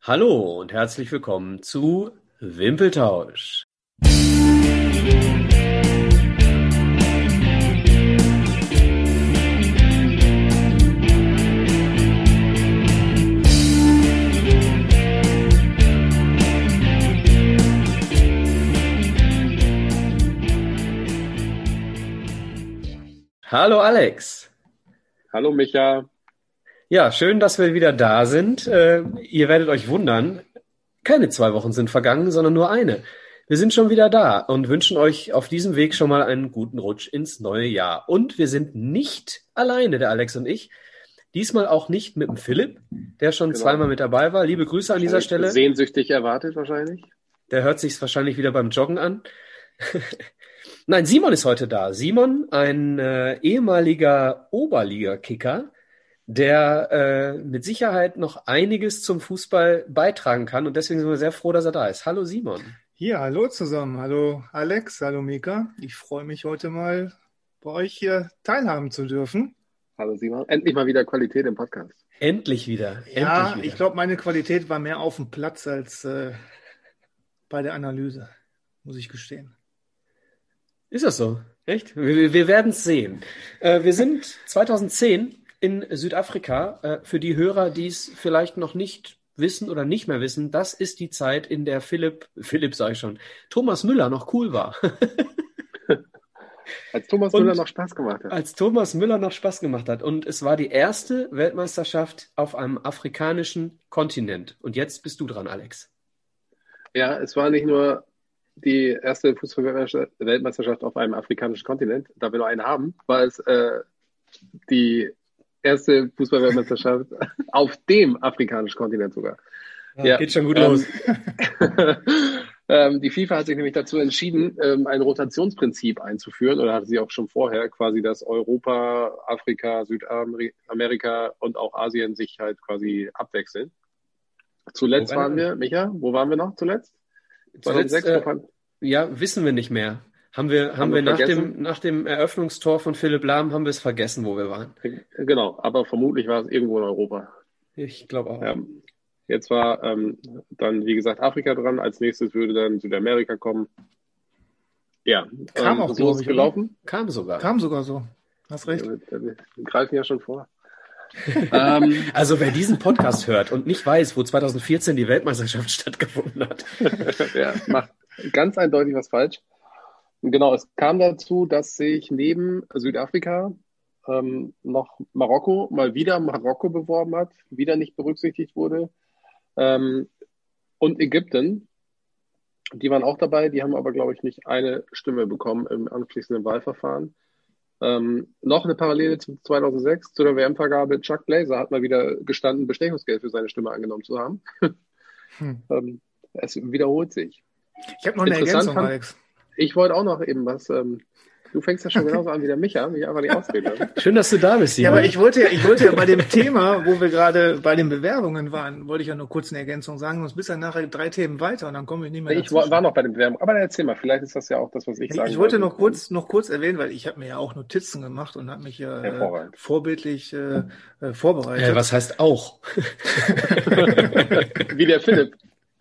Hallo und herzlich willkommen zu Wimpeltausch. Hallo Alex. Hallo Micha. Ja, schön, dass wir wieder da sind. Ihr werdet euch wundern, keine 2 Wochen sind vergangen, sondern nur eine. Wir sind schon wieder da und wünschen euch auf diesem Weg schon mal einen guten Rutsch ins neue Jahr. Und wir sind nicht alleine, der Alex und ich. Diesmal auch nicht mit dem Philipp, der schon Genau. zweimal mit dabei war. Liebe Grüße an dieser Stelle. Sehnsüchtig erwartet wahrscheinlich. Der hört sich's wahrscheinlich wieder beim Joggen an. Nein, Simon ist heute da. Simon, ein ehemaliger Oberliga-Kicker, der mit Sicherheit noch einiges zum Fußball beitragen kann. Und deswegen sind wir sehr froh, dass er da ist. Hallo Simon. Ja, hallo zusammen. Hallo Alex, hallo Mika. Ich freue mich heute mal bei euch hier teilhaben zu dürfen. Hallo Simon. Endlich mal wieder Qualität im Podcast. Endlich wieder. Ja, Endlich wieder. ich glaube, meine Qualität war mehr auf dem Platz als bei der Analyse, muss ich gestehen. Ist das so? Echt? Wir werden es sehen. Wir sind 2010 in Südafrika. Für die Hörer, die es vielleicht noch nicht wissen oder nicht mehr wissen, das ist die Zeit, in der Philipp sage ich schon, Thomas Müller noch cool war. Als Thomas Müller noch Spaß gemacht hat. Als Thomas Müller noch Spaß gemacht hat. Und es war die erste Weltmeisterschaft auf einem afrikanischen Kontinent. Und jetzt bist du dran, Alex. Ja, es war nicht nur die erste Fußball-Weltmeisterschaft auf einem afrikanischen Kontinent, da wir nur eine haben, war es die erste Fußball-Weltmeisterschaft auf dem afrikanischen Kontinent sogar. Ja, geht schon gut los. Die FIFA hat sich nämlich dazu entschieden, ein Rotationsprinzip einzuführen, oder hatte sie auch schon vorher, quasi, dass Europa, Afrika, Südamerika und auch Asien sich halt quasi abwechseln. Zuletzt waren wir, Micha, wo waren wir noch zuletzt? 2006, ja, wissen wir nicht mehr. Haben wir nach dem Eröffnungstor von Philipp Lahm haben wir es vergessen, wo wir waren. Genau, aber vermutlich war es irgendwo in Europa. Ich glaube auch. Ja. Jetzt war dann, wie gesagt, Afrika dran. Als nächstes würde dann Südamerika kommen. Ja, kam auch, so ist es gelaufen. Kam sogar. Kam sogar so. Hast recht. Wir greifen ja schon vor. Also wer diesen Podcast hört und nicht weiß, wo 2014 die Weltmeisterschaft stattgefunden hat. Ja, macht ganz eindeutig was falsch. Und genau, es kam dazu, dass sich neben Südafrika noch Marokko beworben hat, wieder nicht berücksichtigt wurde. Und Ägypten, die waren auch dabei, die haben aber, glaube ich, nicht eine Stimme bekommen im anschließenden Wahlverfahren. Noch eine Parallele zu 2006, zu der WM-Vergabe. Chuck Blazer hat mal wieder gestanden, Bestechungsgeld für seine Stimme angenommen zu haben. Es wiederholt sich. Ich habe noch eine Ergänzung, Alex. Ich wollte auch noch eben was. Du fängst ja schon genauso an wie der Micha, mich einfach nicht ausreden. Schön, dass du da bist, Simon. Ja, aber ich wollte ja bei dem Thema, wo wir gerade bei den Bewerbungen waren, wollte ich ja nur kurz eine Ergänzung sagen, sonst bist du nachher 3 Themen weiter und dann komme ich nicht mehr dazu. Ich war noch bei den Bewerbungen, aber dann erzähl mal, vielleicht ist das ja auch das, was ich sagen wollte. Ich wollte noch kurz erwähnen, weil ich habe mir ja auch Notizen gemacht und habe mich ja vorbildlich vorbereitet. Was heißt auch? Wie der Philipp.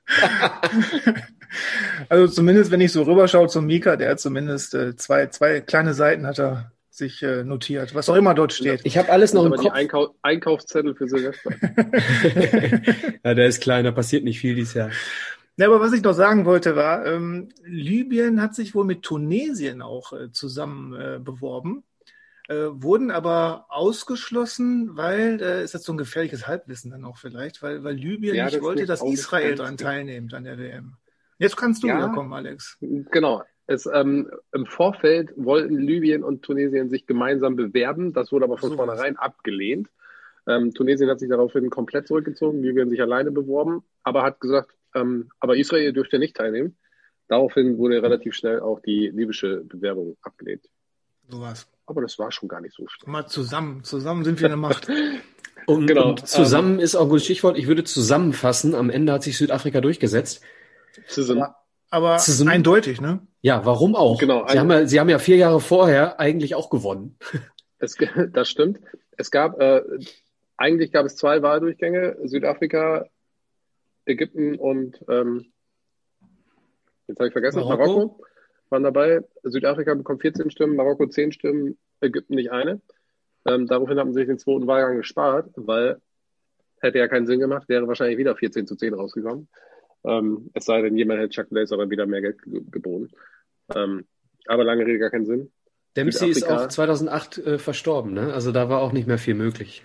Also zumindest, wenn ich so rüberschaue zum Mika, der hat zumindest zwei kleine Seiten hat er sich notiert, was auch immer dort steht. Ich habe alles noch im Kopf. Die Einkaufszettel für Silvester. Ja, der ist klein, da passiert nicht viel dieses Jahr. Ja, aber was ich noch sagen wollte war, Libyen hat sich wohl mit Tunesien auch zusammen beworben, wurden aber ausgeschlossen, weil, ist jetzt so ein gefährliches Halbwissen dann auch vielleicht, weil Libyen nicht wollte, dass Israel daran teilnimmt an der WM. Jetzt kannst du wiederkommen, Alex. Genau. Im Vorfeld wollten Libyen und Tunesien sich gemeinsam bewerben. Das wurde aber von vornherein abgelehnt. Tunesien hat sich daraufhin komplett zurückgezogen, Libyen sich alleine beworben, aber hat gesagt, aber Israel dürfte nicht teilnehmen. Daraufhin wurde relativ schnell auch die libysche Bewerbung abgelehnt. So was. Aber das war schon gar nicht so schlimm. Mal zusammen sind wir eine Macht. Und zusammen ist auch ein gutes Stichwort. Ich würde zusammenfassen, am Ende hat sich Südafrika durchgesetzt. Aber eindeutig, ne? Ja, warum auch? Genau, Sie haben ja 4 Jahre vorher eigentlich auch gewonnen. Das stimmt. Eigentlich gab es 2 Wahldurchgänge. Südafrika Ägypten und jetzt habe ich vergessen, Marokko? Marokko waren dabei. Südafrika bekommt 14 Stimmen, Marokko 10 Stimmen, Ägypten nicht eine. Daraufhin haben sie sich den zweiten Wahlgang gespart, weil hätte ja keinen Sinn gemacht, wäre wahrscheinlich wieder 14-10 rausgekommen. Es sei denn, jemand hätte Chuck Blazer dann wieder mehr Geld geboten. Aber lange Rede, gar keinen Sinn. Dempsey ist Südafrika- auch 2008 verstorben, ne? Also da war auch nicht mehr viel möglich.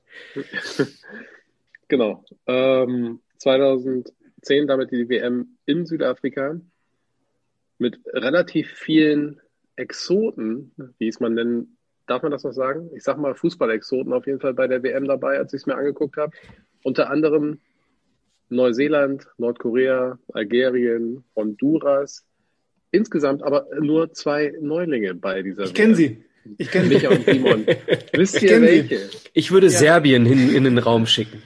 Genau. 2010 damit die WM in Südafrika mit relativ vielen Exoten, wie es man nennen, darf man das noch sagen? Ich sag mal Fußball-Exoten auf jeden Fall bei der WM dabei, als ich es mir angeguckt habe. Unter anderem Neuseeland, Nordkorea, Algerien, Honduras. Insgesamt aber nur 2 Neulinge bei dieser Ich kenne WM. sie. Ich kenne sie. Micha und Simon. Wisst Ich ihr kenn sie. welche? Ich würde Serbien in den Raum schicken.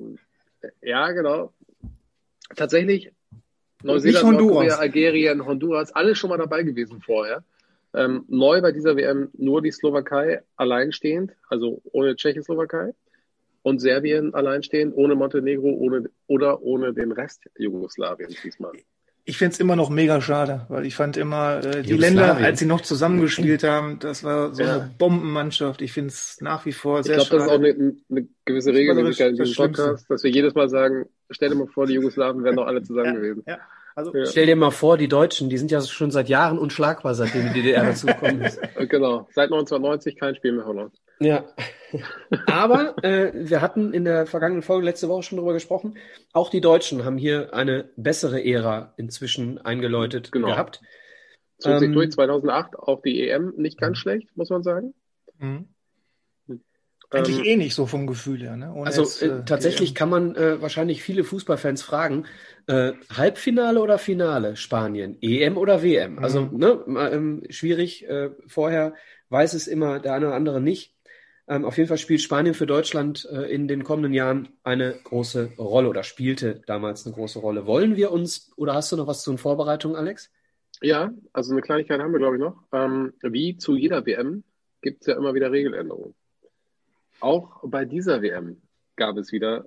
Ja, genau. Tatsächlich Nicht Neuseeland, Honduras. Nordkorea, Algerien, Honduras, alle schon mal dabei gewesen vorher. Neu bei dieser WM nur die Slowakei alleinstehend, also ohne Tschechoslowakei. Und Serbien alleinstehend, ohne Montenegro, ohne den Rest Jugoslawiens diesmal. Ich finde es immer noch mega schade, weil ich fand immer, die Jugoslawien. Länder, als sie noch zusammengespielt haben, das war so Ja. eine Bombenmannschaft. Ich finde es nach wie vor Ich sehr glaube, das ist auch schade. eine gewisse Regelmäßigkeit in Das diesem Schlimmste. Podcast, dass wir jedes Mal sagen, stell dir mal vor, die Jugoslawen wären doch alle zusammen gewesen. Ja. Also, Ja. Stell dir mal vor, die Deutschen, die sind ja schon seit Jahren unschlagbar, seitdem die DDR dazugekommen ist. Genau, seit 1990 kein Spiel mehr verloren. Ja. Aber wir hatten in der vergangenen Folge letzte Woche schon drüber gesprochen. Auch die Deutschen haben hier eine bessere Ära inzwischen eingeläutet Genau. gehabt. Zog sich durch 2008, auch die EM nicht ganz schlecht, muss man sagen. mhm. Eigentlich Ähm, eh nicht so vom Gefühl her. Ne? Ohne Also jetzt, tatsächlich die kann man wahrscheinlich viele Fußballfans fragen, Halbfinale oder Finale Spanien, EM oder WM? Also schwierig, vorher weiß es immer der eine oder andere nicht. Auf jeden Fall spielt Spanien für Deutschland in den kommenden Jahren eine große Rolle oder spielte damals eine große Rolle. Wollen wir uns, oder hast du noch was zu den Vorbereitungen, Alex? ja, also eine Kleinigkeit haben wir, glaube ich, noch. Wie zu jeder WM gibt es ja immer wieder Regeländerungen. Auch bei dieser WM gab es wieder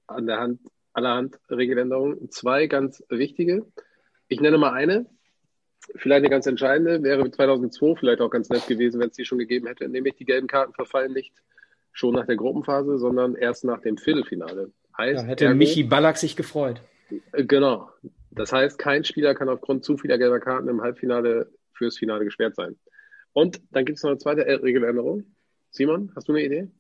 allerhand Regeländerungen. 2 ganz wichtige. Ich nenne mal eine, vielleicht eine ganz entscheidende, wäre 2002 vielleicht auch ganz nett gewesen, wenn es die schon gegeben hätte, nämlich die gelben Karten verfallen nicht schon nach der Gruppenphase, sondern erst nach dem Viertelfinale. Heißt, Ja, hätte ergo, Michi Ballack sich gefreut. Genau. Das heißt, kein Spieler kann aufgrund zu vieler gelber Karten im Halbfinale fürs Finale gesperrt sein. Und dann gibt es noch eine zweite Regeländerung. Simon, hast du eine Idee?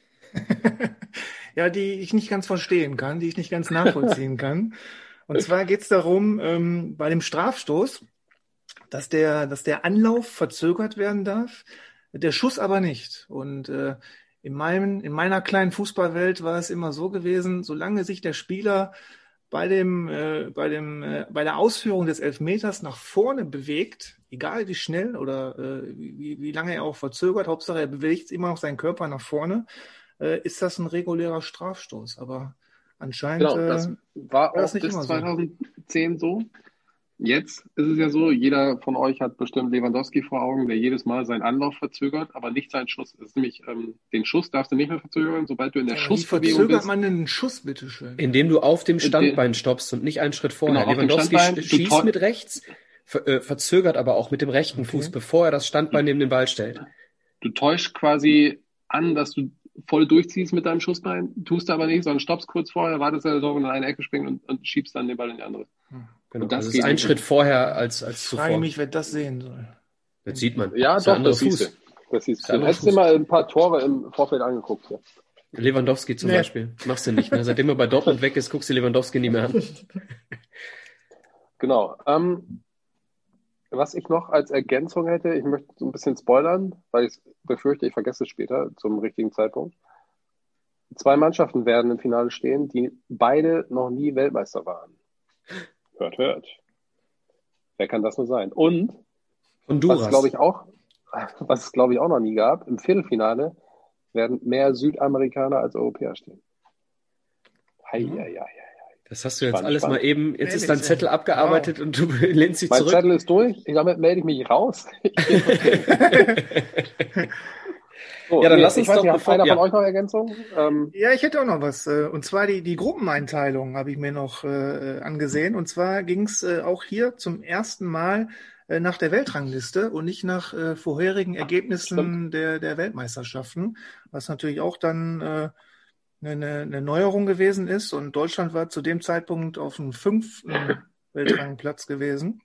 Ja, die ich nicht ganz verstehen kann, die ich nicht ganz nachvollziehen kann. Und zwar geht es darum, bei dem Strafstoß, dass der Anlauf verzögert werden darf, der Schuss aber nicht. Und in meiner kleinen Fußballwelt war es immer so gewesen, solange sich der Spieler bei der Ausführung des Elfmeters nach vorne bewegt, egal wie schnell oder wie lange er auch verzögert, Hauptsache er bewegt immer noch seinen Körper nach vorne, ist das ein regulärer Strafstoß. Aber anscheinend Genau, das war das auch nicht bis immer so. 2010 so. Jetzt ist es ja so, jeder von euch hat bestimmt Lewandowski vor Augen, der jedes Mal seinen Anlauf verzögert, aber nicht seinen Schuss. Das ist nämlich, den Schuss darfst du nicht mehr verzögern, sobald du in der Wie Schussbewegung verzögert bist. man denn einen Schuss, bitteschön? Indem du auf dem Standbein stoppst und nicht einen Schritt vorher. Genau, auf dem Lewandowski Standbein, schießt mit rechts, verzögert aber auch mit dem rechten Fuß, bevor er das Standbein neben den Ball stellt. Du täuschst quasi an, dass du voll durchziehst mit deinem Schussbein, tust aber nicht, sondern stoppst kurz vorher, wartest, dass er so in eine Ecke springt und schiebst dann den Ball in die andere. Genau. Und das Also es geht ist ein nicht. Schritt vorher als Ich zuvor. frage mich, wer das sehen soll. Das sieht man. Ja, Das ist der doch, andere das siehst Fuß. du. Das siehst Der du. andere Hättest du Fuß. mal ein paar Tore im Vorfeld angeguckt. Ja. Lewandowski zum Nee. Beispiel. Machst du nicht. Ne? Seitdem er bei Dortmund weg ist, guckst du Lewandowski nie mehr an. Genau. Was ich noch als Ergänzung hätte, ich möchte so ein bisschen spoilern, weil ich befürchte, ich vergesse es später zum richtigen Zeitpunkt. 2 Mannschaften werden im Finale stehen, die beide noch nie Weltmeister waren. Hört, hört. Wer kann das nur sein? Und Honduras. was es glaube ich auch noch nie gab, im Viertelfinale werden mehr Südamerikaner als Europäer stehen. Hei. Das hast du jetzt Spannend, alles spannend. mal eben, jetzt ist Ehrlich, dein Zettel abgearbeitet und du lehnst dich Mein zurück. Zettel ist durch, damit melde ich mich raus. So, Ja, dann nee, lass uns ich weiß doch, nicht, hat bevor, einer ja. von euch noch Ergänzungen? Ja, ich hätte auch noch was. Und zwar die Gruppeneinteilung habe ich mir noch angesehen. Und zwar ging es auch hier zum ersten Mal nach der Weltrangliste und nicht nach vorherigen Ergebnissen der Weltmeisterschaften, was natürlich auch dann eine Neuerung gewesen ist. Und Deutschland war zu dem Zeitpunkt auf dem 5. Weltrangliplatz gewesen.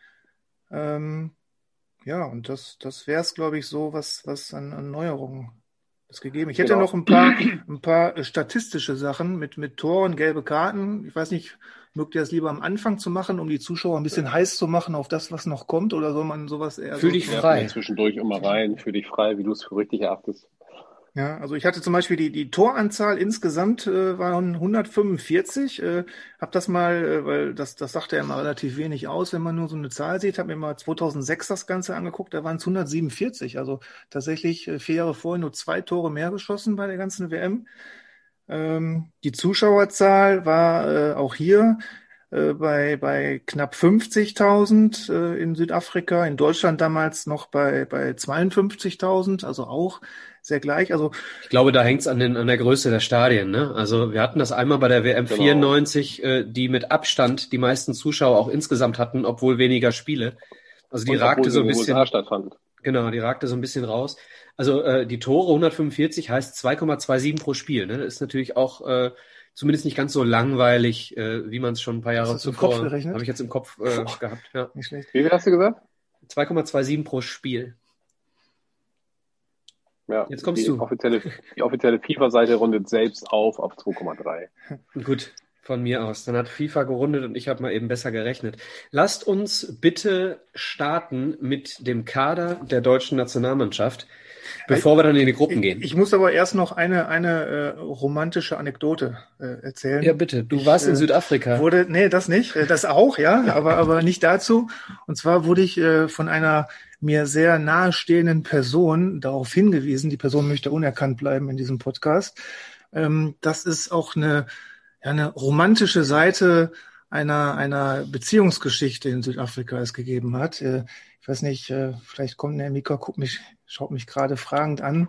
Ja, und das wäre es, glaube ich, so, was an Neuerungen es gegeben. Ich hätte Genau. noch ein paar statistische Sachen mit Toren, gelbe Karten. Ich weiß nicht, mögt ihr das lieber am Anfang zu machen, um die Zuschauer ein bisschen heiß zu machen auf das, was noch kommt, oder soll man sowas eher Fühl so? dich Werfen frei. wir zwischendurch immer rein, für dich frei, wie du es für richtig erachtest. Ja, also ich hatte zum Beispiel die Toranzahl insgesamt waren 145. Hab das mal, weil das sagte ja immer relativ wenig aus, wenn man nur so eine Zahl sieht. Hab mir mal 2006 das Ganze angeguckt, da waren es 147. Also tatsächlich 4 Jahre vorher nur 2 Tore mehr geschossen bei der ganzen WM. Die Zuschauerzahl war auch hier bei knapp 50.000 in Südafrika, in Deutschland damals noch bei 52.000, also auch sehr gleich. Also Ich glaube, da hängt es an der Größe der Stadien, ne? Also wir hatten das einmal bei der WM Genau. 94, die mit Abstand die meisten Zuschauer auch insgesamt hatten, obwohl weniger Spiele. Also die Und ragte obwohl so sie ein in den USA bisschen, stattfand. genau, die ragte so ein bisschen raus. Also die Tore 145 heißt 2,27 pro Spiel, ne? Das ist natürlich auch zumindest nicht ganz so langweilig, wie man es schon ein paar hast Jahre du das im Kopf zuvor, gerechnet? habe ich jetzt im Kopf gehabt, ja. Nicht schlecht. Wie viel hast du gesagt? 2,27 pro Spiel. Ja, Jetzt kommst die du. offizielle FIFA-Seite rundet selbst auf 2,3. Gut, von mir aus. Dann hat FIFA gerundet und ich habe mal eben besser gerechnet. Lasst uns bitte starten mit dem Kader der deutschen Nationalmannschaft, bevor wir dann in die Gruppen gehen. Ich muss aber erst noch eine romantische Anekdote erzählen. Ja, bitte. Du warst in Südafrika. Nee, das nicht. Das auch, ja, aber nicht dazu. Und zwar wurde ich von einer mir sehr nahestehenden Person darauf hingewiesen. Die Person möchte unerkannt bleiben in diesem Podcast. Das ist auch eine romantische Seite einer Beziehungsgeschichte in Südafrika es gegeben hat. Ich weiß nicht, vielleicht kommt der Mika, schaut mich gerade fragend an.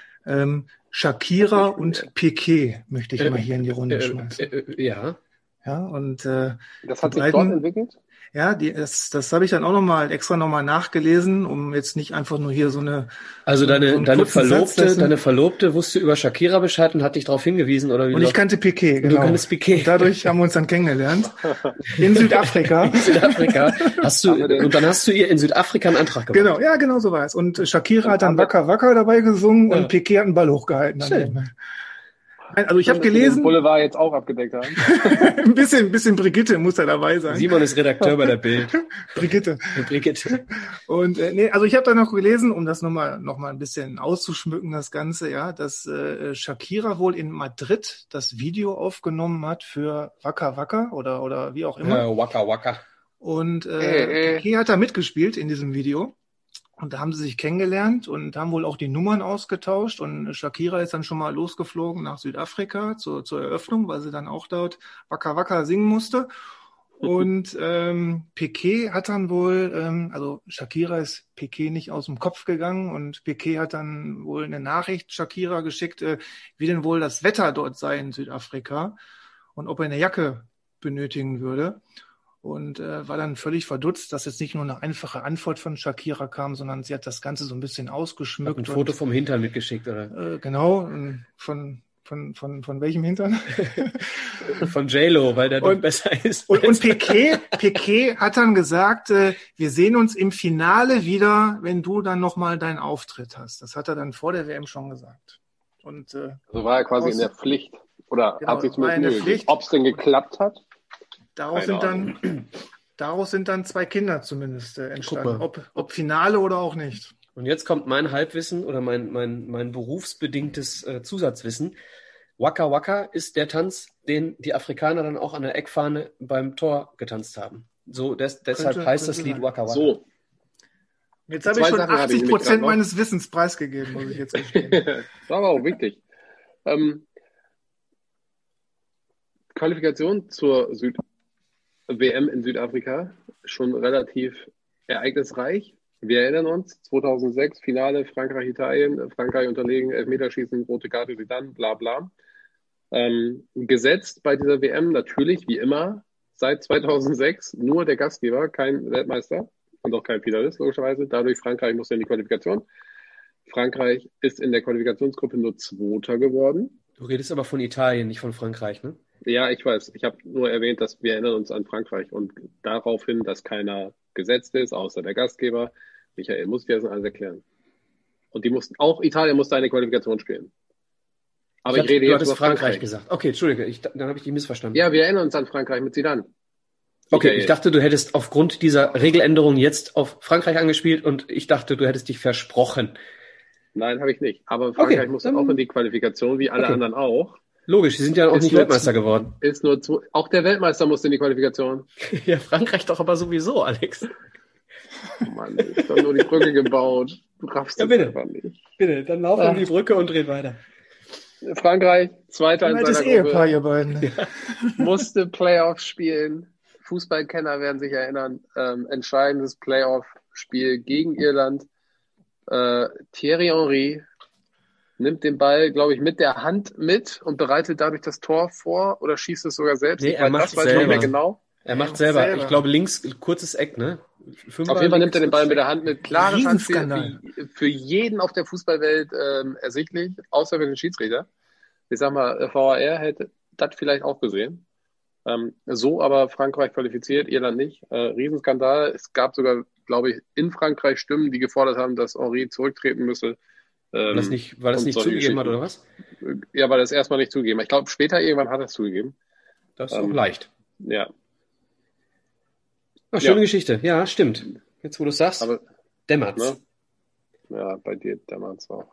Shakira und Piqué möchte ich mal hier in die Runde schmeißen. Ja. Ja, und das hat sich dort entwickelt? Ja, das habe ich dann auch extra nochmal nachgelesen, um jetzt nicht einfach nur hier so eine. Also deine Verlobte wusste über Shakira Bescheid und hat dich darauf hingewiesen, oder wie? Und ich kannte Piqué, genau. Du kanntest Piqué. Und dadurch haben wir uns dann kennengelernt. In Südafrika. In Südafrika. Und dann hast du ihr in Südafrika einen Antrag gemacht. Genau, ja, genau so war es. Und Shakira hat dann Waka Waka dabei gesungen und Piqué hat einen Ball hochgehalten. Schön. Also ich habe gelesen. Den Boulevard jetzt auch abgedeckt haben. ein bisschen Brigitte muss da dabei sein. Simon ist Redakteur bei der Bild. Brigitte. Und also ich habe da noch gelesen, um das noch mal ein bisschen auszuschmücken, das Ganze, ja, dass Shakira wohl in Madrid das Video aufgenommen hat für Waka Waka oder wie auch immer. Waka Waka. Und Piqué hat da mitgespielt in diesem Video. Und da haben sie sich kennengelernt und haben wohl auch die Nummern ausgetauscht. Und Shakira ist dann schon mal losgeflogen nach Südafrika zur Eröffnung, weil sie dann auch dort Waka Waka singen musste. Und Piqué hat dann wohl, also Shakira ist Piqué nicht aus dem Kopf gegangen und Piqué hat dann wohl eine Nachricht Shakira geschickt, wie denn wohl das Wetter dort sei in Südafrika und ob er eine Jacke benötigen würde. Und war dann völlig verdutzt, dass jetzt nicht nur eine einfache Antwort von Shakira kam, sondern sie hat das Ganze so ein bisschen ausgeschmückt. Hat ein Foto vom Hintern mitgeschickt, oder? Genau, von welchem Hintern? Von J-Lo, weil der doch besser ist. Und Piqué hat dann gesagt, wir sehen uns im Finale wieder, wenn du dann nochmal deinen Auftritt hast. Das hat er dann vor der WM schon gesagt. Und also war er quasi in der Pflicht. Oder genau, hat sich zumindest Mühe gegeben. Ob es denn geklappt hat? Daraus sind dann 2 Kinder zumindest entstanden. Ob Finale oder auch nicht. Und jetzt kommt mein Halbwissen oder mein berufsbedingtes Zusatzwissen. Waka Waka ist der Tanz, den die Afrikaner dann auch an der Eckfahne beim Tor getanzt haben. So, deshalb heißt das Lied Waka Waka. So. Jetzt habe ich schon 80% meines Wissens preisgegeben, muss ich jetzt gestehen. Das war aber auch wichtig. Qualifikation zur WM in Südafrika schon relativ ereignisreich. Wir erinnern uns, 2006, Finale Frankreich-Italien, Frankreich unterlegen, Elfmeterschießen, rote Karte, Zidane, bla bla. Gesetzt bei dieser WM natürlich, wie immer, seit 2006 nur der Gastgeber, kein Weltmeister und auch kein Finalist, logischerweise. Dadurch Frankreich musste in die Qualifikation. Frankreich ist in der Qualifikationsgruppe nur Zweiter geworden. Du redest aber von Italien, nicht von Frankreich, ne? Ja, ich weiß. Ich habe nur erwähnt, dass wir erinnern uns an Frankreich und darauf hin, dass keiner gesetzt ist, außer der Gastgeber. Michael muss dir das alles erklären. Und auch Italien musste eine Qualifikation spielen. Aber ich rede du jetzt hattest über Frankreich gesagt. Okay, Entschuldige, dann habe ich dich missverstanden. Ja, wir erinnern uns an Frankreich mit Zidane. Okay, Michael. ich dachte, du hättest aufgrund dieser Regeländerung jetzt auf Frankreich angespielt und ich dachte, du hättest dich versprochen. Nein, habe ich nicht. Aber Frankreich musste auch in die Qualifikation, wie alle anderen auch. Logisch, sie sind ja auch nicht Weltmeister geworden. Auch der Weltmeister musste in die Qualifikation. Ja, Frankreich doch aber sowieso, Alex. Oh Mann, ich habe nur die Brücke gebaut. Du raffst ja, es bitte. einfach nicht. Bitte, dann lauf um die Brücke und red weiter. Frankreich, Zweiter in seiner Gruppe, Ehepaar, ihr beiden. Ja. Musste Playoffs spielen. Fußballkenner werden sich erinnern. Entscheidendes Playoff-Spiel gegen Irland. Thierry Henry nimmt den Ball, glaube ich, mit der Hand mit und bereitet dadurch das Tor vor oder schießt es sogar selbst. Nee, er macht es selber. Nicht mehr genau. Er macht selber. Ich glaube, links, kurzes Eck, ne? Auf jeden Fall nimmt er den Ball mit der Hand mit. Klares Handspiel für jeden auf der Fußballwelt ersichtlich, außer für den Schiedsrichter. Ich sag mal, VAR hätte das vielleicht auch gesehen. So aber Frankreich qualifiziert, Irland nicht. Riesenskandal. Es gab sogar, glaube ich, in Frankreich Stimmen, die gefordert haben, dass Henry zurücktreten müsse. Weil das nicht zugegeben hat, oder was? Ja, weil das erstmal nicht zugegeben hat. Ich glaube, später irgendwann hat er es zugegeben. Das ist auch leicht. Ja. Ach, schöne Geschichte. Ja, stimmt. Jetzt, wo du es sagst, aber, dämmert's. Ne? Ja, bei dir dämmert's auch.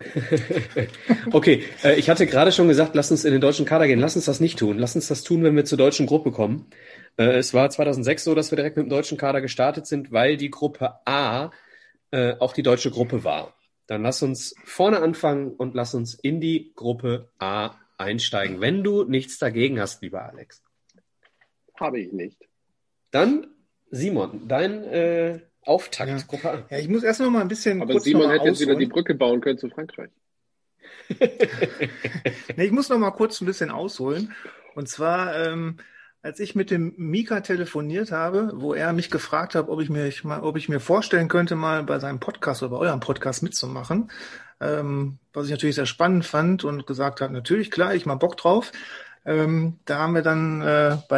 Okay, ich hatte gerade schon gesagt, lass uns in den deutschen Kader gehen. Lass uns das nicht tun. Lass uns das tun, wenn wir zur deutschen Gruppe kommen. Es war 2006 so, dass wir direkt mit dem deutschen Kader gestartet sind, weil die Gruppe A auch die deutsche Gruppe war. Dann lass uns vorne anfangen und lass uns in die Gruppe A einsteigen. Wenn du nichts dagegen hast, lieber Alex. Habe ich nicht. Dann, Simon, dein Auftakt, Gruppe A. Ja, ich muss erst noch mal ein bisschen. Aber Simon hätte jetzt wieder die Brücke bauen können zu Frankreich. Nee, ich muss noch mal kurz ein bisschen ausholen. Und zwar, als ich mit dem Mika telefoniert habe, wo er mich gefragt hat, ob ich mir vorstellen könnte, mal bei seinem Podcast oder bei eurem Podcast mitzumachen, was ich natürlich sehr spannend fand und gesagt habe, natürlich, klar, ich mal Bock drauf. Da haben wir dann bei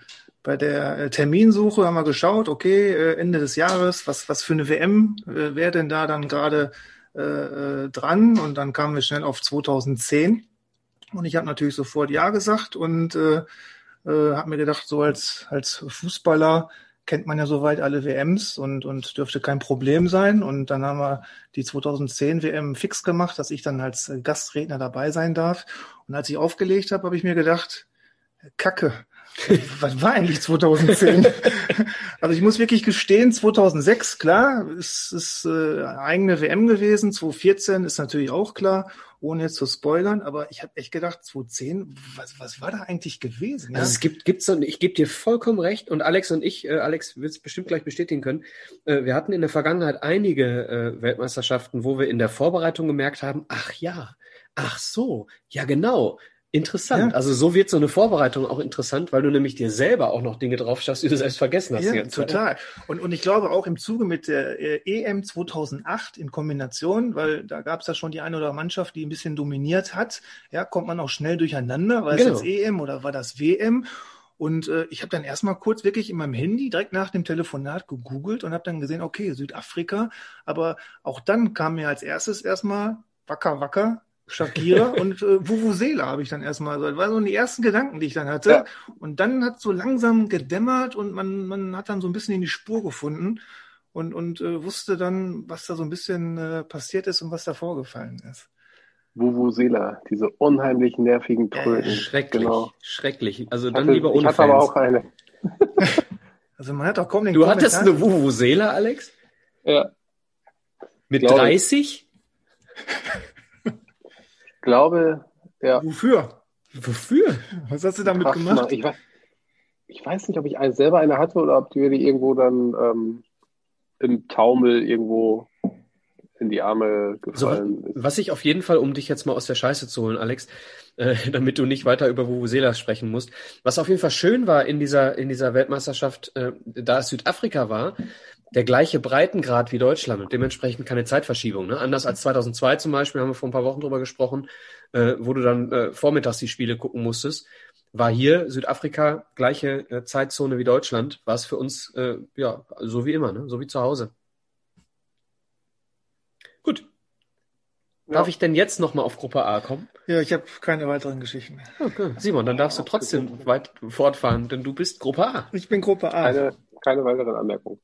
der Terminsuche haben wir geschaut, okay, Ende des Jahres, was für eine WM wäre denn da dann gerade dran? Und dann kamen wir schnell auf 2010. Und ich habe natürlich sofort Ja gesagt und habe mir gedacht, so als Fußballer kennt man ja soweit alle WMs und dürfte kein Problem sein. Und dann haben wir die 2010 WM fix gemacht, dass ich dann als Gastredner dabei sein darf. Und als ich aufgelegt habe, habe ich mir gedacht, Kacke. Was war eigentlich 2010? Also ich muss wirklich gestehen, 2006, klar, ist eigene WM gewesen, 2014 ist natürlich auch klar, ohne jetzt zu spoilern, aber ich habe echt gedacht, 2010, was war da eigentlich gewesen? Ja? Also es gibt's so, ich gebe dir vollkommen recht und Alex und ich, Alex wird es bestimmt gleich bestätigen können, wir hatten in der Vergangenheit einige Weltmeisterschaften, wo wir in der Vorbereitung gemerkt haben, ach ja, ach so, ja genau, interessant. Ja. Also so wird so eine Vorbereitung auch interessant, weil du nämlich dir selber auch noch Dinge drauf schaffst, die du selbst vergessen hast. Ja, total. Und ich glaube auch im Zuge mit der EM 2008 in Kombination, weil da gab es ja schon die eine oder andere Mannschaft, die ein bisschen dominiert hat, ja, kommt man auch schnell durcheinander, war es jetzt EM oder war das WM? Und ich habe dann erstmal kurz wirklich in meinem Handy direkt nach dem Telefonat gegoogelt und habe dann gesehen, okay, Südafrika, aber auch dann kam mir als erstes erstmal Wacker, Shakira und Vuvuzela habe ich dann erstmal, das waren so die ersten Gedanken, die ich dann hatte. Ja. Und dann hat so langsam gedämmert und man hat dann so ein bisschen in die Spur gefunden und wusste dann, was da so ein bisschen passiert ist und was da vorgefallen ist. Vuvuzela, diese unheimlich nervigen Tröten. Schrecklich, schrecklich. Also dann lieber ohne Fans. Ich hatte aber auch eine. Also man hat auch kaum den Du hattest eine Vuvuzela, Alex? Ja. Mit 30? Glaube, ja. Wofür? Was hast du damit gemacht? Ich weiß nicht, ob ich selber eine hatte oder ob wir die irgendwo dann im Taumel irgendwo in die Arme gefallen ist. Was ich auf jeden Fall, um dich jetzt mal aus der Scheiße zu holen, Alex, damit du nicht weiter über Vuvuzela sprechen musst, was auf jeden Fall schön war in dieser Weltmeisterschaft, da es Südafrika war, der gleiche Breitengrad wie Deutschland und dementsprechend keine Zeitverschiebung. Ne? Anders als 2002 zum Beispiel, haben wir vor ein paar Wochen drüber gesprochen, wo du dann vormittags die Spiele gucken musstest, war hier Südafrika gleiche Zeitzone wie Deutschland, war es für uns ja so wie immer, ne? So wie zu Hause. Gut. Darf ich denn jetzt nochmal auf Gruppe A kommen? Ja, ich habe keine weiteren Geschichten mehr. Okay. Simon, dann darfst du trotzdem weit fortfahren, denn du bist Gruppe A. Ich bin Gruppe A. Keine weiteren Anmerkungen.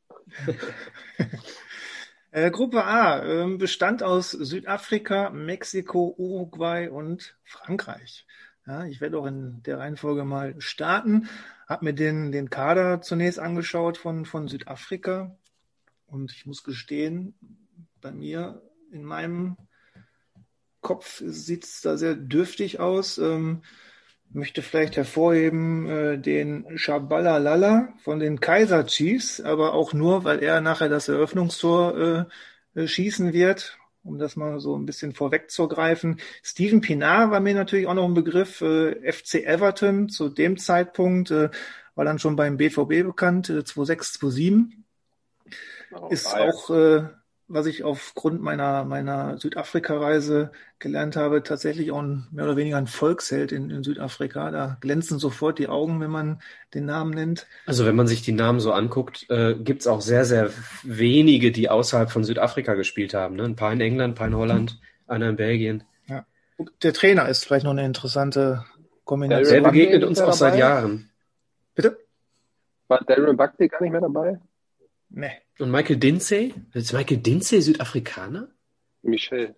Gruppe A bestand aus Südafrika, Mexiko, Uruguay und Frankreich. Ja, ich werde auch in der Reihenfolge mal starten. Habe mir den Kader zunächst angeschaut von Südafrika. Und ich muss gestehen, bei mir in meinem Kopf sieht es da sehr dürftig aus. Möchte vielleicht hervorheben den Shabalala von den Kaizer Chiefs, aber auch nur, weil er nachher das Eröffnungstor schießen wird, um das mal so ein bisschen vorwegzugreifen. Steven Pienaar war mir natürlich auch noch ein Begriff. FC Everton zu dem Zeitpunkt war dann schon beim BVB bekannt, 2-6, 2-7. Ist auch, was ich aufgrund meiner Südafrika-Reise gelernt habe, tatsächlich auch mehr oder weniger ein Volksheld in Südafrika. Da glänzen sofort die Augen, wenn man den Namen nennt. Also wenn man sich die Namen so anguckt, gibt's auch sehr, sehr wenige, die außerhalb von Südafrika gespielt haben. Ne? Ein paar in England, ein paar in Holland, einer in Belgien. Ja. Der Trainer ist vielleicht noch eine interessante Kombination. Der begegnet uns auch seit Jahren. Bitte? War Darren Buckley gar nicht mehr dabei? Nee. Und Michael Dinsey? Ist Michael Dinsey Südafrikaner? Michel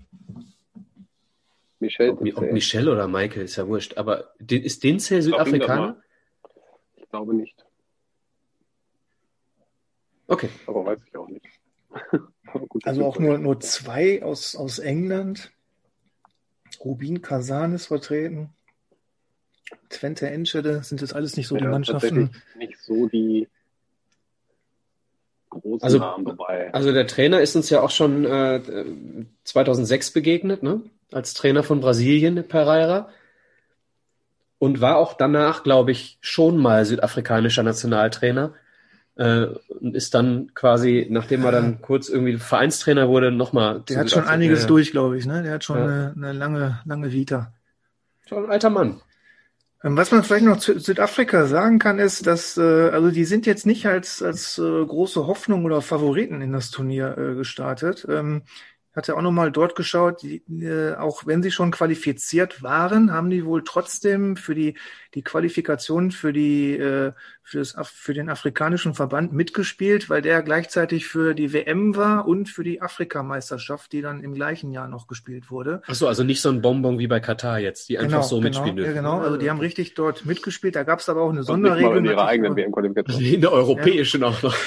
Ob Michel oder Michael, ist ja wurscht. Aber ist Dinsey Südafrikaner? Ich glaube nicht. Okay. Aber weiß ich auch nicht. Gut, also auch nur zwei aus England. Rubin Kazan ist vertreten. Twente Enschede, sind das alles nicht so die Mannschaften? Nicht so die großen Namen dabei. Also der Trainer ist uns ja auch schon 2006 begegnet, ne? Als Trainer von Brasilien, Pereira. Und war auch danach, glaube ich, schon mal südafrikanischer Nationaltrainer. Und ist dann quasi, nachdem er dann kurz irgendwie Vereinstrainer wurde, nochmal. Der hat schon einiges durch, glaube ich, ne? Der hat schon eine lange Vita. Schon ein alter Mann. Was man vielleicht noch zu Südafrika sagen kann, ist, dass also die sind jetzt nicht als große Hoffnung oder Favoriten in das Turnier gestartet. Hatte auch nochmal dort geschaut, auch wenn sie schon qualifiziert waren, haben die wohl trotzdem für die Qualifikation für den afrikanischen Verband mitgespielt, weil der gleichzeitig für die WM war und für die Afrikameisterschaft, die dann im gleichen Jahr noch gespielt wurde. Ach so, also nicht so ein Bonbon wie bei Katar jetzt, die einfach so mitspielen dürfen. Ja, genau, also die haben richtig dort mitgespielt. Da gab es aber auch eine Sonderregelung. In ihrer eigenen WM-Qualifikation. In der europäischen auch noch.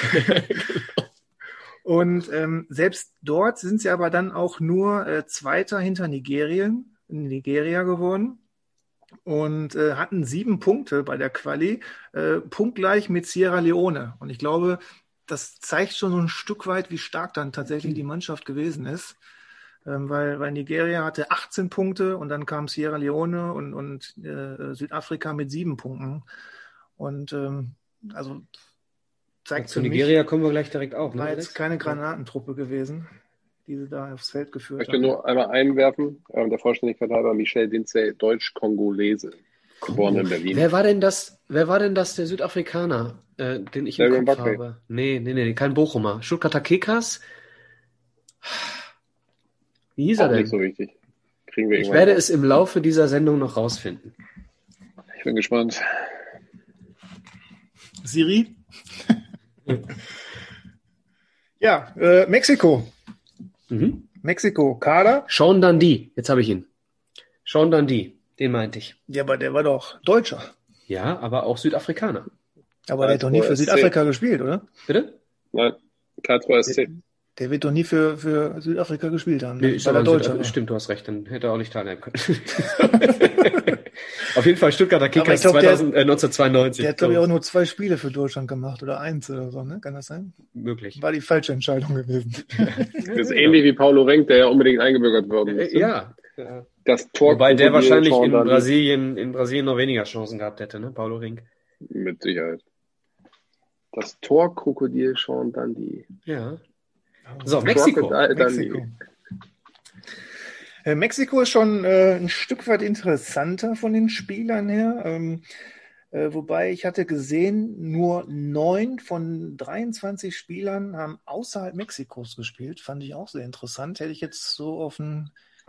Und selbst dort sind sie aber dann auch nur Zweiter hinter Nigeria geworden und hatten 7 Punkte bei der Quali, punktgleich mit Sierra Leone. Und ich glaube, das zeigt schon so ein Stück weit, wie stark dann tatsächlich die Mannschaft gewesen ist. Weil Nigeria hatte 18 Punkte und dann kam Sierra Leone und Südafrika mit 7 Punkten. Und also zeigt zu Nigeria kommen wir gleich direkt auf. War jetzt keine Granatentruppe gewesen, die sie da aufs Feld geführt haben. Ich möchte nur einmal einwerfen, der Vollständigkeit halber, Michel Dinsey, Deutsch-Kongolese, geboren in Berlin. Wer war denn das, der Südafrikaner, den ich im Kopf habe? Nee, kein Bochumer. Stuttgarter Kickers? Wie hieß er denn? Nicht so richtig. Kriegen wir ich werde es im Laufe dieser Sendung noch rausfinden. Ich bin gespannt. Siri? Ja, Mexiko. Mexiko, Kader. Sean Dundee, jetzt habe ich ihn. Sean Dundee, den meinte ich. Ja, aber der war doch Deutscher. Ja, aber auch Südafrikaner. Aber der hat doch nie für Südafrika gespielt, oder? Bitte? Nein, K2SC. Der wird doch nie für Südafrika gespielt haben. Nee, ist weil er Deutscher war. Stimmt, du hast recht, dann hätte er auch nicht teilnehmen können. Auf jeden Fall Stuttgarter Kickers 1992. Der hat, glaube ich, auch nur 2 Spiele für Deutschland gemacht oder 1 oder so, ne? Kann das sein? Möglich. War die falsche Entscheidung gewesen. Das ist ähnlich wie Paulo Renk, der ja unbedingt eingebürgert worden ist. Ja. Das Tor Wobei der wahrscheinlich in Brasilien noch weniger Chancen gehabt hätte, ne? Paulo Rink. Mit Sicherheit. Das Torkrokodil Sean Dundee. Ja. So, Mexiko. Mexiko ist schon ein Stück weit interessanter von den Spielern her. Wobei ich hatte gesehen, nur 9 von 23 Spielern haben außerhalb Mexikos gespielt. Fand ich auch sehr interessant. Hätte ich jetzt so auf den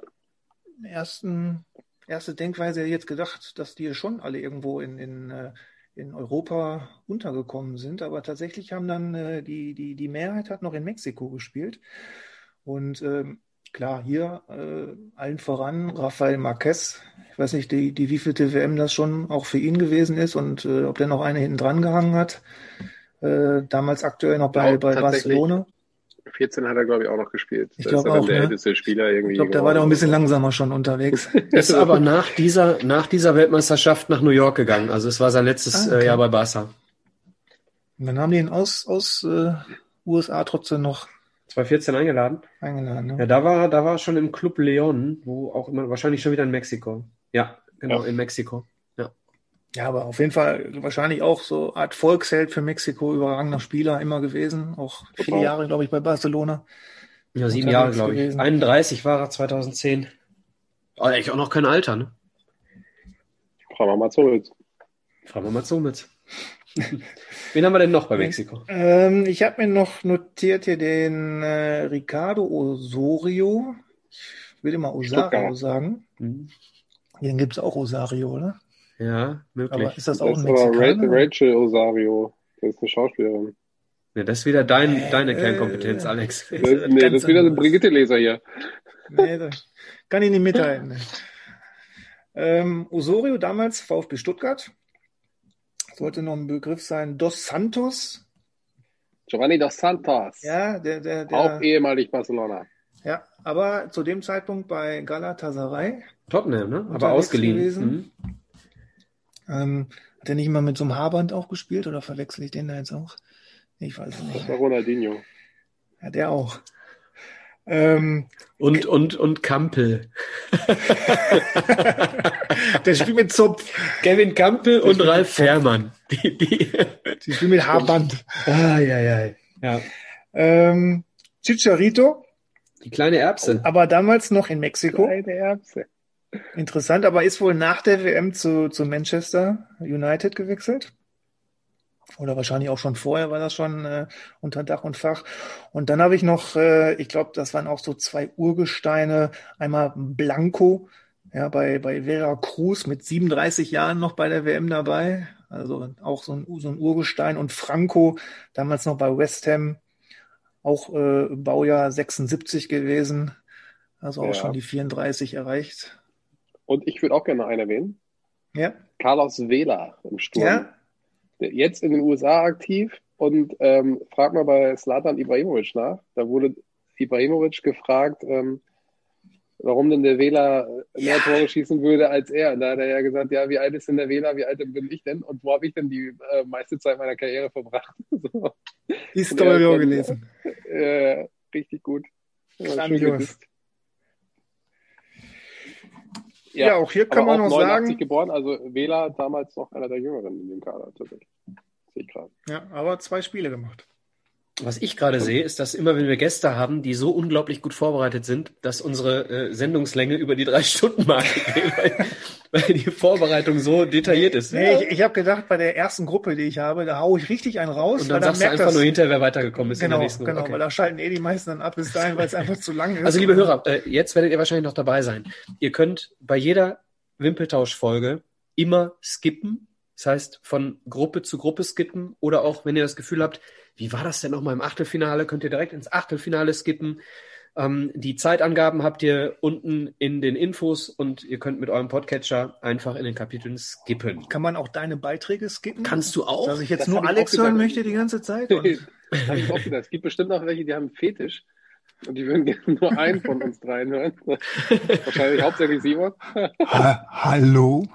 erste Denkweise jetzt gedacht, dass die schon alle irgendwo in Europa untergekommen sind. Aber tatsächlich haben dann die Mehrheit hat noch in Mexiko gespielt. Und klar, hier allen voran Rafael Márquez. Ich weiß nicht, die wievielte WM das schon auch für ihn gewesen ist und ob der noch eine hinten dran gehangen hat. Damals aktuell noch bei Barcelona. 14 hat er, glaube ich, auch noch gespielt. Ich glaube auch, der älteste Spieler irgendwie. Ich glaube, der war doch ein bisschen langsamer schon unterwegs. Ist aber nach dieser Weltmeisterschaft nach New York gegangen. Also es war sein letztes Jahr bei Barca. Und dann haben die ihn aus USA trotzdem noch 2014 eingeladen. Ne? Ja, da war er schon im Club León, wo auch immer, wahrscheinlich schon wieder in Mexiko. Ja, genau, in Mexiko. Ja, aber auf jeden Fall wahrscheinlich auch so Art Volksheld für Mexiko, überragender Spieler immer gewesen. Auch viele Jahre, glaube ich, bei Barcelona. Ja, 7 Jahre, glaube ich. Gewesen. 31 war er 2010. Aber eigentlich auch noch kein Alter, ne? Fragen wir mal Zomitz. Wen haben wir denn noch bei Mexiko? Ich habe mir noch notiert hier den Ricardo Osorio. Ich will immer Osario sagen. Den gibt es auch Osario, oder? Ja, möglich. Aber ist das auch ein Mexikaner? Rachel Osario. Das ist eine Schauspielerin. Ja, das ist wieder deine Kernkompetenz, Alex. Das ist wieder so ein Brigitte-Leser hier. Nee, das kann ich nicht mithalten. Osorio damals VfB Stuttgart. Sollte noch ein Begriff sein. Dos Santos. Giovanni Dos Santos. Ja, der auch ehemalig Barcelona. Ja, aber zu dem Zeitpunkt bei Galatasaray. Tottenham, ne? Aber ausgeliehen. Hat er nicht mal mit so einem Haarband auch gespielt oder verwechsel ich den da jetzt auch? Ich weiß es nicht. Das war Ronaldinho. Ja, der auch. Und Kampel. Der spielt mit Zopf. Kevin Kampel und Ralf Fährmann. Die spielen mit Haarband. Ja. Chicharito. Die kleine Erbse. Aber damals noch in Mexiko. Kleine Erbse. Interessant, aber ist wohl nach der WM zu Manchester United gewechselt. Oder wahrscheinlich auch schon vorher war das schon unter Dach und Fach. Und dann habe ich noch, ich glaube, das waren auch so 2 Urgesteine. Einmal Blanco, ja, bei Veracruz mit 37 Jahren noch bei der WM dabei. Also auch so ein Urgestein. Und Franco, damals noch bei West Ham, auch Baujahr 76 gewesen. Also auch schon die 34 erreicht. Und ich würde auch gerne einen erwähnen. Ja. Carlos Vela im Sturm. Ja. Jetzt in den USA aktiv und frag mal bei Zlatan Ibrahimovic nach. Da wurde Ibrahimovic gefragt, warum denn der Vela mehr Tore schießen würde als er. Und da hat er ja gesagt, ja, wie alt ist denn der Vela, wie alt bin ich denn und wo habe ich denn die meiste Zeit meiner Karriere verbracht? So. Historio gelesen. Richtig gut. Ja, auch hier kann man noch 89 sagen. geboren, also Vela damals noch einer der Jüngeren in dem Kader. Sehe ich gerade. Ja, aber 2 Spiele gemacht. Was ich gerade sehe, ist, dass immer, wenn wir Gäste haben, die so unglaublich gut vorbereitet sind, dass unsere Sendungslänge über die 3-Stunden-Marke geht, weil die Vorbereitung so detailliert ist. Nee, ich habe gedacht, bei der ersten Gruppe, die ich habe, da haue ich richtig einen raus. Und dann sagst du einfach nur hinterher, wer weitergekommen ist in der nächsten Gruppe. Genau, weil da schalten die meisten dann ab bis dahin, weil es einfach zu lang ist. Also liebe Hörer, jetzt werdet ihr wahrscheinlich noch dabei sein. Ihr könnt bei jeder Wimpeltausch-Folge immer skippen. Das heißt, von Gruppe zu Gruppe skippen oder auch, wenn ihr das Gefühl habt, wie war das denn nochmal im Achtelfinale, könnt ihr direkt ins Achtelfinale skippen. Die Zeitangaben habt ihr unten in den Infos und ihr könnt mit eurem Podcatcher einfach in den Kapiteln skippen. Kann man auch deine Beiträge skippen? Kannst du auch? Dass ich jetzt nur Alex hören möchte die ganze Zeit? Habe ich auch gedacht. Es gibt bestimmt auch welche, die haben einen Fetisch. Und die würden gerne nur einen von uns dreien hören. Wahrscheinlich hauptsächlich Simon. Hallo.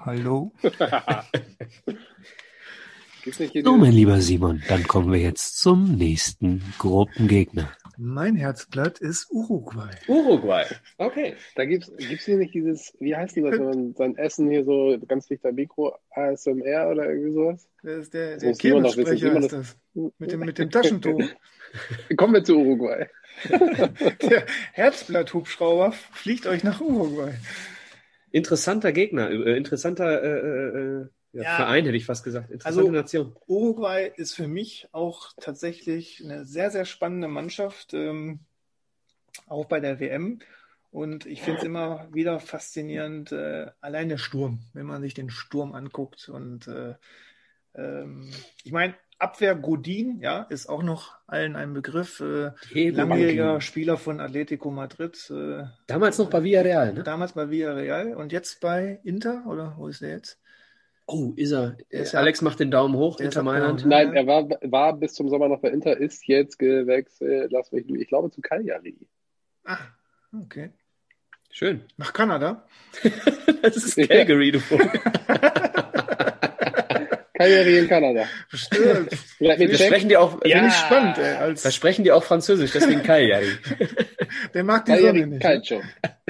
Gibt's nicht hier So, mein lieber Simon, dann kommen wir jetzt zum nächsten Gruppengegner. Mein Herzblatt ist Uruguay. Uruguay, okay. Da gibt's hier nicht dieses, wie heißt die das, wenn man sein Essen hier so ganz dichter Mikro, ASMR oder irgendwie sowas? Das ist der muss Simon noch wissen. Kirmessprecher, Simon ist das. Mit dem Taschentuch. Kommen wir zu Uruguay. Der Herzblatt-Hubschrauber fliegt euch nach Uruguay. Interessanter Gegner, interessanter Verein, hätte ich fast gesagt. Interessante Nation. Uruguay ist für mich auch tatsächlich eine sehr, sehr spannende Mannschaft, auch bei der WM. Und ich finde es immer wieder faszinierend, allein der Sturm, wenn man sich den Sturm anguckt. Und ich meine, Abwehr Godin, ja, ist auch noch allen ein Begriff. Langjähriger Spieler von Atletico Madrid. Damals noch bei Villarreal, ne? Damals bei Villarreal und jetzt bei Inter, oder wo ist er jetzt? Oh, ist er. Alex macht den Daumen hoch, Inter Mailand. Nein, er war bis zum Sommer noch bei Inter, ist jetzt gewechselt, ich glaube zu Cagliari. Ah, okay. Schön. Nach Kanada? Das ist Calgary, du Vogel. Cagliari in Kanada. Bestimmt. Da sprechen die auch, Bin ich spannend, ey. Da sprechen die auch Französisch, deswegen Cagliari. Der mag die Sonne nicht. Calcio.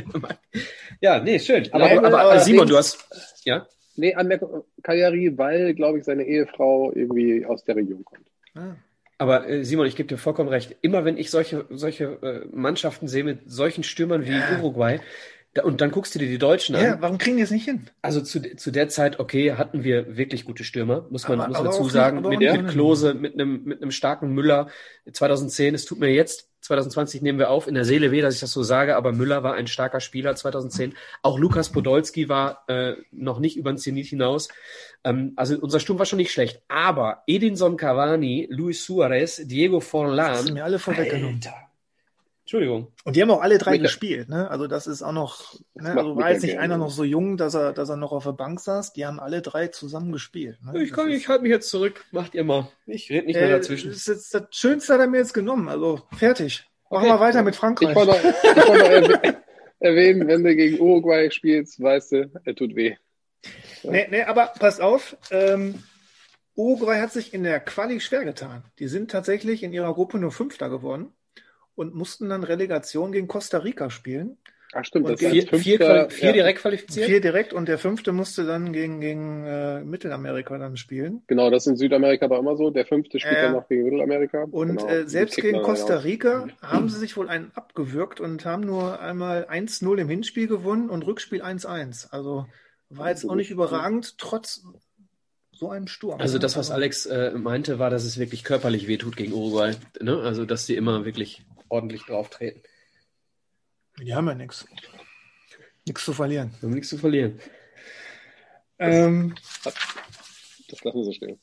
Ja, nee, schön. Aber Simon, du hast, ja? Nee, Anmerkung, Cagliari, weil, glaube ich, seine Ehefrau irgendwie aus der Region kommt. Ah. Aber Simon, ich gebe dir vollkommen recht. Immer wenn ich solche Mannschaften sehe mit solchen Stürmern wie Uruguay, und dann guckst du dir die Deutschen an. Ja, warum kriegen die es nicht hin? Also zu der Zeit, okay, hatten wir wirklich gute Stürmer, muss man dazu nicht, sagen. aber Mit Klose, mit einem starken Müller. 2010, es tut mir jetzt, 2020 nehmen wir auf, in der Seele weh, dass ich das so sage, aber Müller war ein starker Spieler 2010. Auch Lukas Podolski war noch nicht über den Zenit hinaus. Also unser Sturm war schon nicht schlecht. Aber Edinson Cavani, Luis Suarez, Diego Forlán. Das sind mir alle vorweggenommen. Alter. Entschuldigung. Und die haben auch alle drei gespielt, ne? Also das ist auch noch, ne? Also war jetzt nicht einer noch so jung, dass er noch auf der Bank saß. Die haben alle drei zusammen gespielt. Ne? Ich halte mich jetzt zurück. Macht ihr mal. Ich rede nicht mehr dazwischen. Das ist jetzt das Schönste, hat er mir jetzt genommen. Also fertig. Machen wir weiter mit Frankreich. Ich wollte noch erwähnen, wenn du gegen Uruguay spielst, weißt du, er tut weh. Nee, aber pass auf. Uruguay hat sich in der Quali schwer getan. Die sind tatsächlich in ihrer Gruppe nur Fünfter geworden und mussten dann Relegation gegen Costa Rica spielen. Ach stimmt, und vier direkt qualifiziert? 4 direkt und der Fünfte musste dann gegen Mittelamerika dann spielen. Genau, das ist in Südamerika aber immer so. Der Fünfte spielt dann noch gegen Mittelamerika. Und genau. Selbst gegen Costa Rica haben sie sich wohl einen abgewürgt und haben nur einmal 1-0 im Hinspiel gewonnen und Rückspiel 1-1. Also war jetzt auch nicht überragend, trotz so einem Sturm. Also das, was Alex meinte, war, dass es wirklich körperlich wehtut gegen Uruguay. Ne? Also dass die immer wirklich ordentlich drauf treten. Die haben ja nichts. Nichts zu verlieren. Wir haben nichts zu verlieren. Das lassen wir so stehen.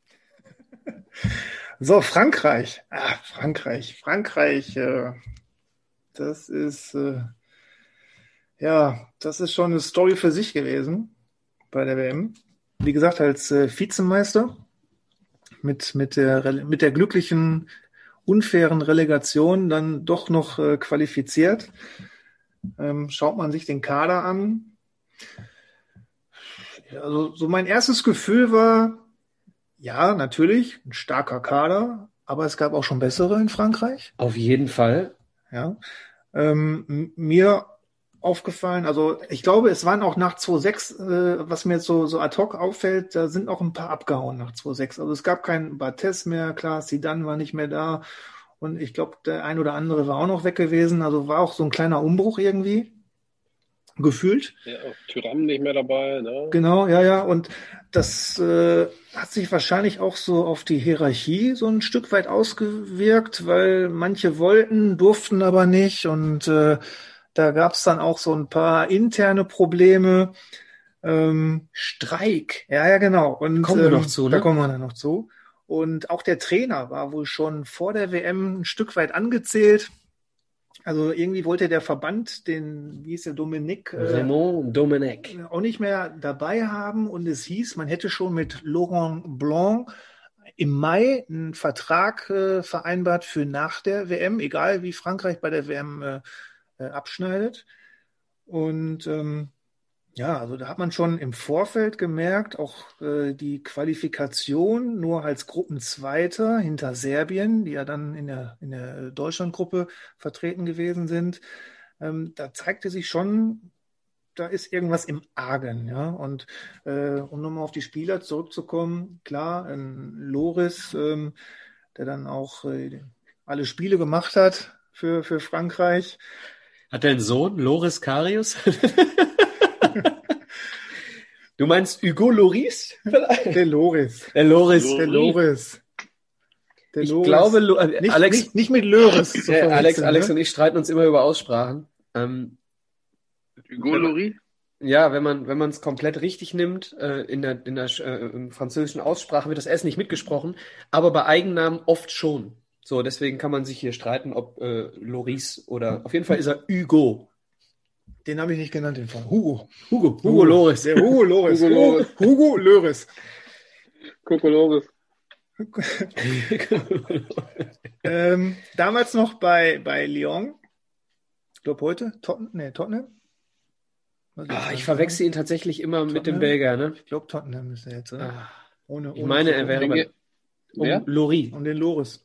So, Frankreich. Frankreich. Das ist das ist schon eine Story für sich gewesen bei der WM. Wie gesagt, als Vizemeister mit der glücklichen, unfairen Relegation dann doch noch qualifiziert. Schaut man sich den Kader an. Also so mein erstes Gefühl war, ja, natürlich, ein starker Kader, aber es gab auch schon bessere in Frankreich. Auf jeden Fall. Ja. Mir aufgefallen, also ich glaube, es waren auch nach 2-6, was mir jetzt so ad hoc auffällt, da sind auch ein paar abgehauen nach 2-6. Also es gab keinen Barthez mehr, klar, Zidane war nicht mehr da und ich glaube, der ein oder andere war auch noch weg gewesen, also war auch so ein kleiner Umbruch irgendwie, gefühlt. Ja, auch Thuram nicht mehr dabei, ne? Genau, ja, und das hat sich wahrscheinlich auch so auf die Hierarchie so ein Stück weit ausgewirkt, weil manche wollten, durften aber nicht und da gab es dann auch so ein paar interne Probleme. Streik. Ja, genau. Und kommen wir noch zu, ne? Da kommen wir dann noch zu. Und auch der Trainer war wohl schon vor der WM ein Stück weit angezählt. Also irgendwie wollte der Verband wie hieß der, Raymond Domenech auch nicht mehr dabei haben. Und es hieß, man hätte schon mit Laurent Blanc im Mai einen Vertrag vereinbart für nach der WM, egal wie Frankreich bei der WM abschneidet. Und ja, also da hat man schon im Vorfeld gemerkt, auch die Qualifikation nur als Gruppenzweiter hinter Serbien, die ja dann in der Deutschlandgruppe vertreten gewesen sind. Da zeigte sich schon, da ist irgendwas im Argen, ja. Und um nochmal auf die Spieler zurückzukommen, klar, ein Loris, der dann auch alle Spiele gemacht hat für Frankreich. Hat er einen Sohn, Loris Karius? Du meinst Hugo Lloris? Der Loris. Der Loris. Der Loris. Der Ich Loris. glaube, Alex, nicht mit Löris zu Alex verwechseln, und ich streiten uns immer über Aussprachen. Hugo Lloris? Ja, wenn man es komplett richtig nimmt, in der französischen Aussprache wird das S nicht mitgesprochen, aber bei Eigennamen oft schon. So, deswegen kann man sich hier streiten, ob Loris oder auf jeden Fall ist er Hugo. Den habe ich nicht genannt, den Fall. Hugo Loris. Der Hugo Loris. Hugo Loris. Hugo Loris. Coco Loris. Damals noch bei Lyon. Ich glaube heute Tottenham. Ich verwechsel ihn tatsächlich immer mit dem Belgier, ne? Ich glaube Tottenham ist er jetzt, oder? Ich meine, er wäre bei Loris. Um den Loris.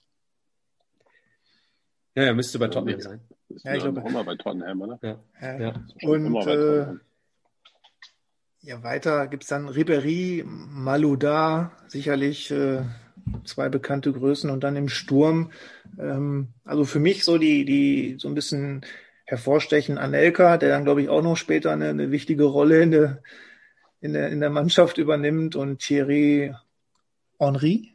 Ja, er müsste bei Tottenham sein. Ja, ich glaube auch mal bei Tottenham, oder? Ja. Und weiter gibt es dann Ribéry, Malouda, sicherlich zwei bekannte Größen und dann im Sturm. Also für mich so die so ein bisschen hervorstechen Anelka, der dann, glaube ich, auch noch später eine wichtige Rolle in der Mannschaft übernimmt, und Thierry Henry.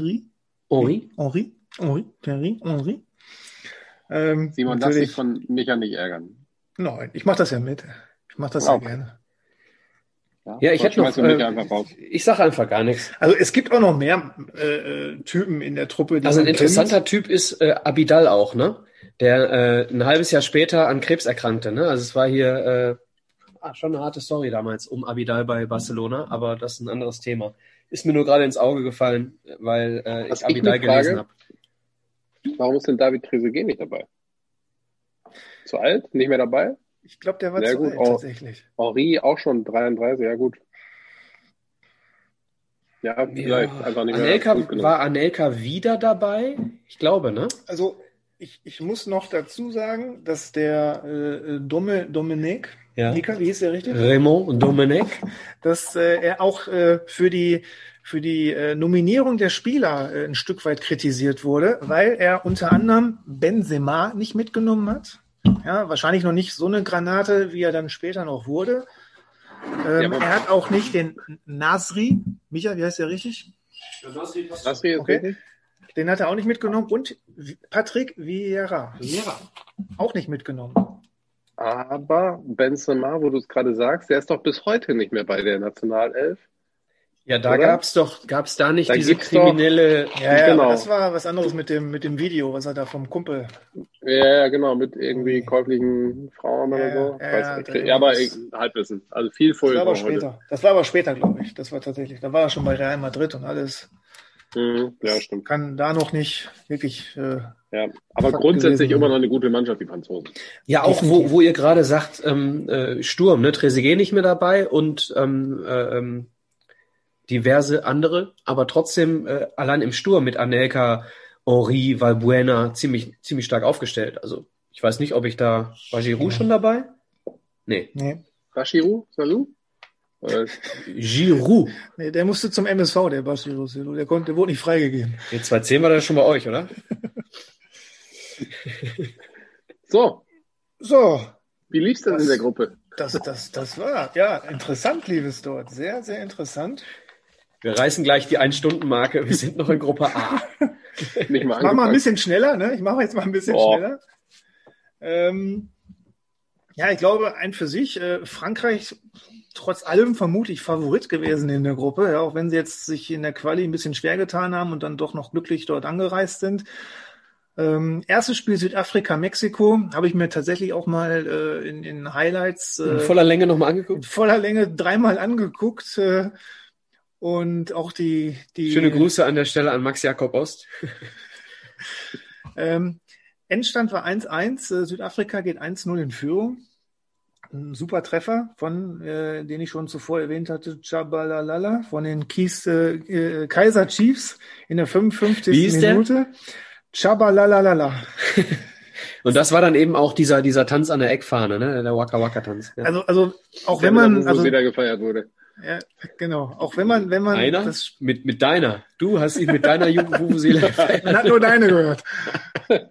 Simon, lass dich von Micha nicht ärgern. Nein, ich mache das ja mit. Ich mache das sehr gerne. Ja, ich hätte noch. Ich sage einfach gar nichts. Also es gibt auch noch mehr Typen in der Truppe. Also ein interessanter Typ ist Abidal auch, ne? Der ein halbes Jahr später an Krebs erkrankte, ne? Also es war hier schon eine harte Story damals um Abidal bei Barcelona, aber das ist ein anderes Thema. Ist mir nur gerade ins Auge gefallen, weil ich Abidal gelesen habe. Warum ist denn David Trezeguet nicht dabei? Zu alt? Nicht mehr dabei? Ich glaube, der war zu alt, tatsächlich. Henri auch schon 33, ja gut. Ja, vielleicht einfach nicht mehr. War Anelka wieder dabei? Ich glaube, ne? Also ich muss noch dazu sagen, dass der Domenech, wie hieß der richtig? Raymond Domenech, dass er auch für die Nominierung der Spieler ein Stück weit kritisiert wurde, weil er unter anderem Benzema nicht mitgenommen hat. Ja, wahrscheinlich noch nicht so eine Granate, wie er dann später noch wurde. Er hat auch nicht den Nasri. Micha, wie heißt der richtig? Nasri ist richtig. Den hat er auch nicht mitgenommen. Und Patrick Vieira. Auch nicht mitgenommen. Aber Benzema, wo du es gerade sagst, der ist doch bis heute nicht mehr bei der Nationalelf. Ja, da gab's da nicht diese kriminelle... Ja, genau. Aber das war was anderes mit dem Video, was er da vom Kumpel... Ja, genau, mit irgendwie käuflichen Frauen oder so. Aber Halbwissen. Also viel vorher. Das war aber später, glaube ich. Das war tatsächlich, da war er schon bei Real Madrid und alles. Ja, stimmt. Kann da noch nicht wirklich... ja, aber grundsätzlich immer noch eine gute Mannschaft, die Franzosen. Ja, auch wo ihr gerade sagt, Sturm, ne? Trezeguet nicht mehr dabei und diverse andere, aber trotzdem allein im Sturm mit Anelka, Henry, Valbuena ziemlich stark aufgestellt. Also ich weiß nicht, ob ich da... War Giroud schon dabei? Nee. War Giroud? Salou? Giroud. Nee, der musste zum MSV, der Bashirou. Der wurde nicht freigegeben. Die 210 war da schon bei euch, oder? So. Wie lief's denn in der Gruppe? Das war, ja, interessant lief es dort. Sehr, sehr interessant. Wir reißen gleich die 1-Stunden-Marke. Wir sind noch in Gruppe A. Ich mache mal ein bisschen schneller, ne? Schneller. Ja, ich glaube, für sich, Frankreich trotz allem vermutlich Favorit gewesen in der Gruppe, ja, auch wenn sie jetzt sich in der Quali ein bisschen schwer getan haben und dann doch noch glücklich dort angereist sind. Erstes Spiel Südafrika, Mexiko, habe ich mir tatsächlich auch mal in Highlights in voller Länge nochmal angeguckt? In voller Länge 3-mal angeguckt. Und auch die Schöne Grüße an der Stelle an Max Jakob Ost. Endstand war 1-1. Südafrika geht 1-0 in Führung. Ein super Treffer von, den ich schon zuvor erwähnt hatte, Tshabalala von den Kaizer Chiefs in der 55. Wie ist Minute. Tshabalala. Und das war dann eben auch dieser Tanz an der Eckfahne, ne? Der Waka Waka Tanz. Ja. Also auch wenn man, wo da gefeiert wurde. Ja, genau. Auch wenn man einer das mit deiner. Du hast ihn mit deiner Vuvuzela gefeiert. Man hat nur deine gehört. Hat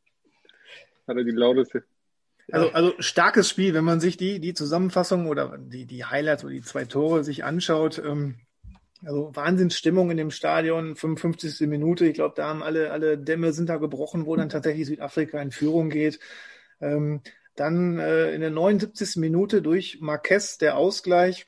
er die lauteste. Also starkes Spiel, wenn man sich die Zusammenfassung oder die Highlights oder die 2 Tore sich anschaut. Also Wahnsinnsstimmung in dem Stadion, 55. Minute. Ich glaube, da haben alle Dämme sind da gebrochen, wo dann tatsächlich Südafrika in Führung geht. Dann in der 79. Minute durch Marquez der Ausgleich.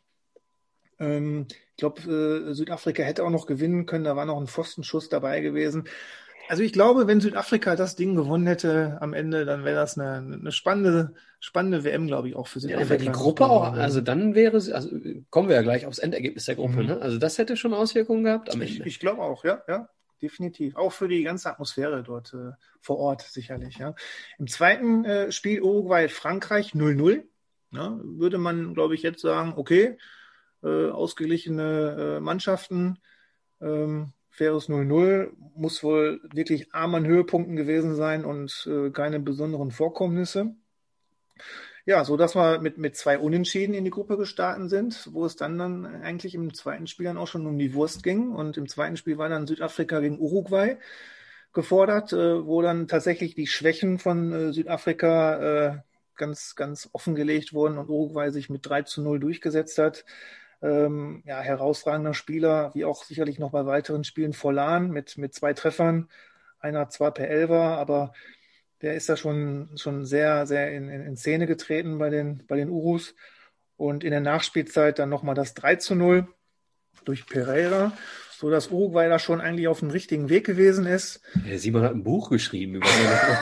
Ich glaube, Südafrika hätte auch noch gewinnen können. Da war noch ein Pfostenschuss dabei gewesen. Also ich glaube, wenn Südafrika das Ding gewonnen hätte am Ende, dann wäre das eine spannende WM, glaube ich, auch für Südafrika. Ja, wäre die Gruppe auch, also dann wäre es, also kommen wir ja gleich aufs Endergebnis der Gruppe, ne? Also das hätte schon Auswirkungen gehabt am Ende. Ich glaube auch, ja, definitiv. Auch für die ganze Atmosphäre dort vor Ort sicherlich, ja. Im zweiten Spiel Uruguay-Frankreich 0-0. Ja, würde man, glaube ich, jetzt sagen, okay, ausgeglichene Mannschaften, faires 0-0, muss wohl wirklich arm an Höhepunkten gewesen sein und keine besonderen Vorkommnisse. Ja, so dass wir mit 2 Unentschieden in die Gruppe gestartet sind, wo es dann eigentlich im zweiten Spiel dann auch schon um die Wurst ging. Und im zweiten Spiel war dann Südafrika gegen Uruguay gefordert, wo dann tatsächlich die Schwächen von Südafrika ganz, ganz offengelegt wurden und Uruguay sich mit 3-0 durchgesetzt hat. Herausragender Spieler, wie auch sicherlich noch bei weiteren Spielen Forlan mit 2 Treffern. Einer zwar per Elfer, aber der ist da schon sehr, sehr in Szene getreten bei den Urus. Und in der Nachspielzeit dann nochmal das 3-0 durch Pereira, so dass Uruguay da schon eigentlich auf dem richtigen Weg gewesen ist. Der Simon hat ein Buch geschrieben über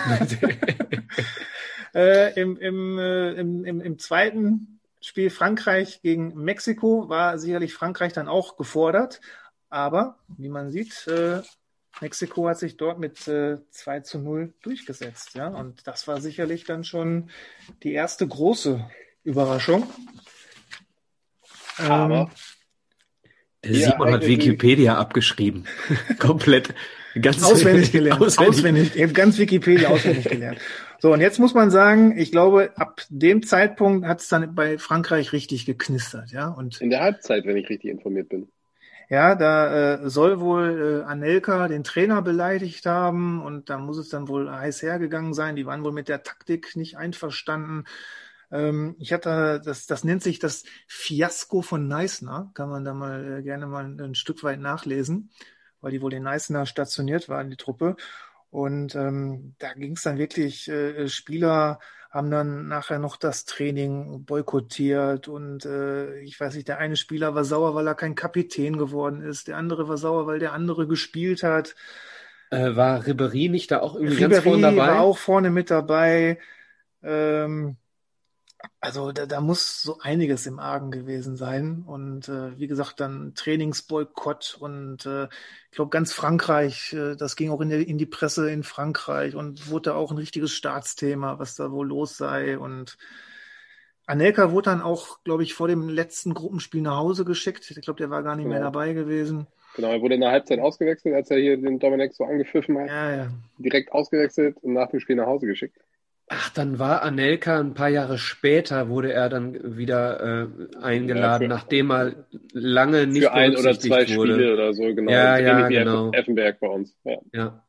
Im zweiten Spiel Frankreich gegen Mexiko war sicherlich Frankreich dann auch gefordert. Aber, wie man sieht, Mexiko hat sich dort mit 2-0 durchgesetzt. Ja? Und das war sicherlich dann schon die erste große Überraschung. Der Simon hat Wikipedia abgeschrieben. Komplett. Ganz auswendig gelernt. Auswendig. Ich habe ganz Wikipedia auswendig gelernt. So, und jetzt muss man sagen, ich glaube, ab dem Zeitpunkt hat es dann bei Frankreich richtig geknistert. Ja? Und in der Halbzeit, wenn ich richtig informiert bin. Ja, da soll wohl Anelka den Trainer beleidigt haben und da muss es dann wohl heiß hergegangen sein. Die waren wohl mit der Taktik nicht einverstanden. Ich hatte, das nennt sich das Fiasko von Neisner. Kann man da mal gerne mal ein Stück weit nachlesen, weil die wohl in Neisner stationiert waren, die Truppe. Und da ging es dann wirklich, Spieler haben dann nachher noch das Training boykottiert und ich weiß nicht, der eine Spieler war sauer, weil er kein Kapitän geworden ist, der andere war sauer, weil der andere gespielt hat. War Ribéry nicht da auch irgendwie Ribéry ganz vorne dabei? War auch vorne mit dabei. Also da muss so einiges im Argen gewesen sein und wie gesagt dann Trainingsboykott und ich glaube ganz Frankreich, das ging auch in die Presse in Frankreich und wurde da auch ein richtiges Staatsthema, was da wohl los sei und Anelka wurde dann auch, glaube ich, vor dem letzten Gruppenspiel nach Hause geschickt. Ich glaube, der war gar nicht mehr dabei gewesen. Genau, er wurde in der Halbzeit ausgewechselt, als er hier den Domenech so angepfiffen hat. Ja. Direkt ausgewechselt und nach dem Spiel nach Hause geschickt. Ach, dann war Anelka ein paar Jahre später, wurde er dann wieder eingeladen, nachdem er lange nicht für ein oder zwei wurde. Spiele oder so, genau. Ja, genau. Effenberg bei uns. Ja,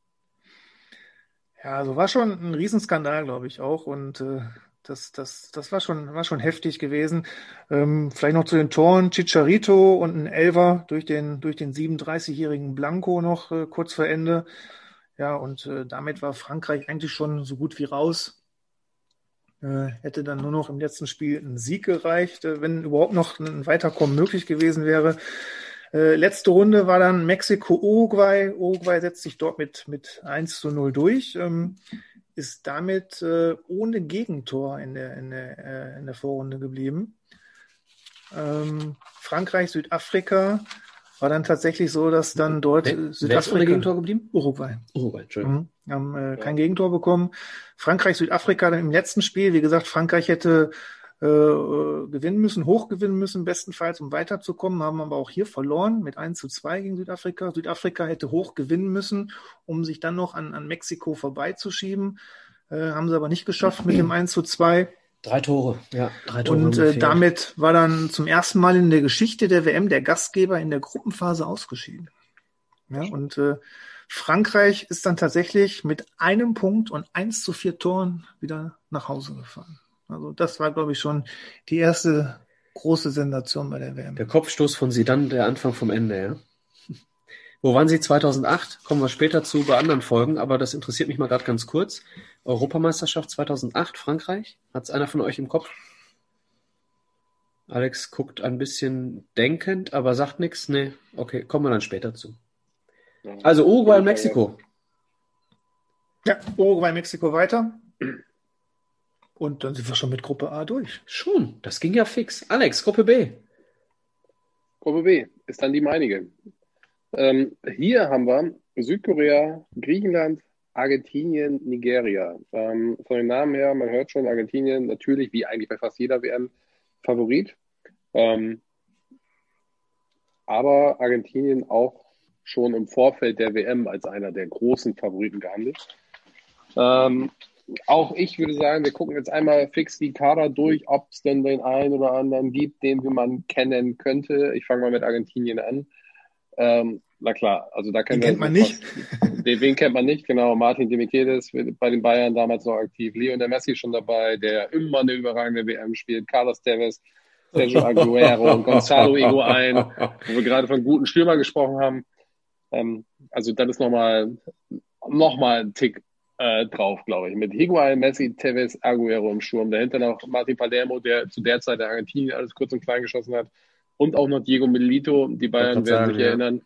also war schon ein Riesenskandal, glaube ich auch und das war schon heftig gewesen. Vielleicht noch zu den Toren, Chicharito und ein Elfer durch den 37-jährigen Blanco noch kurz vor Ende. Ja, und damit war Frankreich eigentlich schon so gut wie raus. Hätte dann nur noch im letzten Spiel ein Sieg gereicht, wenn überhaupt noch ein Weiterkommen möglich gewesen wäre. Letzte Runde war dann Mexiko-Uruguay. Uruguay setzt sich dort mit 1-0 durch. Ist damit ohne Gegentor in der Vorrunde geblieben. Frankreich, Südafrika war dann tatsächlich so, dass dann dort Wer ist ohne Gegentor geblieben? Uruguay. Entschuldigung. Haben kein Gegentor bekommen. Frankreich, Südafrika dann im letzten Spiel. Wie gesagt, Frankreich hätte gewinnen müssen, hoch gewinnen müssen, bestenfalls, um weiterzukommen, haben aber auch hier verloren mit 1:2 gegen Südafrika. Südafrika hätte hoch gewinnen müssen, um sich dann noch an Mexiko vorbeizuschieben. Haben sie aber nicht geschafft mit dem 1:2. 3 Tore, ja. 3 Tore. Und damit war dann zum ersten Mal in der Geschichte der WM der Gastgeber in der Gruppenphase ausgeschieden. Ja, und Frankreich ist dann tatsächlich mit einem Punkt und 1:4 Toren wieder nach Hause gefahren. Also das war, glaube ich, schon die erste große Sensation bei der WM. Der Kopfstoß von Zidane, der Anfang vom Ende, ja. Wo waren Sie 2008? Kommen wir später zu bei anderen Folgen, aber das interessiert mich mal gerade ganz kurz. Europameisterschaft 2008, Frankreich. Hat's einer von euch im Kopf? Alex guckt ein bisschen denkend, aber sagt nichts. Nee, okay, kommen wir dann später zu. Also Uruguay und Mexiko. Ja, Uruguay, Mexiko weiter. Und dann sind wir schon mit Gruppe A durch. Schon, das ging ja fix. Alex, Gruppe B. Gruppe B ist dann die meinige. Hier haben wir Südkorea, Griechenland, Argentinien, Nigeria. Von den Namen her, man hört schon, Argentinien natürlich, wie eigentlich bei fast jeder WM, Favorit. Aber Argentinien auch schon im Vorfeld der WM als einer der großen Favoriten gehandelt. Auch ich würde sagen, wir gucken jetzt einmal fix die Kader durch, ob es denn den einen oder anderen gibt, den man kennen könnte. Ich fange mal mit Argentinien an. Na klar, also da kennt man nicht. Wen kennt man nicht? Genau, Martin de Michelis bei den Bayern damals noch aktiv. Lionel Messi schon dabei, der immer eine überragende WM spielt. Carlos Tevez, Sergio Aguero, Gonzalo Higuaín, wo wir gerade von guten Stürmern gesprochen haben. Also das ist nochmal ein Tick drauf, glaube ich. Mit Higuaín, Messi, Tevez, Aguero im Sturm. Dahinter noch Martin Palermo, der zu der Zeit der Argentinien alles kurz und klein geschossen hat. Und auch noch Diego Milito. Die Bayern werden sich erinnern.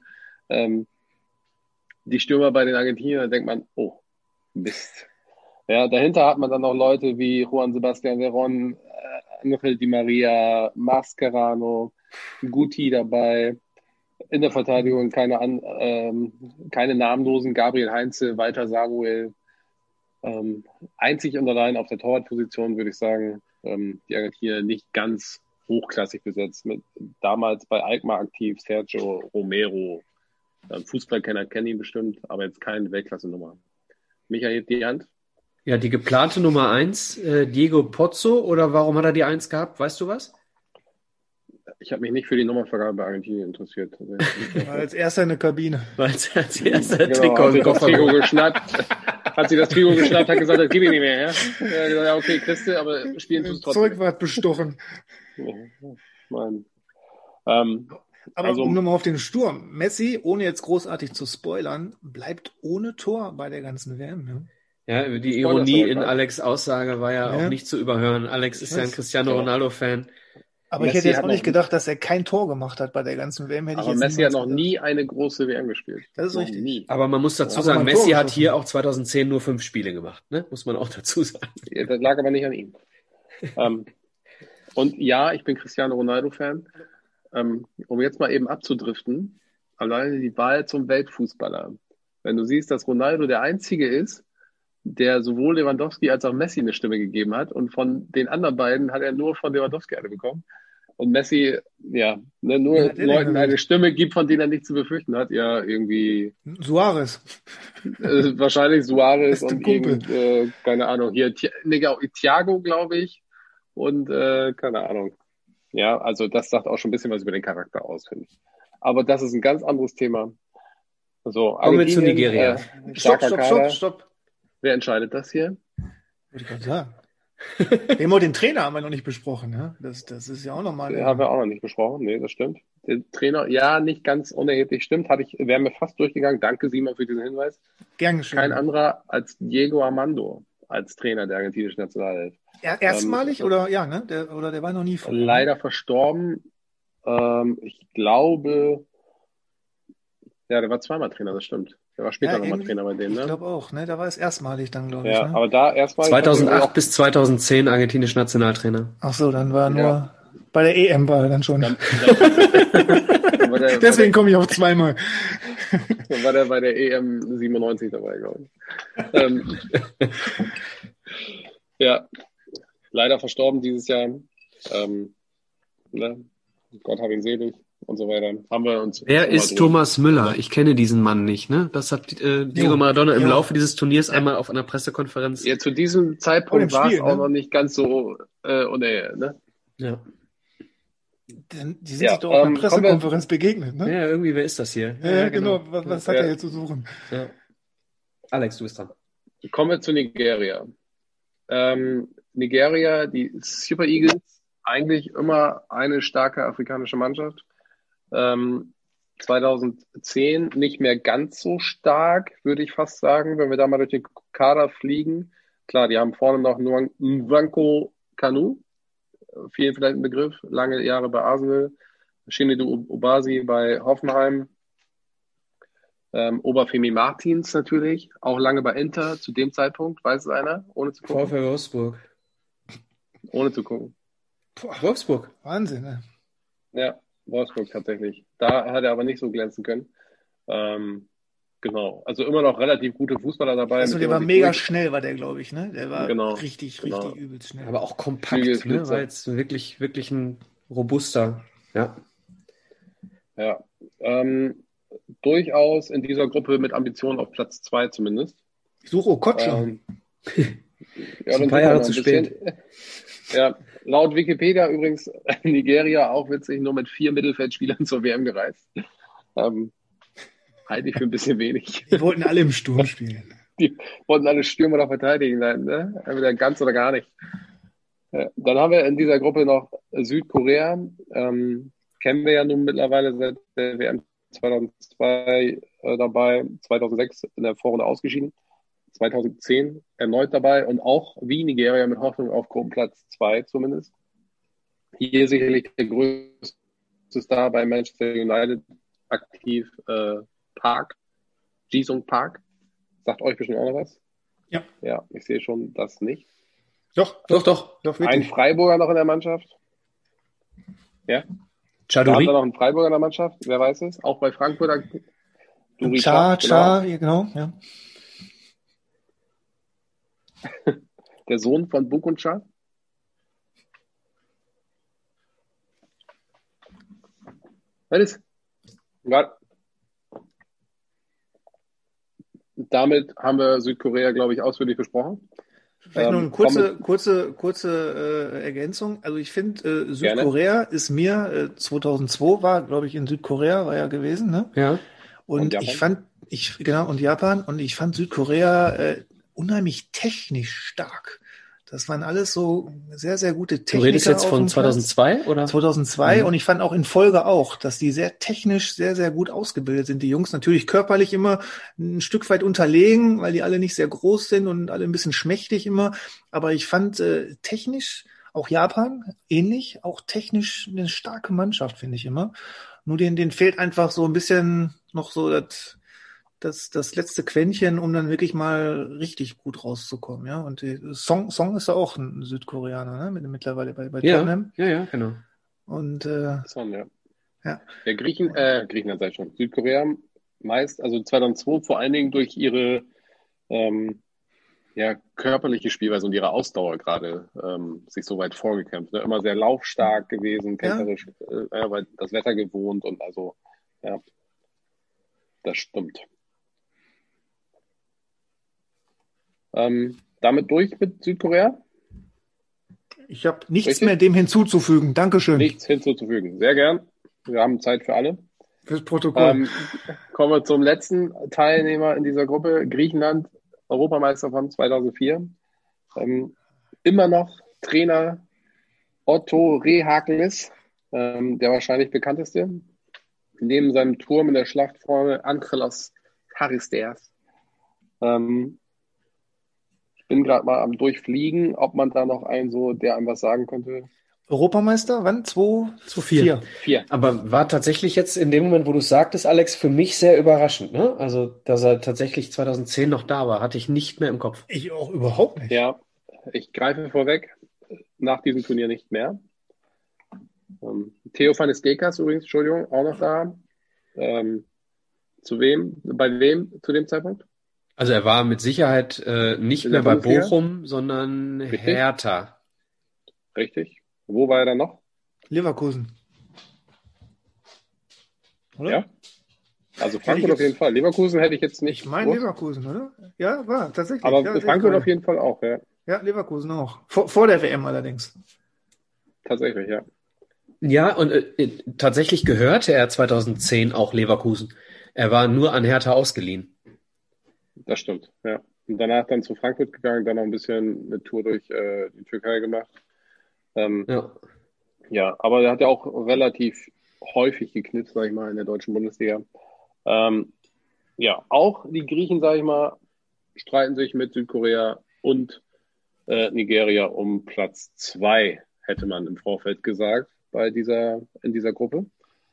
Die Stürmer bei den Argentiniern, da denkt man, oh, Mist. Ja, dahinter hat man dann noch Leute wie Juan Sebastián Verón, Ángel Di María, Mascherano, Guti dabei. In der Verteidigung keine namenlosen, Gabriel Heinze, Walter Samuel. Einzig und allein auf der Torwartposition würde ich sagen, die Argentinier nicht ganz hochklassig besetzt. Damals bei Alkmaar aktiv, Sergio Romero. Fußballkenner kennen ihn bestimmt, aber jetzt keine Weltklasse-Nummer. Michael, hebt die Hand. Ja, die geplante Nummer 1, Diego Pozzo, oder warum hat er die 1 gehabt? Weißt du was? Ich habe mich nicht für die Nummernvergabe bei Argentinien interessiert. War als erster in der Kabine. Weil als erster Trikot im Koffer hat sie das Trikot geschnappt, hat gesagt, das gebe ich nicht mehr. Ja, gesagt, ja okay, kriegst du, aber spielen tust trotzdem. Zeug war bestochen. Mann. Aber um nochmal auf den Sturm. Messi, ohne jetzt großartig zu spoilern, bleibt ohne Tor bei der ganzen WM. Ne? Ja, die Ironie in Alex' Aussage war ja auch nicht zu überhören. Alex ist ja ein Cristiano Ronaldo-Fan. Aber Messi, ich hätte jetzt auch nicht gedacht, dass er kein Tor gemacht hat bei der ganzen WM. Aber Messi hat noch nie eine große WM gespielt. Das ist richtig. Nie. Aber man muss dazu sagen, Messi hat hier auch 2010 nur 5 Spiele gemacht. Ne? Muss man auch dazu sagen. Ja, das lag aber nicht an ihm. Und ja, ich bin Cristiano Ronaldo-Fan. Um jetzt mal eben abzudriften, alleine die Wahl zum Weltfußballer. Wenn du siehst, dass Ronaldo der Einzige ist, der sowohl Lewandowski als auch Messi eine Stimme gegeben hat, und von den anderen beiden hat er nur von Lewandowski eine bekommen. Und Messi, nur Leuten eine Stimme gibt, von denen er nichts zu befürchten hat. Ja, irgendwie Suarez. Wahrscheinlich Suarez und keine Ahnung, hier Thiago, glaube ich. Und keine Ahnung. Ja, also das sagt auch schon ein bisschen was über den Charakter aus, finde ich. Aber das ist ein ganz anderes Thema. So, kommen wir zu Nigeria. Stopp. Wer entscheidet das hier? Würde ich gerade sagen. Den Trainer haben wir noch nicht besprochen. Ne? Das ist ja auch nochmal. Den haben wir auch noch nicht besprochen. Nee, das stimmt. Der Trainer, ja, nicht ganz unerheblich, stimmt. Wären wir fast durchgegangen. Danke, Simon, für diesen Hinweis. Gern geschehen. Kein anderer als Diego Armando als Trainer der argentinischen Nationalelf. Erstmalig oder ja, ne? Der war noch nie vor. Leider verstorben. Ich glaube, ja, der war zweimal Trainer, das stimmt. Der war später nochmal Trainer bei denen, ne? Ich glaube auch, ne? Da war es erstmalig dann, glaube ich. Ja, ne? aber da erstmalig. 2008 bis 2010 argentinisch Nationaltrainer. Ach so, dann war nur Bei der EM war er dann schon. Deswegen komme ich auf zweimal. Dann war der bei der EM 97 dabei, glaube ich. Ja, leider verstorben dieses Jahr. Ne? Gott hab ihn selig und so weiter. Haben wir uns. Wer ist Thomas Müller? Ich kenne diesen Mann nicht, ne? Das hat Diego Maradona im Laufe dieses Turniers einmal auf einer Pressekonferenz. Ja, zu diesem Zeitpunkt war es auch noch nicht ganz so ne? Ja. Die sind sich doch auf einer Pressekonferenz begegnet, ne? Ja, irgendwie, wer ist das hier? Ja, genau. Was hat er hier zu suchen? Ja. Alex, du bist dran. Kommen wir zu Nigeria. Nigeria, die Super Eagles, eigentlich immer eine starke afrikanische Mannschaft. 2010 nicht mehr ganz so stark, würde ich fast sagen, wenn wir da mal durch den Kader fliegen. Klar, die haben vorne noch nur Nwankwo Kanu, vielen vielleicht ein Begriff, lange Jahre bei Arsenal, Chinedu Obasi bei Hoffenheim, Obafemi Martins natürlich, auch lange bei Inter, zu dem Zeitpunkt, weiß es einer, ohne zu gucken? VfL Wolfsburg. Ohne zu gucken. Wolfsburg. Wahnsinn, ne? Ja, Wolfsburg tatsächlich. Da hat er aber nicht so glänzen können. Genau, also immer noch relativ gute Fußballer dabei. Also der war mega schnell, war der, glaube ich, ne? Der war richtig übelst schnell. Aber auch kompakt, ne? War jetzt wirklich, wirklich ein robuster, ja. Ja, durchaus in dieser Gruppe mit Ambitionen auf Platz 2 zumindest. Ich suche Okocha. Ja, ein paar Jahre zu spät. Ja, laut Wikipedia übrigens Nigeria auch witzig, nur mit 4 Mittelfeldspielern zur WM gereist. Halte ich für ein bisschen wenig. Die wollten alle im Sturm spielen. Die wollten alle Stürmer oder verteidigen, ne? Entweder ganz oder gar nicht. Dann haben wir in dieser Gruppe noch Südkorea. Kennen wir ja nun mittlerweile seit der WM 2002 dabei, 2006 in der Vorrunde ausgeschieden, 2010 erneut dabei und auch wie Nigeria mit Hoffnung auf Gruppenplatz 2 zumindest. Hier sicherlich der größte Star bei Manchester United aktiv, Park, Jisung Park. Sagt euch bestimmt auch noch was? Ja. Ja, ich sehe schon das nicht. Doch. Ein Freiburger noch in der Mannschaft. Ja. Chaduri. Da noch ein Freiburger in der Mannschaft, wer weiß es. Auch bei Frankfurt. Cha, genau, ja. Der Sohn von Buk und Cha. Was ist? Ja. Damit haben wir Südkorea, glaube ich, ausführlich besprochen. Vielleicht noch eine kurze Ergänzung. Also ich finde, Südkorea ist mir 2002 war, glaube ich, in Südkorea war ja gewesen, ne? Ja. Und Japan. Und ich fand Südkorea unheimlich technisch stark. Das waren alles so sehr, sehr gute Techniker. Du redest jetzt von 2002, oder? 2002 und ich fand auch in Folge auch, dass die sehr technisch sehr, sehr gut ausgebildet sind. Die Jungs natürlich körperlich immer ein Stück weit unterlegen, weil die alle nicht sehr groß sind und alle ein bisschen schmächtig immer. Aber ich fand technisch, auch Japan ähnlich, auch technisch eine starke Mannschaft, finde ich immer. Nur denen fehlt einfach so ein bisschen noch so das letzte Quäntchen, um dann wirklich mal richtig gut rauszukommen, ja. Und Song ist ja auch ein Südkoreaner, ne? Mittlerweile bei Tottenham. Ja, genau. Und Song, ja. Der Griechenland sei schon. Südkorea meist, also 2002 vor allen Dingen durch ihre körperliche Spielweise und ihre Ausdauer gerade sich so weit vorgekämpft. Ne? Immer sehr laufstark gewesen, kämpferisch, weil das Wetter gewohnt und also, ja, das stimmt. Damit durch mit Südkorea? Ich habe nichts mehr dem hinzuzufügen. Dankeschön. Nichts hinzuzufügen. Sehr gern. Wir haben Zeit für alle. Fürs Protokoll. Kommen wir zum letzten Teilnehmer in dieser Gruppe. Griechenland, Europameister von 2004. Immer noch Trainer Otto Rehaglis, der wahrscheinlich bekannteste. Neben seinem Turm in der Schlacht vorne Angelos Charisteas. Ich bin gerade mal am Durchfliegen, ob man da noch einen so, der einem was sagen könnte. Europameister, wann? 2004. 4. Aber war tatsächlich jetzt in dem Moment, wo du es sagtest, Alex, für mich sehr überraschend, ne? Also, dass er tatsächlich 2010 noch da war, hatte ich nicht mehr im Kopf. Ich auch überhaupt nicht. Ja, ich greife vorweg, nach diesem Turnier nicht mehr. Theo van der Gekas übrigens, Entschuldigung, auch noch da. Zu wem? Bei wem zu dem Zeitpunkt? Also er war mit Sicherheit nicht In mehr der bei Bundesliga? Bochum, sondern Richtig? Hertha. Richtig. Wo war er dann noch? Leverkusen. Oder? Ja? Also Hätte ich Frankfurt auf jetzt- jeden Fall. Leverkusen hätte ich jetzt nicht Ich meine gewusst. Leverkusen, oder? Ja, war tatsächlich. Aber ja, sehe ich Frankfurt gerade. auf jeden Fall auch, ja. Ja, Leverkusen auch. Vor der WM allerdings. Tatsächlich, ja. Ja, und tatsächlich gehörte er 2010 auch Leverkusen. Er war nur an Hertha ausgeliehen. Das stimmt, ja. Und danach dann zu Frankfurt gegangen, dann noch ein bisschen eine Tour durch die Türkei gemacht. Ja. Ja, aber er hat ja auch relativ häufig geknipst, sag ich mal, in der deutschen Bundesliga. Ja, auch die Griechen, sag ich mal, streiten sich mit Südkorea und Nigeria um Platz 2, hätte man im Vorfeld gesagt, in dieser Gruppe.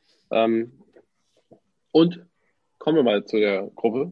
Und kommen wir mal zu der Gruppe.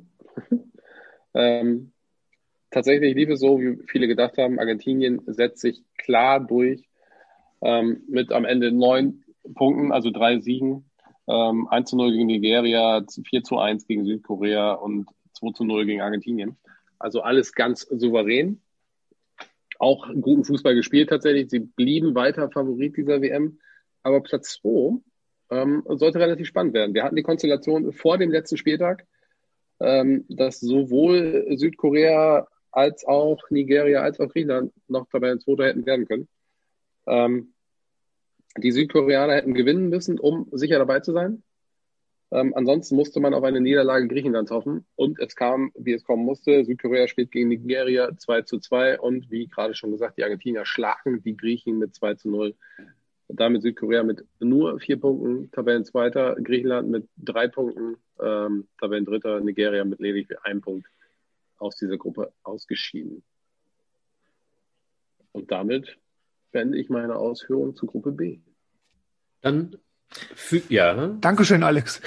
Tatsächlich lief es so, wie viele gedacht haben. Argentinien setzt sich klar durch mit am Ende 9 Punkten, also 3 Siegen. 1:0 gegen Nigeria, 4:1 gegen Südkorea und 2:0 gegen Argentinien. Also alles ganz souverän. Auch guten Fußball gespielt tatsächlich. Sie blieben weiter Favorit dieser WM. Aber Platz 2 sollte relativ spannend werden. Wir hatten die Konstellation vor dem letzten Spieltag, dass sowohl Südkorea als auch Nigeria als auch Griechenland noch Tabellenzweiter hätten werden können. Die Südkoreaner hätten gewinnen müssen, um sicher dabei zu sein. Ansonsten musste man auf eine Niederlage Griechenlands hoffen. Und es kam, wie es kommen musste. Südkorea spielt gegen Nigeria 2:2. Und wie gerade schon gesagt, die Argentinier schlagen die Griechen mit 2:0. Damit Südkorea mit nur 4 Punkten, Tabellenzweiter. Griechenland mit 3 Punkten, Tabellendritter. Nigeria mit lediglich 1 Punkt aus dieser Gruppe ausgeschieden. Und damit beende ich meine Ausführungen zu Gruppe B. Dann ja. Dankeschön, Alex.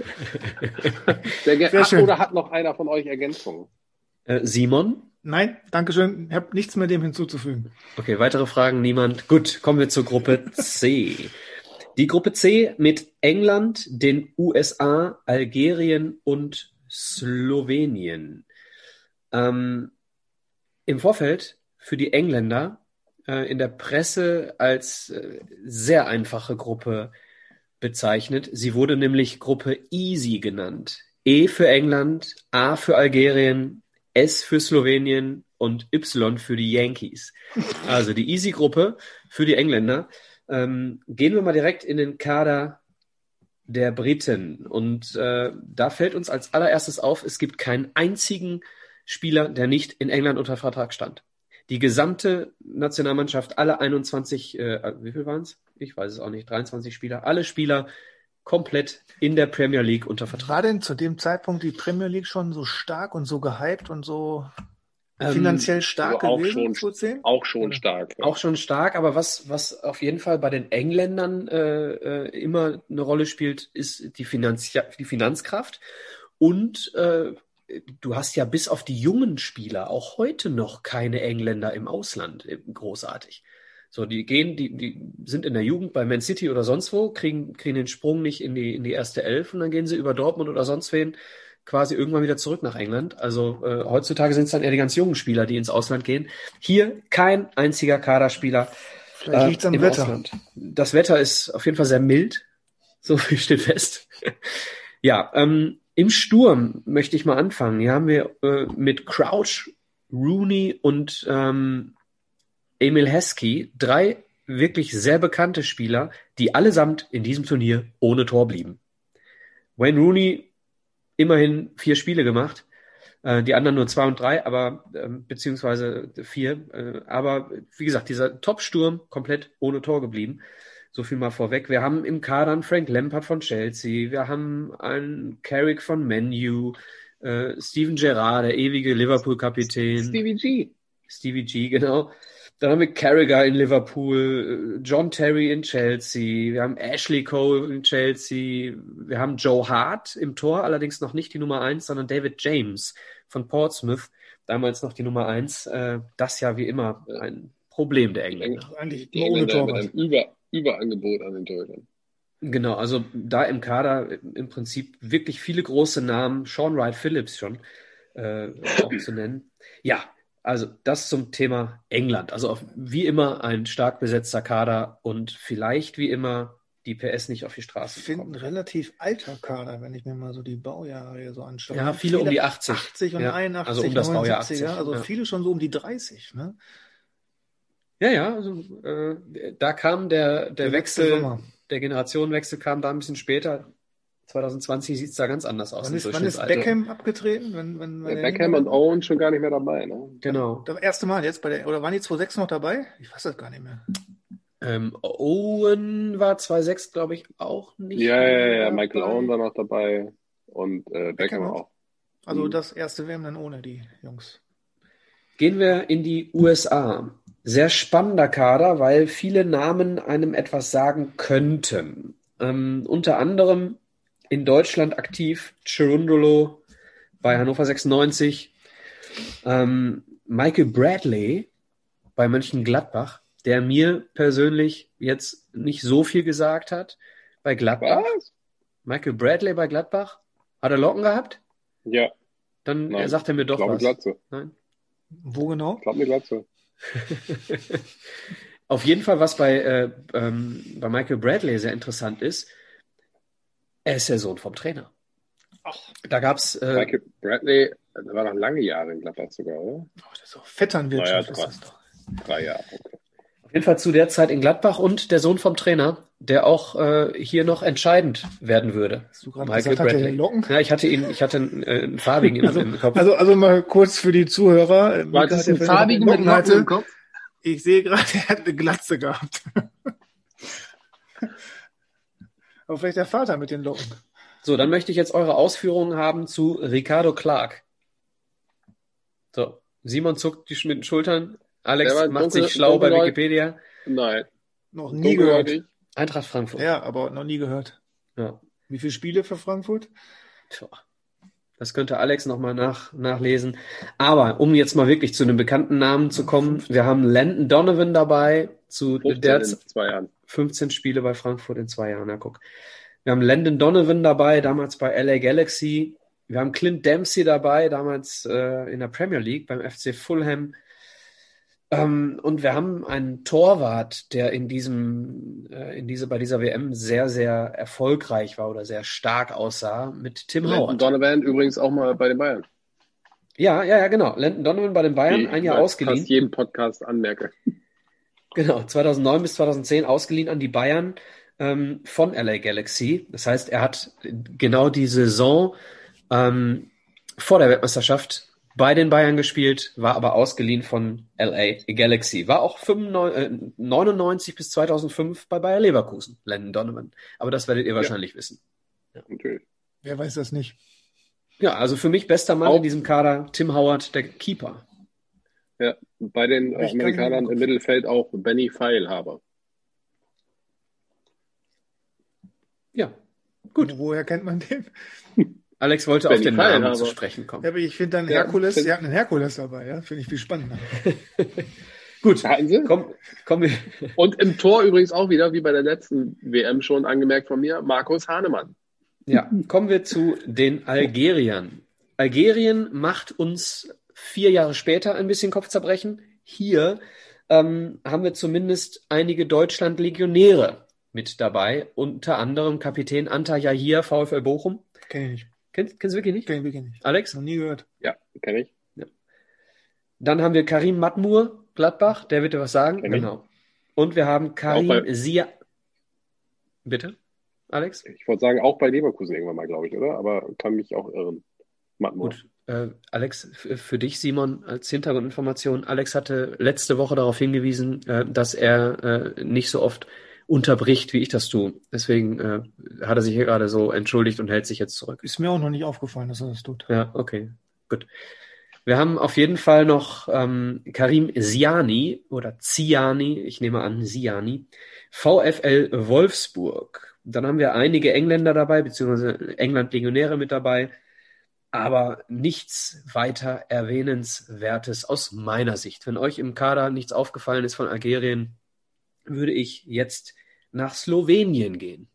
Sehr schön. Oder hat noch einer von euch Ergänzungen? Simon? Nein, Dankeschön. Ich habe nichts mehr dem hinzuzufügen. Okay, weitere Fragen? Niemand? Gut, kommen wir zur Gruppe C. Die Gruppe C mit England, den USA, Algerien und Slowenien. Im Vorfeld für die Engländer in der Presse als sehr einfache Gruppe bezeichnet. Sie wurde nämlich Gruppe Easy genannt. E für England, A für Algerien, S für Slowenien und Y für die Yankees. Also die Easy-Gruppe für die Engländer. Gehen wir mal direkt in den Kader der Briten. Und da fällt uns als allererstes auf, es gibt keinen einzigen Spieler, der nicht in England unter Vertrag stand. Die gesamte Nationalmannschaft, alle 21, wie viel waren es? Ich weiß es auch nicht, 23 Spieler, alle Spieler komplett in der Premier League unter Vertrag. War denn zu dem Zeitpunkt die Premier League schon so stark und so gehypt und so finanziell stark also gewesen? 2010? Auch schon stark. Ja. Auch schon stark, aber was auf jeden Fall bei den Engländern immer eine Rolle spielt, ist die Finanzkraft. Und du hast ja bis auf die jungen Spieler auch heute noch keine Engländer im Ausland großartig. So, die sind in der Jugend bei Man City oder sonst wo, kriegen den Sprung nicht in die erste Elf und dann gehen sie über Dortmund oder sonst wen quasi irgendwann wieder zurück nach England. Also heutzutage sind es dann eher die ganz jungen Spieler, die ins Ausland gehen. Hier kein einziger Kaderspieler Vielleicht liegt's am im Wetter. Ausland. Das Wetter ist auf jeden Fall sehr mild, so viel steht fest. Ja, im Sturm möchte ich mal anfangen. Hier haben wir mit Crouch, Rooney und Emil Heskey 3 wirklich sehr bekannte Spieler, die allesamt in diesem Turnier ohne Tor blieben. Wayne Rooney immerhin 4 Spiele gemacht, die anderen nur 2 und 3, aber beziehungsweise 4. Aber wie gesagt, dieser Top-Sturm komplett ohne Tor geblieben. So viel mal vorweg. Wir haben im Kader einen Frank Lampard von Chelsea, wir haben einen Carrick von Man U, Steven Gerrard, der ewige Liverpool-Kapitän. Stevie G, genau. Dann haben wir Carragher in Liverpool, John Terry in Chelsea, wir haben Ashley Cole in Chelsea, wir haben Joe Hart im Tor, allerdings noch nicht die Nummer 1, sondern David James von Portsmouth, damals noch die Nummer 1. Das ja wie immer ein Problem der Engländer. Eigentlich Die nur ohne Engländer mit Torwart. einem Überangebot an den Torhütern. Genau, also da im Kader im Prinzip wirklich viele große Namen, Sean Wright Phillips schon auch zu nennen. Ja, also das zum Thema England. Also wie immer ein stark besetzter Kader und vielleicht wie immer die PS nicht auf die Ich Straße finde ein bekommen. relativ alter Kader, wenn ich mir mal so die Baujahre hier so anschaue. Ja, viele um die 80. 80 und Ja, 81, also um das Baujahr 80. also Ja. viele schon so um die 30. Ne? Ja, also da kam der letzte Wechsel, Sommer. der Generationenwechsel kam da ein bisschen später. 2020 sieht es da ganz anders aus. Wann ist Beckham abgetreten? Wenn Der Beckham und Owen schon gar nicht mehr dabei. Ne? Genau. Das erste Mal jetzt oder waren die 2006 noch dabei? Ich weiß das gar nicht mehr. Owen war 2,6, glaube ich, auch nicht. Ja. Michael Owen war noch dabei und Beckham auch. Also das erste WM dann ohne die Jungs. Gehen wir in die USA. Sehr spannender Kader, weil viele Namen einem etwas sagen könnten. Unter anderem in Deutschland aktiv Cherundolo bei Hannover 96, Michael Bradley bei Mönchengladbach, der mir persönlich jetzt nicht so viel gesagt hat bei Gladbach. Was? Michael Bradley bei Gladbach? Hat er Locken gehabt? Ja. Dann Nein. sagt er mir doch Ich glaube, was. Glatze. Nein? Wo genau? Ich glaube, eine Glatze. Auf jeden Fall, was bei Michael Bradley sehr interessant ist, er ist der Sohn vom Trainer. Ach. Da gab es Michael Bradley, der war noch lange Jahre in Gladbach sogar, oder? Das ist auch Vetternwirtschaft, Naja, ist das doch. 3 Jahre, okay. auf jeden Fall zu der Zeit in Gladbach und der Sohn vom Trainer, der auch hier noch entscheidend werden würde. Hast du gerade gesagt, hat der Locken? Ja, ich hatte einen farbigen im Kopf. Also mal kurz für die Zuhörer. War das ein farbigen mit Locken im Kopf? Ich sehe gerade, er hat eine Glatze gehabt. Aber vielleicht der Vater mit den Locken. So, dann möchte ich jetzt eure Ausführungen haben zu Ricardo Clark. So, Simon zuckt mit den Schultern. Alex macht sich schlau bei Wikipedia. Nein. Noch nie gehört. Eintracht Frankfurt. Ja, aber noch nie gehört. Ja. Wie viele Spiele für Frankfurt? Tja, das könnte Alex nochmal nachlesen. Aber um jetzt mal wirklich zu den bekannten Namen zu kommen, wir haben Landon Donovan dabei, zu 15 in 2 Jahren. 15 Spiele bei Frankfurt in 2 Jahren. Ja, guck. Wir haben Landon Donovan dabei, damals bei LA Galaxy. Wir haben Clint Dempsey dabei, damals in der Premier League beim FC Fulham. Und wir haben einen Torwart, der bei dieser WM sehr, sehr erfolgreich war oder sehr stark aussah, mit Tim Howard. Landon Donovan übrigens auch mal bei den Bayern. Ja, genau. Landon Donovan bei den Bayern, ein Jahr ausgeliehen. Fast jeden Podcast anmerke. Genau, 2009 bis 2010 ausgeliehen an die Bayern von LA Galaxy. Das heißt, er hat genau die Saison vor der Weltmeisterschaft bei den Bayern gespielt, war aber ausgeliehen von LA Galaxy. War auch 99 bis 2005 bei Bayer Leverkusen, Landon Donovan. Aber das werdet ihr wahrscheinlich wissen. Ja, natürlich. Wer weiß das nicht? Ja, also für mich bester Mann in diesem Kader, Tim Howard, der Keeper. Ja, bei den Amerikanern im Mittelfeld auch Benny Feilhaber. Ja, gut. Woher kennt man den? Alex wollte auf den Namen zu sprechen kommen. Ja, aber ich finde dann Herkules, ihr habt einen Herkules dabei, ja? Finde ich viel spannender. Gut, komm wir. Und im Tor übrigens auch wieder, wie bei der letzten WM schon angemerkt von mir, Markus Hahnemann. Ja, kommen wir zu den Algeriern. Algerien macht uns 4 Jahre später ein bisschen Kopfzerbrechen. Hier haben wir zumindest einige Deutschland-Legionäre mit dabei, unter anderem Kapitän Anta Yahia, VfL Bochum. Kenn ich nicht. Kennst du wirklich nicht? Kenn ich wirklich nicht. Alex? Noch nie gehört. Ja, kenn ich. Ja. Dann haben wir Karim Matmur, Gladbach, der wird dir was sagen. Genau. Und wir haben Karim Sia. Bitte, Alex? Ich wollte sagen, auch bei Leverkusen irgendwann mal, glaube ich, oder? Aber kann mich auch irren. Matmur. Gut. Alex, für dich, Simon, als Hintergrundinformation. Alex hatte letzte Woche darauf hingewiesen, dass er nicht so oft unterbricht, wie ich das tue. Deswegen hat er sich hier gerade so entschuldigt und hält sich jetzt zurück. Ist mir auch noch nicht aufgefallen, dass er das tut. Ja, okay, gut. Wir haben auf jeden Fall noch Karim Ziani oder Ziani, ich nehme an Ziani, VfL Wolfsburg. Dann haben wir einige Engländer dabei, beziehungsweise England-Legionäre mit dabei, aber nichts weiter Erwähnenswertes aus meiner Sicht. Wenn euch im Kader nichts aufgefallen ist von Algerien, würde ich jetzt nach Slowenien gehen.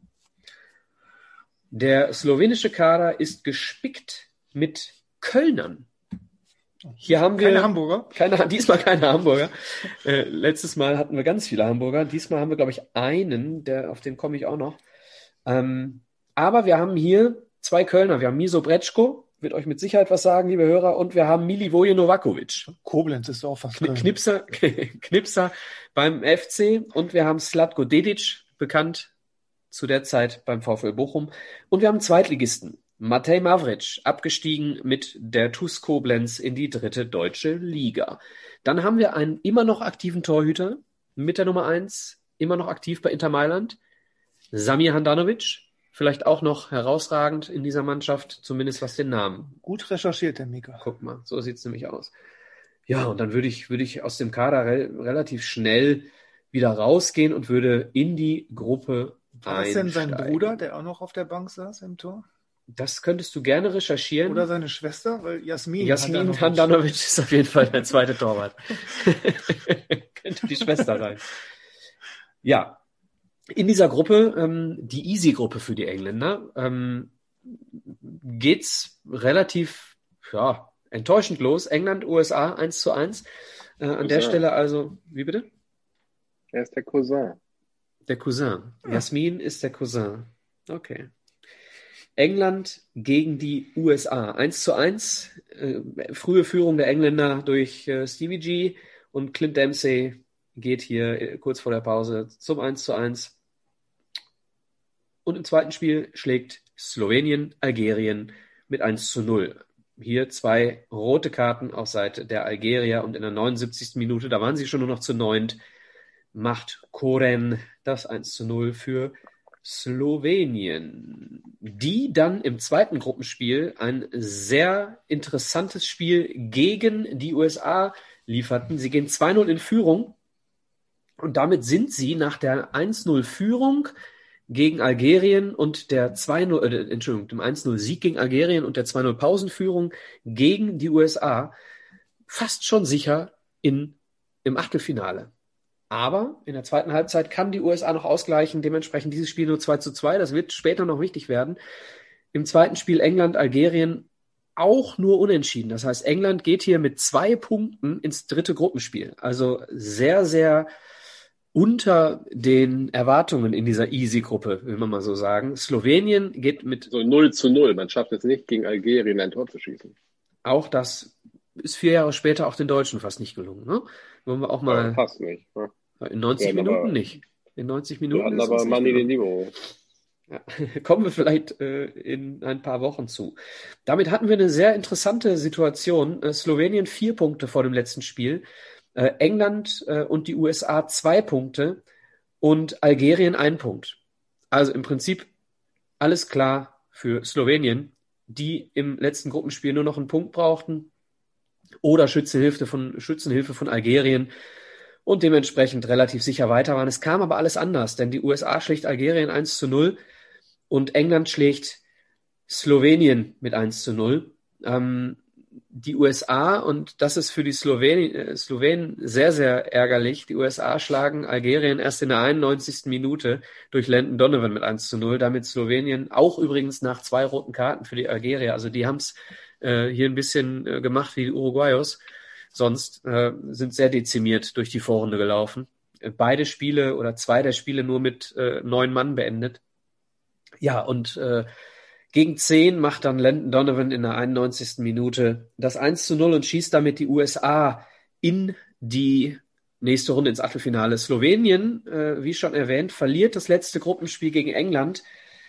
Der slowenische Kader ist gespickt mit Kölnern. Hier haben wir Keine Hamburger? Diesmal keine Hamburger. Letztes Mal hatten wir ganz viele Hamburger. Diesmal haben wir, glaube ich, einen, auf den komme ich auch noch. Aber wir haben hier 2 Kölner. Wir haben Miso Brečko, wird euch mit Sicherheit was sagen, liebe Hörer, und wir haben Milivoje Novakovic. Koblenz ist auch fast Köln. Knipser beim FC, und wir haben Slatko Dedić, bekannt zu der Zeit beim VfL Bochum, und wir haben einen Zweitligisten. Matej Mavric, abgestiegen mit der TuS Koblenz in die 3. deutsche Liga. Dann haben wir einen immer noch aktiven Torhüter mit der Nummer 1, immer noch aktiv bei Inter Mailand, Samir Handanovic, vielleicht auch noch herausragend in dieser Mannschaft, zumindest was den Namen. Gut recherchiert, der Mika. Guck mal, so sieht's nämlich aus. Ja, und dann würde ich aus dem Kader relativ schnell wieder rausgehen und würde in die Gruppe War das denn sein einsteigen. Bruder, der auch noch auf der Bank saß im Tor? Das könntest du gerne recherchieren. Oder seine Schwester? Weil Jasmin Handanovic ist auf jeden Fall der zweite Torwart. Könnte die Schwester sein. Ja, in dieser Gruppe, die Easy-Gruppe für die Engländer, geht's relativ enttäuschend los. England, USA 1:1. An der Stelle also, wie bitte? Er ist der Cousin. Der Cousin. Ja. Jasmin ist der Cousin. Okay. England gegen die USA. 1:1. Frühe Führung der Engländer durch Stevie G, und Clint Dempsey geht hier kurz vor der Pause zum 1:1. Und im zweiten Spiel schlägt Slowenien Algerien mit 1:0. Hier 2 rote Karten auf Seite der Algerier, und in der 79. Minute, da waren sie schon nur noch zu 9, macht Koren das 1:0 für Slowenien, die dann im zweiten Gruppenspiel ein sehr interessantes Spiel gegen die USA lieferten. Sie gehen 2:0 in Führung, und damit sind sie nach der 1:0 Führung gegen Algerien und der 2:0, dem 1:0 Sieg gegen Algerien und der 2:0 Pausenführung gegen die USA fast schon sicher im Achtelfinale. Aber in der zweiten Halbzeit kann die USA noch ausgleichen, dementsprechend dieses Spiel nur 2:2. Das wird später noch wichtig werden. Im zweiten Spiel England-Algerien auch nur unentschieden. Das heißt, England geht hier mit 2 Punkten ins 3. Gruppenspiel. Also sehr, sehr unter den Erwartungen in dieser Easy-Gruppe, will man mal so sagen. Slowenien geht mit so 0:0. Man schafft es nicht, gegen Algerien ein Tor zu schießen. Auch das ist 4 Jahre später auch den Deutschen fast nicht gelungen. Ne? Wollen wir auch mal. Fast nicht. Ne? In 90 Minuten nicht. In 90 Minuten. Wir hatten aber Manni den Niveau. Ja, kommen wir vielleicht in ein paar Wochen zu. Damit hatten wir eine sehr interessante Situation. Slowenien 4 Punkte vor dem letzten Spiel. England und die USA 2 Punkte und Algerien 1 Punkt. Also im Prinzip alles klar für Slowenien, die im letzten Gruppenspiel nur noch einen Punkt brauchten oder Schützenhilfe von Algerien und dementsprechend relativ sicher weiter waren. Es kam aber alles anders, denn die USA schlägt Algerien 1:0 und England schlägt Slowenien mit 1:0. Die USA, und das ist für die Slowenen sehr, sehr ärgerlich, die USA schlagen Algerien erst in der 91. Minute durch Landon Donovan mit 1:0, damit Slowenien auch übrigens nach 2 roten Karten für die Algerier. Also die haben es hier ein bisschen gemacht wie die Uruguayos, sonst sind sehr dezimiert durch die Vorrunde gelaufen. Beide Spiele oder 2 der Spiele nur mit 9 Mann beendet. Ja, und gegen 10 macht dann Landon Donovan in der 91. Minute das 1:0 und schießt damit die USA in die nächste Runde ins Achtelfinale. Slowenien, wie schon erwähnt, verliert das letzte Gruppenspiel gegen England.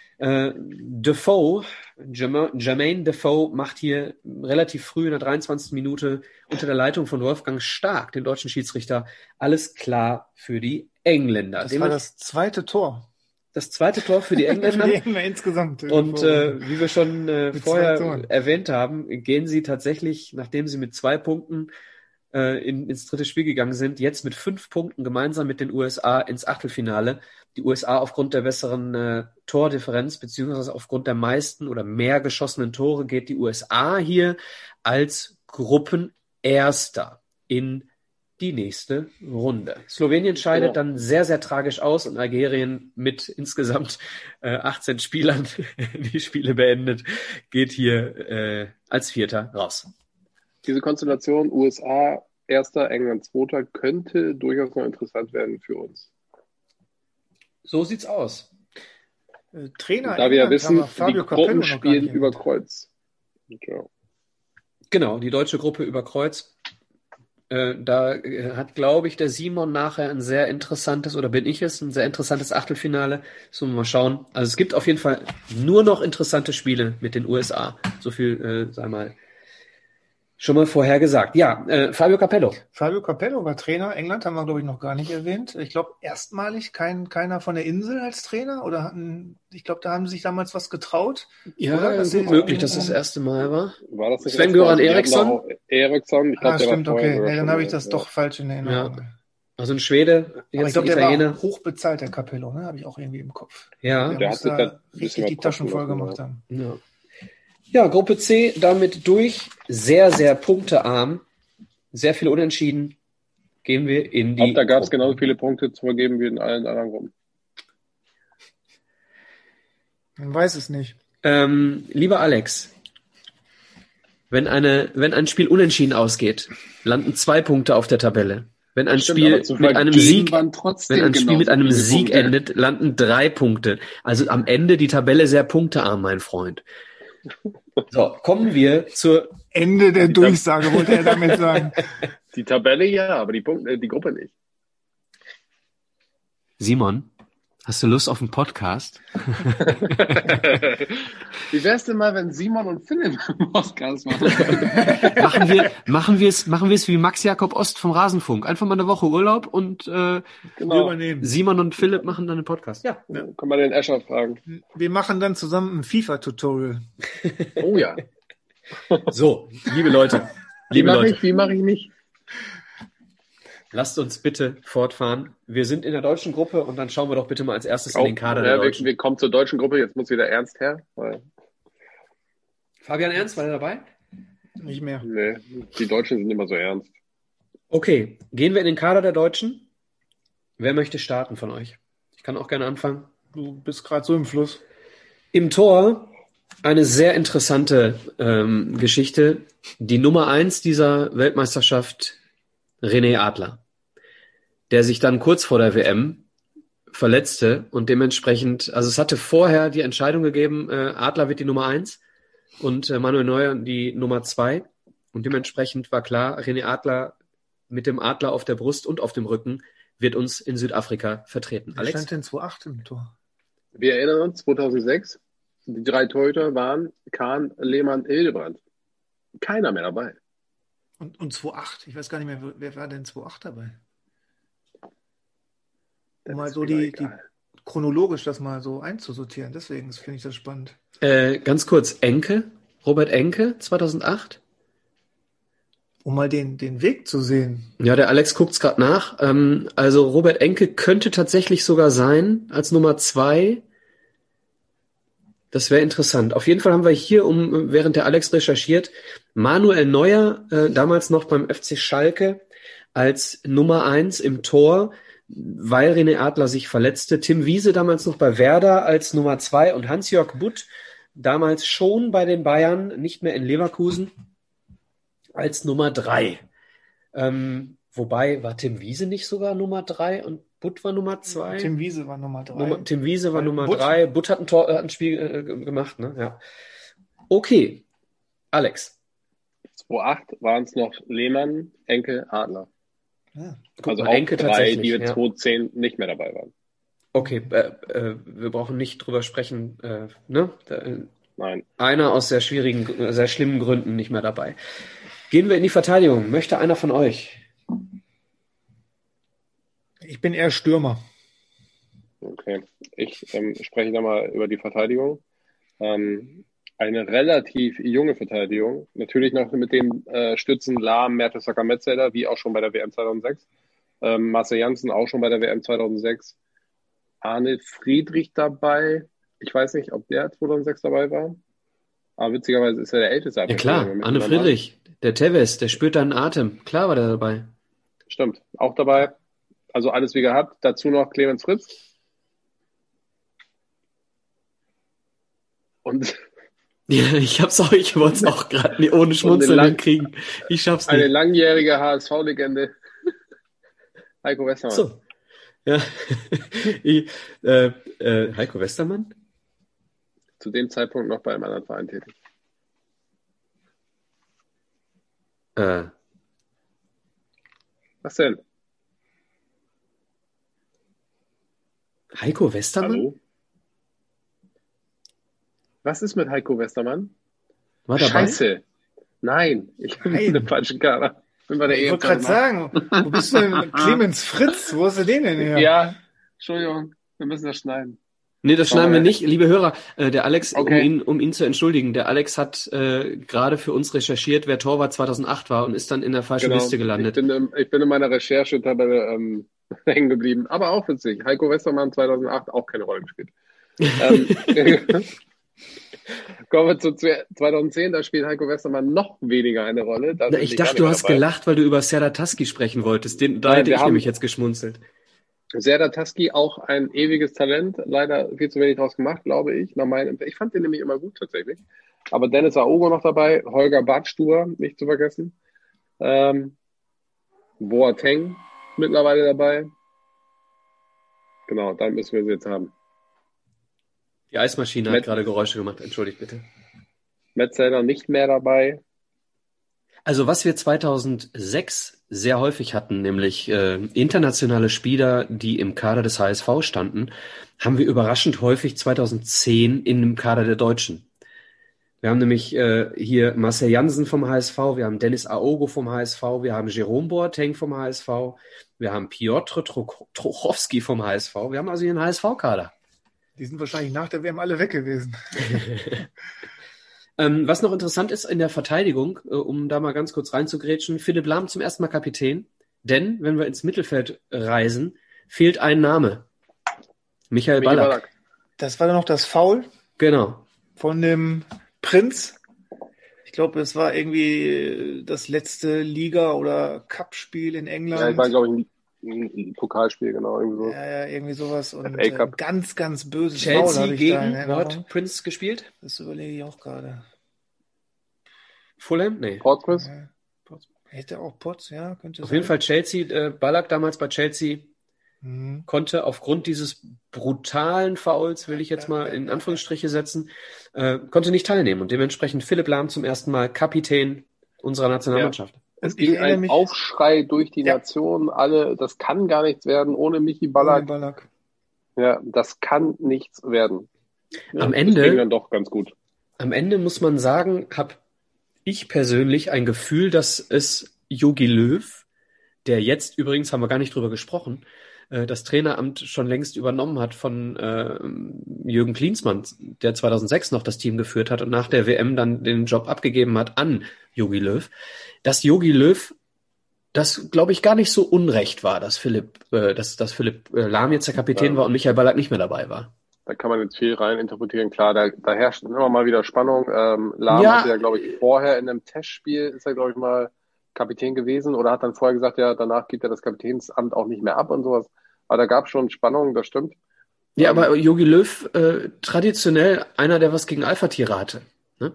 Jermaine Defoe macht hier relativ früh in der 23. Minute unter der Leitung von Wolfgang Stark, dem deutschen Schiedsrichter, alles klar für die Engländer. Das war das zweite Tor. Das zweite Tor für die Engländer. Für die Engländer insgesamt. Und wie wir schon vorher erwähnt haben, gehen sie tatsächlich, nachdem sie mit 2 Punkten ins dritte Spiel gegangen sind, jetzt mit 5 Punkten gemeinsam mit den USA ins Achtelfinale. Die USA aufgrund der besseren Tordifferenz beziehungsweise aufgrund der meisten oder mehr geschossenen Tore geht die USA hier als Gruppenerster in die nächste Runde. Slowenien scheidet dann sehr, sehr tragisch aus und Algerien mit insgesamt 18 Spielern die Spiele beendet, geht hier als Vierter raus. Diese Konstellation USA Erster, England Zweiter könnte durchaus noch interessant werden für uns. So sieht's aus. Trainer Da wir ja wissen, die Fabio Gruppen Capello noch gar spielen nicht über erwähnt. Kreuz. Ja. Genau, die deutsche Gruppe über Kreuz. Da hat, glaube ich, der Simon nachher ein sehr interessantes, oder bin ich es, ein sehr interessantes Achtelfinale. So, mal schauen. Also es gibt auf jeden Fall nur noch interessante Spiele mit den USA. So viel, sei mal, schon mal vorher gesagt. Ja, Fabio Capello. Fabio Capello war Trainer. England haben wir, glaube ich, noch gar nicht erwähnt. Ich glaube, erstmalig keiner von der Insel als Trainer. Ich glaube, da haben sie sich damals was getraut. Ja, Oder? gut möglich, dass das erste Mal war. War das nicht Sven-Göran erstmal? Eriksson? Eriksson, ich glaube, der Stimmt, war vorher okay. sogar Nee, dann schon habe ich mal, das doch falsch in Erinnerung. Ja. Also ein Schwede, Aber ich jetzt glaube, ein der Italiener. war hochbezahlt, der Capello, ne? Habe ich auch irgendwie im Kopf. Ja, Der muss hat sich da da ein bisschen richtig die was Taschen voll kosten gemacht lassen, haben. ja. Ja, Gruppe C damit durch. Sehr, sehr punktearm. Sehr viele Unentschieden. Gehen wir in Ich glaube, die da gab es Gruppen. genauso viele Punkte zu vergeben wie in allen anderen Gruppen. Man weiß es nicht. Lieber Alex, wenn ein Spiel unentschieden ausgeht, landen 2 Punkte auf der Tabelle. Wenn ein Stimmt, Spiel aber zu mit einem vergeben Sieg, waren trotzdem wenn ein Spiel mit genauso einem viele Sieg Punkte. endet, landen 3 Punkte. Also am Ende die Tabelle sehr punktearm, mein Freund. So, kommen wir zur Ende der Durchsage, wollte er damit sagen. Die Tabelle ja, aber die Gruppe nicht. Simon. Hast du Lust auf einen Podcast? Wie wär's denn mal, wenn Simon und Philipp einen Podcast machen? Machen wir es wie Max Jakob Ost vom Rasenfunk. Einfach mal eine Woche Urlaub und Wir Genau. übernehmen. Simon und Philipp machen dann einen Podcast. Ja. Können wir den Escher fragen. Wir machen dann zusammen ein FIFA-Tutorial. Oh ja. So, liebe Leute, Wie mache ich nicht? lasst uns bitte fortfahren. Wir sind in der deutschen Gruppe und dann schauen wir doch bitte mal als erstes in den Kader der Deutschen. wir kommen zur deutschen Gruppe. Jetzt muss wieder Ernst her. Weil, Fabian Ernst, war der dabei? Nicht mehr. nee, die Deutschen sind immer so ernst. Okay, gehen wir in den Kader der Deutschen. Wer möchte starten von euch? Ich kann auch gerne anfangen. Du bist gerade so im Fluss. Im Tor eine sehr interessante Geschichte. Die Nummer 1 dieser Weltmeisterschaft, René Adler, der sich dann kurz vor der WM verletzte und dementsprechend, also es hatte vorher die Entscheidung gegeben, Adler wird die Nummer 1 und Manuel Neuer die Nummer 2 und dementsprechend war klar, René Adler mit dem Adler auf der Brust und auf dem Rücken wird uns in Südafrika vertreten. Wer Alex? stand denn 2,8 im Tor? Wir erinnern uns, 2006, die 3 Torhüter waren Kahn, Lehmann, Hildebrand. Keiner mehr dabei. Und 2,8. Ich weiß gar nicht mehr, wer war denn 2,8 dabei? Das Mal ist so wieder die egal. chronologisch das mal so einzusortieren. Deswegen finde ich das spannend. Ganz kurz, Robert Enke, 2008. Um mal den Weg zu sehen. Ja, der Alex guckt's gerade nach. Also Robert Enke könnte tatsächlich sogar sein als Nummer 2. Das wäre interessant. Auf jeden Fall haben wir hier, während der Alex recherchiert, Manuel Neuer, damals noch beim FC Schalke, als Nummer 1 im Tor, weil René Adler sich verletzte. Tim Wiese damals noch bei Werder als Nummer 2 und Hans-Jörg Butt damals schon bei den Bayern, nicht mehr in Leverkusen, als Nummer 3. Wobei, war Tim Wiese nicht sogar Nummer 3 und Butt war Nummer 2? Tim Wiese war Nummer 3. Tim Wiese war Weil Nummer Butt- 3. Butt hat ein Spiel gemacht, ne? Ja. Okay. Alex. 2008 waren es noch Lehmann, Enke, Adler. Ja. Guck Also mal, auch Enke 3, tatsächlich, die ja. 2010 nicht mehr dabei waren. Okay, wir brauchen nicht drüber sprechen, ne? Nein. Einer aus sehr schwierigen, sehr schlimmen Gründen nicht mehr dabei. Gehen wir in die Verteidigung. Möchte einer von euch? Ich bin eher Stürmer. Okay. Ich spreche da mal über die Verteidigung. Eine relativ junge Verteidigung. Natürlich noch mit den Stützen Lahm, Mertesacker, Metzelder, wie auch schon bei der WM 2006. Marcel Janssen auch schon bei der WM 2006. Arne Friedrich dabei. Ich weiß nicht, ob der 2006 dabei war. Aber witzigerweise ist er der älteste. Ja klar, Arne Friedrich, der Tevez, der spürt deinen Atem. Klar war der dabei. Stimmt. Auch dabei. Also alles wie gehabt. Dazu noch Clemens Fritz. Und Ja, ich wollte es auch gerade ohne Schmunzeln lang- hinkriegen. Ich schaff's eine nicht. langjährige HSV-Legende, Heiko Westermann. So. Ja. Heiko Westermann? Zu dem Zeitpunkt noch bei einem anderen Verein tätig. Äh, Was denn? Heiko Westermann? Hallo? Was ist mit Heiko Westermann? War dabei? Scheiße. Nein, ich bin Nein. in der falschen Kader. Bin bei der Ich wollte gerade sagen, wo bist du denn? Clemens Fritz, wo hast du den denn her? Ja, Entschuldigung, wir müssen das schneiden. Nee, das schneiden wir nicht. Liebe Hörer, der Alex, Okay. um ihn zu entschuldigen, der Alex hat gerade für uns recherchiert, wer Torwart 2008 war und ist dann in der falschen Genau. Liste gelandet. Ich bin in meiner Recherchetabelle hängen geblieben. Aber auch witzig. Heiko Westermann 2008 auch keine Rolle gespielt. Kommen wir zu 2010, da spielt Heiko Westermann noch weniger eine Rolle. Da Na, sind ich die gar dachte, nicht du mehr hast dabei. gelacht, weil du über Serdar Taski sprechen wolltest. Da Nein, hätte wir ich haben- nämlich jetzt geschmunzelt. Serdar Taski auch ein ewiges Talent, leider viel zu wenig draus gemacht, glaube ich. Ich fand den nämlich immer gut tatsächlich. Aber Dennis Aogo noch dabei, Holger Badstuber, nicht zu vergessen. Boateng mittlerweile dabei. Genau, dann müssen wir sie jetzt haben. Die Eismaschine hat Met- gerade Geräusche gemacht. Entschuldigt bitte. Metzelder nicht mehr dabei. Also was wir 2006 sehr häufig hatten, nämlich internationale Spieler, die im Kader des HSV standen, haben wir überraschend häufig 2010 in dem Kader der Deutschen. Wir haben nämlich hier Marcel Jansen vom HSV, wir haben Dennis Aogo vom HSV, wir haben Jerome Boateng vom HSV, wir haben Piotr Trochowski vom HSV. Wir haben also hier einen HSV-Kader. Die sind wahrscheinlich nach der WM alle weg gewesen. Was noch interessant ist in der Verteidigung, um da mal ganz kurz reinzugrätschen, Philipp Lahm zum ersten Mal Kapitän, denn wenn wir ins Mittelfeld reisen, fehlt ein Name. Michael Michi Ballack. Das war dann noch das Foul Genau. von dem Prinz. Ich glaube, es war irgendwie das letzte Liga- oder Cup-Spiel in Ja, England. ich war, glaube ich, ein Pokalspiel, genau, irgendwie so. Ja, irgendwie sowas. Und FA Cup. ganz, ganz böses Foul Chelsea habe ich da in gegen, wo Erinnerung. hat Prince gespielt? Das überlege ich auch gerade. Fulham? Nee. Portsmouth? Ja, hätte auch Potts, ja, könnte Auf sein. jeden Fall Chelsea, Ballack damals bei Chelsea Mhm. konnte aufgrund dieses brutalen Fouls, will ich jetzt mal in Anführungsstriche setzen, konnte nicht teilnehmen und dementsprechend Philipp Lahm zum ersten Mal Kapitän unserer Nationalmannschaft. Es Und ich ging erinnere ein mich- Aufschrei durch die Ja. Nation, alle, das kann gar nichts werden ohne Michi Ohne Ballack. Ballack. Ja, das kann nichts werden. Ja, Am das Ende- ging dann doch ganz gut. Am Ende muss man sagen, habe ich persönlich ein Gefühl, dass es Jogi Löw, der jetzt übrigens, haben wir gar nicht drüber gesprochen, das Traineramt schon längst übernommen hat von Jürgen Klinsmann, der 2006 noch das Team geführt hat und nach der WM dann den Job abgegeben hat an Jogi Löw, dass Jogi Löw das, glaube ich, gar nicht so unrecht war, dass Philipp Lahm jetzt der Kapitän war und Michael Ballack nicht mehr dabei war. Da kann man jetzt viel rein interpretieren. Klar, da herrscht immer mal wieder Spannung. Lahm Ja. hatte ja, glaube ich, vorher in einem Testspiel, ist er, glaube ich, mal Kapitän gewesen oder hat dann vorher gesagt, ja, danach gibt er das Kapitänsamt auch nicht mehr ab und sowas. Aber da gab es schon Spannung, das stimmt. Ja, aber Jogi Löw, traditionell einer, der was gegen Alpha-Tiere hatte. Ne?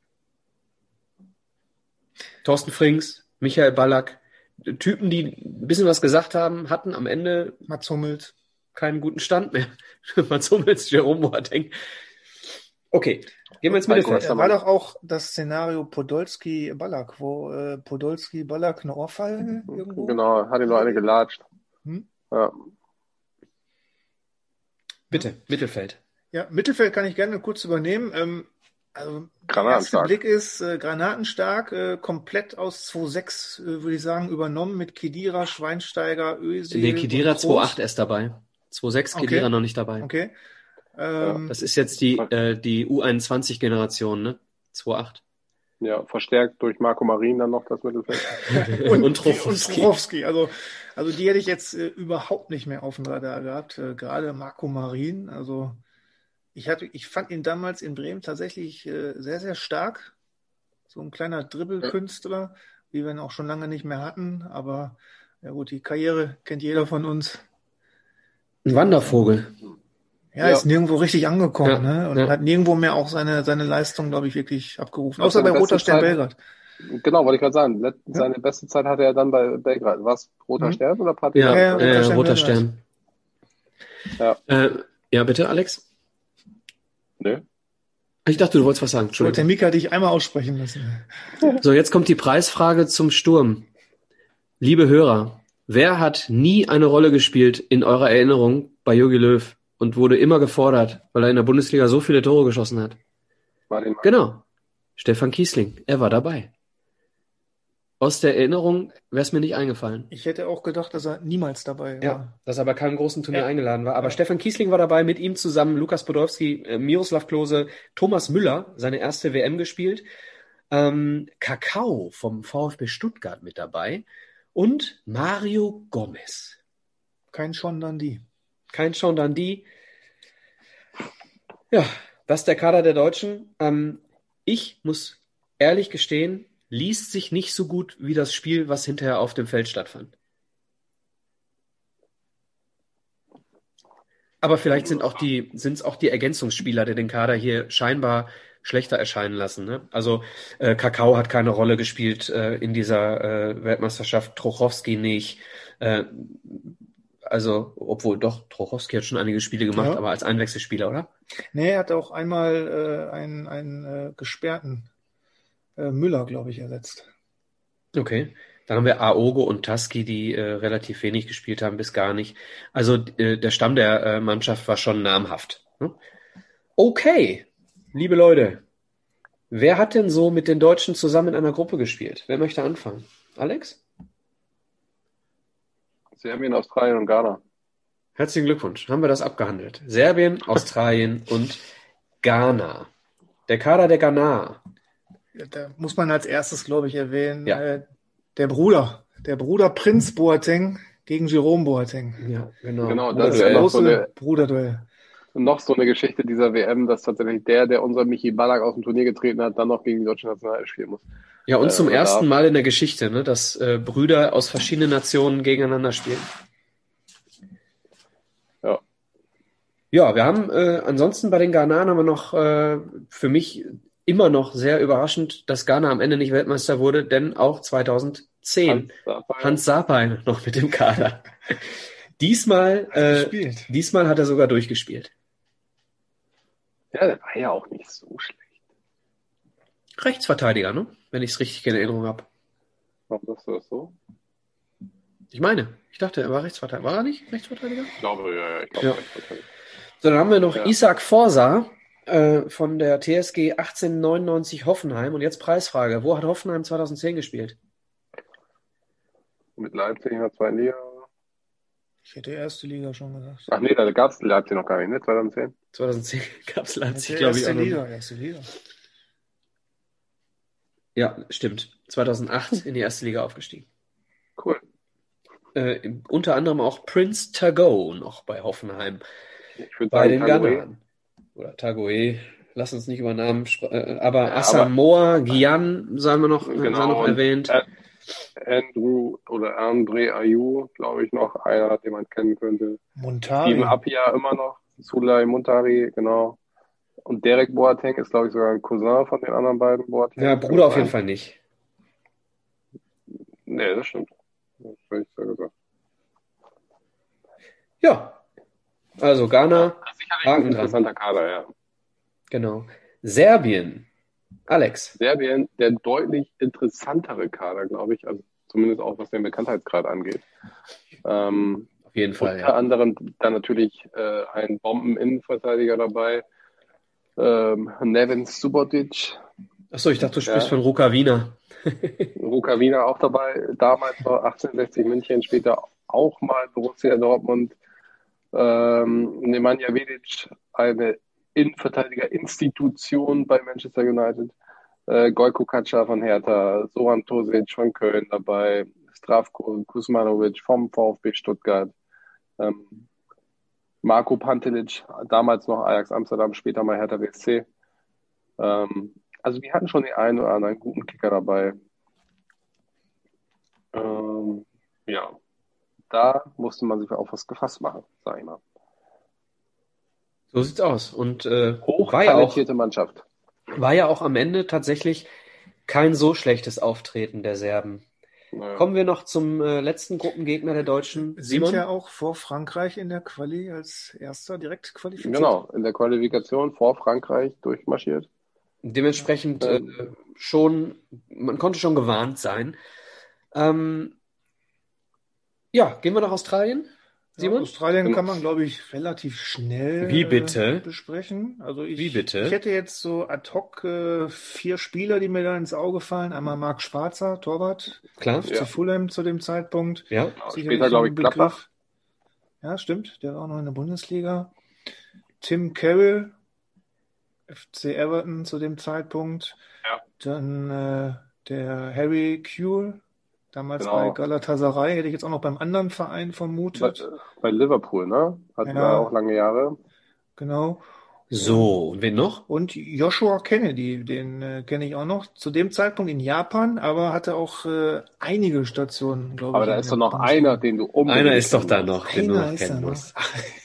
Thorsten Frings, Michael Ballack, Typen, die ein bisschen was gesagt haben, hatten am Ende Mats Hummels. keinen guten Stand mehr. Mats Hummels, Jerome Boateng. Okay, gehen wir ins Mittelfeld. Da war doch auch das Szenario Podolski-Ballack, wo Podolski-Ballack eine Ohrfeige irgendwo. Genau, hat ihm noch eine gelatscht. Hm? Ja. Bitte, Mittelfeld. Ja, Mittelfeld kann ich gerne kurz übernehmen. Also der erste Granatenstark. Blick ist granatenstark, komplett aus 2.6, würde ich sagen, übernommen mit Kedira, Schweinsteiger, Özil. Nee, Khedira und Kroos. 2.8 erst dabei. 2.6 Okay. Khedira noch nicht dabei. Okay. Das ist jetzt die U21-Generation, ne? 2.8. Ja, verstärkt durch Marco Marin dann noch das Mittelfeld. Und Trochowski. Trochowski. Also die hätte ich jetzt überhaupt nicht mehr auf dem Radar gehabt. Gerade Marco Marin. Also ich fand ihn damals in Bremen tatsächlich sehr, sehr stark. So ein kleiner Dribbelkünstler, wie wir ihn auch schon lange nicht mehr hatten. Aber Ja gut, die Karriere kennt jeder von uns. Ein Wandervogel. Ja, Ja. ist nirgendwo richtig angekommen, Ja, ne? Und ja. hat nirgendwo mehr auch seine Leistung, glaube ich, wirklich abgerufen. Auch Außer bei seine beste Roter Stern Zeit. Belgrad. Genau, wollte ich gerade sagen. Ja. Seine beste Zeit hatte er dann bei Belgrad. Was? Roter Mhm. Stern oder Ja, Partizan? Ja, Roter Stern roter Belgrad. Stern. Ja. Ja, bitte, Alex? Nö. Ich dachte, du wolltest was sagen. Ich wollte Entschuldigung. Mika dich einmal aussprechen lassen. So, jetzt kommt die Preisfrage zum Sturm. Liebe Hörer, wer hat nie eine Rolle gespielt in eurer Erinnerung bei Jogi Löw und wurde immer gefordert, weil er in der Bundesliga so viele Tore geschossen hat? Martin. Genau. Stefan Kiesling. Er war dabei. Aus der Erinnerung wäre es mir nicht eingefallen. Ich hätte auch gedacht, dass er niemals dabei war. Ja, dass er bei keinem großen Turnier Ja. eingeladen war. Aber Ja. Stefan Kiesling war dabei, mit ihm zusammen Lukas Podolski, Miroslav Klose, Thomas Müller, seine erste WM gespielt. Kakao vom VfB Stuttgart mit dabei und Mario Gomez. Kein Sean Dundee. Kein Sean Dundee. Ja, das ist der Kader der Deutschen. Ich muss ehrlich gestehen, liest sich nicht so gut wie das Spiel, was hinterher auf dem Feld stattfand. Aber vielleicht sind es auch die Ergänzungsspieler, die den Kader hier scheinbar schlechter erscheinen lassen. Ne? Also Kakao hat keine Rolle gespielt in dieser Weltmeisterschaft, Trochowski nicht. Also, obwohl doch, Trochowski hat schon einige Spiele gemacht, Ja. aber als Einwechselspieler, oder? Nee, er hat auch einmal einen gesperrten Müller, glaube ich, ersetzt. Okay. Dann haben wir Aogo und Taski, die relativ wenig gespielt haben, bis gar nicht. Also der Stamm der Mannschaft war schon namhaft. Ne? Okay, liebe Leute, wer hat denn so mit den Deutschen zusammen in einer Gruppe gespielt? Wer möchte anfangen? Alex? Serbien, Australien und Ghana. Herzlichen Glückwunsch. Haben wir das abgehandelt? Serbien, Australien und Ghana. Der Kader der Ghana. Da muss man als erstes, glaube ich, erwähnen, Ja. der Bruder Prinz Boateng gegen Jerome Boateng. Ja, genau. Genau, Das das ist ja noch so eine, Bruderduell. noch so eine Geschichte dieser WM, dass tatsächlich der unser Michi Ballack aus dem Turnier getreten hat, dann noch gegen die deutsche Nationalelf spielen muss. Ja, und zum oder ersten darf. Mal in der Geschichte, ne, dass Brüder aus verschiedenen Nationen gegeneinander spielen. Ja. Ja, wir haben ansonsten bei den Ghanaren haben wir noch für mich immer noch sehr überraschend, dass Ghana am Ende nicht Weltmeister wurde, denn auch 2010 Hans Sapai noch mit dem Kader. Diesmal hat er sogar durchgespielt. Ja, der war ja auch nicht so schlecht. Rechtsverteidiger, ne? Wenn ich es richtig in Erinnerung habe. Warum sagst du das so? Ich dachte, er war Rechtsverteidiger. War er nicht Rechtsverteidiger? Ich glaube, ja. Ich glaube, Ja. Rechtsverteidiger. So, dann haben wir noch Ja. Isaac Forsa von der TSG 1899 Hoffenheim. Und jetzt Preisfrage. Wo hat Hoffenheim 2010 gespielt? Mit Leipzig in der zweiten Liga. Ich hätte erste Liga schon gesagt. Ach nee, da gab es Leipzig noch gar nicht, ne? 2010. 2010 gab es Leipzig, glaube ich, auch noch. Erste Liga. Ja, stimmt. 2008 in die erste Liga aufgestiegen. Cool. Unter anderem auch Prince Tago noch bei Hoffenheim. Ich würde Bei sagen, den Tagoe. Ghanaren. Oder Tagoe. Lass uns nicht über Namen sprechen. Aber Ja, Asamoah Gyan, sei noch Genau, erwähnt. André Ayew, glaube ich, noch einer, den man kennen könnte. Montari. Steven Appiah immer noch. Sulay Muntari, genau. Und Derek Boateng ist, glaube ich, sogar ein Cousin von den anderen beiden Boateng. Ja, Bruder auf jeden Fall nicht. Nee, das stimmt. Das habe ich so gesagt. Ja. Also Ghana, Sicherlich Haken ein dran. interessanter Kader, ja. Genau. Serbien. Alex. Serbien, der deutlich interessantere Kader, glaube ich, also zumindest auch was den Bekanntheitsgrad angeht. Auf jeden Fall, Unter anderem dann natürlich ein Bomben-Innenverteidiger dabei, Neven Subotic, Achso, ich dachte, du sprichst von Rukavina. Rukavina auch dabei, damals noch 1860 München, später auch mal Borussia Dortmund, Nemanja Vidic, eine Innenverteidiger-Institution bei Manchester United, Gojko Kača von Hertha, Zoran Tosic von Köln dabei, Zdravko Kuzmanovic vom VfB Stuttgart, Marko Pantelic, damals noch Ajax Amsterdam, später mal Hertha BSC. Also wir hatten schon den einen oder anderen guten Kicker dabei. Ja, da musste man sich auf was gefasst machen, sag ich mal. So sieht's aus. Und Hochtalentierte Mannschaft. war ja auch am Ende tatsächlich kein so schlechtes Auftreten der Serben. Naja. Kommen wir noch zum letzten Gruppengegner der Deutschen. Sind Simon? ja auch vor Frankreich in der Quali als erster direkt qualifiziert. Genau, in der Qualifikation vor Frankreich durchmarschiert. Dementsprechend man konnte schon gewarnt sein. Gehen wir nach Australien, Simon? Ja, Australien kann man, glaube ich, relativ schnell Wie bitte? besprechen. Also Wie bitte? Ich hätte jetzt so ad hoc 4 Spieler, die mir da ins Auge fallen. Einmal Marc Schwarzer, Torwart, Klar? FC Fulham zu dem Zeitpunkt. Ja. Sicherlich Später, glaube ein ich, Gladbach. Ja, stimmt. Der war auch noch in der Bundesliga. Tim Carroll, FC Everton zu dem Zeitpunkt. Ja. Dann der Harry Kewell, damals Genau. bei Galatasaray, hätte ich jetzt auch noch beim anderen Verein vermutet. Bei Liverpool, ne? Hatte Ja. da auch lange Jahre. Genau. So, und wen noch? Und Joshua Kennedy, den kenne ich auch noch. Zu dem Zeitpunkt in Japan, aber hatte auch einige Stationen, glaube ich. Aber da in ist der doch noch Bundesliga. einer, den du unbedingt Einer ist doch da kennen noch, den du Einer noch ist da kennen noch. musst.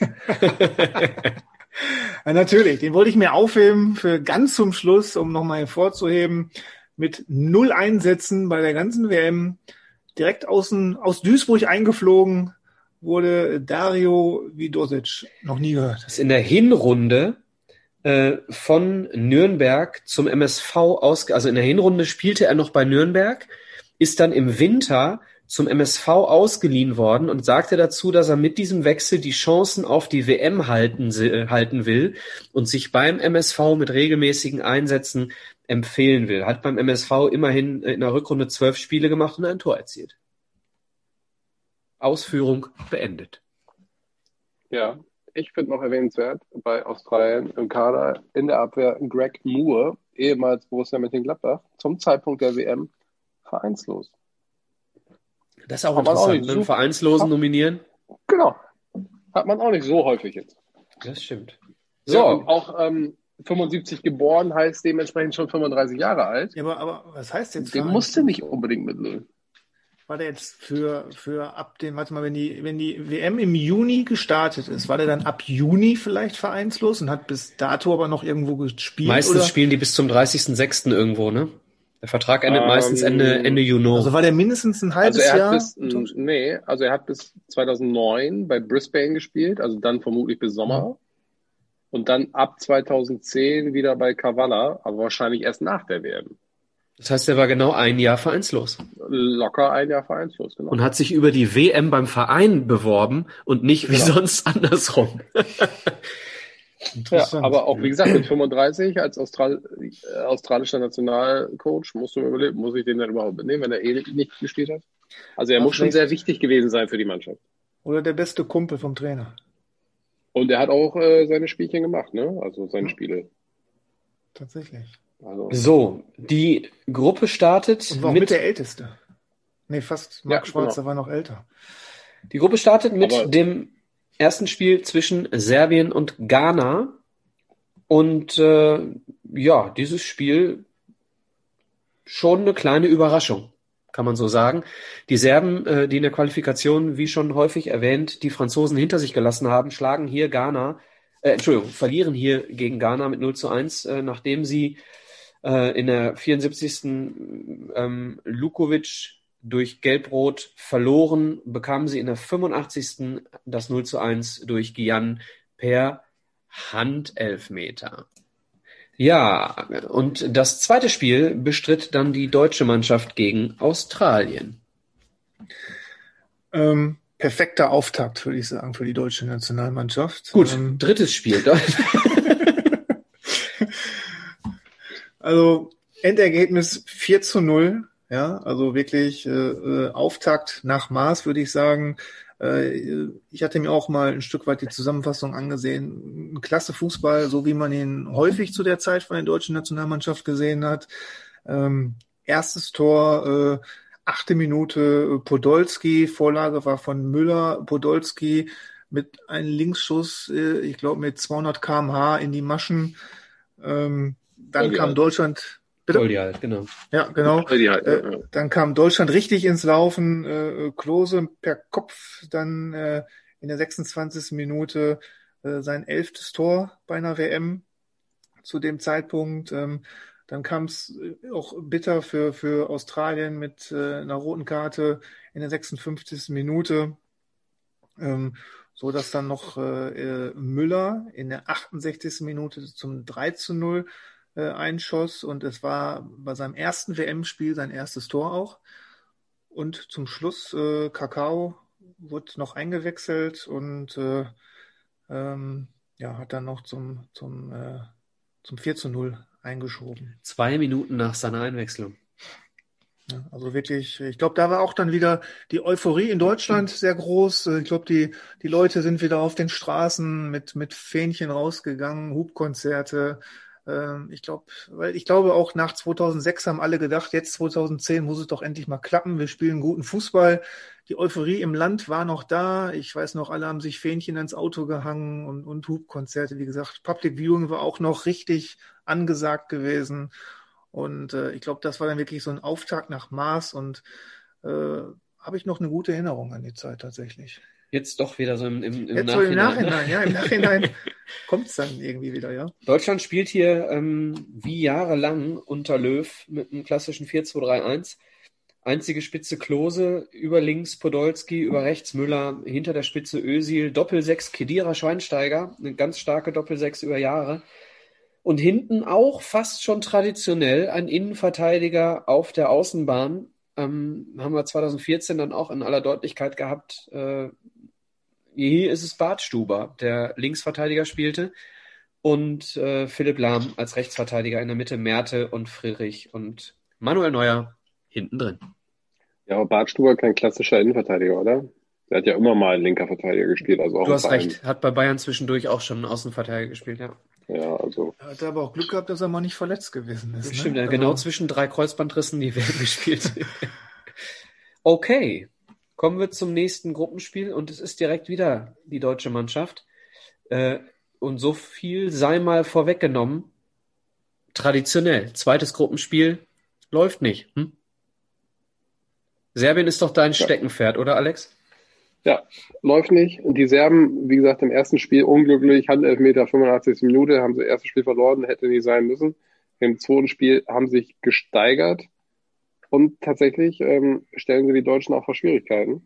Ja, natürlich, den wollte ich mir aufheben für ganz zum Schluss, um nochmal hervorzuheben. Mit 0 Einsätzen bei der ganzen WM, direkt aus Duisburg eingeflogen, wurde Dario Vidosic. Noch nie gehört. Ist in der Hinrunde von Nürnberg zum MSV also in der Hinrunde spielte er noch bei Nürnberg, ist dann im Winter zum MSV ausgeliehen worden und sagte dazu, dass er mit diesem Wechsel die Chancen auf die WM halten will und sich beim MSV mit regelmäßigen Einsätzen empfehlen will. Hat beim MSV immerhin in der Rückrunde 12 Spiele gemacht und ein Tor erzielt. Ausführung beendet. Ja, ich finde noch erwähnenswert bei Australien im Kader in der Abwehr Greg Moore, ehemals Borussia Mönchengladbach, zum Zeitpunkt der WM vereinslos. Das ist auch Hat man auch interessant, nicht einen so- Vereinslosen nominieren. Genau. Hat man auch nicht so häufig jetzt. Das stimmt. Ja, So, und auch 75 geboren heißt dementsprechend schon 35 Jahre alt. Ja, aber was heißt jetzt Den Verein? musste nicht unbedingt mitnehmen. War der jetzt für ab dem, warte mal, wenn die WM im Juni gestartet ist, war der dann ab Juni vielleicht vereinslos und hat bis dato aber noch irgendwo gespielt? meistens oder? spielen die bis zum 30.06. irgendwo, ne? Der Vertrag endet meistens Ende Juni. Also war der mindestens ein Also halbes er Jahr? hat bis 2009 bei Brisbane gespielt, also dann vermutlich bis Sommer. Und dann ab 2010 wieder bei Kavala, aber wahrscheinlich erst nach der WM. Das heißt, er war genau ein Jahr vereinslos Locker ein Jahr vereinslos, genau. und hat sich über die WM beim Verein beworben und nicht wie Genau. sonst andersrum. Ja, Interessant. aber auch wie gesagt, mit 35 als australischer Nationalcoach musst du mir überlegen, muss ich den dann überhaupt mitnehmen, wenn er nicht gespielt hat? Also er Ja, muss schon vielleicht. sehr wichtig gewesen sein für die Mannschaft. Oder der beste Kumpel vom Trainer. Und er hat auch seine Spielchen gemacht, ne? Also seine Spiele. Tatsächlich. Also, So, die Gruppe startet Und war auch mit der Älteste. Nee, fast. Marc Ja, Schwarzer genau. war noch älter. Die Gruppe startet mit Aber- dem ersten Spiel zwischen Serbien und Ghana. Und dieses Spiel schon eine kleine Überraschung, kann man so sagen. Die Serben, die in der Qualifikation, wie schon häufig erwähnt, die Franzosen hinter sich gelassen haben, verlieren hier gegen Ghana mit 0:1, nachdem sie in der 74. Lukovic durch Gelb-Rot verloren, bekamen sie in der 85. das 0:1 durch Gian per Handelfmeter. Ja, und das zweite Spiel bestritt dann die deutsche Mannschaft gegen Australien. Perfekter Auftakt, würde ich sagen, für die deutsche Nationalmannschaft. Gut, drittes Spiel. Also Endergebnis 4:0, ja, also wirklich Auftakt nach Maß, würde ich sagen. Ich hatte mir auch mal ein Stück weit die Zusammenfassung angesehen. Ein klasse Fußball, so wie man ihn häufig zu der Zeit von der deutschen Nationalmannschaft gesehen hat. Erstes Tor, 8. Minute Podolski, Vorlage war von Müller, Podolski mit einem Linksschuss, ich glaube mit 200 km/h in die Maschen. Dann kam Deutschland Bitte? Goldi halt, genau. Ja, genau. Goldi halt, ja. Dann kam Deutschland richtig ins Laufen. Klose per Kopf dann in der 26. Minute sein 11. Tor bei einer WM zu dem Zeitpunkt. Dann kam es auch bitter für Australien mit einer roten Karte in der 56. Minute. So dass dann noch Müller in der 68. Minute zum 3:0 einschoss und es war bei seinem ersten WM-Spiel sein erstes Tor auch. Und zum Schluss Kakao wurde noch eingewechselt und hat dann noch zum 4:0 eingeschoben. 2 Minuten nach seiner Einwechslung. Ja, also wirklich, ich glaube, da war auch dann wieder die Euphorie in Deutschland sehr groß. Ich glaube, die Leute sind wieder auf den Straßen mit Fähnchen rausgegangen, Hubkonzerte. Ich glaube auch nach 2006 haben alle gedacht, jetzt 2010 muss es doch endlich mal klappen. Wir spielen guten Fußball. Die Euphorie im Land war noch da. Ich weiß noch, alle haben sich Fähnchen ans Auto gehangen und Hubkonzerte. Wie gesagt, Public Viewing war auch noch richtig angesagt gewesen. Und ich glaube, das war dann wirklich so ein Auftakt nach Maß und habe ich noch eine gute Erinnerung an die Zeit tatsächlich. Jetzt doch wieder so im Jetzt Nachhinein. so im Nachhinein, ja, im Nachhinein kommt es dann irgendwie wieder, ja. Deutschland spielt hier wie jahrelang unter Löw mit einem klassischen 4-2-3-1. Einzige Spitze Klose, über links Podolski, über rechts Müller, hinter der Spitze Özil, Doppelsechs Khedira Schweinsteiger, eine ganz starke Doppelsechs über Jahre. Und hinten auch fast schon traditionell ein Innenverteidiger auf der Außenbahn. Haben wir 2014 dann auch in aller Deutlichkeit gehabt. Hier ist es Bartstuber, der Linksverteidiger spielte. Und Philipp Lahm als Rechtsverteidiger in der Mitte, Merte und Friedrich und Manuel Neuer hinten drin. Ja, aber Bartstuber kein klassischer Innenverteidiger, oder? Der hat ja immer mal linker Verteidiger gespielt. Also auch Du hast recht, hat bei Bayern zwischendurch auch schon einen Außenverteidiger gespielt, ja. Ja, also. Er hat aber auch Glück gehabt, dass er mal nicht verletzt gewesen ist. Stimmt, ne? ja, genau zwischen 3 Kreuzbandrissen die WM gespielt. Okay, kommen wir zum nächsten Gruppenspiel und es ist direkt wieder die deutsche Mannschaft. Und so viel sei mal vorweggenommen. Traditionell, zweites Gruppenspiel läuft nicht. Serbien ist doch dein Steckenpferd, oder Alex? Ja, läuft nicht. Und die Serben, wie gesagt, im ersten Spiel unglücklich, Handelfmeter, 85. Minute, haben sie das erste Spiel verloren, hätte nicht sein müssen. Im zweiten Spiel haben sie sich gesteigert und tatsächlich stellen sie die Deutschen auch vor Schwierigkeiten.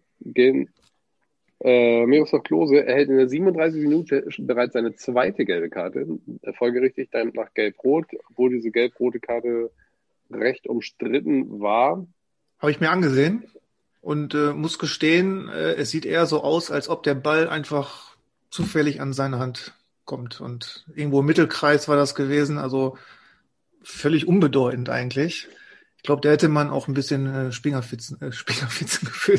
Miroslav Klose erhält in der 37. Minute bereits seine zweite gelbe Karte, folgerichtig dann nach Gelb-Rot, obwohl diese gelb-rote Karte recht umstritten war. Habe ich mir angesehen. Und muss gestehen, es sieht eher so aus, als ob der Ball einfach zufällig an seine Hand kommt. Und irgendwo im Mittelkreis war das gewesen, also völlig unbedeutend eigentlich. Ich glaube, da hätte man auch ein bisschen Fingerspitzengefühl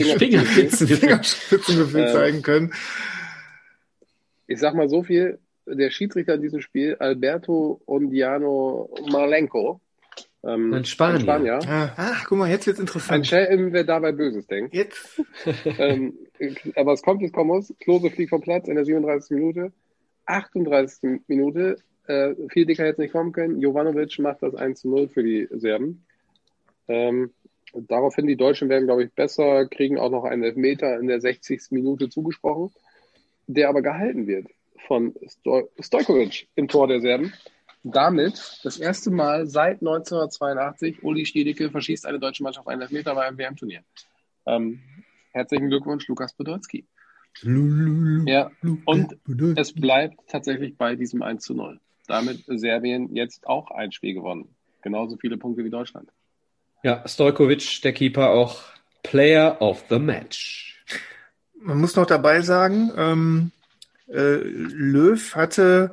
zeigen können. Ich sag mal so viel, der Schiedsrichter in diesem Spiel, Alberto Ondiano Marlenko, ein Spanier. Guck mal, jetzt wird's interessant. Ein Schelm, wer dabei Böses denkt. Jetzt. Aber es kommt, wie es kommen muss. Klose fliegt vom Platz in der 37. Minute. 38. Minute. Viel dicker hätte es nicht kommen können. Jovanovic macht das 1:0 für die Serben. Daraufhin, die Deutschen werden, glaube ich, besser, kriegen auch noch einen Elfmeter in der 60. Minute zugesprochen, der aber gehalten wird von Stojkovic im Tor der Serben. Damit das erste Mal seit 1982, Uli Stiedicke verschießt eine deutsche Mannschaft einen Elfmeter bei einem WM-Turnier. Herzlichen Glückwunsch, Lukas Podolski. Ja, und es bleibt tatsächlich bei diesem 1:0. Damit Serbien jetzt auch ein Spiel gewonnen. Genauso viele Punkte wie Deutschland. Ja, Stojkovic, der Keeper, auch Player of the Match. Man muss noch dabei sagen, Löw hatte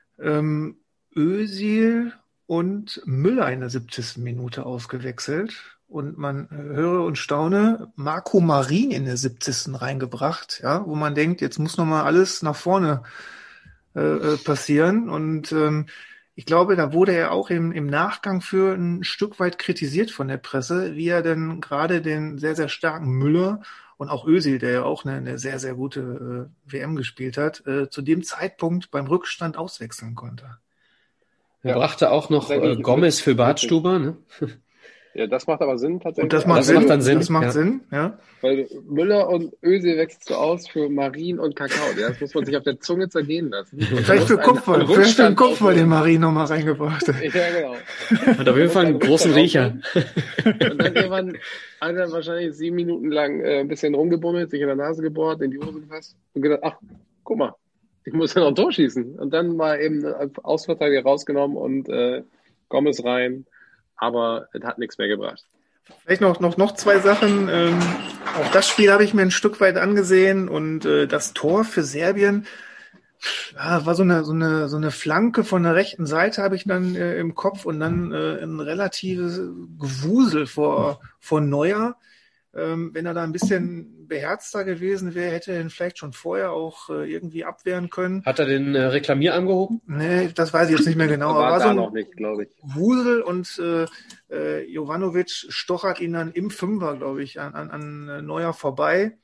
Özil und Müller in der 70. Minute ausgewechselt und man höre und staune, Marco Marin in der 70. reingebracht, ja, wo man denkt, jetzt muss nochmal alles nach vorne passieren und ich glaube, da wurde er auch im Nachgang für ein Stück weit kritisiert von der Presse, wie er denn gerade den sehr, sehr starken Müller und auch Özil, der ja auch eine sehr, sehr gute WM gespielt hat, zu dem Zeitpunkt beim Rückstand auswechseln konnte. Er brachte auch noch Gomez für Bartstuber, ne? Ja, das macht aber Sinn tatsächlich. Und das macht Sinn. macht dann Sinn, Das macht ja. Sinn, ja. Weil Müller und Özil wechselst du aus für Marin und Kakao. Das muss man sich auf der Zunge zergehen lassen. Vielleicht für Kupfer. Vielleicht für den Kupfer, den Marie nochmal reingebracht hat. Ja, genau. Hat auf jeden Fall einen großen Riecher. Und dann irgendwann hat er wahrscheinlich 7 Minuten lang ein bisschen rumgebummelt, sich in der Nase gebohrt, in die Hose gefasst und gedacht, ach, guck mal, ich muss ja noch ein Tor schießen. Und dann war eben Außenverteidiger rausgenommen und Gomez rein. Aber es hat nichts mehr gebracht. Vielleicht noch 2 Sachen. Auch das Spiel habe ich mir ein Stück weit angesehen und das Tor für Serbien war so eine Flanke von der rechten Seite habe ich dann im Kopf und dann ein relatives Gewusel vor Neuer. Wenn er da ein bisschen beherzter gewesen wäre, hätte er ihn vielleicht schon vorher auch irgendwie abwehren können. Hat er den Reklamier angehoben? Nee, das weiß ich jetzt nicht mehr genau. War aber da so ein noch nicht, glaube ich. Wusel und Jovanovic stochert ihn dann im Fünfer, glaube ich, an Neuer vorbei.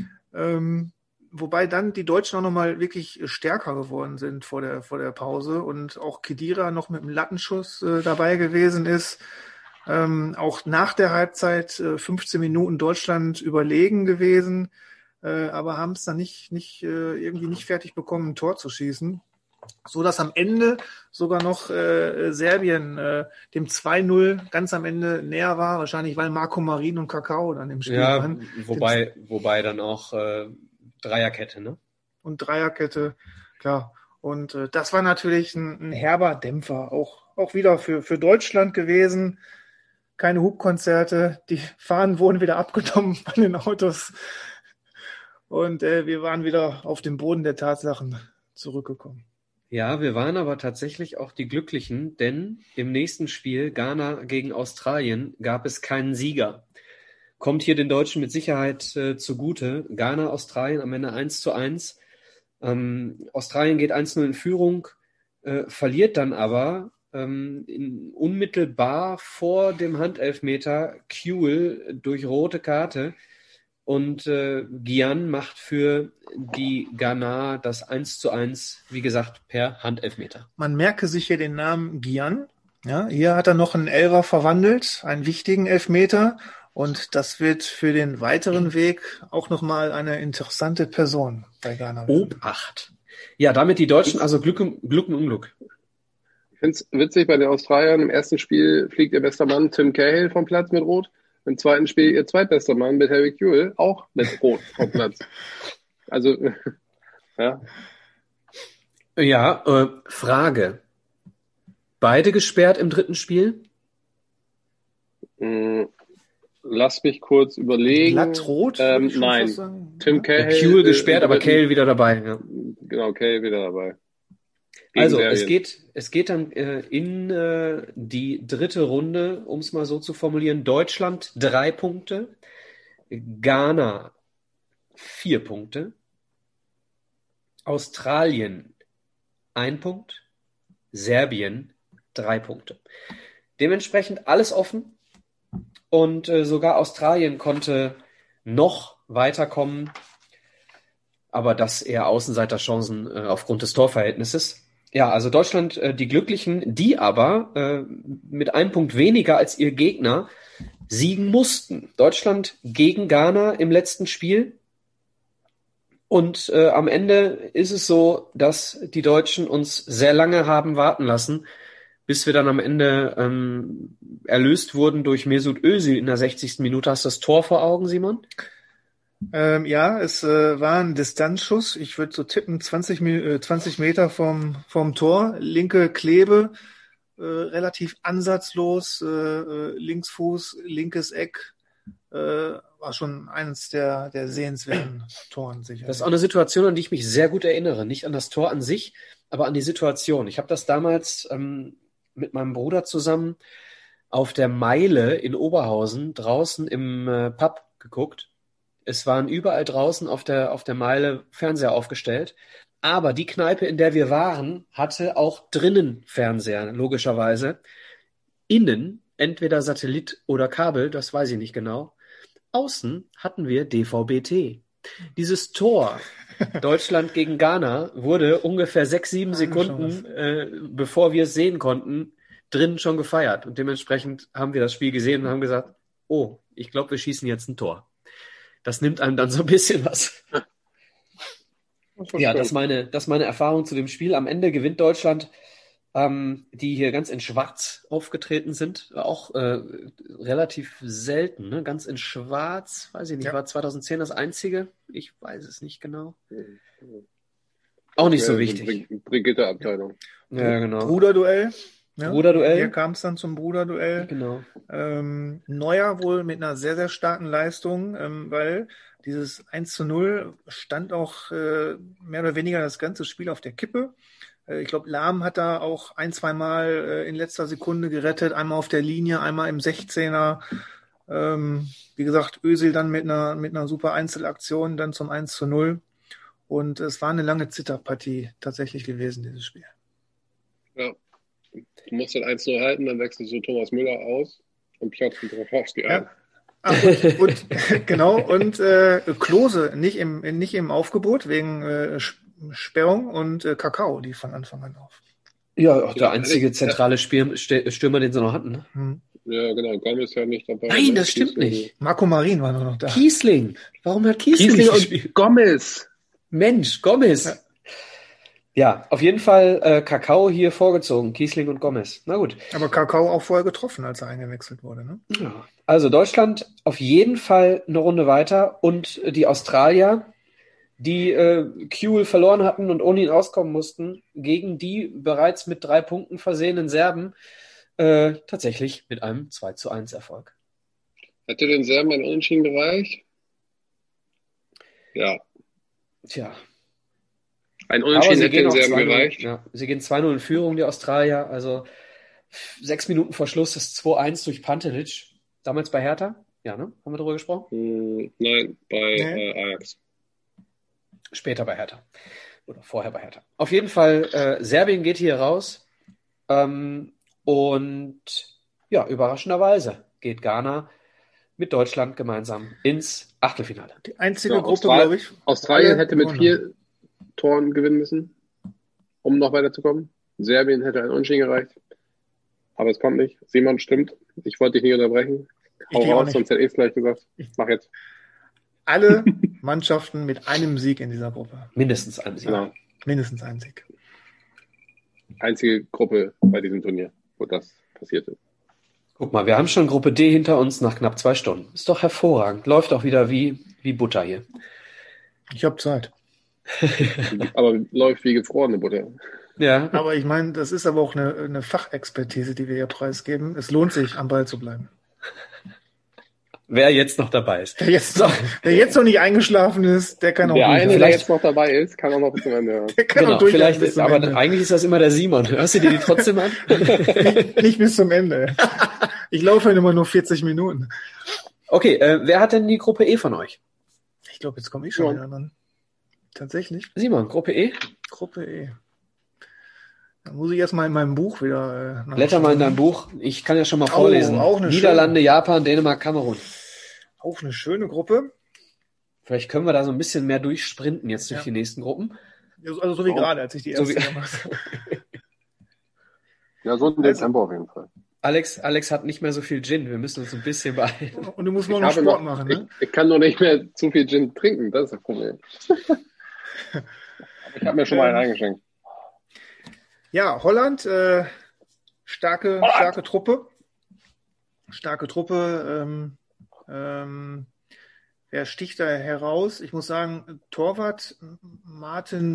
Wobei dann die Deutschen auch nochmal wirklich stärker geworden sind vor der Pause und auch Khedira noch mit einem Lattenschuss dabei gewesen ist. Auch nach der Halbzeit 15 Minuten Deutschland überlegen gewesen, aber haben es dann irgendwie nicht fertig bekommen, ein Tor zu schießen. So dass am Ende sogar noch Serbien dem 2-0 ganz am Ende näher war, wahrscheinlich weil Marco Marin und Kakao dann im Spiel waren. Wobei dann auch Dreierkette, ne? Und Dreierkette, klar. Und das war natürlich ein herber Dämpfer, auch wieder für Deutschland gewesen. Keine Hubkonzerte, die Fahnen wurden wieder abgenommen von den Autos und wir waren wieder auf den Boden der Tatsachen zurückgekommen. Ja, wir waren aber tatsächlich auch die Glücklichen, denn im nächsten Spiel, Ghana gegen Australien, gab es keinen Sieger. Kommt hier den Deutschen mit Sicherheit zugute. Ghana, Australien am Ende 1:1. Australien geht 1:0 in Führung, verliert dann aber unmittelbar vor dem Handelfmeter Kewell durch rote Karte. Und Gyan macht für die Ghana das 1:1, wie gesagt, per Handelfmeter. Man merke sich hier den Namen Gyan. Ja, hier hat er noch einen Elfer verwandelt, einen wichtigen Elfmeter. Und das wird für den weiteren Weg auch nochmal eine interessante Person bei Ghana werden. Obacht. Ja, damit die Deutschen also Glück und Unglück. Ich finde es witzig, bei den Australiern im ersten Spiel fliegt ihr bester Mann Tim Cahill vom Platz mit Rot. Im zweiten Spiel ihr zweitbester Mann mit Harry Kewell auch mit Rot vom Platz. Also, ja. Ja, Frage. Beide gesperrt im dritten Spiel? Lass mich kurz überlegen. Glattrot? Nein. Tim Cahill. Kewell gesperrt, aber Cahill wieder dabei. Ja. Genau, Cahill wieder dabei. Also es geht dann in die dritte Runde, um es mal so zu formulieren. Deutschland 3 Punkte, Ghana 4 Punkte, Australien 1 Punkt, Serbien 3 Punkte. Dementsprechend alles offen und sogar Australien konnte noch weiterkommen, aber das eher Außenseiterchancen aufgrund des Torverhältnisses. Ja, also Deutschland die Glücklichen, die aber mit 1 Punkt weniger als ihr Gegner siegen mussten. Deutschland gegen Ghana im letzten Spiel. Und am Ende ist es so, dass die Deutschen uns sehr lange haben warten lassen, bis wir dann am Ende erlöst wurden durch Mesut Özil in der 60. Minute. Hast du das Tor vor Augen, Simon? Ja, es war ein Distanzschuss. Ich würde so tippen, 20 Meter vom Tor. Linke Klebe, relativ ansatzlos, Linksfuß, linkes Eck. War schon eines der sehenswerten Toren sicher. Das ist auch eine Situation, an die ich mich sehr gut erinnere. Nicht an das Tor an sich, aber an die Situation. Ich habe das damals mit meinem Bruder zusammen auf der Meile in Oberhausen draußen im Pub geguckt. Es waren überall draußen auf der Meile Fernseher aufgestellt. Aber die Kneipe, in der wir waren, hatte auch drinnen Fernseher, logischerweise. Innen entweder Satellit oder Kabel, das weiß ich nicht genau. Außen hatten wir DVB-T. Dieses Tor Deutschland gegen Ghana wurde ungefähr 6-7 Sekunden, bevor wir es sehen konnten, drinnen schon gefeiert. Und dementsprechend haben wir das Spiel gesehen und haben gesagt, oh, ich glaube, wir schießen jetzt ein Tor. Das nimmt einem dann so ein bisschen was. Ja, das ist meine Erfahrung zu dem Spiel. Am Ende gewinnt Deutschland, die hier ganz in Schwarz aufgetreten sind. Auch relativ selten, ne? Ganz in Schwarz, weiß ich nicht, Ja. war 2010 das einzige? Ich weiß es nicht genau. Auch nicht so wichtig. Brigitte-Abteilung. Ja, genau. Bruderduell. Ja, Bruderduell. Hier kam es dann zum Bruderduell. Genau. Neuer wohl mit einer sehr, sehr starken Leistung, weil dieses 1:0 stand auch mehr oder weniger das ganze Spiel auf der Kippe. Ich glaube, Lahm hat da auch 1-2 Mal in letzter Sekunde gerettet, einmal auf der Linie, einmal im 16er. Wie gesagt, Özil dann mit einer super Einzelaktion dann zum 1:0. Und es war eine lange Zitterpartie tatsächlich gewesen, dieses Spiel. Ja. Du musst den 1-0 halten, dann wechselst du Thomas Müller aus und Piotr Drachowski ein. Ja. Ach, und genau, und Klose nicht im Aufgebot wegen Sperrung und Kakao, die von Anfang an auf. Ja, auch der einzige zentrale Stürmer, den sie noch hatten. Ne? Ja, genau. Gomez ja nicht dabei. Nein, das stimmt nicht. Marco Marin war nur noch da. Kiesling. Warum hat Kiesling Kiesling nicht und gespielt? Gomez. Mensch, Gomez. Ja, auf jeden Fall Kakao hier vorgezogen. Kiesling und Gomez. Na gut. Aber Kakao auch vorher getroffen, als er eingewechselt wurde. Ne? Ja. Also Deutschland auf jeden Fall eine Runde weiter und die Australier, die Kuhl verloren hatten und ohne ihn auskommen mussten, gegen die bereits mit 3 Punkten versehenen Serben tatsächlich mit einem 2:1 Erfolg. Hätte den Serben ein Unentschieden gereicht? Ja. Tja. Ein Unentschieden hätte den Serben 2-0, gereicht. ja, sie gehen 2:0 in Führung, die Australier. Also 6 Minuten vor Schluss ist 2:1 durch Pantelic. Damals bei Hertha? Ja, ne? Haben wir darüber gesprochen? Nein, bei Nee. Ajax. Später bei Hertha. Oder vorher bei Hertha. Auf jeden Fall, Serbien geht hier raus. Und ja, überraschenderweise geht Ghana mit Deutschland gemeinsam ins Achtelfinale. Die einzige Ja, Gruppe, glaube ich. Australien alle hätte mit gewonnen. 4 Toren gewinnen müssen, um noch weiterzukommen. Serbien hätte ein Unentschieden gereicht. Aber es kommt nicht. Simon, stimmt. Ich wollte dich nicht unterbrechen. Ich Hau dich auch raus, nicht. sonst hätte ich es gleich gesagt. Mach jetzt. Alle Mannschaften mit einem Sieg in dieser Gruppe. Mindestens ein Sieg. Genau. Mindestens ein Sieg. Einzige Gruppe bei diesem Turnier, wo das passierte. Guck mal, wir haben schon Gruppe D hinter uns nach knapp 2 Stunden. Ist doch hervorragend. Läuft auch wieder wie Butter hier. Ich habe Zeit. Aber läuft wie gefrorene Butter. Ja, Aber ich meine, das ist aber auch eine Fachexpertise, die wir hier preisgeben. Es lohnt sich, am Ball zu bleiben. wer jetzt noch dabei ist. Wer jetzt noch nicht eingeschlafen ist, der kann auch Der eine, der Vielleicht- jetzt noch dabei ist, kann auch noch bis zum Ende hören. Der kann Genau, auch durchhalten vielleicht bis ist, zum aber Ende. eigentlich ist das immer der Simon. Hörst du dir die trotzdem an? Nicht bis zum Ende. Ich laufe ja immer nur 40 Minuten. Okay, wer hat denn die Gruppe E von euch? Ich glaube, jetzt komme ich schon Ja. wieder dran. Tatsächlich, Simon, Gruppe E? Gruppe E. Da muss ich erstmal in meinem Buch wieder Blätter mal in dein Buch. Ich kann ja schon mal vorlesen. auch eine Niederlande, Japan, Dänemark, Kamerun. Auch eine schöne Gruppe. Vielleicht können wir da so ein bisschen mehr durchsprinten jetzt durch Ja. die nächsten Gruppen. Also so wie Oh. gerade, als ich die So erste wie- gemacht habe. Ja, so in dem Also- Tempo auf jeden Fall. Alex hat nicht mehr so viel Gin. Wir müssen uns ein bisschen beeilen. Und du musst Ich mal noch habe Sport noch- machen, ne? Ich kann noch nicht mehr zu viel Gin trinken, das ist das Problem. Aber ich habe mir schon mal einen eingeschenkt. Ja, Holland, starke Truppe. Starke Truppe. Wer sticht da heraus? Ich muss sagen, Torwart Martin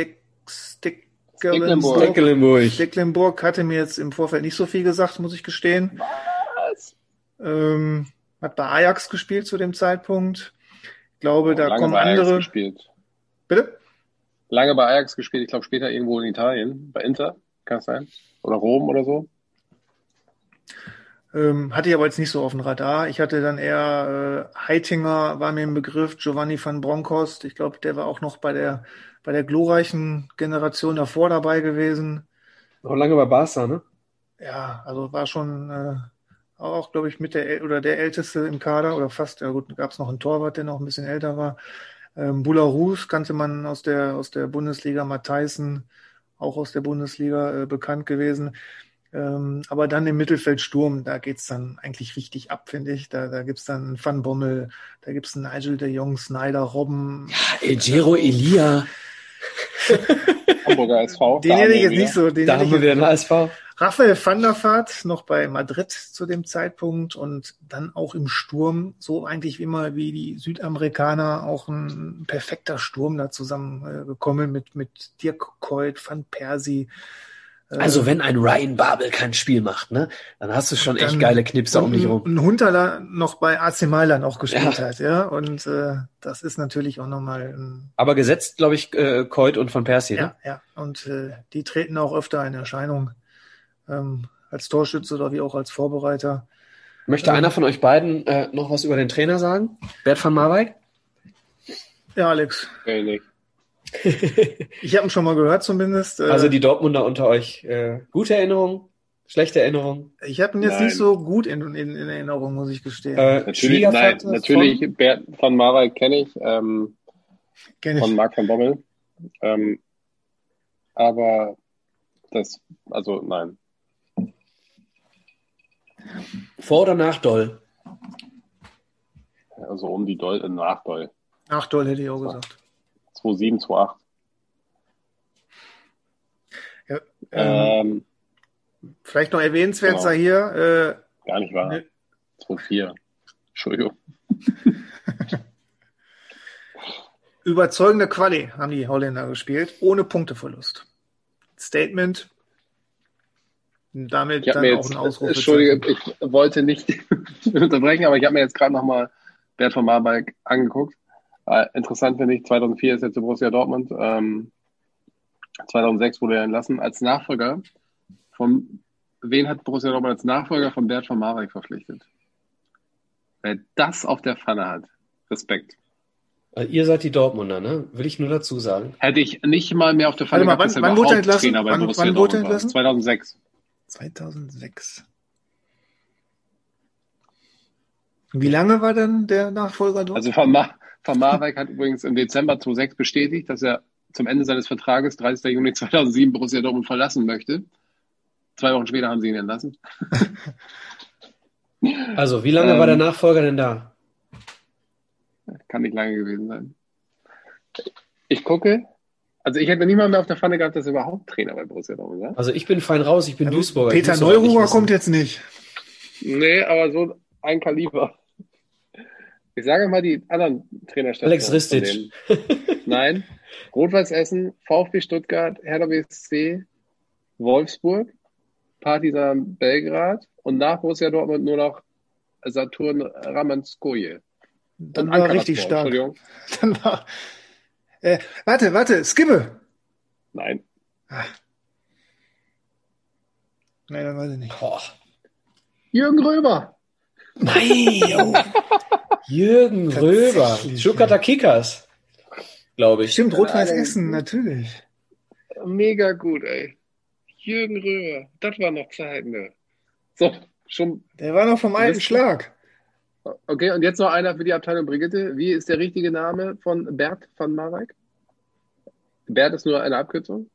Stecklenburg. Stecklenburg hatte mir jetzt im Vorfeld nicht so viel gesagt, muss ich gestehen. Was? Hat bei Ajax gespielt zu dem Zeitpunkt. Ich glaube, da Lange kommen bei Ajax andere. gespielt. Bitte? Lange bei Ajax gespielt, ich glaube später irgendwo in Italien, bei Inter, kann es sein? Oder Rom oder so. Hatte ich aber jetzt nicht so auf dem Radar. Ich hatte dann eher Heitinger war mir im Begriff, Giovanni van Bronckhorst. Ich glaube, der war auch noch bei der glorreichen Generation davor dabei gewesen. Noch lange bei Barca, ne? Ja, also war schon auch, glaube ich, mit der Älteste im Kader oder fast. Ja gut, gab es noch einen Torwart, der noch ein bisschen älter war. Boulahrouz kannte man aus der Bundesliga, Matthijssen auch aus der Bundesliga bekannt gewesen. Aber dann im Mittelfeldsturm, da geht's dann eigentlich richtig ab, finde ich. Da gibt's dann Van Bommel, da gibt's einen Nigel de Jong, Sneijder, Robben. Ja, Elgero Elia. Hamburger SV. Den hätte ich jetzt nicht so. Da haben wir wieder einen ASV. Raphael van der Vaart noch bei Madrid zu dem Zeitpunkt und dann auch im Sturm, so eigentlich immer wie die Südamerikaner, auch ein perfekter Sturm da zusammengekommen mit Dirk Kuyt, Van Persie. Also wenn ein Ryan Babel kein Spiel macht, ne, dann hast du schon echt geile Knipser um dich rum. Ein Hunterler noch bei AC Mailand auch gespielt hat, ja. Und das ist natürlich auch nochmal aber gesetzt, glaube ich, Kuyt und Van Persie, ne? Ja. Und die treten auch öfter in Erscheinung. Als Torschütze oder wie auch als Vorbereiter. Möchte einer von euch beiden noch was über den Trainer sagen? Bert van Marwijk? Ja, Alex. Okay, nicht. Ich habe ihn schon mal gehört zumindest. Also die Dortmunder unter euch. Gute Erinnerung? Schlechte Erinnerung? Ich habe ihn jetzt nicht so gut in Erinnerung, muss ich gestehen. Natürlich, Bert van Marwijk kenne ich. Von Marc van Bommel. Aber nein. Vor oder nach Doll? Also um die Doll, nach Doll. Nach Doll hätte ich auch gesagt. 2,7, 2,8. Ja, vielleicht noch erwähnenswert sei hier. Gar nicht wahr. 2,4. Entschuldigung. Überzeugende Quali haben die Holländer gespielt, ohne Punkteverlust. Statement. Damit dann auch ein Ausruf. Entschuldige, ich wollte nicht unterbrechen, aber ich habe mir jetzt gerade nochmal Bert van Marwijk angeguckt. Interessant finde ich, 2004 ist er zu Borussia Dortmund. 2006 wurde er entlassen. Als Nachfolger wen hat Borussia Dortmund als Nachfolger von Bert van Marwijk verpflichtet? Wer das auf der Pfanne hat, Respekt. Ihr seid die Dortmunder, ne? Will ich nur dazu sagen. Hätte ich nicht mal mehr auf der Pfanne gehabt, dass er überhaupt Trainer bei Borussia Dortmund war. 2006. 2006. Wie lange war dann der Nachfolger dort? Also Van Marwijk hat übrigens im Dezember 2006 bestätigt, dass er zum Ende seines Vertrages, 30. Juni 2007, Borussia Dortmund verlassen möchte. 2 Wochen später haben sie ihn entlassen. Also, wie lange war der Nachfolger denn da? Kann nicht lange gewesen sein. Ich gucke. Also ich hätte niemand mehr auf der Pfanne gehabt, dass er überhaupt Trainer bei Borussia Dortmund war. Also ich bin fein raus, ich bin Duisburger. Peter Neururer kommt jetzt nicht. Nee, aber so ein Kaliber. Ich sage mal die anderen Trainerstationen. Alex Ristic. Nein. Rot-Weiß Essen, VfB Stuttgart, Hertha BSC, Wolfsburg, Partizan Belgrad und nach Borussia Dortmund nur noch Saturn Ramanskoje. Dann war richtig stark. Entschuldigung. Dann war. Warte, Skibbe. Nein. Nein, dann weiß ich nicht. Boah. Jürgen Römer. Nein, Jürgen Römer. Stuttgarter Kickers, glaube ich. Stimmt, Rot-Weiß Essen, natürlich. Mega gut, ey. Jürgen Römer. Das war noch Zeiten, ne? So, schon. Der war noch vom alten Schlag. Okay, und jetzt noch einer für die Abteilung Brigitte. Wie ist der richtige Name von Bert van Marwijk? Bert ist nur eine Abkürzung?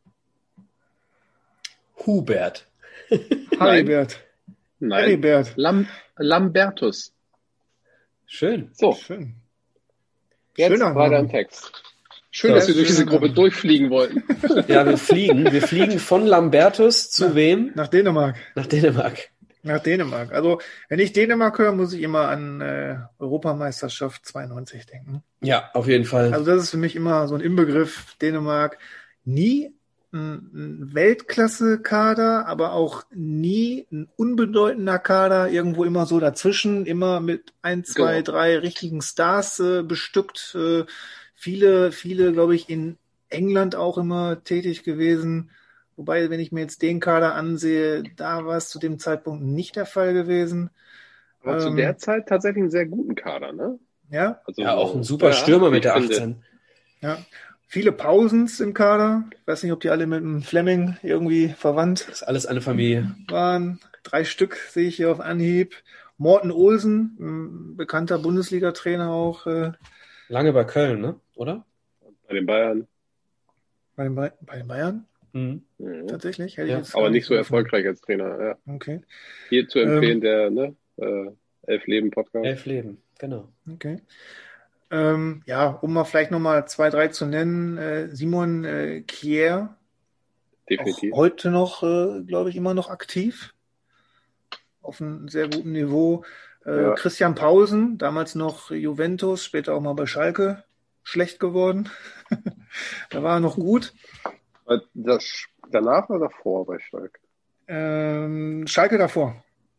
Hubert. Haribert. Nein. Haribert. Lambertus. Schön. So. Schön. Jetzt Schöner weiter Name. im Text. Schön, dass wir durch diese Gruppe durchfliegen wollten. Ja, wir fliegen von Lambertus zu wem? Nach Dänemark. Nach Dänemark. Nach Dänemark. Also, wenn ich Dänemark höre, muss ich immer an Europameisterschaft 92 denken. Ja, auf jeden Fall. Also, das ist für mich immer so ein Inbegriff. Dänemark. Nie ein Weltklasse-Kader, aber auch nie ein unbedeutender Kader. Irgendwo immer so dazwischen. Immer mit 1, 2, 3 richtigen Stars bestückt. Viele, glaube ich, in England auch immer tätig gewesen. Wobei, wenn ich mir jetzt den Kader ansehe, da war es zu dem Zeitpunkt nicht der Fall gewesen. Aber zu der Zeit tatsächlich einen sehr guten Kader, ne? Ja. Also ja, auch ein super Stürmer mit der 18. Ja. Viele Pausens im Kader. Ich weiß nicht, ob die alle mit dem Fleming irgendwie verwandt Das ist alles eine Familie. waren. 3 Stück sehe ich hier auf Anhieb. Morten Olsen, ein bekannter Bundesliga-Trainer auch, Lange bei Köln, ne? Oder? Bei den Bayern. Bei den Bayern? Mhm. Tatsächlich? Hätte ich Ja. jetzt Aber gar nicht so getroffen. erfolgreich als Trainer. Ja. Okay. Hier zu empfehlen, der 11 Leben Podcast. 11 Leben, genau. Okay. Ja, um mal vielleicht nochmal 2, 3 zu nennen. Simon Kjær, Definitiv. auch heute noch, glaube ich, immer noch aktiv. Auf einem sehr guten Niveau. Ja. Christian Paulsen, damals noch Juventus, später auch mal bei Schalke, schlecht geworden. Da war er noch gut. Das danach oder davor bei Schalke? Schalke davor.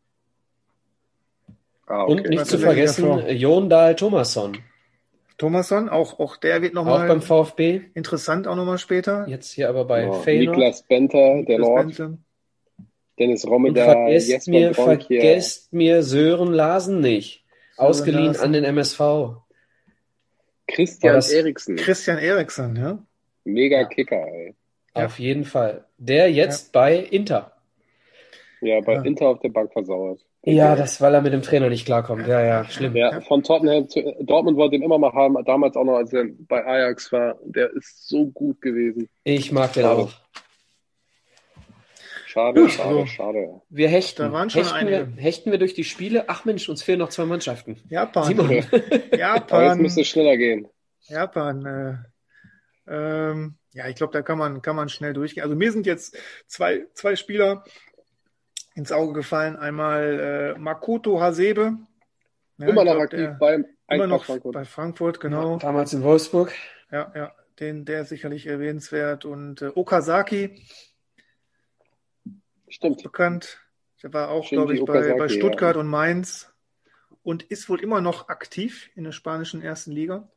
Okay. Und nicht Was zu tatsächlich vergessen, davor? Jon Dahl Thomasson, Thomasson, auch der wird auch nochmal beim VfB, interessant, auch nochmal später. jetzt hier aber bei Genau. Feyenoord. Niklas Benter, der Das Lord. Bente. Dennis Und Romeda, Jesper Bronkier. vergesst mir Sören Larsen nicht. Sören Ausgeliehen Larsen. an den MSV. War Christian das- Eriksen. Christian Eriksen, ja. Mega Ja. Kicker, ey. Ja. Auf jeden Fall. Der jetzt bei Inter. Ja, bei Ja. Inter auf der Bank versauert. Ja, das, weil er mit dem Trainer nicht klarkommt. Ja, schlimm. Ja, von Tottenham zu Dortmund wollte ihn immer mal haben, damals auch noch, als er bei Ajax war. Der ist so gut gewesen. Ich mag den Schade. auch. Schade, Gut, schade, so. schade. Wir hechten. Da waren schon Hechten wir durch die Spiele? Ach Mensch, uns fehlen noch 2 Mannschaften. Japan. Simon. Aber jetzt Japan. müsste es schneller gehen. Japan. Ja, ich glaube, da kann man schnell durchgehen. Also mir sind jetzt zwei Spieler ins Auge gefallen. Einmal Makoto Hasebe. Ja, Immer ich noch glaub, aktiv der- beim Immer Eintracht noch Frankfurt. bei Frankfurt, genau. Damals in Wolfsburg. Ja, der ist sicherlich erwähnenswert. Und Okazaki, Stimmt. bekannt. Der war auch, Shinji glaube ich, bei Okazaki, Stuttgart ja. und Mainz und ist wohl immer noch aktiv in der spanischen ersten Liga.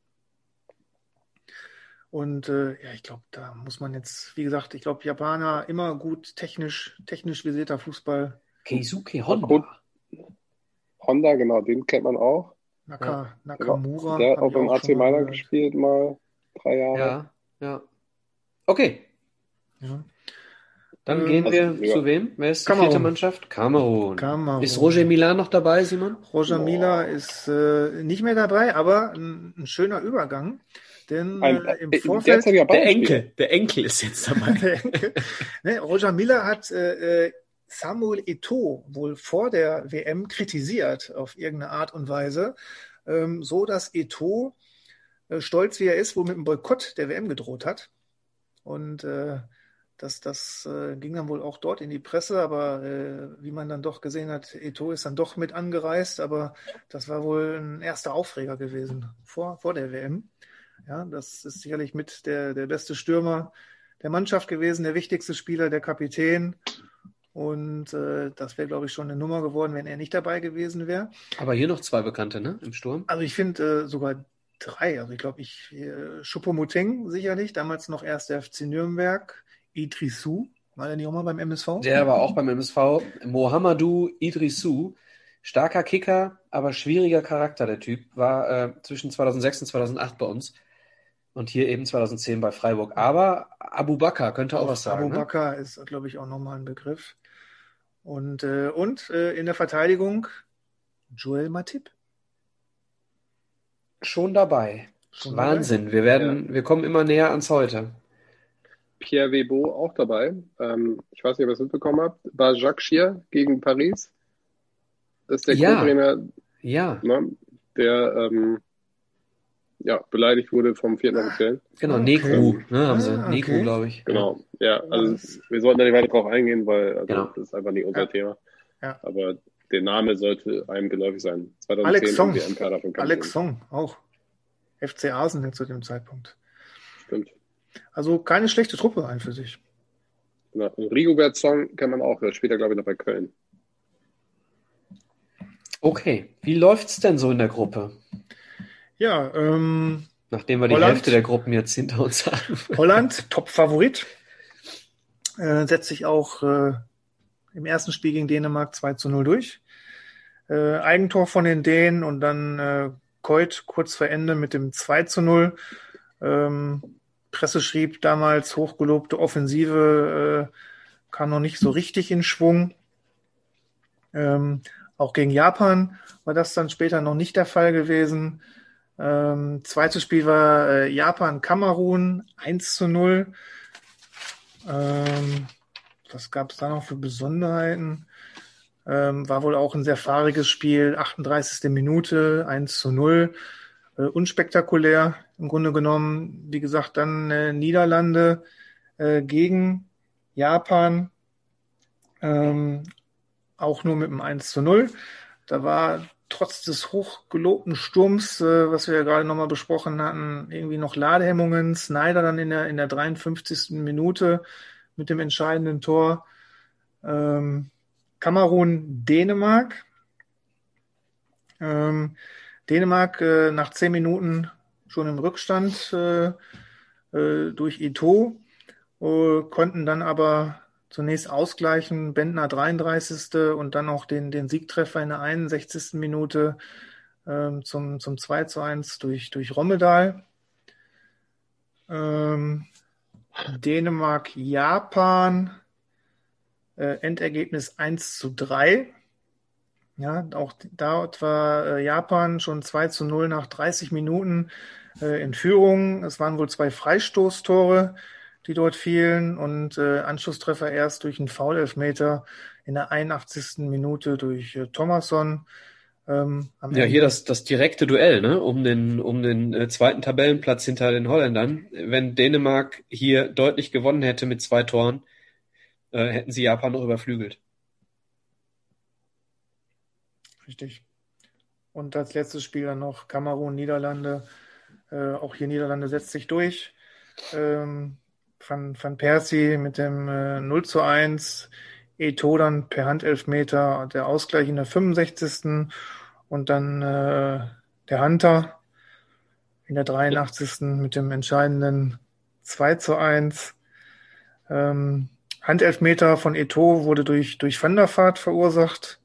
Und ja, ich glaube, da muss man jetzt, wie gesagt, ich glaube, Japaner immer gut technisch visierter Fußball. Keisuke Honda, genau, den kennt man auch. Nakamura. Der hat hab auch ich beim AC schon mal Mailand gehört. gespielt, mal 3 Jahre. Ja. Okay, Ja. dann gehen wir ja. zu wem? Wer ist die Kamerun. 4. Mannschaft? Kamerun. Ist Roger Roger Milan noch dabei, Simon? Roger Mila ist nicht mehr dabei, aber ein schöner Übergang. Denn im Vorfeld. derzeitiger Der Bayern-Spieler. Enkel ist jetzt dabei. Ne, Roger Mila hat Samuel Eto'o wohl vor der WM kritisiert auf irgendeine Art und Weise, so dass Eto'o, stolz wie er ist, wohl mit dem Boykott der WM gedroht hat. Und das ging dann wohl auch dort in die Presse, aber wie man dann doch gesehen hat, Eto'o ist dann doch mit angereist, aber das war wohl ein erster Aufreger gewesen vor der WM. Ja, das ist sicherlich mit der beste Stürmer der Mannschaft gewesen, der wichtigste Spieler, der Kapitän. Und das wäre, glaube ich, schon eine Nummer geworden, wenn er nicht dabei gewesen wäre. Aber hier noch 2 Bekannte, ne? Im Sturm. Also ich finde sogar 3. Also ich glaube, Choupo-Moting sicherlich, damals noch erst der FC Nürnberg. Idrissou, war der nicht auch mal beim MSV? Der war auch beim MSV. Mohamedou Idrissou. Starker Kicker, aber schwieriger Charakter, der Typ. War zwischen 2006 und 2008 bei uns. Und hier eben 2010 bei Freiburg. Aber Abubakar könnte auch was sagen. Abubakar ist, glaube ich, auch nochmal ein Begriff. Und in der Verteidigung Joel Matip. Schon dabei. Schon Wahnsinn. Wir kommen immer näher ans Heute. Pierre Webo auch dabei. Ich weiß nicht, ob ihr es mitbekommen habt. War Jacques Schier gegen Paris. Das ist der Ja. Co-Trainer, Ja, ne, der beleidigt wurde vom 4. Offiziellen. genau. Okay. Negru, ne, haben sie. Ah, Negru, okay. glaube ich. Genau. Ja, also wir sollten da nicht weiter drauf eingehen, weil Genau. das ist einfach nicht unser Ja. Thema. Ja. Aber der Name sollte einem geläufig sein. 2010 Alex Song. WM-Kader von Kamerun. Alex Song auch. FC Arsenal zu dem Zeitpunkt. Stimmt. Also keine schlechte Truppe ein für sich. Genau. Und Rigobert Song kennt man auch. Der spielt glaube ich, noch bei Köln. Okay, wie läuft's denn so in der Gruppe? Ja, Nachdem wir die Holland. Hälfte der Gruppen jetzt hinter uns haben. Holland, Top-Favorit. Setzt sich auch im ersten Spiel gegen Dänemark 2-0 durch. Eigentor von den Dänen und dann Coit kurz vor Ende mit dem 2-0. Presse schrieb damals, hochgelobte Offensive kam noch nicht so richtig in Schwung. Auch gegen Japan war das dann später noch nicht der Fall gewesen. Zweites Spiel war Japan-Kamerun 1:0. Was gab es da noch für Besonderheiten? War wohl auch ein sehr fahriges Spiel, 38. Minute, 1:0. Unspektakulär im Grunde genommen. Wie gesagt, dann Niederlande gegen Japan, auch nur mit einem 1:0. Da war trotz des hochgelobten Sturms, was wir ja gerade nochmal besprochen hatten, irgendwie noch Ladehemmungen. Sneijder dann in der 53. Minute mit dem entscheidenden Tor. Kamerun, Dänemark. Dänemark nach 10 Minuten schon im Rückstand durch Eto'o, konnten dann aber zunächst ausgleichen, Bendtner 33. und dann auch den Siegtreffer in der 61. Minute zum 2:1 durch Rommedahl. Dänemark, Japan, Endergebnis 1:3. Ja, auch dort war Japan schon 2:0 nach 30 Minuten in Führung. Es waren wohl 2 Freistoßtore, die dort fielen, und Anschlusstreffer erst durch einen Foul-Elfmeter in der 81. Minute durch Thomasson. Hier das direkte Duell, ne, um den zweiten Tabellenplatz hinter den Holländern. Wenn Dänemark hier deutlich gewonnen hätte mit 2 Toren, hätten sie Japan noch überflügelt. Richtig. Und als letztes Spiel dann noch Kamerun, Niederlande. Auch hier Niederlande setzt sich durch. Van Persie mit dem 0:1. Eto'o dann per Handelfmeter, der Ausgleich in der 65. Und dann der Hunter in der 83. mit dem entscheidenden 2:1. Handelfmeter von Eto'o wurde durch Van der Vaart verursacht.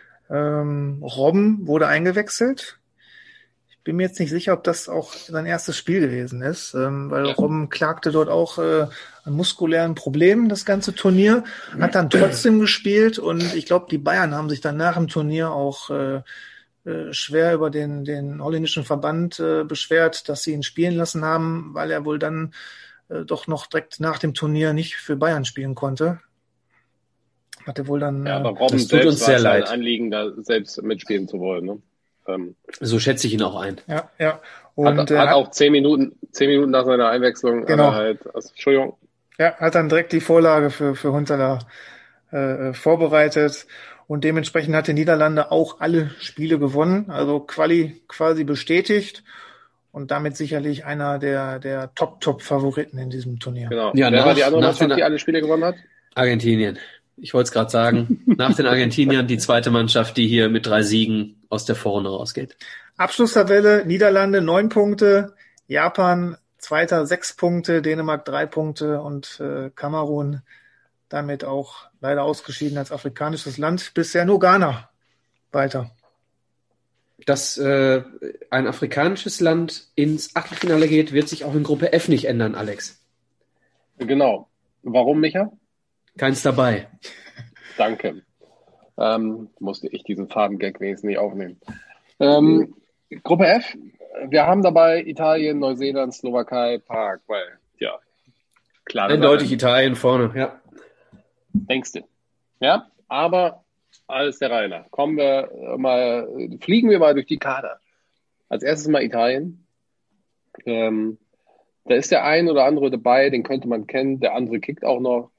Robben wurde eingewechselt. Ich bin mir jetzt nicht sicher, ob das auch sein erstes Spiel gewesen ist, weil Robben klagte dort auch an muskulären Problemen, das ganze Turnier, hat dann trotzdem gespielt, und ich glaube, die Bayern haben sich dann nach dem Turnier auch schwer über den holländischen Verband beschwert, dass sie ihn spielen lassen haben, weil er wohl dann doch noch direkt nach dem Turnier nicht für Bayern spielen konnte. Hatte wohl dann. Ja, aber Robben tut selbst uns war sehr es leid. ein Anliegen, da selbst mitspielen zu wollen. Ne? So schätze ich ihn auch ein. Ja. Und hat auch 10 Minuten nach seiner Einwechslung, genau. Entschuldigung. Ja, hat dann direkt die Vorlage für Huntelaar vorbereitet, und dementsprechend hat die Niederlande auch alle Spiele gewonnen, also Quali quasi bestätigt, und damit sicherlich einer der Top-Favoriten in diesem Turnier. Genau. Ja, Wer war die andere nach Mannschaft, die alle Spiele gewonnen hat? Argentinien. Ich wollte es gerade sagen. Nach den Argentiniern die zweite Mannschaft, die hier mit 3 Siegen aus der Vorrunde rausgeht. Abschlusstabelle: Niederlande 9 Punkte, Japan Zweiter 6 Punkte, Dänemark 3 Punkte und Kamerun damit auch leider ausgeschieden als afrikanisches Land. Bisher nur Ghana weiter. Dass ein afrikanisches Land ins Achtelfinale geht, wird sich auch in Gruppe F nicht ändern, Alex. Genau. Warum, Micha? Keins dabei. Danke. Musste ich diesen Fadengag wenigstens nicht aufnehmen. Gruppe F, wir haben dabei Italien, Neuseeland, Slowakei, Paraguay. Ja, klar. Eindeutig Italien vorne, ja. Denkst du? Ja, aber alles der Reihe nach. Fliegen wir mal durch die Kader. Als erstes mal Italien. Da ist der ein oder andere dabei, den könnte man kennen. Der andere kickt auch noch.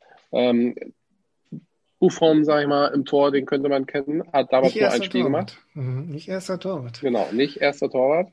Buffon, sag ich mal, im Tor, den könnte man kennen. Hat damals nur ein Spiel gemacht. Nicht erster Torwart. Genau, nicht erster Torwart.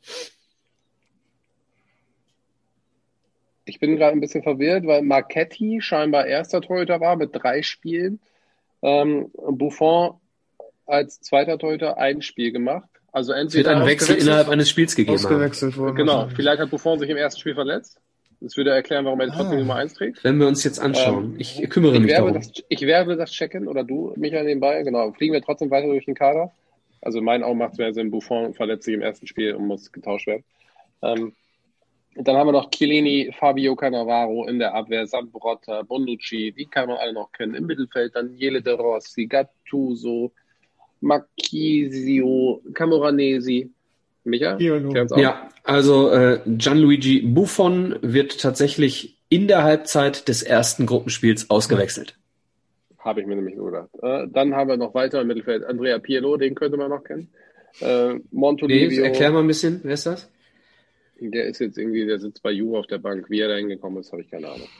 Ich bin gerade ein bisschen verwirrt, weil Marchetti scheinbar erster Torhüter war mit 3 Spielen. Buffon als zweiter Torhüter 1 Spiel gemacht. Also Es wird einen Wechsel innerhalb eines Spiels gegeben haben. Ausgewechselt worden. Genau, vielleicht hat Buffon sich im ersten Spiel verletzt. Das würde erklären, warum er trotzdem Nummer 1 trägt. Wenn wir uns jetzt anschauen. Ich kümmere mich darum. Ich werde das checken, oder du, Michael, nebenbei. Genau, fliegen wir trotzdem weiter durch den Kader. Also in meinen Augen macht es mehr Sinn, Buffon verletzt sich im ersten Spiel und muss getauscht werden. Und dann haben wir noch Chiellini, Fabio Cannavaro in der Abwehr, Sambrotta, Bonucci, die kann man alle noch kennen. Im Mittelfeld dann Jele De Rossi, Gattuso, Marchisio, Camoranesi. Micha, Piolo. klär uns auf. Ja, also Gianluigi Buffon wird tatsächlich in der Halbzeit des ersten Gruppenspiels ausgewechselt. Habe ich mir nämlich so gedacht. Dann haben wir noch weiter im Mittelfeld Andrea Pirlo, den könnte man noch kennen. Nee, Montolivo, erklär mal ein bisschen, wer ist das? der ist jetzt irgendwie, der sitzt bei Juve auf der Bank. Wie er da hingekommen ist, habe ich keine Ahnung.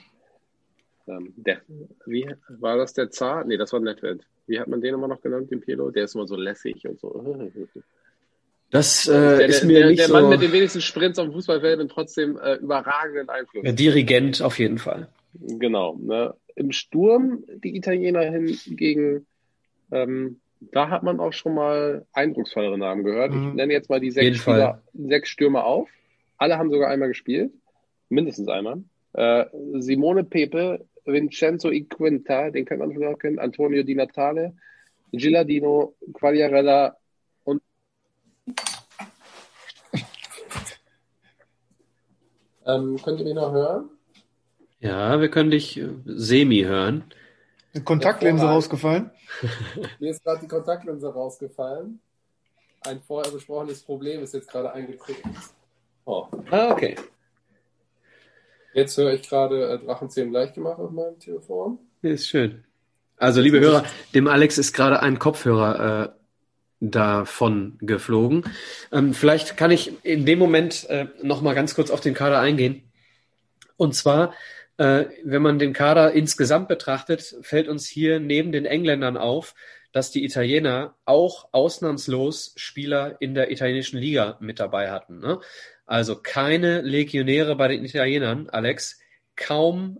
Wie war das, der Zar? Nee, das war Nedved. Wie hat man den immer noch genannt, den Pirlo? Der ist immer so lässig und so. Das Der, ist der, mir der, nicht der Mann so. mit den wenigsten Sprints auf dem Fußballfeld und trotzdem überragenden Einfluss. Der Dirigent auf jeden Fall. Genau. Ne? Im Sturm die Italiener hingegen, da hat man auch schon mal eindrucksvollere Namen gehört. Ich nenne jetzt mal die jeden Fall. 6 Stürmer auf. Alle haben sogar einmal gespielt. Mindestens einmal. Simone Pepe, Vincenzo Iquinta, den kennt man vielleicht auch kennen, Antonio Di Natale, Gilardino, Quagliarella und könnt ihr mich noch hören? Ja, wir können dich semi hören. Ist Kontaktlinse rausgefallen? Mir ist gerade die Kontaktlinse rausgefallen. Ein vorher besprochenes Problem ist jetzt gerade eingetreten. Oh. Okay. Jetzt höre ich gerade Drachenzähmen leicht gemacht auf meinem Telefon. Ist schön. Also, liebe Hörer, dem Alex ist gerade ein Kopfhörer davon geflogen. Vielleicht kann ich in dem Moment noch mal ganz kurz auf den Kader eingehen. Und zwar, wenn man den Kader insgesamt betrachtet, fällt uns hier neben den Engländern auf, dass die Italiener auch ausnahmslos Spieler in der italienischen Liga mit dabei hatten. Ne? Also keine Legionäre bei den Italienern, Alex. Kaum,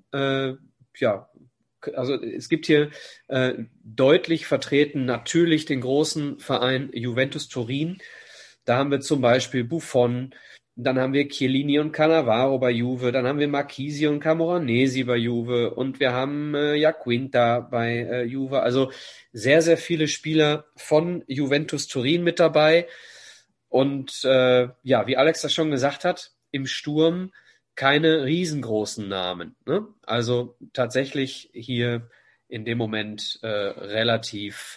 also es gibt hier deutlich vertreten natürlich den großen Verein Juventus Turin. Da haben wir zum Beispiel Buffon, dann haben wir Chiellini und Cannavaro bei Juve, dann haben wir Marchisi und Camoranesi bei Juve und wir haben Iaquinta bei Juve. Also sehr, sehr viele Spieler von Juventus Turin mit dabei. Und wie Alex das schon gesagt hat, im Sturm keine riesengroßen Namen. Ne? Also tatsächlich hier in dem Moment relativ,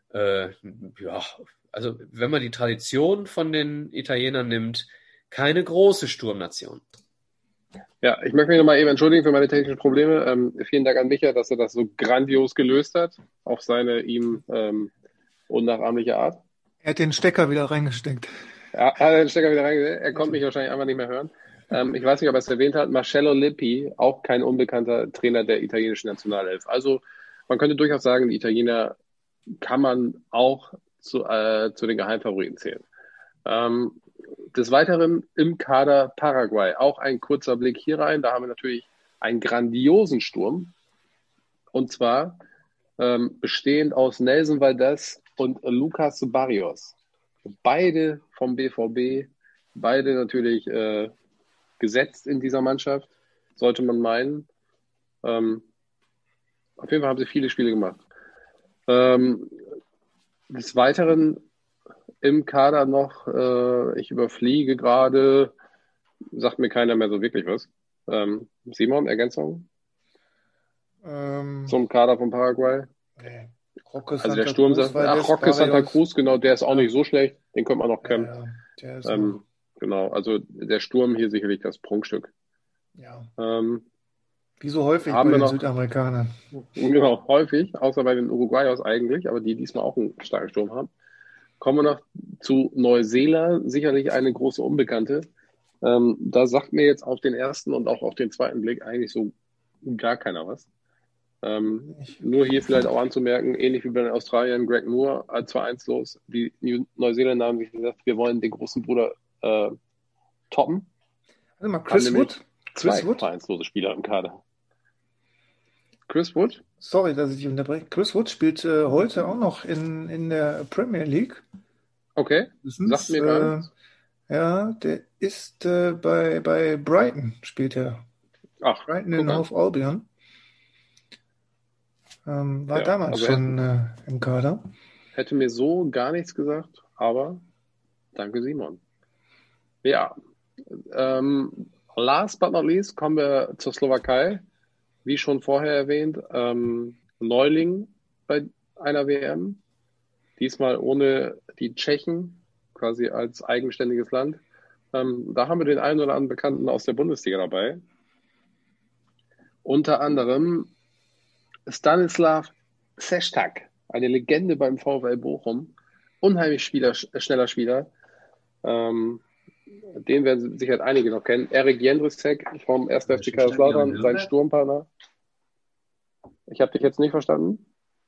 also wenn man die Tradition von den Italienern nimmt, keine große Sturmnation. Ja, ich möchte mich nochmal eben entschuldigen für meine technischen Probleme. Vielen Dank an Micha, dass er das so grandios gelöst hat, auf seine ihm unnachahmliche Art. Er hat den Stecker wieder reingesteckt. Ja, hat er den Stecker wieder reingesteckt. Er konnte mich wahrscheinlich einfach nicht mehr hören. Ich weiß nicht, ob er es erwähnt hat. Marcello Lippi, auch kein unbekannter Trainer der italienischen Nationalelf. Also man könnte durchaus sagen, die Italiener kann man auch zu den Geheimfavoriten zählen. Des Weiteren im Kader Paraguay. Auch ein kurzer Blick hier rein. Da haben wir natürlich einen grandiosen Sturm. Und zwar bestehend aus Nelson Valdez und Lucas Barrios. Beide vom BVB. Beide natürlich gesetzt in dieser Mannschaft. Sollte man meinen. Auf jeden Fall haben sie viele Spiele gemacht. Des Weiteren im Kader noch, ich überfliege gerade, sagt mir keiner mehr so wirklich was. Simon, Ergänzung zum Kader von Paraguay? Nee. Roque Also Santa der Sturm Cruz, sagt, Valdez, Roque Santa Barrios. Cruz, genau, der ist auch nicht so schlecht, den könnte man noch kennen. Ja, der ist Genau, also der Sturm hier sicherlich das Prunkstück. ja. Ähm, Wie so häufig haben bei wir den noch- Südamerikanern. Genau, häufig, außer bei den Uruguayos eigentlich, aber die diesmal auch einen starken Sturm haben. Kommen wir noch zu Neuseeland, sicherlich eine große Unbekannte. Da sagt mir jetzt auf den ersten und auch auf den zweiten Blick eigentlich so gar keiner was. Nur hier vielleicht auch anzumerken, ähnlich wie bei den Australiern, Greg Moore, 2-1 los. Die Neuseeländer haben sich gesagt, wir wollen den großen Bruder toppen. Warte mal, Haben Chris nämlich Wood. Zwei Chris Wood? vereinslose Spieler im Kader. Chris Wood? Sorry, dass ich dich unterbreche. Chris Wood spielt heute auch noch in der Premier League. Okay, Wissens, sagt mir gar nichts. ja, der ist bei Brighton, spielt er. Ach, Brighton guck in an. Hove Albion. War Ja, damals also schon im Kader. Hätte mir so gar nichts gesagt, aber danke Simon. Ja, last but not least kommen wir zur Slowakei. Wie schon vorher erwähnt, Neuling bei einer WM. Diesmal ohne die Tschechen, quasi als eigenständiges Land. Da haben wir den einen oder anderen Bekannten aus der Bundesliga dabei. Unter anderem Stanislav Šešťák, eine Legende beim VfL Bochum. Unheimlich schneller Spieler. Den werden sicher einige noch kennen. Erik Jędrysek vom 1. FC Kaiserslautern, sein Sturmpartner. Ich habe dich jetzt nicht verstanden.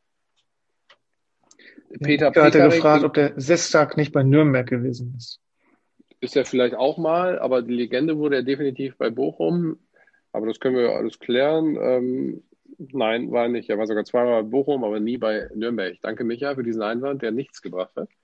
Peter hat er gefragt, ob der Šešťák nicht bei Nürnberg gewesen ist. Ist er vielleicht auch mal, aber die Legende wurde er definitiv bei Bochum. Aber das können wir alles klären. Nein, war er nicht. Er war sogar zweimal bei Bochum, aber nie bei Nürnberg. Danke, Micha, für diesen Einwand, der nichts gebracht hat.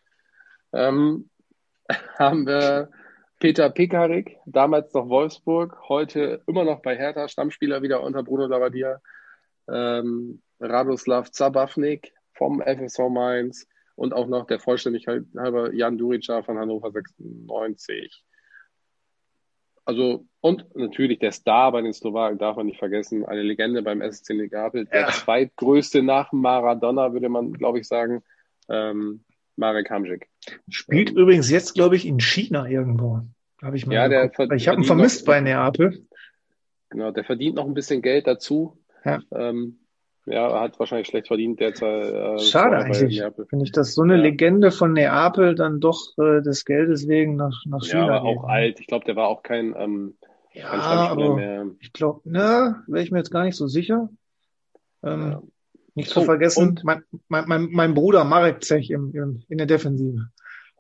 Haben wir Peter Pekarik, damals noch Wolfsburg, heute immer noch bei Hertha, Stammspieler wieder unter Bruno Labbadia. Radoslav Zabavnik vom FSV Mainz und auch noch der Vollständigkeit halber Jan Durica von Hannover 96. Also, und natürlich der Star bei den Slowaken darf man nicht vergessen, eine Legende beim SSC Neapel, der zweitgrößte nach Maradona, würde man, glaube ich, sagen, Marek Hamšík. Spielt übrigens jetzt, glaube ich, in China irgendwo. Habe ich mal ich habe ihn vermisst bei Neapel. Genau, der verdient noch ein bisschen Geld dazu. Ja. Er hat wahrscheinlich schlecht verdient derzeit. Schade eigentlich, finde ich, dass so eine Legende von Neapel dann doch des Geldes wegen nach China aber auch alt. Ich glaube, der war auch kein Stammspieler mehr. Ich glaube, wäre ich mir jetzt gar nicht so sicher. Nicht zu vergessen, mein Bruder Marek Cech in der Defensive.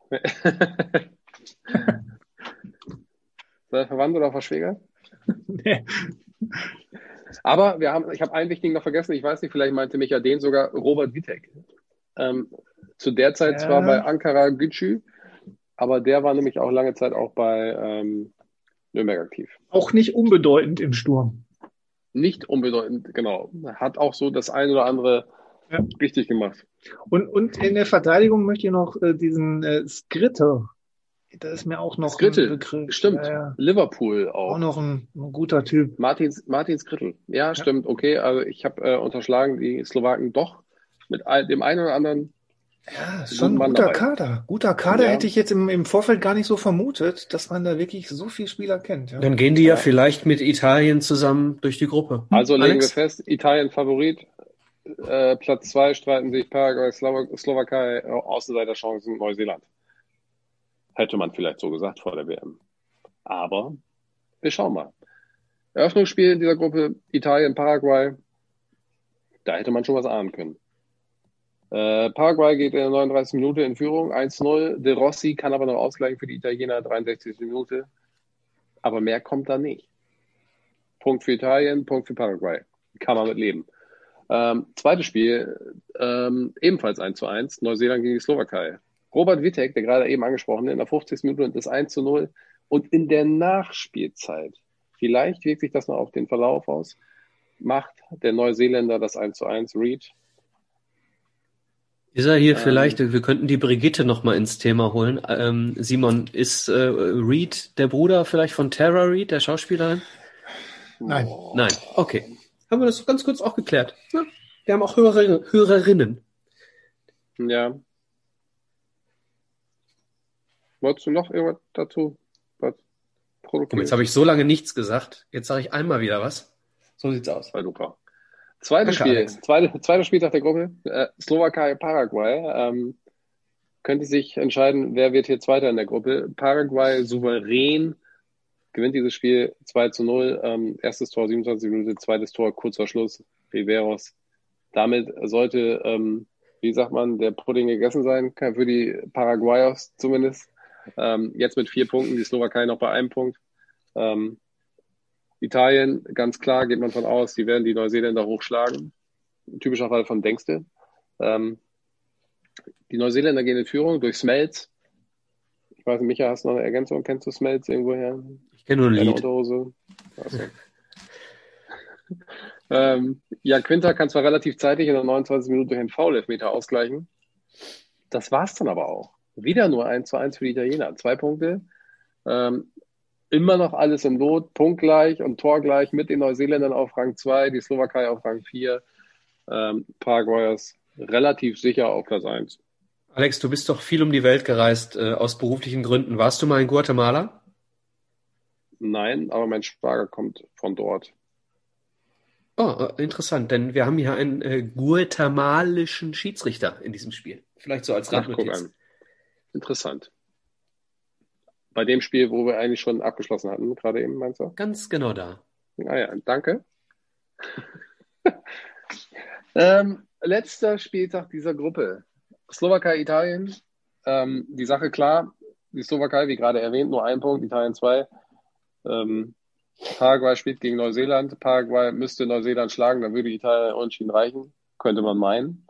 Sei verwandt oder Verschwäger? Nee. Aber ich habe einen wichtigen noch vergessen, ich weiß nicht, vielleicht meinte Micha den sogar, Robert Vitek. Zu der Zeit zwar bei Ankara Gücü, aber der war nämlich auch lange Zeit auch bei Nürnberg aktiv. Auch nicht unbedeutend im Sturm. Nicht unbedeutend, genau. Hat auch so das ein oder andere richtig gemacht. Und in der Verteidigung möchte ich noch diesen Skritter. Das ist mir auch noch Skrittel, ein Begriff. Stimmt. Ja. Liverpool auch. Auch noch ein guter Typ. Martin Skrittel. Ja, stimmt. Okay, also ich habe unterschlagen, die Slowaken doch mit dem einen oder anderen. Ja, ist schon ein guter Kader. Guter Kader hätte ich jetzt im Vorfeld gar nicht so vermutet, dass man da wirklich so viele Spieler kennt. Ja. Dann gehen die ja vielleicht mit Italien zusammen durch die Gruppe. Also legen wir fest, Italien Favorit. Platz 2 streiten sich Paraguay, Slowakei, Außenseiterchancen Neuseeland. Hätte man vielleicht so gesagt vor der WM. Aber wir schauen mal. Eröffnungsspiel in dieser Gruppe Italien, Paraguay. Da hätte man schon was ahnen können. Paraguay geht in der 39. Minute in Führung, 1-0. De Rossi kann aber noch ausgleichen für die Italiener, 63. Minute. Aber mehr kommt da nicht. Punkt für Italien, Punkt für Paraguay. Kann man mit leben. Zweites Spiel, ebenfalls 1-1. Neuseeland gegen die Slowakei. Robert Vitek, der gerade eben angesprochene, in der 50. Minute das 1-0 und in der Nachspielzeit, vielleicht wirkt sich das noch auf den Verlauf aus, macht der Neuseeländer das 1-1, Reed. Ist er hier vielleicht, wir könnten die Brigitte noch mal ins Thema holen. Simon, ist Reed der Bruder vielleicht von Tara Reid, der Schauspielerin? Nein. Nein, okay. Haben wir das ganz kurz auch geklärt. Ja, wir haben auch Hörerinnen. Ja. Wolltest du noch irgendwas dazu? Jetzt habe ich so lange nichts gesagt. Jetzt sage ich einmal wieder was. So sieht's aus. Bei Luca. Zweites Spiel. Zweiter Spieltag der Gruppe. Slowakei, Paraguay. Könnte sich entscheiden, wer wird hier Zweiter in der Gruppe. Paraguay souverän gewinnt dieses Spiel 2-0. Erstes Tor 27 Minuten, zweites Tor kurz vor Schluss. Riveros. Damit sollte, wie sagt man, der Pudding gegessen sein. Für die Paraguayos zumindest. Jetzt mit 4 Punkten, die Slowakei noch bei 1 Punkt. Italien, ganz klar, geht man von aus, die werden die Neuseeländer hochschlagen. Typischer Fall von Denkste. Die Neuseeländer gehen in Führung durch Smells. Ich weiß nicht, Micha, hast du noch eine Ergänzung? Kennst du Smells irgendwoher? Ich kenne nur ein Lied. Unterhose. Quinter kann zwar relativ zeitig in der 29. Minute durch einen Foul-Elfmeter ausgleichen. Das war's dann aber auch. Wieder nur 1-1 für die Italiener. 2 Punkte. Immer noch alles im Lot. Punktgleich und torgleich mit den Neuseeländern auf Rang 2, die Slowakei auf Rang 4. Paraguayers relativ sicher auf Platz 1. Alex, du bist doch viel um die Welt gereist, aus beruflichen Gründen. Warst du mal in Guatemala? Nein, aber mein Schwager kommt von dort. Oh, interessant, denn wir haben hier einen guatemalischen Schiedsrichter in diesem Spiel. Vielleicht so als Ach, guck Randnotiz. an. Interessant. Bei dem Spiel, wo wir eigentlich schon abgeschlossen hatten, gerade eben, meinst du? Ganz genau da. Ah ja, danke. Letzter Spieltag dieser Gruppe. Slowakei, Italien. Die Sache klar. Die Slowakei, wie gerade erwähnt, nur 1 Punkt, Italien 2. Paraguay spielt gegen Neuseeland. Paraguay müsste Neuseeland schlagen, dann würde Italien unentschieden reichen. Könnte man meinen.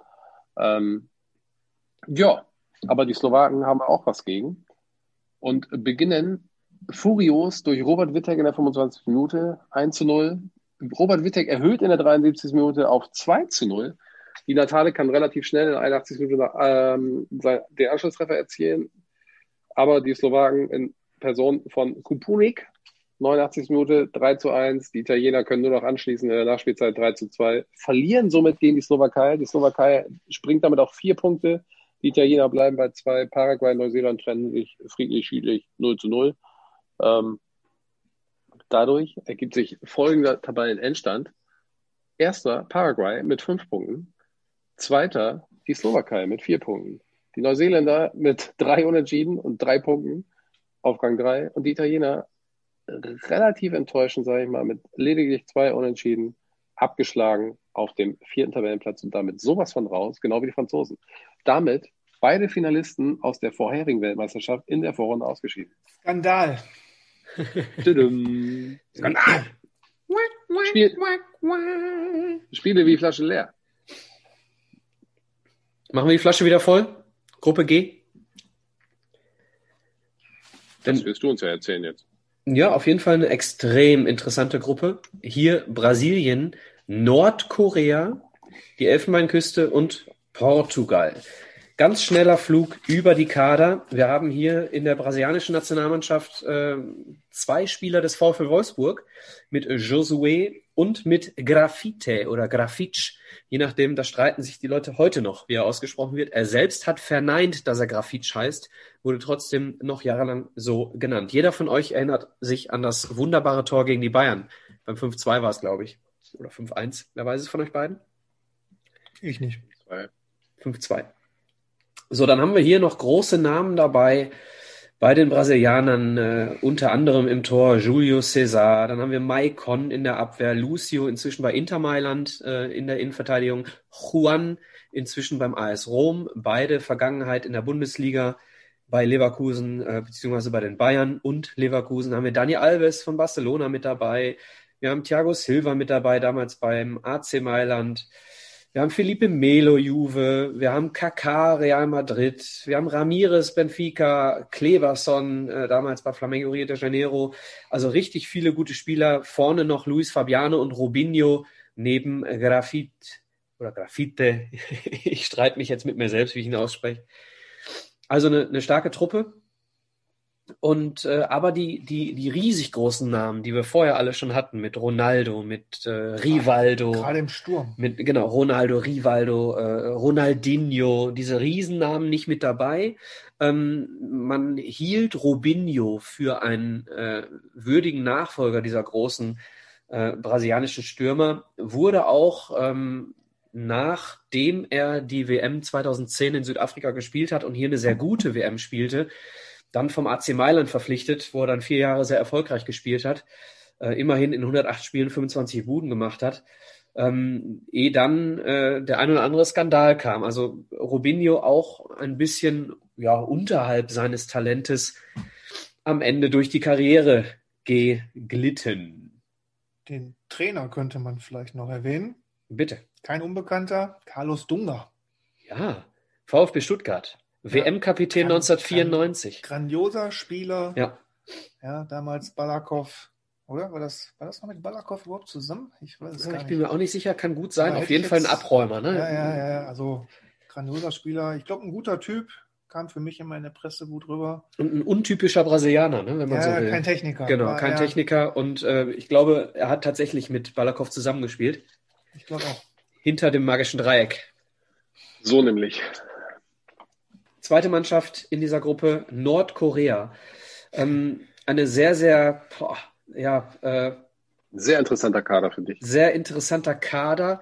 Ja, aber die Slowaken haben auch was gegen. Und beginnen furios durch Robert Wittek in der 25. Minute 1:0. Robert Wittek erhöht in der 73. Minute auf 2:0. Die Natale kann relativ schnell in der 81. Minute den Anschlusstreffer erzielen. Aber die Slowaken in Person von Kupunik, 89. Minute 3:1. Die Italiener können nur noch anschließen in der Nachspielzeit 3:2. Verlieren somit gegen die Slowakei. Die Slowakei springt damit auf 4 Punkte. Die Italiener bleiben bei 2. Paraguay, Neuseeland trennen sich friedlich, schiedlich 0:0. Dadurch ergibt sich folgender Tabellenendstand. Erster Paraguay mit 5 Punkten. Zweiter die Slowakei mit 4 Punkten. Die Neuseeländer mit 3 Unentschieden und 3 Punkten auf Rang 3. Und die Italiener relativ enttäuschend, sage ich mal, mit lediglich 2 Unentschieden abgeschlagen auf dem 4. Tabellenplatz und damit sowas von raus, genau wie die Franzosen. Damit beide Finalisten aus der vorherigen Weltmeisterschaft in der Vorrunde ausgeschieden. Skandal. Skandal! Spiele wie Flasche leer. Machen wir die Flasche wieder voll? Gruppe G? Das wirst du uns ja erzählen jetzt. Ja, auf jeden Fall eine extrem interessante Gruppe. Hier Brasilien, Nordkorea, die Elfenbeinküste und Portugal. Ganz schneller Flug über die Kader. Wir haben hier in der brasilianischen Nationalmannschaft 2 Spieler des VfL Wolfsburg mit Josué und mit Grafite oder Grafitsch. Je nachdem, da streiten sich die Leute heute noch, wie er ausgesprochen wird. Er selbst hat verneint, dass er Grafitsch heißt, wurde trotzdem noch jahrelang so genannt. Jeder von euch erinnert sich an das wunderbare Tor gegen die Bayern. Beim 5:2 war es, glaube ich. Oder 5:1. Wer weiß es von euch beiden? Ich nicht. 5:2. So, dann haben wir hier noch große Namen dabei bei den Brasilianern, unter anderem im Tor Julio César, dann haben wir Maicon in der Abwehr, Lucio inzwischen bei Inter Mailand in der Innenverteidigung, Juan inzwischen beim AS Rom, beide Vergangenheit in der Bundesliga bei Leverkusen beziehungsweise bei den Bayern und Leverkusen. Haben wir Dani Alves von Barcelona mit dabei, wir haben Thiago Silva mit dabei, damals beim AC Mailand. Wir haben Felipe Melo, Juve, wir haben Kaká, Real Madrid, wir haben Ramirez, Benfica, Kleberson, damals bei Flamengo Rio de Janeiro. Also richtig viele gute Spieler. Vorne noch Luis Fabiano und Robinho neben Grafite. Ich streite mich jetzt mit mir selbst, wie ich ihn ausspreche. Also eine starke Truppe. Und aber die riesig großen Namen, die wir vorher alle schon hatten, mit Ronaldo, mit Rivaldo, Gerade im Sturm. Genau, Ronaldo, Rivaldo, Ronaldinho, diese Riesennamen nicht mit dabei. Man hielt Robinho für einen würdigen Nachfolger dieser großen brasilianischen Stürmer, wurde auch nachdem er die WM 2010 in Südafrika gespielt hat und hier eine sehr gute WM spielte, dann vom AC Mailand verpflichtet, wo er dann 4 Jahre sehr erfolgreich gespielt hat, immerhin in 108 Spielen 25 Buden gemacht hat, ehe dann der ein oder andere Skandal kam. Also Robinho auch ein bisschen unterhalb seines Talentes am Ende durch die Karriere geglitten. Den Trainer könnte man vielleicht noch erwähnen. Bitte. Kein Unbekannter, Carlos Dunga. Ja, VfB Stuttgart. WM-Kapitän 1994. Grandioser Spieler. Ja, damals Balakov. Oder? War das noch mit Balakov überhaupt zusammen? Ich weiß es gar nicht. Ich bin mir auch nicht sicher, kann gut sein. Aber auf jeden Fall ein Abräumer, ne? Ja. Also grandioser Spieler. Ich glaube, ein guter Typ. Kam für mich immer in der Presse gut rüber. Und ein untypischer Brasilianer, ne, wenn man so will. Kein Techniker. Genau, kein Techniker. Und ich glaube, er hat tatsächlich mit Balakov zusammengespielt. Ich glaube auch. Hinter dem magischen Dreieck. So nämlich. Zweite Mannschaft in dieser Gruppe, Nordkorea. Eine sehr, sehr, sehr interessanter Kader, finde ich. Sehr interessanter Kader.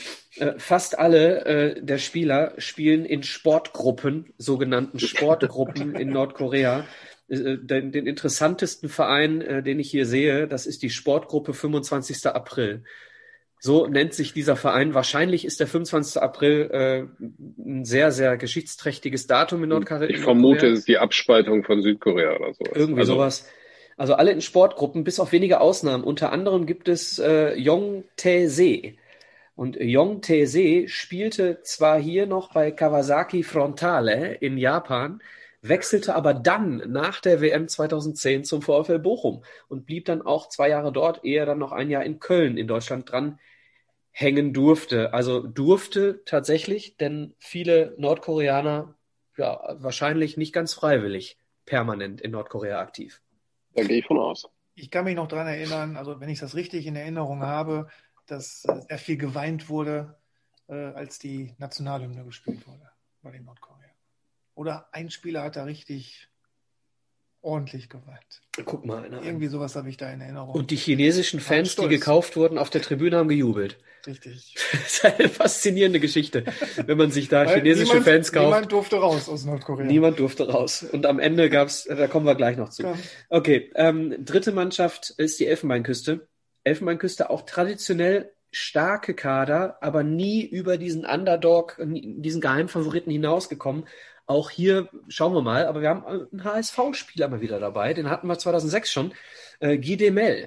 Fast alle der Spieler spielen in Sportgruppen, sogenannten Sportgruppen in Nordkorea. Den interessantesten Verein, den ich hier sehe, das ist die Sportgruppe 25. April. So nennt sich dieser Verein. Wahrscheinlich ist der 25. April ein sehr, sehr geschichtsträchtiges Datum in Nordkorea. Ich vermute, es ist die Abspaltung von Südkorea oder sowas. Irgendwie sowas. Also alle in Sportgruppen, bis auf wenige Ausnahmen. Unter anderem gibt es Yongtae-se. Und Yongtae-se spielte zwar hier noch bei Kawasaki Frontale in Japan, wechselte aber dann nach der WM 2010 zum VfL Bochum und blieb dann auch 2 Jahre dort, ehe er dann noch ein Jahr in Köln in Deutschland dran hängen durfte. Also durfte tatsächlich, denn viele Nordkoreaner wahrscheinlich nicht ganz freiwillig permanent in Nordkorea aktiv. Da gehe ich von aus. Ich kann mich noch daran erinnern, also wenn ich das richtig in Erinnerung habe, dass sehr viel geweint wurde, als die Nationalhymne gespielt wurde bei den Nordkoreanern. Oder ein Spieler hat da richtig ordentlich geweint. Guck mal einer Irgendwie sowas habe ich da in Erinnerung. Und die chinesischen Fans, die gekauft wurden, auf der Tribüne haben gejubelt. Richtig. Das ist eine faszinierende Geschichte, wenn man sich da chinesische Fans kauft. Niemand durfte raus aus Nordkorea. Niemand durfte raus. Und am Ende gab's, da kommen wir gleich noch zu. Ja. Okay, dritte Mannschaft ist die Elfenbeinküste. Elfenbeinküste auch traditionell starke Kader, aber nie über diesen Underdog, diesen Geheimfavoriten hinausgekommen. Auch hier schauen wir mal, aber wir haben einen HSV-Spieler mal wieder dabei, den hatten wir 2006 schon, Guy Demel.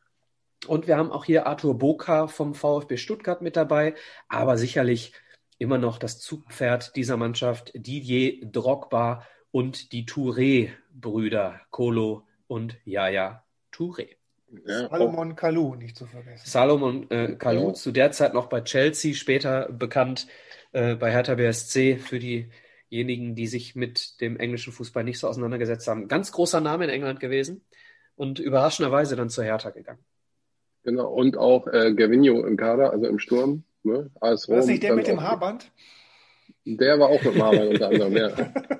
Und wir haben auch hier Arthur Boka vom VfB Stuttgart mit dabei, aber sicherlich immer noch das Zugpferd dieser Mannschaft, Didier Drogba und die Touré-Brüder, Kolo und Yaya Touré. Ja, Salomon Kalou nicht zu vergessen. Salomon Kalou, zu der Zeit noch bei Chelsea, später bekannt bei Hertha BSC, für diejenigen, die sich mit dem englischen Fußball nicht so auseinandergesetzt haben. Ganz großer Name in England gewesen und überraschenderweise dann zur Hertha gegangen. Genau, und auch Gervinho im Kader, also im Sturm. Ne? AS Rom, war das nicht der mit dem Haarband? Der war auch mit dem Haarband unter anderem, ja.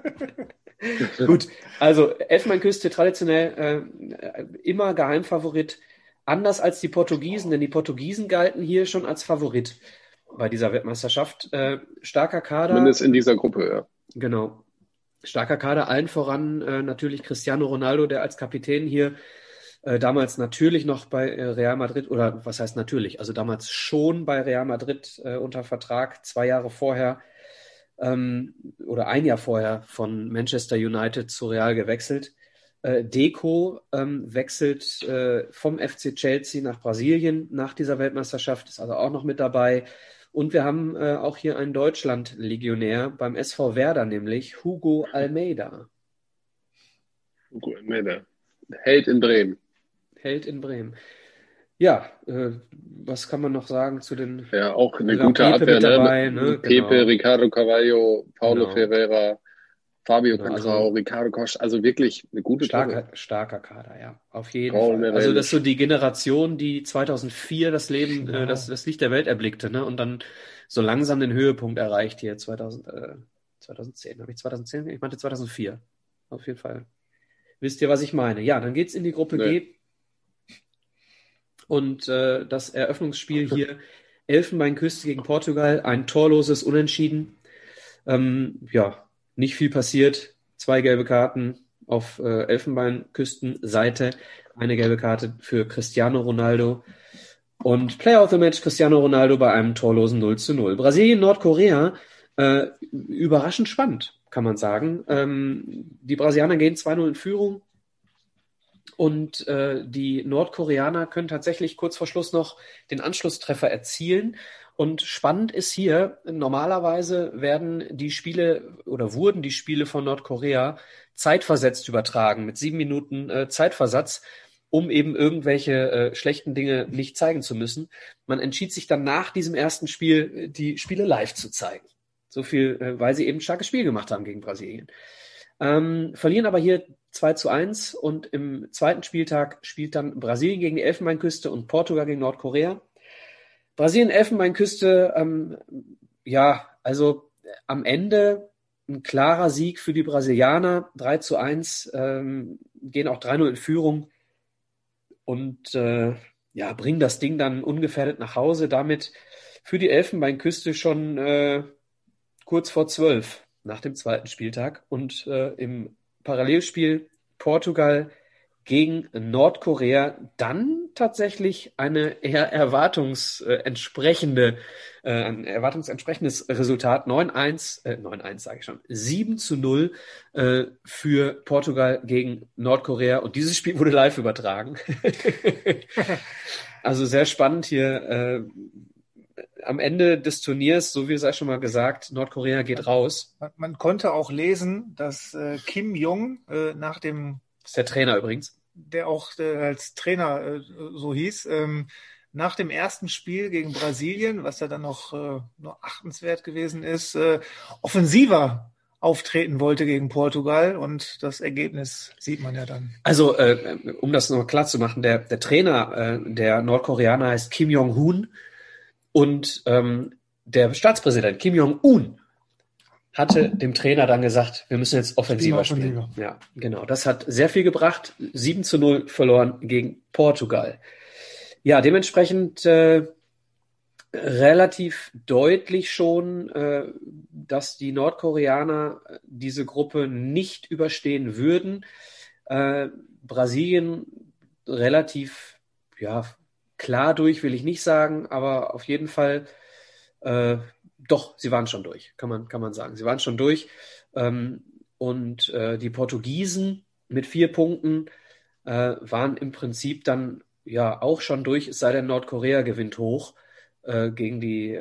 Gut, also Elfenbeinküste traditionell immer Geheimfavorit, anders als die Portugiesen, denn die Portugiesen galten hier schon als Favorit bei dieser Weltmeisterschaft. Starker Kader. Zumindest in dieser Gruppe, ja. Genau. Starker Kader, allen voran natürlich Cristiano Ronaldo, der als Kapitän hier damals natürlich noch bei Real Madrid, oder was heißt natürlich, also damals schon bei Real Madrid unter Vertrag, 2 Jahre vorher oder 1 Jahr vorher von Manchester United zu Real gewechselt. Deco wechselt vom FC Chelsea nach Brasilien nach dieser Weltmeisterschaft, ist also auch noch mit dabei. Und wir haben auch hier einen Deutschland-Legionär beim SV Werder, nämlich Hugo Almeida. Hugo Almeida. Held in Bremen. Held in Bremen. Ja, was kann man noch sagen zu den... Ja, auch eine gute Abwehr, dabei, ne? Pepe, Genau. Ricardo Carvalho, Paulo Genau. Ferreira, Fabio Genau, Contrao, Ricardo Koch, also wirklich eine gute Truppe. Starker Kader, ja, auf jeden Paul Fall. Merellis. Also das ist so die Generation, die 2004 das Leben, Genau. das Licht der Welt erblickte, ne? Und dann so langsam den Höhepunkt erreicht hier 2010. Habe ich 2010? Ich meinte 2004. Auf jeden Fall. Wisst ihr, was ich meine? Ja, dann geht's in die Gruppe G. Und das Eröffnungsspiel hier, Elfenbeinküste gegen Portugal, ein torloses Unentschieden. Nicht viel passiert. 2 gelbe Karten auf Elfenbeinküstenseite, eine gelbe Karte für Cristiano Ronaldo. Und Player of the Match Cristiano Ronaldo bei einem torlosen 0:0. Brasilien, Nordkorea, überraschend spannend, kann man sagen. Die Brasilianer gehen 2:0 in Führung. Und die Nordkoreaner können tatsächlich kurz vor Schluss noch den Anschlusstreffer erzielen. Und spannend ist hier, normalerweise wurden die Spiele von Nordkorea zeitversetzt übertragen, mit 7 Minuten Zeitversatz, um eben irgendwelche schlechten Dinge nicht zeigen zu müssen. Man entschied sich dann nach diesem ersten Spiel, die Spiele live zu zeigen. So viel, weil sie eben ein starkes Spiel gemacht haben gegen Brasilien. Verlieren aber hier 2:1 und im zweiten Spieltag spielt dann Brasilien gegen die Elfenbeinküste und Portugal gegen Nordkorea. Brasilien, Elfenbeinküste, also am Ende ein klarer Sieg für die Brasilianer, 3:1, gehen auch 3:0 in Führung und bringen das Ding dann ungefährdet nach Hause. Damit für die Elfenbeinküste schon kurz vor 12 nach dem zweiten Spieltag. Und im Parallelspiel Portugal gegen Nordkorea dann tatsächlich eine eher erwartungsentsprechendes Resultat. 9:1 sage ich schon, 7:0 für Portugal gegen Nordkorea. Und dieses Spiel wurde live übertragen. Also sehr spannend hier. Am Ende des Turniers, so wie es ja schon mal gesagt, Nordkorea geht raus. Man konnte auch lesen, dass Kim Jong nach dem... Das ist der Trainer übrigens. Der auch als Trainer so hieß, nach dem ersten Spiel gegen Brasilien, was ja dann noch achtenswert gewesen ist, offensiver auftreten wollte gegen Portugal, und das Ergebnis sieht man ja dann. Also, um das noch klar zu machen, der Trainer der Nordkoreaner heißt Kim Jong-un und der Staatspräsident Kim Jong-un hatte dem Trainer dann gesagt, wir müssen jetzt offensiver spielen. Ja, genau. Das hat sehr viel gebracht. 7:0 verloren gegen Portugal. Ja, dementsprechend relativ deutlich schon, dass die Nordkoreaner diese Gruppe nicht überstehen würden. Brasilien relativ klar durch, will ich nicht sagen, aber auf jeden Fall doch, sie waren schon durch, kann man sagen. Sie waren schon durch. Und die Portugiesen mit 4 Punkten waren im Prinzip dann auch schon durch, es sei denn Nordkorea gewinnt hoch gegen die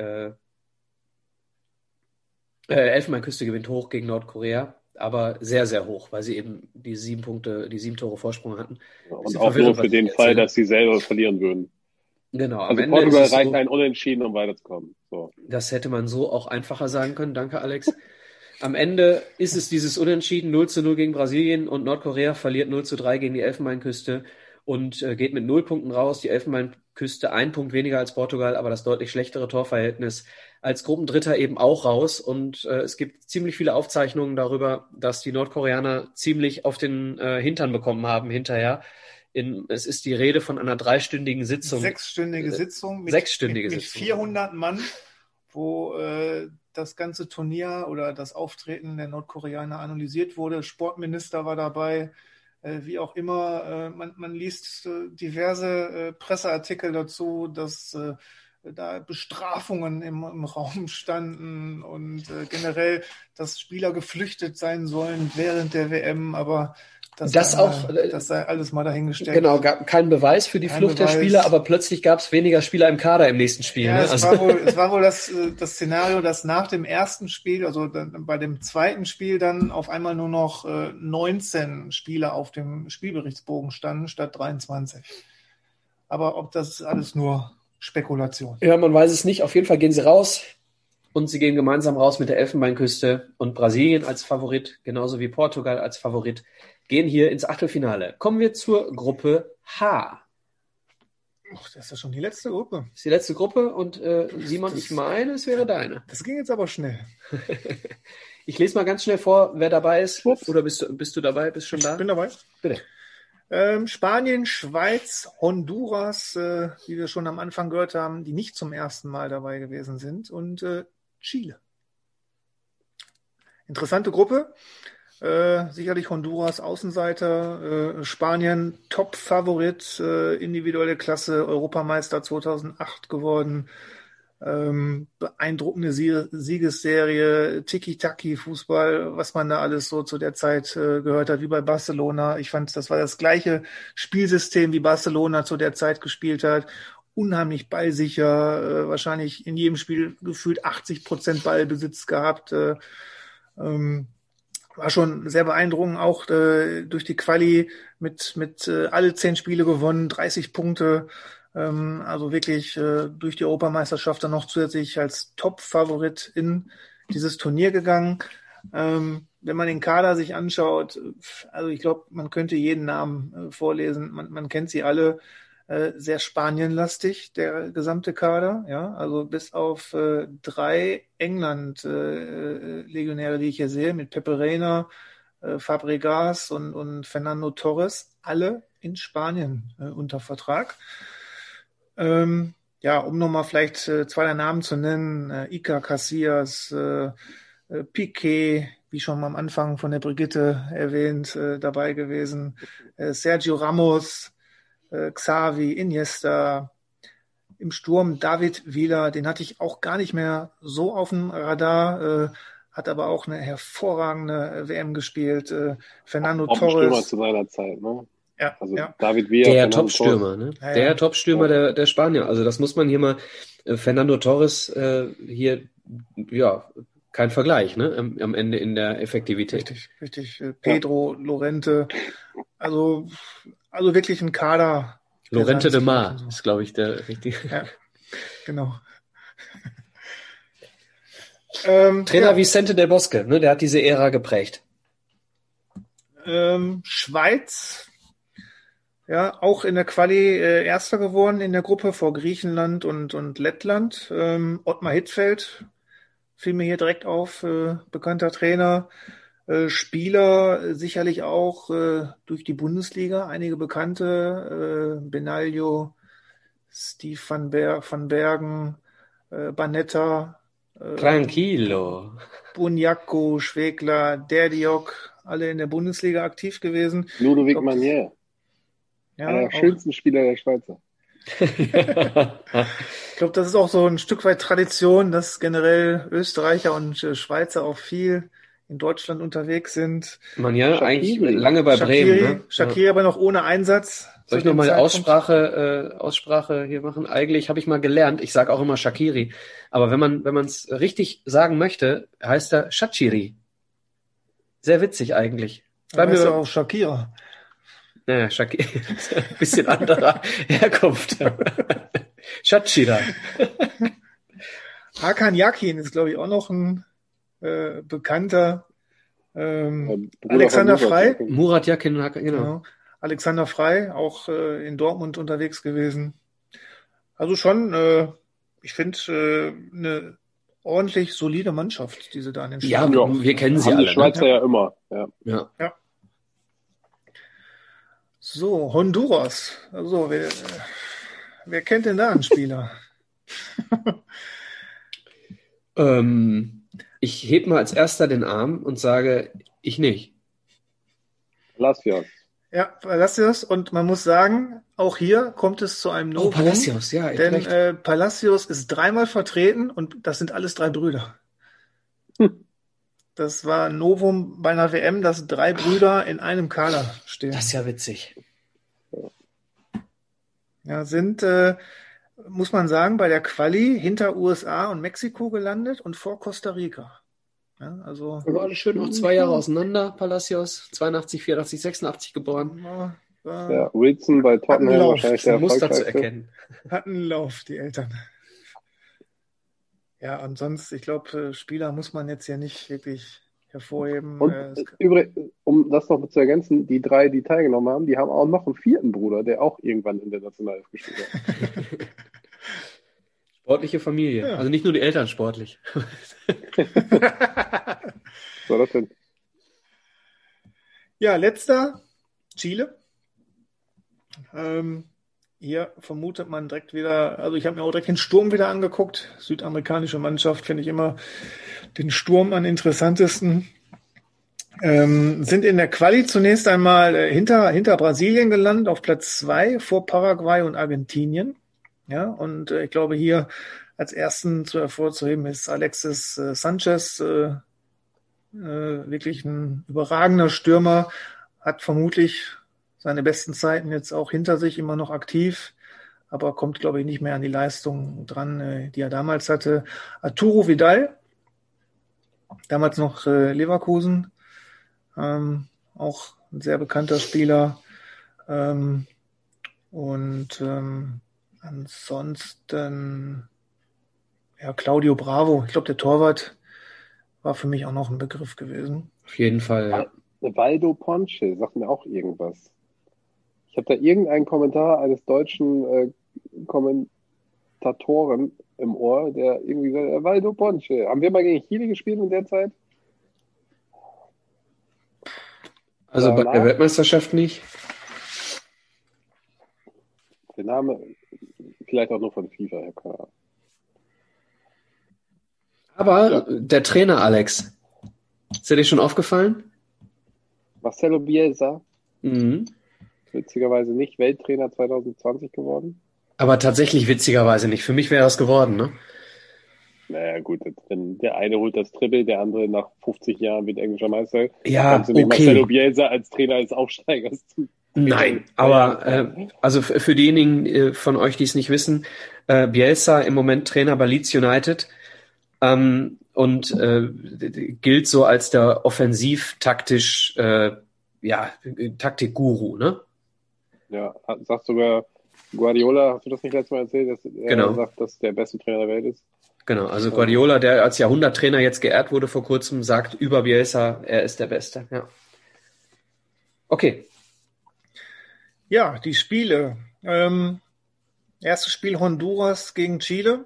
Elfenbeinküste gewinnt hoch gegen Nordkorea, aber sehr, sehr hoch, weil sie eben die 7 Tore Vorsprung hatten. Und auch nur für den Fall, dass sie selber verlieren würden. Genau. Also Portugal reicht ein Unentschieden, um weiterzukommen. So. Das hätte man so auch einfacher sagen können. Danke, Alex. Am Ende ist es dieses Unentschieden 0:0 gegen Brasilien und Nordkorea verliert 0:3 gegen die Elfenbeinküste und geht mit 0 Punkten raus. Die Elfenbeinküste 1 Punkt weniger als Portugal, aber das deutlich schlechtere Torverhältnis als Gruppendritter eben auch raus. Und es gibt ziemlich viele Aufzeichnungen darüber, dass die Nordkoreaner ziemlich auf den Hintern bekommen haben hinterher. Es ist die Rede von einer 3-stündigen Sitzung. 6-stündige Sitzung mit 400 Mann, wo das ganze Turnier oder das Auftreten der Nordkoreaner analysiert wurde. Sportminister war dabei, wie auch immer. Man liest diverse Presseartikel dazu, dass da Bestrafungen im Raum standen und generell, dass Spieler geflüchtet sein sollen während der WM, aber das sei alles mal dahingestellt. Genau, gab keinen Beweis für die Flucht der Spieler, aber plötzlich gab es weniger Spieler im Kader im nächsten Spiel. Ja, ne? Es war wohl das Szenario, dass nach dem ersten Spiel, also dann bei dem zweiten Spiel dann auf einmal nur noch 19 Spieler auf dem Spielberichtsbogen standen, statt 23. Aber ob das alles nur Spekulation? Ja, man weiß es nicht. Auf jeden Fall gehen sie raus. Und sie gehen gemeinsam raus mit der Elfenbeinküste und Brasilien als Favorit, genauso wie Portugal als Favorit, gehen hier ins Achtelfinale. Kommen wir zur Gruppe H. Das ist ja schon die letzte Gruppe. Das ist die letzte Gruppe und Simon, ich meine, es wäre deine. Das ging jetzt aber schnell. Ich lese mal ganz schnell vor, wer dabei ist. Oder bist du dabei? Bist schon da? Ich bin dabei. Bitte. Spanien, Schweiz, Honduras, wie wir schon am Anfang gehört haben, die nicht zum ersten Mal dabei gewesen sind, und Chile. Interessante Gruppe. Sicherlich Honduras Außenseiter, Spanien Top-Favorit, individuelle Klasse, Europameister 2008 geworden. Beeindruckende Siegesserie, Tiki-Taki-Fußball, was man da alles so zu der Zeit gehört hat, wie bei Barcelona. Ich fand, das war das gleiche Spielsystem, wie Barcelona zu der Zeit gespielt hat. Unheimlich ballsicher, wahrscheinlich in jedem Spiel gefühlt 80% Ballbesitz gehabt. War schon sehr beeindruckend, auch durch die Quali mit alle 10 Spiele gewonnen, 30 Punkte. Also wirklich durch die Europameisterschaft dann noch zusätzlich als Top-Favorit in dieses Turnier gegangen. Wenn man den Kader sich anschaut, also ich glaube, man könnte jeden Namen vorlesen. Man kennt sie alle. sehr spanienlastig, der gesamte Kader. Ja, also bis auf 3 England-Legionäre, die ich hier sehe, mit Pepe Reina, Fabregas und Fernando Torres, alle in Spanien unter Vertrag. Ja, um nochmal vielleicht 2 der Namen zu nennen, Iker Casillas, Piqué, wie schon mal am Anfang von der Brigitte erwähnt, dabei gewesen, Sergio Ramos, Xavi, Iniesta, im Sturm David Villa, den hatte ich auch gar nicht mehr so auf dem Radar, hat aber auch eine hervorragende WM gespielt. Fernando Auch ein Torres. Stürmer zu seiner Zeit, ne? Ja, Also ja. David Villa, Der Fernando Top-Stürmer, Torres. ne? Ja, Der ja. Top-Stürmer der Spanier. Also das muss man hier mal, Fernando Torres hier, ja, kein Vergleich, ne? Am Ende in der Effektivität. Richtig. Pedro, Lorente, also wirklich ein Kader. der Lorente de Mar seinesgleichen ist, glaube ich, der richtige. Ja, genau. Trainer Vicente del Bosque, ne? Der hat diese Ära geprägt. Schweiz, ja, auch in der Quali Erster geworden in der Gruppe vor Griechenland und Lettland. Ottmar Hitzfeld fiel mir hier direkt auf, bekannter Trainer. Spieler sicherlich auch durch die Bundesliga, einige bekannte, Benaglio, Steve van Bergen, Banetta, Tranquilo. Bunjako, Schwegler, Derdiok, alle in der Bundesliga aktiv gewesen. Ludovic Manier, Ja, einer der auch, schönsten Spieler der Schweizer. ich glaube, das ist auch so ein Stück weit Tradition, dass generell Österreicher und Schweizer auch viel in Deutschland unterwegs sind. Man ja Shaqiri. eigentlich lange bei Bremen, ne? Shaqiri aber noch ohne Einsatz. Soll ich zu dem nochmal Zeitpunkt. Aussprache hier machen? Eigentlich habe ich mal gelernt, ich sage auch immer Shaqiri. Aber wenn man es richtig sagen möchte, heißt er Shaqiri. Sehr witzig eigentlich. Da ist ja auch Shakira. Naja, Shaqiri. Bisschen anderer Herkunft. Shaqira. Hakan Yakin ist, glaube ich, auch noch ein bekannter. Bruder Alexander von Frey. Murat Yakin, genau. Genau. Alexander Frey, auch in Dortmund unterwegs gewesen. Also schon, ich finde, eine ordentlich solide Mannschaft, die sie da an den Ja, Start haben. wir kennen sie Haben alle. die Schweizer Ne? ja immer. Ja. Ja. So, Honduras. Also, wer kennt denn da einen Spieler? Ich heb mal als erster den Arm und sage, ich nicht. Palacios. Ja, Palacios. Und man muss sagen, auch hier kommt es zu einem Novum. Palacios, ja, Denn recht. Palacios ist 3-mal vertreten und das sind alles 3 Brüder. Das war ein Novum bei einer WM, dass 3 Brüder in einem Kader stehen. Das ist ja witzig. Ja, sind, muss man sagen, bei der Quali hinter USA und Mexiko gelandet und vor Costa Rica. Ja, also Wir waren alle schön noch 2 Jahre auseinander, Palacios. 82, 84, 86 geboren. Ja, Wilson bei Tottenham Lauf. wahrscheinlich Ist ein der Muster zu erfolgreichste. erkennen. hatten einen Lauf, die Eltern. Ja, und sonst, ich glaube, Spieler muss man jetzt ja nicht wirklich hervorheben. Und übrigens, um das noch zu ergänzen, die 3, die teilgenommen haben, die haben auch noch einen 4. Bruder, der auch irgendwann in der Nationalelf gespielt hat. Sportliche Familie. Ja. Also nicht nur die Eltern sportlich. So, das denn? Ja, letzter, Chile. Hier vermutet man direkt wieder, also ich habe mir auch direkt den Sturm wieder angeguckt. Südamerikanische Mannschaft finde ich immer den Sturm am interessantesten. Sind in der Quali zunächst einmal hinter Brasilien gelandet, auf Platz 2 vor Paraguay und Argentinien. Ja, und ich glaube hier als ersten hervorzuheben ist Alexis Sanchez, wirklich ein überragender Stürmer, hat vermutlich seine besten Zeiten jetzt auch hinter sich, immer noch aktiv, aber kommt, glaube ich, nicht mehr an die Leistung dran, die er damals hatte. Arturo Vidal, damals noch Leverkusen, auch ein sehr bekannter Spieler. Ansonsten ja, Claudio Bravo, ich glaube, der Torwart war für mich auch noch ein Begriff gewesen. Auf jeden Fall, ja. Valdo Ponce sagt mir auch irgendwas. Ich habe da irgendeinen Kommentar eines deutschen Kommentatoren im Ohr, der irgendwie sagt, Valdo Ponce. Haben wir mal gegen Chile gespielt in der Zeit? Also bei der Weltmeisterschaft nicht. Der Name vielleicht auch nur von FIFA, Herr Körner. Aber der Trainer Alex, ist dir schon aufgefallen? Marcelo Bielsa, Mhm. witzigerweise nicht Welttrainer 2020 geworden. Aber tatsächlich witzigerweise nicht. Für mich wäre das geworden, ne? Naja, gut, wenn der eine holt das Triple, der andere nach 50 Jahren wird englischer Meister. Ja, Kannst du nicht okay. Marcelo Bielsa als Trainer des Aufsteigers zu? Nein, aber also für diejenigen von euch, die es nicht wissen, Bielsa im Moment Trainer bei Leeds United und gilt so als der offensiv-taktisch Taktikguru, ne? Ja, sagt sogar Guardiola, hast du das nicht letztes Mal erzählt, dass er Genau. sagt, dass der beste Trainer der Welt ist? Genau, also Guardiola, der als Jahrhunderttrainer jetzt geehrt wurde vor kurzem, sagt über Bielsa, er ist der Beste. Ja. Okay. Ja, die Spiele. Erstes Spiel Honduras gegen Chile.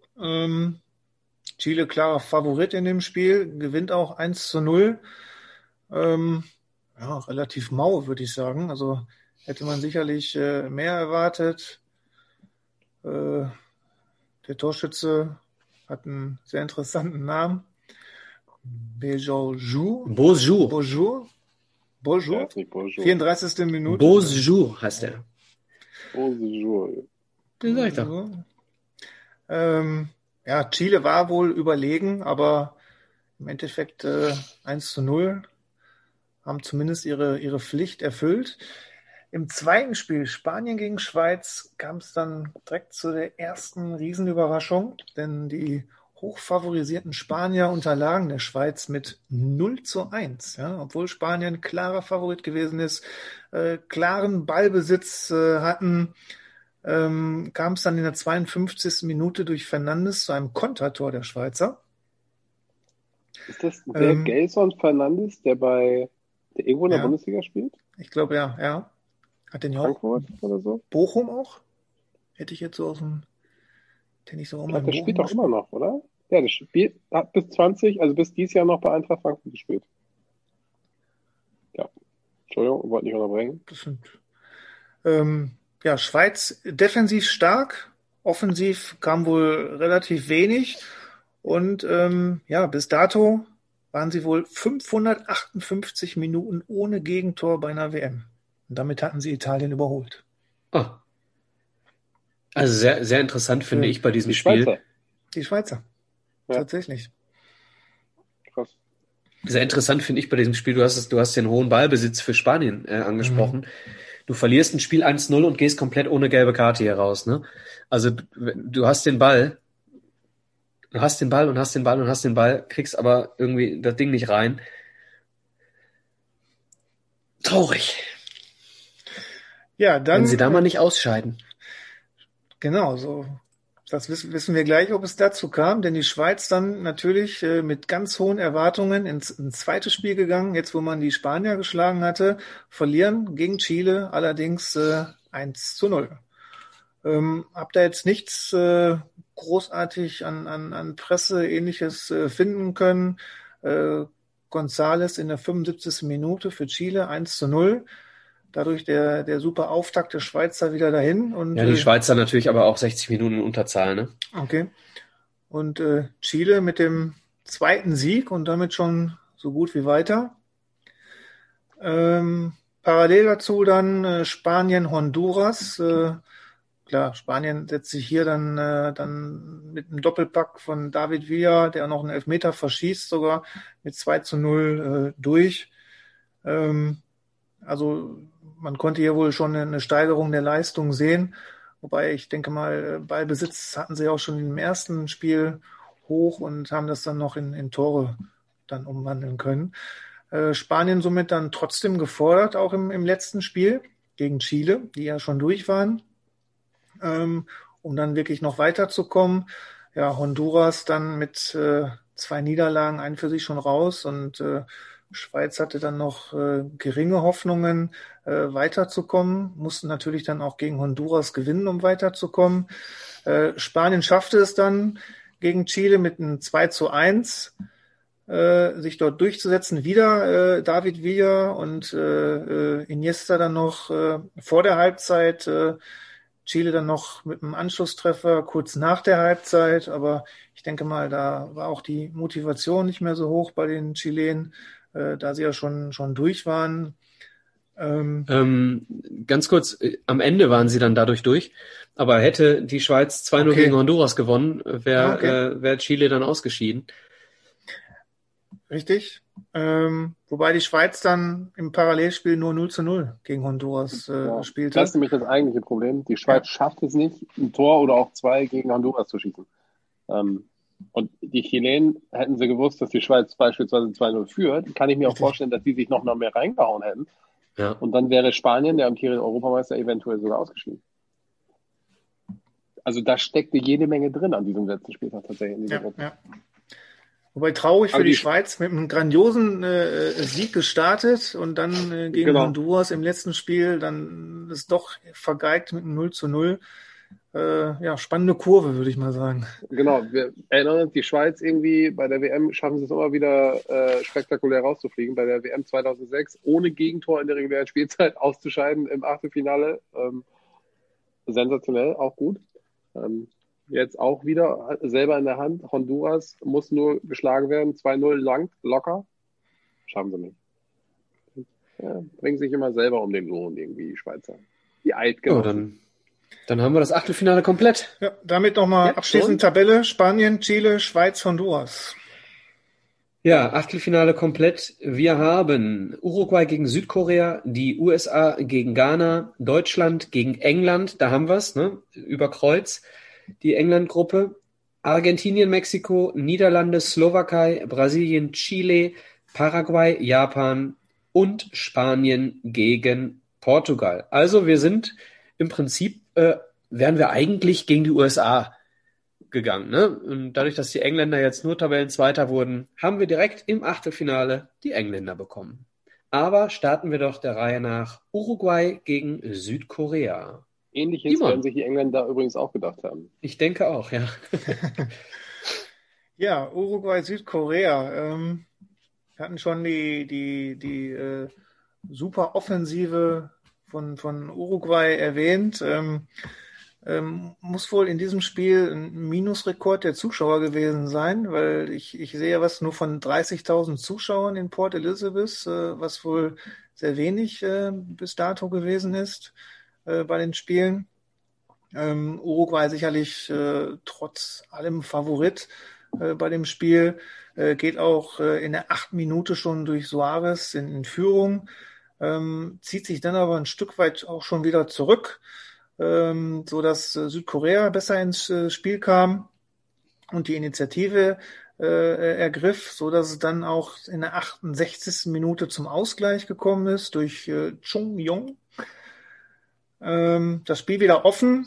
Chile klarer Favorit in dem Spiel, gewinnt auch 1:0. Relativ mau, würde ich sagen. Also hätte man sicherlich mehr erwartet. Der Torschütze hat einen sehr interessanten Namen. Bonjour. Ja, ist nicht Bonjour. 34. Minute. Bonjour heißt er. Bonjour. Den sag ich doch. Chile war wohl überlegen, aber im Endeffekt 1:0, haben zumindest ihre Pflicht erfüllt. Im zweiten Spiel, Spanien gegen Schweiz, kam es dann direkt zu der ersten Riesenüberraschung, denn die hochfavorisierten Spanier unterlagen der Schweiz mit 0:1. Ja, obwohl Spanien klarer Favorit gewesen ist, klaren Ballbesitz hatten, kam es dann in der 52. Minute durch Fernandes zu einem Kontertor der Schweizer. Ist das der Gelson Fernandes, der irgendwo in der Bundesliga spielt? Ich glaube, ja. Hat den ja auch Frankfurt oder so? Bochum auch? Hätte ich jetzt so aus dem Tennis auch mal. Der spielt doch immer noch, oder? Ja, der hat bis 20, also bis dieses Jahr noch bei Eintracht Frankfurt gespielt. Ja. Entschuldigung, wollte nicht unterbrechen. Das sind, Schweiz defensiv stark, offensiv kam wohl relativ wenig und bis dato waren sie wohl 558 Minuten ohne Gegentor bei einer WM. Und damit hatten sie Italien überholt. Oh. Also sehr, sehr interessant finde ich bei diesem Spiel. Die Schweizer. Ja. Tatsächlich. Krass. Sehr interessant finde ich bei diesem Spiel, du hast den hohen Ballbesitz für Spanien angesprochen. Mhm. Du verlierst ein Spiel 1:0 und gehst komplett ohne gelbe Karte hier raus, ne? Also du hast den Ball, kriegst aber irgendwie das Ding nicht rein. Traurig. Ja, dann. Wenn sie da mal nicht ausscheiden. Genau, so. Das wissen wir gleich, ob es dazu kam, denn die Schweiz dann natürlich mit ganz hohen Erwartungen ins zweites Spiel gegangen, jetzt wo man die Spanier geschlagen hatte, verlieren gegen Chile, allerdings 1:0. Hab da jetzt nichts großartig an Presse ähnliches finden können. González in der 75. Minute für Chile 1:0. Dadurch der super Auftakt der Schweizer wieder dahin. Und, ja, die Schweizer natürlich aber auch 60 Minuten in Unterzahl, ne? Okay. Und Chile mit dem zweiten Sieg und damit schon so gut wie weiter. Parallel dazu dann Spanien, Honduras. Klar, Spanien setzt sich hier dann mit einem Doppelpack von David Villa, der noch einen Elfmeter verschießt, sogar mit 2:0 durch. Also man konnte hier wohl schon eine Steigerung der Leistung sehen, wobei ich denke mal, Ballbesitz hatten sie auch schon im ersten Spiel hoch und haben das dann noch in Tore dann umwandeln können. Spanien somit dann trotzdem gefordert, auch im letzten Spiel gegen Chile, die ja schon durch waren, um dann wirklich noch weiterzukommen. Ja, Honduras dann mit 2 Niederlagen, einen für sich schon raus und Schweiz hatte dann noch geringe Hoffnungen, weiterzukommen, mussten natürlich dann auch gegen Honduras gewinnen, um weiterzukommen. Spanien schaffte es dann gegen Chile mit einem 2:1, sich dort durchzusetzen. Wieder David Villa und Iniesta dann noch vor der Halbzeit. Chile dann noch mit einem Anschlusstreffer kurz nach der Halbzeit. Aber ich denke mal, da war auch die Motivation nicht mehr so hoch bei den Chilenen, da sie ja schon durch waren. Ganz kurz, am Ende waren sie dann dadurch durch, aber hätte die Schweiz 2:0 gegen Honduras gewonnen, wäre Chile dann ausgeschieden. Richtig. Wobei die Schweiz dann im Parallelspiel nur 0:0 gegen Honduras spielte. Das ist nämlich das eigentliche Problem. Die Schweiz schafft es nicht, ein Tor oder auch 2 gegen Honduras zu schießen. Und die Chilenen, hätten sie gewusst, dass die Schweiz beispielsweise 2:0 führt, kann ich mir auch vorstellen, dass die sich noch mehr reingehauen hätten. Ja. Und dann wäre Spanien, der amtierende Europameister, eventuell sogar ausgeschieden. Also da steckte jede Menge drin an diesem letzten Spieltag tatsächlich in dieser Gruppe. Ja. Wobei traurig für die Schweiz mit einem grandiosen Sieg gestartet und dann gegen Honduras im letzten Spiel dann ist doch vergeigt mit einem 0:0. Spannende Kurve, würde ich mal sagen. Genau, wir erinnern uns, die Schweiz irgendwie bei der WM schaffen sie es immer wieder spektakulär rauszufliegen. Bei der WM 2006 ohne Gegentor in der regulären Spielzeit auszuscheiden im Achtelfinale. Sensationell, auch gut. Jetzt auch wieder selber in der Hand. Honduras muss nur geschlagen werden. 2:0 lang, locker. Schaffen sie nicht. Ja, bringen sich immer selber um den Lohn irgendwie, die Schweizer. Die Eidgenossen. Dann haben wir das Achtelfinale komplett. Ja, damit nochmal abschließend Tabelle. Spanien, Chile, Schweiz, Honduras. Ja, Achtelfinale komplett. Wir haben Uruguay gegen Südkorea, die USA gegen Ghana, Deutschland gegen England. Da haben wir es, ne? Über Kreuz. Die England-Gruppe. Argentinien, Mexiko, Niederlande, Slowakei, Brasilien, Chile, Paraguay, Japan und Spanien gegen Portugal. Also wir sind im Prinzip, wären wir eigentlich gegen die USA gegangen. Ne? Und dadurch, dass die Engländer jetzt nur Tabellenzweiter wurden, haben wir direkt im Achtelfinale die Engländer bekommen. Aber starten wir doch der Reihe nach. Uruguay gegen Südkorea. Ähnliches werden sich die Engländer übrigens auch gedacht haben. Ich denke auch, ja. Ja, Uruguay, Südkorea. Wir hatten schon die super Offensive von Uruguay erwähnt. Muss wohl in diesem Spiel ein Minusrekord der Zuschauer gewesen sein, weil ich sehe was nur von 30.000 Zuschauern in Port Elizabeth, was wohl sehr wenig bis dato gewesen ist bei den Spielen. Uruguay sicherlich trotz allem Favorit bei dem Spiel, geht auch in der 8. Minute schon durch Suarez in Führung, zieht sich dann aber ein Stück weit auch schon wieder zurück, so dass Südkorea besser ins Spiel kam und die Initiative ergriff, so dass es dann auch in der 68. Minute zum Ausgleich gekommen ist durch Chung Yong. Das Spiel wieder offen.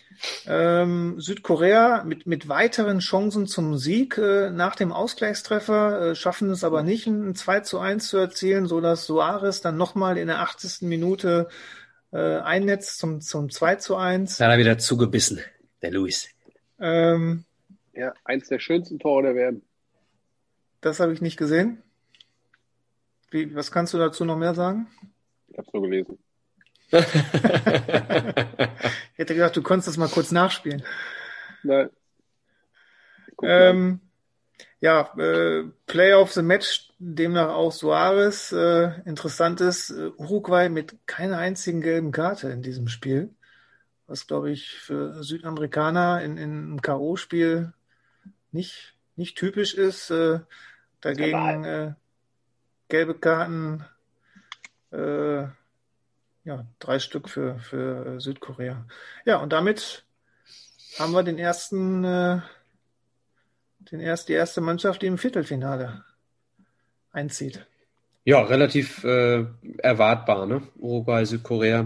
Südkorea mit weiteren Chancen zum Sieg nach dem Ausgleichstreffer, schaffen es aber nicht, ein 2:1 zu erzielen, so dass Suarez dann nochmal in der 80. Minute einnetzt zum 2:1. Da hat er wieder zugebissen, der Luis. Ja, eins der schönsten Tore der WM. Das habe ich nicht gesehen. Was kannst du dazu noch mehr sagen? Ich habe es nur gelesen. Ich hätte gedacht, du konntest das mal kurz nachspielen. Nein. Play of the Match, demnach auch Suarez. Interessant ist, Uruguay mit keiner einzigen gelben Karte in diesem Spiel. Was, glaube ich, für Südamerikaner in einem K.O.-Spiel nicht typisch ist. Dagegen gelbe Karten 3 Stück für Südkorea. Ja, und damit haben wir die erste Mannschaft, die im Viertelfinale einzieht. Ja, relativ erwartbar, ne? Uruguay, Südkorea.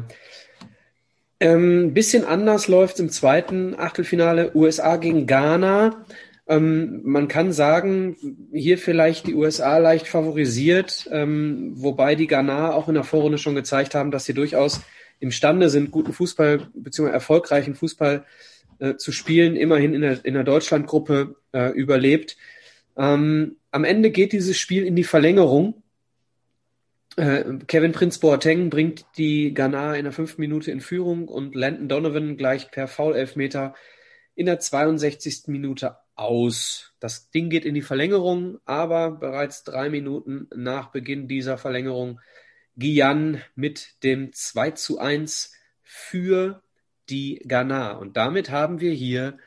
Bisschen anders läuft es im zweiten Achtelfinale. USA gegen Ghana. Man kann sagen, hier vielleicht die USA leicht favorisiert, wobei die Ghana auch in der Vorrunde schon gezeigt haben, dass sie durchaus imstande sind, guten Fußball bzw. erfolgreichen Fußball zu spielen, immerhin in der Deutschlandgruppe überlebt. Am Ende geht dieses Spiel in die Verlängerung. Kevin Prince Boateng bringt die Ghana in der 5. Minute in Führung und Landon Donovan gleicht per Foul-Elfmeter in der 62. Minute aus. Das Ding geht in die Verlängerung, aber bereits 3 Minuten nach Beginn dieser Verlängerung Gyan mit dem 2:1 für die Ghana. Und damit haben wir hier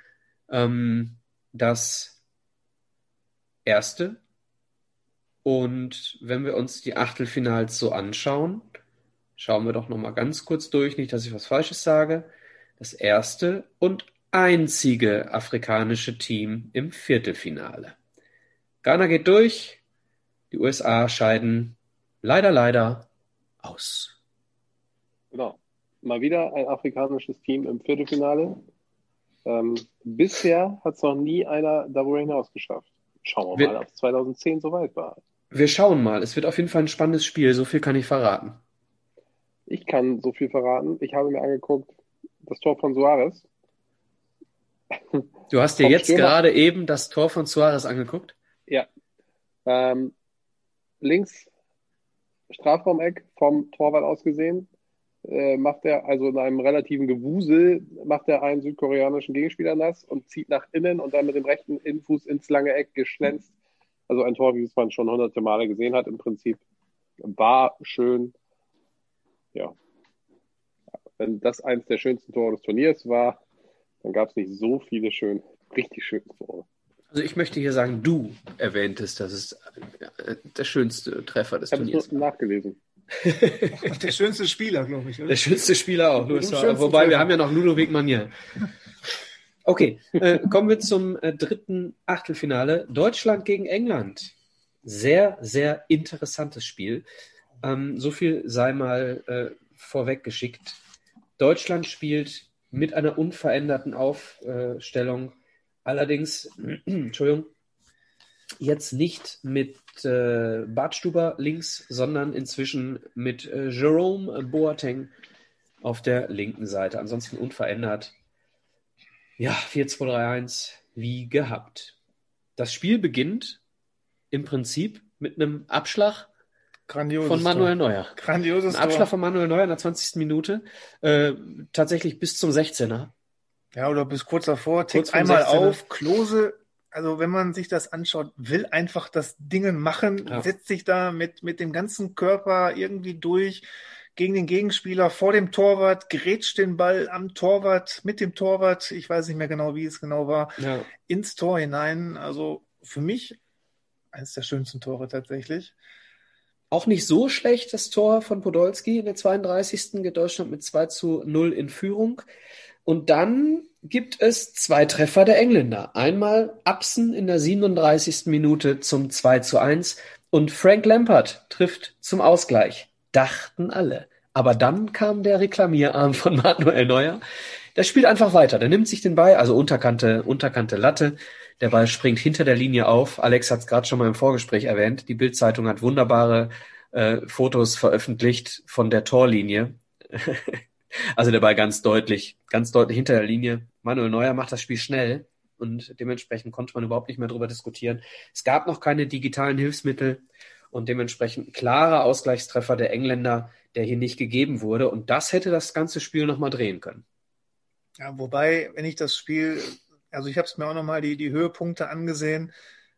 das erste. Und wenn wir uns die Achtelfinals so anschauen, schauen wir doch nochmal ganz kurz durch, nicht, dass ich was Falsches sage. Das erste und einzige afrikanische Team im Viertelfinale. Ghana geht durch, die USA scheiden leider aus. Genau. Mal wieder ein afrikanisches Team im Viertelfinale. Bisher hat es noch nie einer darüber hinaus geschafft. Schauen wir mal, ob es 2010 soweit war. Wir schauen mal. Es wird auf jeden Fall ein spannendes Spiel. So viel kann ich verraten. Ich kann so viel verraten. Ich habe mir angeguckt, das Tor von Suarez. Du hast dir jetzt gerade eben das Tor von Suarez angeguckt? Ja. Links Strafraumeck vom Torwart aus gesehen. Macht er, also in einem relativen Gewusel, macht er einen südkoreanischen Gegenspieler nass und zieht nach innen und dann mit dem rechten Innenfuß ins lange Eck geschlänzt. Also ein Tor, wie es man schon hunderte Male gesehen hat im Prinzip. War schön. Ja. Wenn das eins der schönsten Tore des Turniers war, dann gab es nicht so viele richtig schöne Tore. Also ich möchte hier sagen, du erwähntest, dass es der schönste Treffer des Turniers war. Ich habe es nachgelesen. Der schönste Spieler, glaube ich. Oder? Der schönste Spieler auch. Wobei, wir haben ja noch Ludovic Magnier. Okay, kommen wir zum dritten Achtelfinale. Deutschland gegen England. Sehr, sehr interessantes Spiel. So viel sei mal vorweggeschickt. Deutschland spielt mit einer unveränderten Aufstellung. Allerdings, Entschuldigung, jetzt nicht mit Bartstuber links, sondern inzwischen mit Jerome Boateng auf der linken Seite. Ansonsten unverändert. Ja, 4-2-3-1 wie gehabt. Das Spiel beginnt im Prinzip mit einem Abschlag von Manuel Neuer. Grandioses Tor. Abschlag von Manuel Neuer in der 20. Minute. Tatsächlich bis zum 16er. Ja, oder bis kurz davor. Tickt einmal auf. Klose, also wenn man sich das anschaut, will einfach das Ding machen, setzt sich da mit dem ganzen Körper irgendwie durch gegen den Gegenspieler vor dem Torwart, grätscht den Ball am Torwart, mit dem Torwart, ich weiß nicht mehr genau, wie es genau war, ins Tor hinein. Also für mich eines der schönsten Tore tatsächlich. Auch nicht so schlecht das Tor von Podolski in der 32. geht Deutschland mit 2:0 in Führung. Und dann gibt es 2 Treffer der Engländer. Einmal Upson in der 37. Minute zum 2:1 und Frank Lampard trifft zum Ausgleich. Dachten alle. Aber dann kam der Reklamierarm von Manuel Neuer. Der spielt einfach weiter. Der nimmt sich den Ball, also Unterkante Latte. Der Ball springt hinter der Linie auf. Alex hat es gerade schon mal im Vorgespräch erwähnt. Die Bild-Zeitung hat wunderbare Fotos veröffentlicht von der Torlinie. Also der Ball ganz deutlich hinter der Linie. Manuel Neuer macht das Spiel schnell und dementsprechend konnte man überhaupt nicht mehr darüber diskutieren. Es gab noch keine digitalen Hilfsmittel und dementsprechend klarer Ausgleichstreffer der Engländer, der hier nicht gegeben wurde. Und das hätte das ganze Spiel nochmal drehen können. Ja, wobei, wenn ich das Spiel, also ich habe es mir auch nochmal die Höhepunkte angesehen.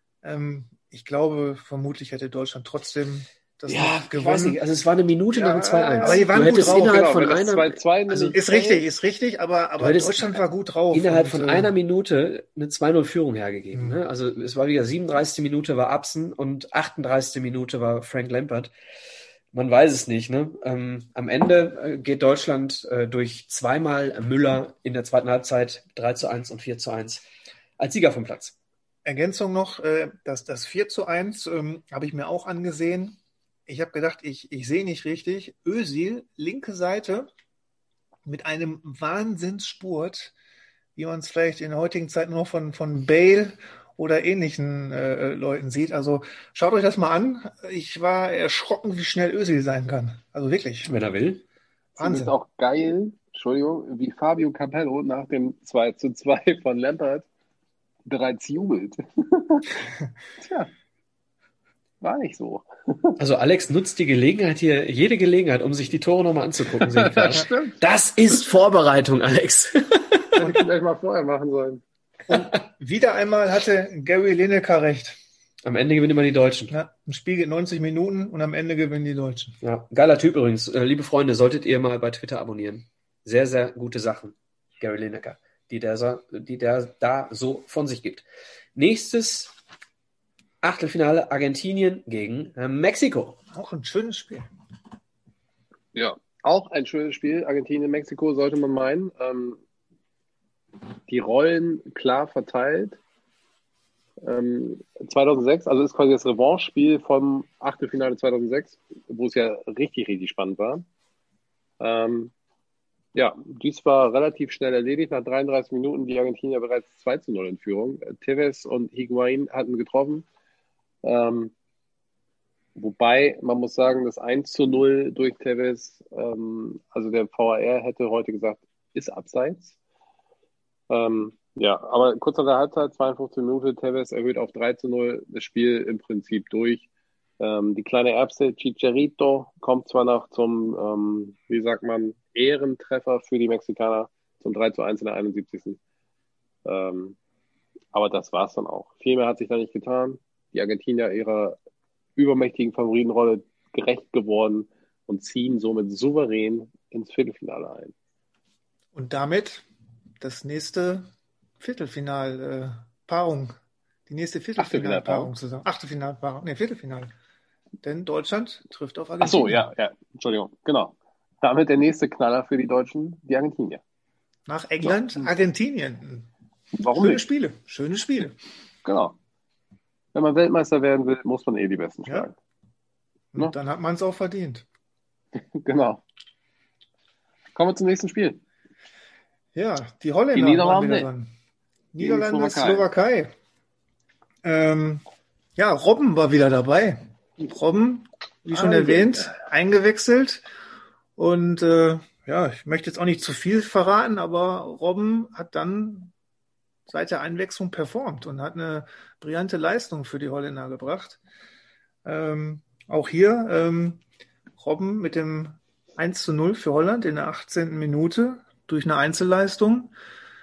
Ich glaube, vermutlich hätte Deutschland trotzdem das gewonnen. Ich weiß nicht, also es war eine Minute nach dem 2:1. Aber die waren gut drauf. Innerhalb von einer, 2-2 also ist richtig, aber Deutschland war gut drauf. Innerhalb von einer Minute eine 2:0-Führung hergegeben. Ne? Also es war wieder 37. Minute war Upson und 38. Minute war Frank Lampard. Man weiß es nicht. Ne? Am Ende geht Deutschland durch zweimal Müller in der zweiten Halbzeit 3:1 und 4:1 als Sieger vom Platz. Ergänzung noch, das 4:1 habe ich mir auch angesehen. Ich habe gedacht, ich sehe nicht richtig. Özil, linke Seite, mit einem Wahnsinnsspurt, wie man es vielleicht in der heutigen Zeit nur noch von Bale oder ähnlichen Leuten sieht. Also schaut euch das mal an. Ich war erschrocken, wie schnell Özil sein kann. Also wirklich. Wenn er will. Ist Wahnsinn. auch geil, Entschuldigung, wie Fabio Capello nach dem 2:2 von Lampard bereits jubelt. Tja, war nicht so. Also Alex nutzt die Gelegenheit hier, jede Gelegenheit, um sich die Tore nochmal anzugucken, sehe ich gerade. Stimmt. Das ist Vorbereitung, Alex. Hätte ich vielleicht mal vorher machen sollen. Und wieder einmal hatte Gary Lineker recht. Am Ende gewinnen immer die Deutschen. Ja, ein Spiel geht 90 Minuten und am Ende gewinnen die Deutschen. Ja, geiler Typ übrigens. Liebe Freunde, solltet ihr mal bei Twitter abonnieren. Sehr, sehr gute Sachen. Gary Lineker, die der da so von sich gibt. Nächstes Achtelfinale Argentinien gegen Mexiko. Auch ein schönes Spiel. Ja, auch ein schönes Spiel. Argentinien, Mexiko, sollte man meinen. Die Rollen klar verteilt. 2006, also ist quasi das Revanche-Spiel vom Achtelfinale 2006, wo es ja richtig, richtig spannend war. Ja, dies war relativ schnell erledigt. Nach 33 Minuten die Argentinier bereits 2:0 in Führung. Tevez und Higuaín hatten getroffen. Wobei, man muss sagen, das 1:0 durch Tevez, also der VAR hätte heute gesagt, ist abseits. Ja, aber kurz nach der Halbzeit, 52 Minuten, Tevez erhöht auf 3:0, das Spiel im Prinzip durch. Die kleine Erbse Chicharito kommt zwar noch zum, wie sagt man, Ehrentreffer für die Mexikaner zum 3:1 in der 71. Aber das war's dann auch. Viel mehr hat sich da nicht getan. Die Argentinier ihrer übermächtigen Favoritenrolle gerecht geworden und ziehen somit souverän ins Viertelfinale ein. Und damit das nächste Viertelfinalpaarung. Die nächste Viertelfinalpaarung zusammen. Achtelfinalpaarung. Nee, Viertelfinal. Denn Deutschland trifft auf Ach so, ja, Entschuldigung, genau. Damit der nächste Knaller für die Deutschen, die Argentinier. Nach England, so. Argentinien. Warum Schöne nicht? Spiele, schöne Spiele. Genau. Wenn man Weltmeister werden will, muss man die Besten schlagen. Ja. Und dann hat man es auch verdient. Genau. Kommen wir zum nächsten Spiel. Ja, die Holländer die Niederlande. Waren wieder dran. Niederlande, Slowakei. Ja, Robben war wieder dabei. Robben, wie schon erwähnt, eingewechselt. Und ja, ich möchte jetzt auch nicht zu viel verraten, aber Robben hat dann seit der Einwechslung performt und hat eine brillante Leistung für die Holländer gebracht. Auch hier Robben mit dem 1:0 für Holland in der 18. Minute durch eine Einzelleistung.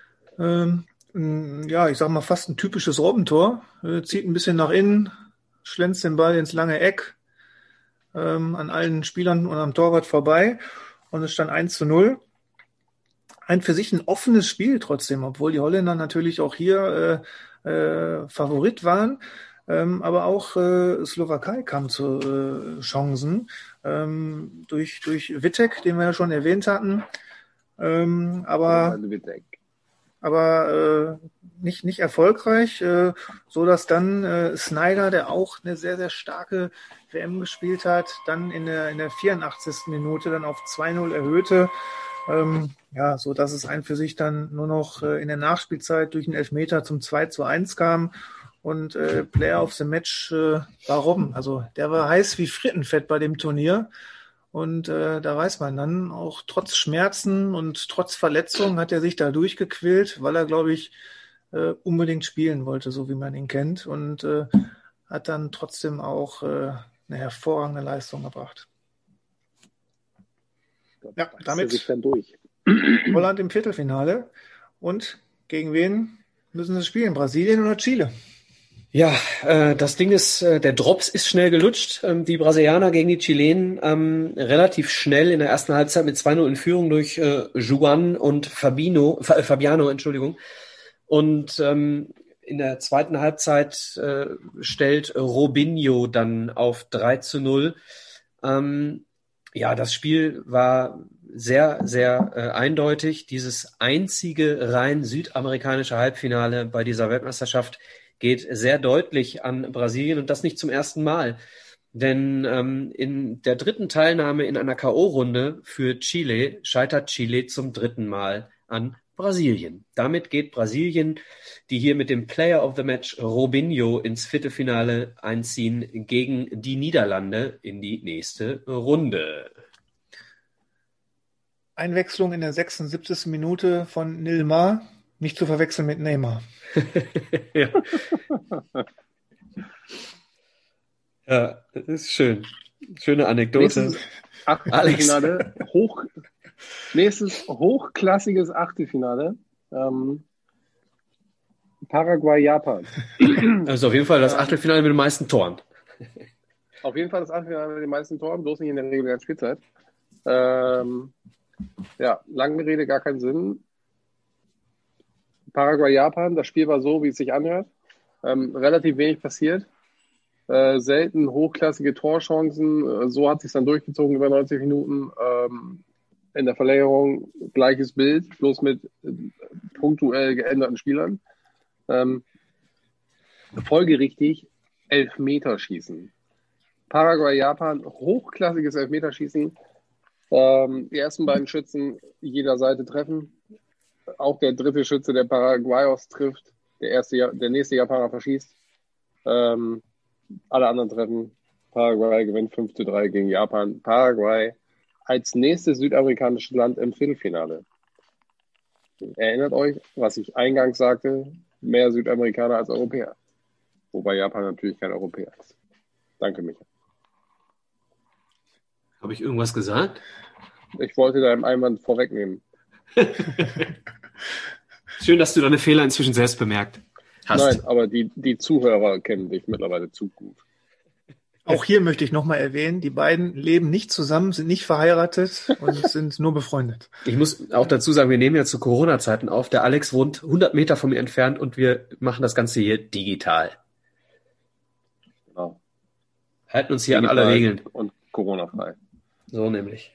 Ja, ich sag mal fast ein typisches Robbentor. Zieht ein bisschen nach innen, schlänzt den Ball ins lange Eck an allen Spielern und am Torwart vorbei. Und es stand 1:0. Ein für sich ein offenes Spiel trotzdem, obwohl die Holländer natürlich auch hier Favorit waren. Aber auch Slowakei kam zu Chancen durch Wittek, den wir ja schon erwähnt hatten. Aber nicht erfolgreich, so dass dann Sneijder, der auch eine sehr, sehr starke WM gespielt hat, dann in der 84. Minute dann auf 2:0 erhöhte. Ja, so dass es ein für sich dann nur noch in der Nachspielzeit durch einen Elfmeter zum 2:1 kam. Und Player of the Match war Robben. Also der war heiß wie Frittenfett bei dem Turnier. Und da weiß man dann, auch trotz Schmerzen und trotz Verletzungen hat er sich da durchgequält, weil er, glaube ich, unbedingt spielen wollte, so wie man ihn kennt. Und hat dann trotzdem auch eine hervorragende Leistung gebracht. Ja, damit sich dann durch. Holland im Viertelfinale. Und gegen wen müssen sie spielen? Brasilien oder Chile? Ja, das Ding ist, der Drops ist schnell gelutscht. Die Brasilianer gegen die Chilenen relativ schnell in der ersten Halbzeit mit 2:0 in Führung durch Juan und Fabiano, Entschuldigung. Und in der zweiten Halbzeit stellt Robinho dann auf 3:0. Ja, das Spiel war sehr, sehr eindeutig. Dieses einzige rein südamerikanische Halbfinale bei dieser Weltmeisterschaft geht sehr deutlich an Brasilien und das nicht zum ersten Mal. Denn in der dritten Teilnahme in einer K.O.-Runde für Chile scheitert Chile zum dritten Mal an Brasilien. Damit geht Brasilien, die hier mit dem Player of the Match Robinho ins Viertelfinale einziehen, gegen die Niederlande in die nächste Runde. Einwechslung in der 76. Minute von Nilmar, nicht zu verwechseln mit Neymar. Ja. Ja, das ist schön. Schöne Anekdote. Nächstes hochklassiges Achtelfinale. Paraguay, Japan. Also auf jeden Fall das Achtelfinale mit den meisten Toren. Auf jeden Fall das Achtelfinale mit den meisten Toren, bloß nicht in der regulären Spielzeit. Lange Rede, gar keinen Sinn. Paraguay, Japan, das Spiel war so, wie es sich anhört. Relativ wenig passiert. Selten hochklassige Torchancen. So hat es sich dann durchgezogen über 90 Minuten. In der Verlängerung gleiches Bild, bloß mit punktuell geänderten Spielern. Folgerichtig Elfmeterschießen. Paraguay, Japan, hochklassiges Elfmeterschießen. Die ersten beiden Schützen jeder Seite treffen. Auch der dritte Schütze der Paraguayos trifft. Der nächste Japaner verschießt. Alle anderen treffen. Paraguay gewinnt 5:3 gegen Japan. Paraguay als nächstes südamerikanisches Land im Viertelfinale. Erinnert euch, was ich eingangs sagte, mehr Südamerikaner als Europäer. Wobei Japan natürlich kein Europäer ist. Danke, Micha. Habe ich irgendwas gesagt? Ich wollte deinem Einwand vorwegnehmen. Schön, dass du deine Fehler inzwischen selbst bemerkt hast. Nein, aber die Zuhörer kennen dich mittlerweile zu gut. Auch hier möchte ich nochmal erwähnen, die beiden leben nicht zusammen, sind nicht verheiratet und sind nur befreundet. Ich muss auch dazu sagen, wir nehmen ja zu Corona-Zeiten auf. Der Alex wohnt 100 Meter von mir entfernt und wir machen das Ganze hier digital. Genau. Halten uns hier digital an alle Regeln. Und Corona-frei. So nämlich.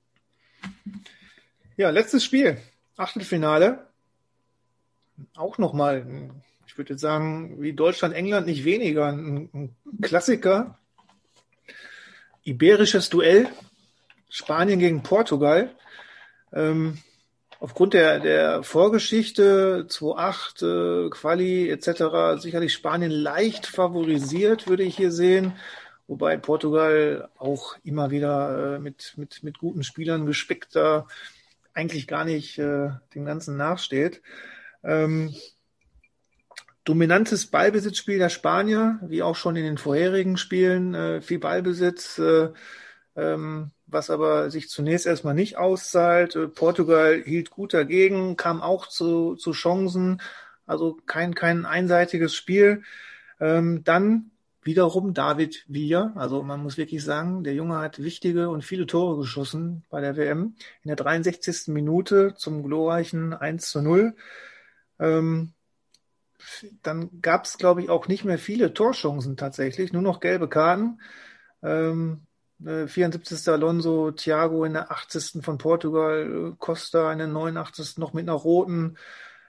Ja, letztes Spiel. Achtelfinale. Auch nochmal, ich würde jetzt sagen, wie Deutschland, England nicht weniger. Ein Klassiker. Iberisches Duell. Spanien gegen Portugal. Aufgrund der Vorgeschichte 2-8, Quali etc. sicherlich Spanien leicht favorisiert, würde ich hier sehen. Wobei Portugal auch immer wieder mit guten Spielern gespickter eigentlich gar nicht dem Ganzen nachsteht. Dominantes Ballbesitzspiel der Spanier, wie auch schon in den vorherigen Spielen, viel Ballbesitz, was aber sich zunächst erstmal nicht auszahlt. Portugal hielt gut dagegen, kam auch zu Chancen, also kein einseitiges Spiel. Dann wiederum David Villa, also man muss wirklich sagen, der Junge hat wichtige und viele Tore geschossen bei der WM. In der 63. Minute zum glorreichen 1:0. Dann gab es, glaube ich, auch nicht mehr viele Torchancen tatsächlich, nur noch gelbe Karten. 74. Alonso, Thiago in der 80. von Portugal, Costa in der 89. noch mit einer roten.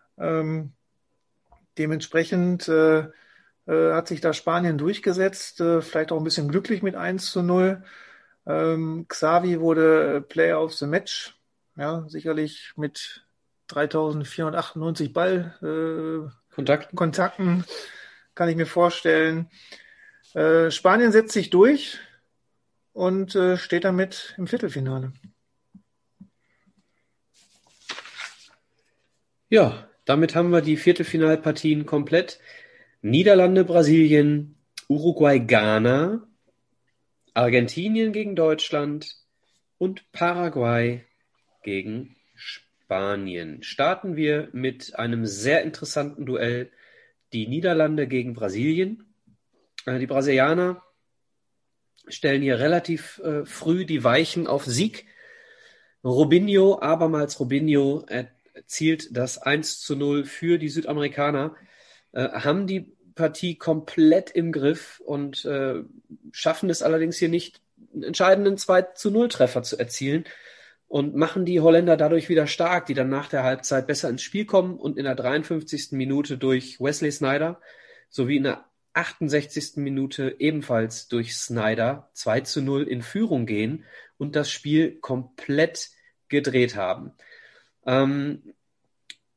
Dementsprechend hat sich da Spanien durchgesetzt, vielleicht auch ein bisschen glücklich mit 1:0. Xavi wurde Player of the Match, ja, sicherlich mit 3.498 Kontakten, kann ich mir vorstellen. Spanien setzt sich durch und steht damit im Viertelfinale. Ja, damit haben wir die Viertelfinalpartien komplett. Niederlande, Brasilien, Uruguay, Ghana, Argentinien gegen Deutschland und Paraguay gegen Spanien. Starten wir mit einem sehr interessanten Duell. Die Niederlande gegen Brasilien. Die Brasilianer stellen hier relativ früh die Weichen auf Sieg. Robinho, abermals Robinho, erzielt das 1:0 für die Südamerikaner. Haben die Partie komplett im Griff und schaffen es allerdings hier nicht, einen entscheidenden 2:0-Treffer zu erzielen und machen die Holländer dadurch wieder stark, die dann nach der Halbzeit besser ins Spiel kommen und in der 53. Minute durch Wesley Sneijder sowie in der 68. Minute ebenfalls durch Sneijder 2:0 in Führung gehen und das Spiel komplett gedreht haben.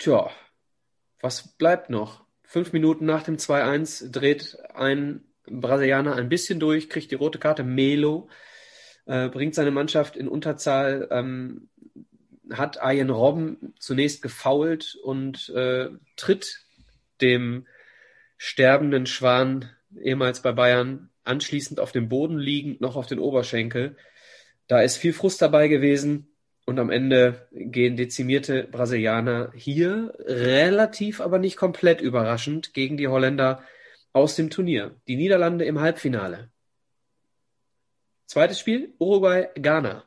Tja, was bleibt noch? 5 Minuten nach dem 2:1 dreht ein Brasilianer ein bisschen durch, kriegt die rote Karte. Melo bringt seine Mannschaft in Unterzahl, hat Arjen Robben zunächst gefoult und tritt dem sterbenden Schwan, ehemals bei Bayern, anschließend auf dem Boden liegend noch auf den Oberschenkel. Da ist viel Frust dabei gewesen und am Ende gehen dezimierte Brasilianer hier relativ, aber nicht komplett überraschend gegen die Holländer aus dem Turnier. Die Niederlande im Halbfinale. Zweites Spiel, Uruguay-Ghana.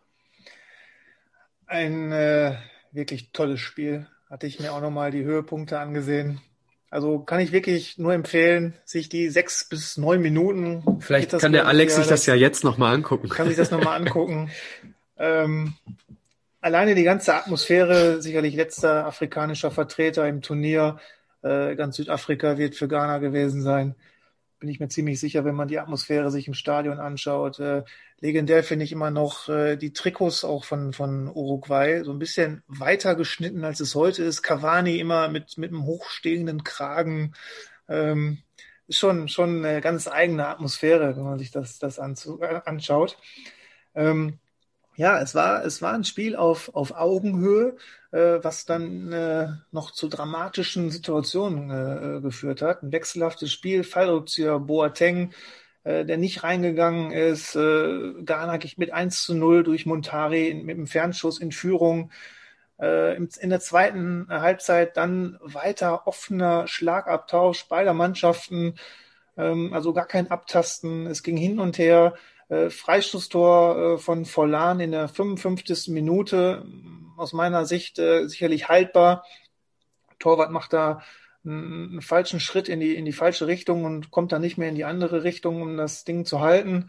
Ein wirklich tolles Spiel. Hatte ich mir auch nochmal die Höhepunkte angesehen. Also kann ich wirklich nur empfehlen, sich die 6 bis 9 Minuten. Vielleicht kann der Alex sich das ja jetzt nochmal angucken. Kann sich das nochmal angucken. Alleine die ganze Atmosphäre, sicherlich letzter afrikanischer Vertreter im Turnier. Ganz Südafrika wird für Ghana gewesen sein. Bin ich mir ziemlich sicher, wenn man die Atmosphäre sich im Stadion anschaut. Legendär finde ich immer noch die Trikots auch von Uruguay. So ein bisschen weiter geschnitten, als es heute ist. Cavani immer mit einem hochstehenden Kragen. Ist schon eine ganz eigene Atmosphäre, wenn man sich das anschaut. Ja, es war ein Spiel auf Augenhöhe, was dann noch zu dramatischen Situationen geführt hat. Ein wechselhaftes Spiel, Fallrückzieher Boateng, der nicht reingegangen ist. Ghana geht mit 1:0 durch Montari mit einem Fernschuss in Führung. In der zweiten Halbzeit dann weiter offener Schlagabtausch beider Mannschaften, also gar kein Abtasten. Es ging hin und her. Freistoßtor von Forlan in der 55. Minute, aus meiner Sicht sicherlich haltbar. Torwart macht da einen falschen Schritt in die falsche Richtung und kommt dann nicht mehr in die andere Richtung, um das Ding zu halten.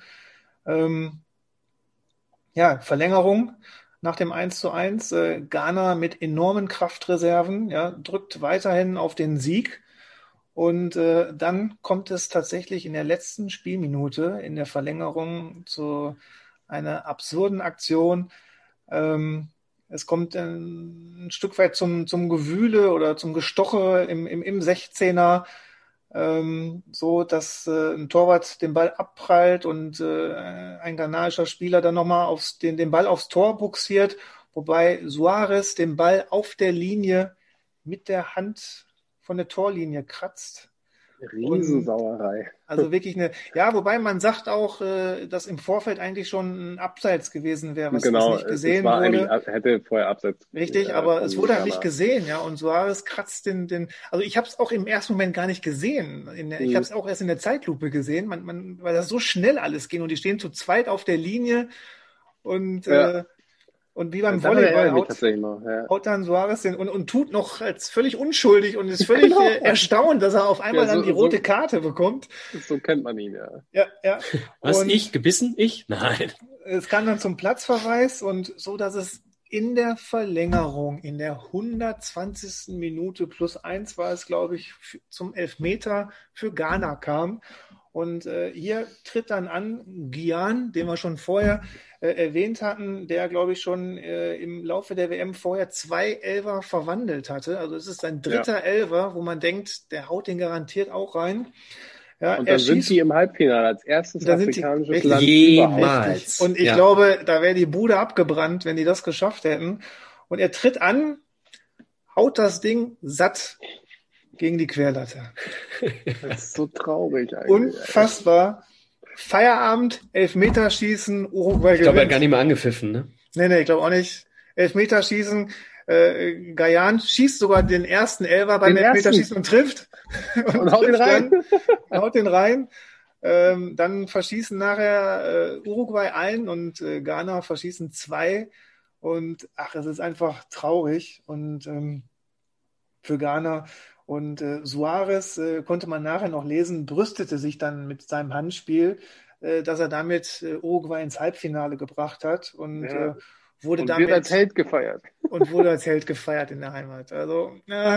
Verlängerung nach dem 1:1. Ghana mit enormen Kraftreserven, ja, drückt weiterhin auf den Sieg. Und dann kommt es tatsächlich in der letzten Spielminute in der Verlängerung zu einer absurden Aktion. Es kommt ein Stück weit zum Gewühle oder zum Gestoche im 16er, so dass ein Torwart den Ball abprallt und ein ghanaischer Spieler dann nochmal den Ball aufs Tor buxiert, wobei Suarez den Ball auf der Linie mit der Hand von der Torlinie kratzt. Riesensauerei. Also wirklich wobei man sagt auch, dass im Vorfeld eigentlich schon ein Abseits gewesen wäre, was nicht gesehen wurde. Hätte vorher Abseits. Richtig, aber es wurde halt nicht gesehen, ja. Und Suarez kratzt also ich habe es auch im ersten Moment gar nicht gesehen. Ich habe es auch erst in der Zeitlupe gesehen, weil das so schnell alles ging und die stehen zu zweit auf der Linie und und wie beim Volleyball haut dann Suarez und tut noch als völlig unschuldig und ist völlig erstaunt, dass er auf einmal dann die rote Karte bekommt. So kennt man ihn, ja. Was, ich? Gebissen? Ich? Nein. Es kam dann zum Platzverweis und so, dass es in der Verlängerung, in der 120. Minute +1 war es, glaube ich, zum Elfmeter für Ghana kam. Und hier tritt dann an Gyan, den wir schon vorher erwähnt hatten, der, glaube ich, schon im Laufe der WM vorher 2 Elfer verwandelt hatte. Also es ist sein dritter Elfer, wo man denkt, der haut den garantiert auch rein. Ja, und dann sind die im Halbfinale als erstes afrikanisches Land jemals. Und ich glaube, da wäre die Bude abgebrannt, wenn die das geschafft hätten. Und er tritt an, haut das Ding satt gegen die Querlatte. Das ist so traurig eigentlich. Unfassbar. Feierabend, Elfmeterschießen, Uruguay gewinnt. Ich glaube, er hat gar nicht mehr angepfiffen, ne? Nee, ich glaube auch nicht. Elfmeterschießen, Gyan schießt sogar den ersten Elfer beim Elfmeterschießen und trifft. Und haut den rein. Haut den rein. Dann verschießen nachher Uruguay einen und Ghana verschießen 2. Und es ist einfach traurig. Und für Ghana. Und Suarez, konnte man nachher noch lesen, brüstete sich dann mit seinem Handspiel, dass er damit Uruguay ins Halbfinale gebracht hat und wurde damit als Held gefeiert. Und wurde als Held gefeiert in der Heimat. Also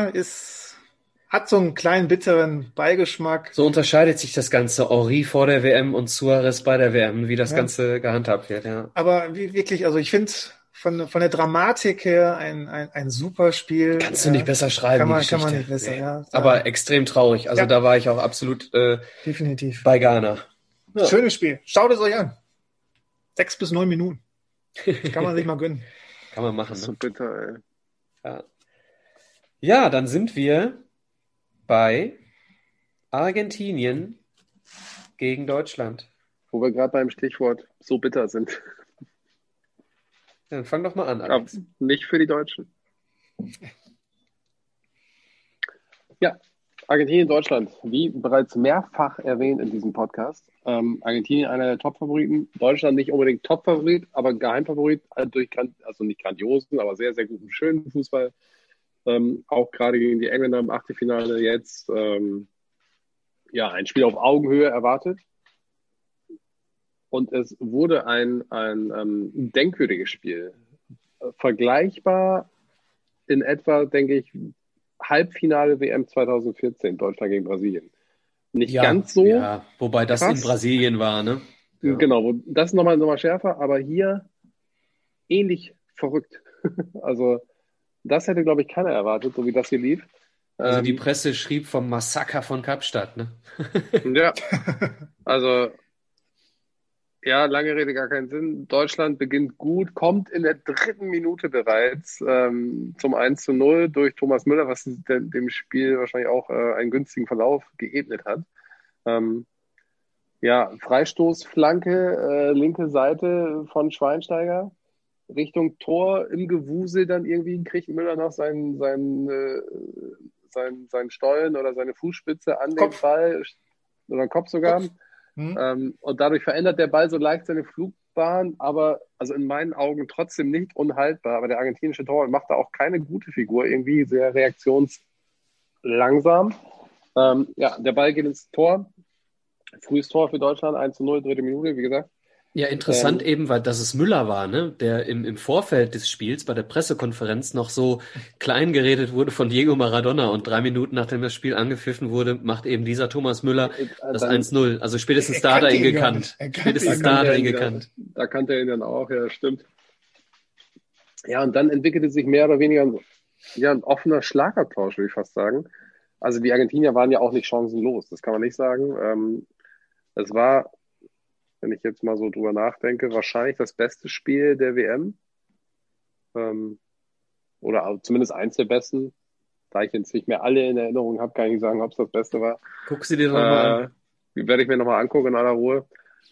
hat so einen kleinen bitteren Beigeschmack. So unterscheidet sich das Ganze. Henry vor der WM und Suarez bei der WM, wie das Ganze gehandhabt wird. Ja. Aber wirklich, also ich finde von der Dramatik her ein super Spiel. Kannst du nicht besser schreiben, die Kann man Geschichte. nicht besser, Nee. ja. Aber extrem traurig. Also Ja. da war ich auch absolut Definitiv. bei Ghana. Ja. Schönes Spiel. Schaut es euch an. 6 bis 9 Minuten. Kann man sich mal gönnen. Kann man machen, Das ist so ne? bitter, ey. Ja. Ja, dann sind wir bei Argentinien gegen Deutschland. Wo wir gerade beim Stichwort so bitter sind. Ja, dann fang doch mal an, Aber Alex. nicht für die Deutschen. Ja, Argentinien, Deutschland. Wie bereits mehrfach erwähnt in diesem Podcast. Argentinien einer der Top-Favoriten. Deutschland nicht unbedingt Top-Favorit, aber Geheimfavorit durch, also nicht grandiosen, aber sehr, sehr guten, schönen Fußball. Auch gerade gegen die Engländer im Achtelfinale jetzt ja, ein Spiel auf Augenhöhe erwartet. Und es wurde ein denkwürdiges Spiel. Vergleichbar in etwa, denke ich, Halbfinale WM 2014, Deutschland gegen Brasilien. Nicht ganz so. Ja, wobei das krass. in Brasilien war, ne? Ja. Genau, das ist nochmal schärfer, aber hier ähnlich verrückt. Also das hätte, glaube ich, keiner erwartet, so wie das hier lief. Also die Presse schrieb vom Massaker von Kapstadt, ne? Ja, also ja, lange Rede, gar keinen Sinn. Deutschland beginnt gut, kommt in der 3. Minute bereits zum 1:0 durch Thomas Müller, was dem Spiel wahrscheinlich auch einen günstigen Verlauf geebnet hat. Ja, Freistoßflanke, linke Seite von Schweinsteiger, Richtung Tor, im Gewusel dann irgendwie kriegt Müller noch seinen Stollen oder seine Fußspitze an den Ball oder den Kopf sogar. Und dadurch verändert der Ball so leicht seine Flugbahn, aber also in meinen Augen trotzdem nicht unhaltbar. Aber der argentinische Torwart macht da auch keine gute Figur, irgendwie sehr reaktionslangsam. Ja, der Ball geht ins Tor. Frühes Tor für Deutschland, 1:0, 3. Minute, wie gesagt. Ja, interessant eben, weil dass es Müller war, ne? Der im Vorfeld des Spiels bei der Pressekonferenz noch so klein geredet wurde von Diego Maradona und 3 Minuten nachdem das Spiel angepfiffen wurde, macht eben dieser Thomas Müller das 1:0. Also spätestens da hat er ihn gekannt. Spätestens da hat er ihn gekannt. Da kannte er ihn dann auch, ja, stimmt. Ja, und dann entwickelte sich mehr oder weniger ein offener Schlagabtausch, würde ich fast sagen. Also die Argentinier waren ja auch nicht chancenlos, das kann man nicht sagen. Es war, wenn ich jetzt mal so drüber nachdenke, wahrscheinlich das beste Spiel der WM. Oder zumindest eins der besten. Da ich jetzt nicht mehr alle in Erinnerung habe, kann ich nicht sagen, ob es das Beste war. Guck sie dir nochmal an. Werde ich mir nochmal angucken in aller Ruhe.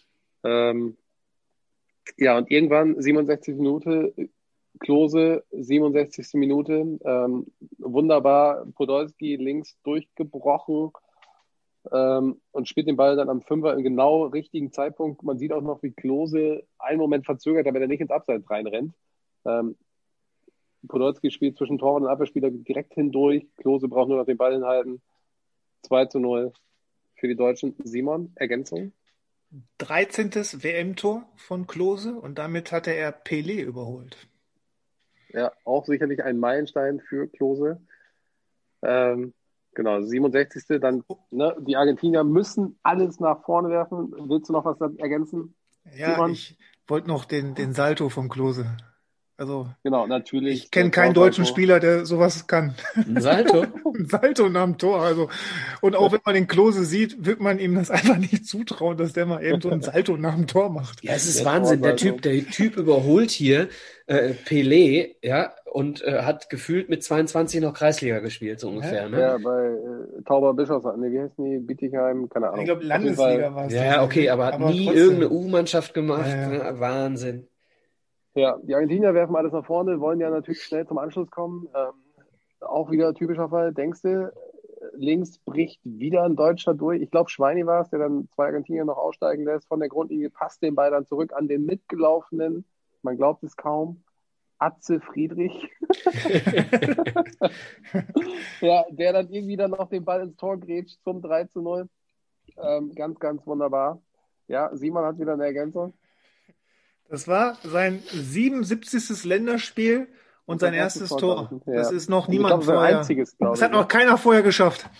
Ja, und irgendwann 67. Minute, Klose, 67. Minute, wunderbar, Podolski links durchgebrochen und spielt den Ball dann am Fünfer im genau richtigen Zeitpunkt. Man sieht auch noch, wie Klose einen Moment verzögert, damit er nicht ins Abseits reinrennt. Podolski spielt zwischen Torwart und Abwehrspieler direkt hindurch. Klose braucht nur noch den Ball hinhalten. 2:0 für die Deutschen. Simon, Ergänzung? 13. WM-Tor von Klose und damit hatte er Pelé überholt. Ja, auch sicherlich ein Meilenstein für Klose. Genau, 67. Dann, ne, die Argentinier müssen alles nach vorne werfen. Willst du noch was ergänzen? Ja, Simon? ich wollte noch den Salto vom Klose. Also, genau, natürlich. Ich kenne keinen deutschen Spieler, der sowas kann. Ein Salto? Ein Salto nach dem Tor. Also, und auch wenn man den Klose sieht, wird man ihm das einfach nicht zutrauen, dass der mal eben so ein Salto nach dem Tor macht. Ja, es ist Wahnsinn. Der Typ überholt hier Pelé, ja, und hat gefühlt mit 22 noch Kreisliga gespielt, so ungefähr. Ja, ne? ja, bei Tauber Bischofs, ne, wie heißen die? Bietigheim, keine Ahnung. Ich glaube, Landesliga war es. Ja, okay, aber hat nie trotzdem irgendeine U-Mannschaft gemacht. Ja. Ne? Wahnsinn. Ja, die Argentinier werfen alles nach vorne, wollen ja natürlich schnell zum Anschluss kommen. Auch wieder typischer Fall, denkst du, links bricht wieder ein Deutscher durch. Ich glaube, Schweini war es, der dann 2 Argentinier noch aussteigen lässt von der Grundlinie, passt den Ball dann zurück an den mitgelaufenen, man glaubt es kaum, Atze Friedrich. Ja, der dann irgendwie dann noch den Ball ins Tor grätscht zum 3:0. Ganz, ganz wunderbar. Ja, Simon hat wieder eine Ergänzung. Das war sein 77. Länderspiel und sein erstes Tor. Ja. Das ist noch Und ich niemand glaub, vorher. Einziges, das hat noch keiner vorher geschafft.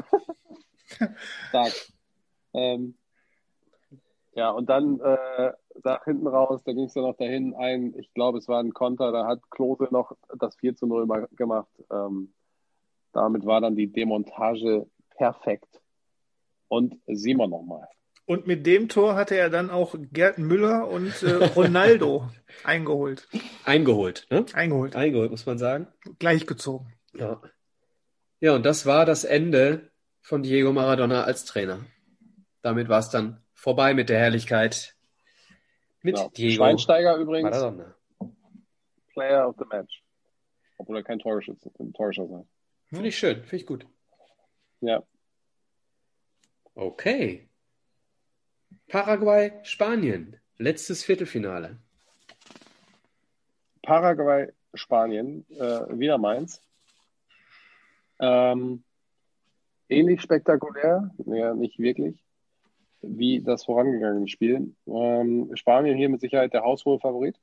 Stark. Ja, und dann nach hinten raus, da ging es dann noch dahin ich glaube, es war ein Konter, da hat Klose noch das 4:0 gemacht. Damit war dann die Demontage perfekt. Und Simon nochmal. Und mit dem Tor hatte er dann auch Gerd Müller und Ronaldo eingeholt. Eingeholt, ne? Eingeholt, Eingeholt, muss man sagen. gleichgezogen. Ja. Ja, und das war das Ende von Diego Maradona als Trainer. Damit war es dann vorbei mit der Herrlichkeit mit Genau. Diego Schweinsteiger übrigens, Maradona. Player of the Match. Obwohl er kein Torschütze hat. Finde ich schön, finde ich gut. Ja. Okay. Paraguay, Spanien. Letztes Viertelfinale. Paraguay, Spanien, wieder Mainz. Ähnlich spektakulär, ja, nicht wirklich, wie das vorangegangene Spiel. Spanien hier mit Sicherheit der haushohe Favorit.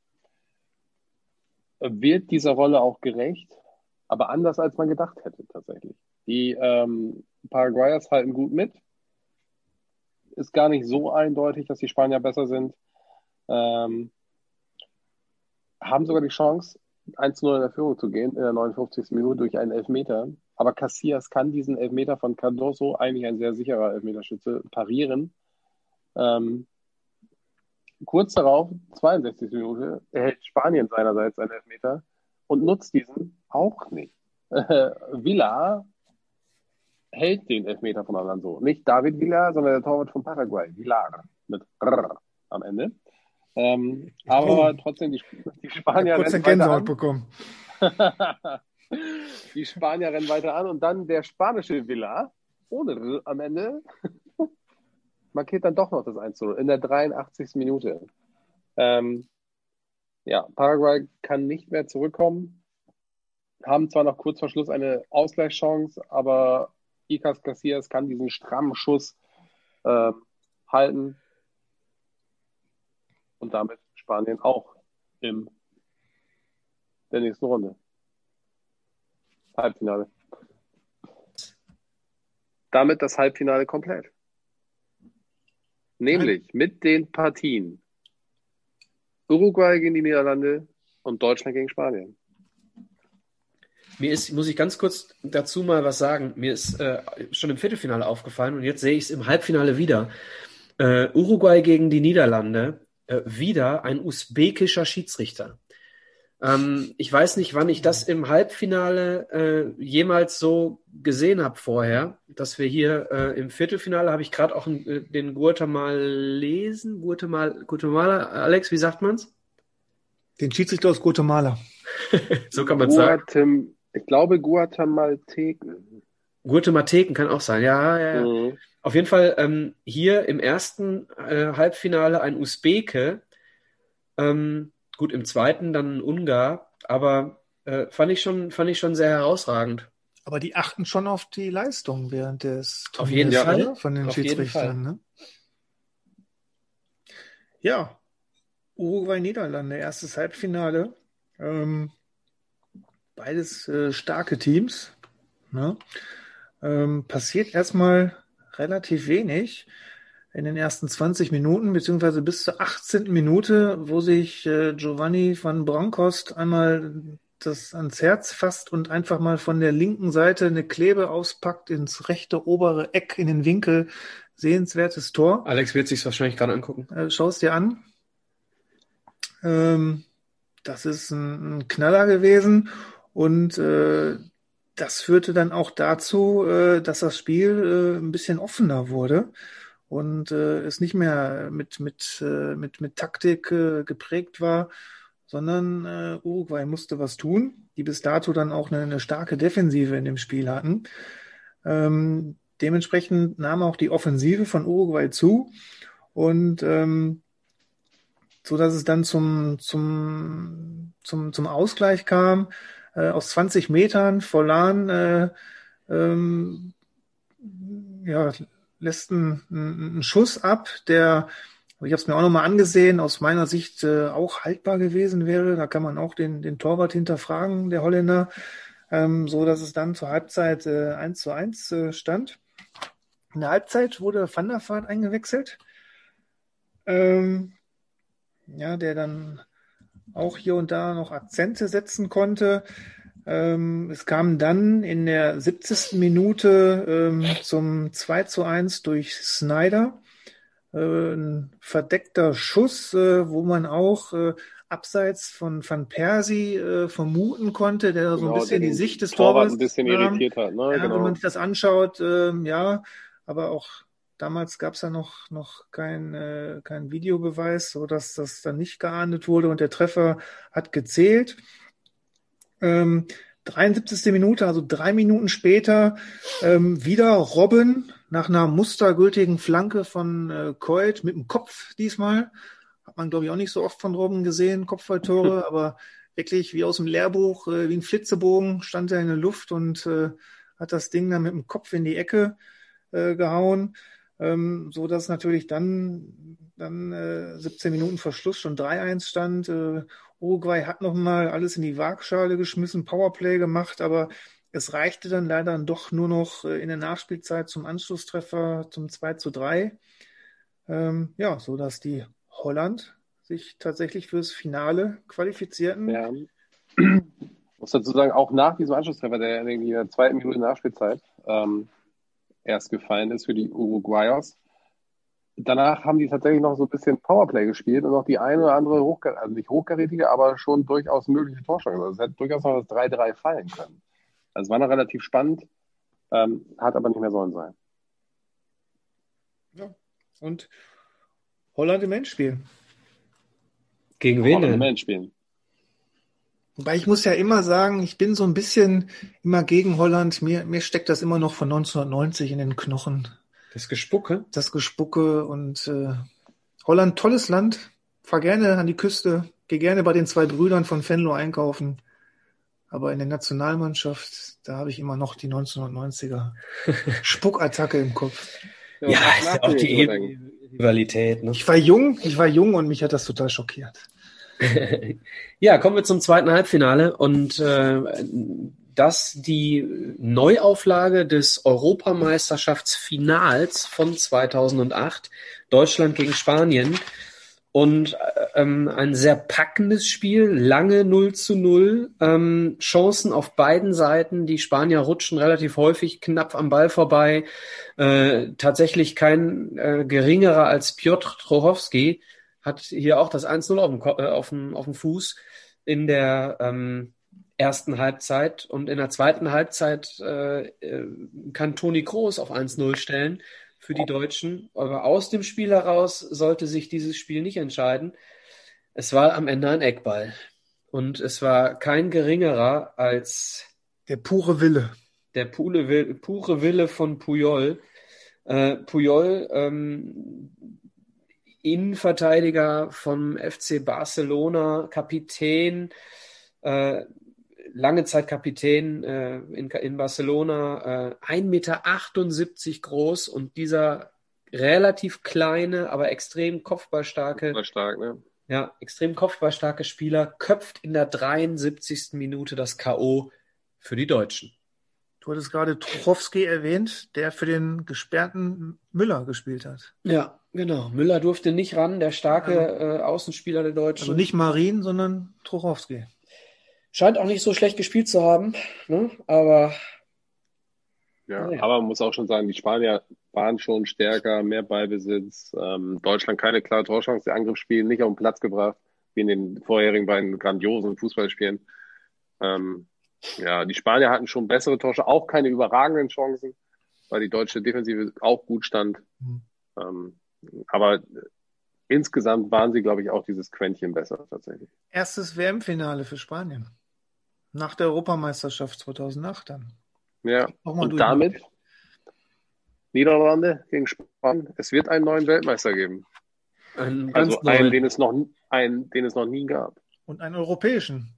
Wird dieser Rolle auch gerecht, aber anders als man gedacht hätte tatsächlich. Die Paraguayers halten gut mit. Ist gar nicht so eindeutig, dass die Spanier besser sind. Haben sogar die Chance, 1:0 in der Führung zu gehen in der 59. Minute durch einen Elfmeter. Aber Casillas kann diesen Elfmeter von Cardoso, eigentlich ein sehr sicherer Elfmeterschütze, parieren. Kurz darauf, 62. Minute, erhält Spanien seinerseits einen Elfmeter und nutzt diesen auch nicht. Villar hält den Elfmeter von Alonso. Nicht David Villar, sondern der Torwart von Paraguay, Villar, mit R am Ende. Aber trotzdem, die Spanier Kurz eine rennen weiter Gänsehaut an. bekommen. Die Spanier rennen weiter an und dann der spanische Villar, ohne R am Ende, markiert dann doch noch das 1:0 in der 83. Minute. Paraguay kann nicht mehr zurückkommen, haben zwar noch kurz vor Schluss eine Ausgleichschance, aber Iker Casillas kann diesen strammen Schuss halten und damit Spanien auch in der nächsten Runde. Halbfinale. Damit das Halbfinale komplett. Nämlich mit den Partien Uruguay gegen die Niederlande und Deutschland gegen Spanien. Muss ich ganz kurz dazu mal was sagen. Mir ist schon im Viertelfinale aufgefallen und jetzt sehe ich es im Halbfinale wieder. Uruguay gegen die Niederlande, wieder ein usbekischer Schiedsrichter. Ich weiß nicht, wann ich das im Halbfinale jemals so gesehen habe vorher, dass wir hier im Viertelfinale habe ich gerade auch den Guatemala, Alex, wie sagt man's? Den Schiedsrichter aus Guatemala. So kann man sagen. Ich glaube Guatemalteken. Guatemalteken kann auch sein, ja. Mhm. Auf jeden Fall hier im ersten Halbfinale ein Usbeke, gut, im zweiten dann ein Ungar, aber fand ich schon sehr herausragend. Aber die achten schon auf die Leistung während des Turniers, Auf jeden Fall. oder? Von den Schiedsrichtern. Ne? Ja, Uruguay-Niederlande, erstes Halbfinale. Beides starke Teams. Ne? Passiert erstmal relativ wenig in den ersten 20 Minuten, beziehungsweise bis zur 18. Minute, wo sich Giovanni van Bronckhorst einmal das ans Herz fasst und einfach mal von der linken Seite eine Klebe auspackt ins rechte obere Eck in den Winkel. Sehenswertes Tor. Alex wird sich's wahrscheinlich gerade angucken. Schau es dir an. Das ist ein Knaller gewesen und das führte dann auch dazu, dass das Spiel ein bisschen offener wurde und es nicht mehr mit Taktik geprägt war, sondern Uruguay musste was tun, die bis dato dann auch eine starke Defensive in dem Spiel hatten. Dementsprechend nahm auch die Offensive von Uruguay zu und so dass es dann zum Ausgleich kam. Aus 20 Metern Forlan lässt einen Schuss ab, der, ich habe es mir auch nochmal angesehen, aus meiner Sicht auch haltbar gewesen wäre. Da kann man auch den Torwart hinterfragen, der Holländer, so dass es dann zur Halbzeit 1:1 stand. In der Halbzeit wurde Van der Vaart eingewechselt. ja, der dann auch hier und da noch Akzente setzen konnte. Es kam dann in der 70. Minute zum 2:1 durch Sneijder. Ein verdeckter Schuss, wo man auch abseits von Van Persie vermuten konnte, der so ein bisschen die Sicht des Torwarts ein bisschen irritiert hat. Ne? Ja, wenn man sich das anschaut, ja, aber auch damals gab es ja noch kein Videobeweis, so dass das dann nicht geahndet wurde und der Treffer hat gezählt. 73. Minute, also 3 Minuten später, wieder Robben nach einer mustergültigen Flanke von Coit mit dem Kopf diesmal. Hat man, glaube ich, auch nicht so oft von Robben gesehen, Kopfballtore, aber wirklich wie aus dem Lehrbuch, wie ein Flitzebogen, stand er in der Luft und hat das Ding dann mit dem Kopf in die Ecke gehauen, so dass natürlich dann 17 Minuten vor Schluss schon 3:1 stand. Uruguay hat nochmal alles in die Waagschale geschmissen, Powerplay gemacht, aber es reichte dann leider doch nur noch in der Nachspielzeit zum Anschlusstreffer zum 2:3. Ja, so dass die Holland sich tatsächlich fürs Finale qualifizierten. Ja. Ich muss dazu sagen, auch nach diesem Anschlusstreffer, der irgendwie in der 2. Minute Nachspielzeit erst gefallen ist für die Uruguayers. Danach haben die tatsächlich noch so ein bisschen Powerplay gespielt und noch die eine oder andere, also nicht hochkarätige, aber schon durchaus mögliche Torchance. Also es hätte durchaus noch das 3:3 fallen können. Also es war noch relativ spannend, hat aber nicht mehr sollen sein. Ja. Und Holland im Endspiel. Gegen wen Holland im denn? Endspiel. Wobei ich muss ja immer sagen, ich bin so ein bisschen immer gegen Holland. Mir steckt das immer noch von 1990 in den Knochen. Das Gespucke? Das Gespucke und Holland, tolles Land. Fahr gerne an die Küste, geh gerne bei den 2 Brüdern von Venlo einkaufen. Aber in der Nationalmannschaft, da habe ich immer noch die 1990er Spuckattacke im Kopf. Ja, ist ja auch die Rivalität. Ne? Ich war jung und mich hat das total schockiert. Ja, kommen wir zum zweiten Halbfinale und das die Neuauflage des Europameisterschaftsfinals von 2008, Deutschland gegen Spanien und ein sehr packendes Spiel, lange 0:0, Chancen auf beiden Seiten, die Spanier rutschen relativ häufig knapp am Ball vorbei, tatsächlich kein geringerer als Piotr Trochowski hat hier auch das 1:0 auf dem Fuß in der ersten Halbzeit und in der zweiten Halbzeit kann Toni Kroos auf 1:0 stellen für die Deutschen, aber aus dem Spiel heraus sollte sich dieses Spiel nicht entscheiden. Es war am Ende ein Eckball und es war kein geringerer als der pure Wille. Der pure Wille von Puyol. Puyol, Innenverteidiger vom FC Barcelona, Kapitän, lange Zeit Kapitän in Barcelona, 1,78 Meter groß und dieser relativ kleine, aber extrem kopfballstarke, ne? Ja, extrem kopfballstarke Spieler köpft in der 73. Minute das K.O. für die Deutschen. Du hattest gerade Trochowski erwähnt, der für den gesperrten Müller gespielt hat. Ja, genau. Müller durfte nicht ran, der starke Außenspieler der Deutschen. Also nicht Marin, sondern Trochowski. Scheint auch nicht so schlecht gespielt zu haben, ne? Aber ja, aber man muss auch schon sagen, die Spanier waren schon stärker, mehr Ballbesitz. Deutschland keine klare Torchance, die Angriffsspiele nicht auf den Platz gebracht, wie in den vorherigen beiden grandiosen Fußballspielen. Ja, die Spanier hatten schon bessere Torchancen, auch keine überragenden Chancen, weil die deutsche Defensive auch gut stand. Aber insgesamt waren sie, glaube ich, auch dieses Quäntchen besser tatsächlich. Erstes WM-Finale für Spanien. Nach der Europameisterschaft 2008 dann. Ja, und damit Niederlande gegen Spanien. Es wird einen neuen Weltmeister geben. Einen den es noch nie gab. Und einen europäischen.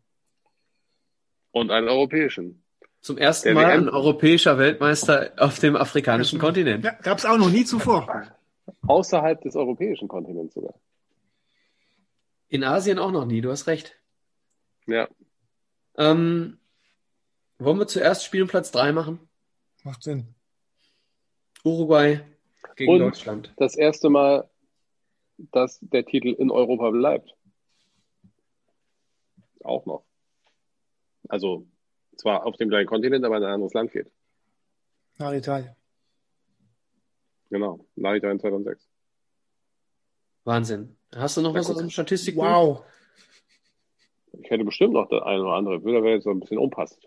Zum ersten Mal ein europäischer Weltmeister auf dem afrikanischen Kontinent. Ja, gab es auch noch nie zuvor. Außerhalb des europäischen Kontinents sogar. In Asien auch noch nie, du hast recht. Ja. Wollen wir zuerst Spiel um Platz 3 machen? Macht Sinn. Uruguay gegen Deutschland. Das erste Mal, dass der Titel in Europa bleibt. Auch noch. Also zwar auf dem gleichen Kontinent, aber in ein anderes Land geht. Nach Italien. Genau, nach Italien 2006. Wahnsinn. Hast du noch was aus dem Statistikbuch? Wow. Ich hätte bestimmt noch das eine oder andere, würde aber jetzt so ein bisschen unpassend.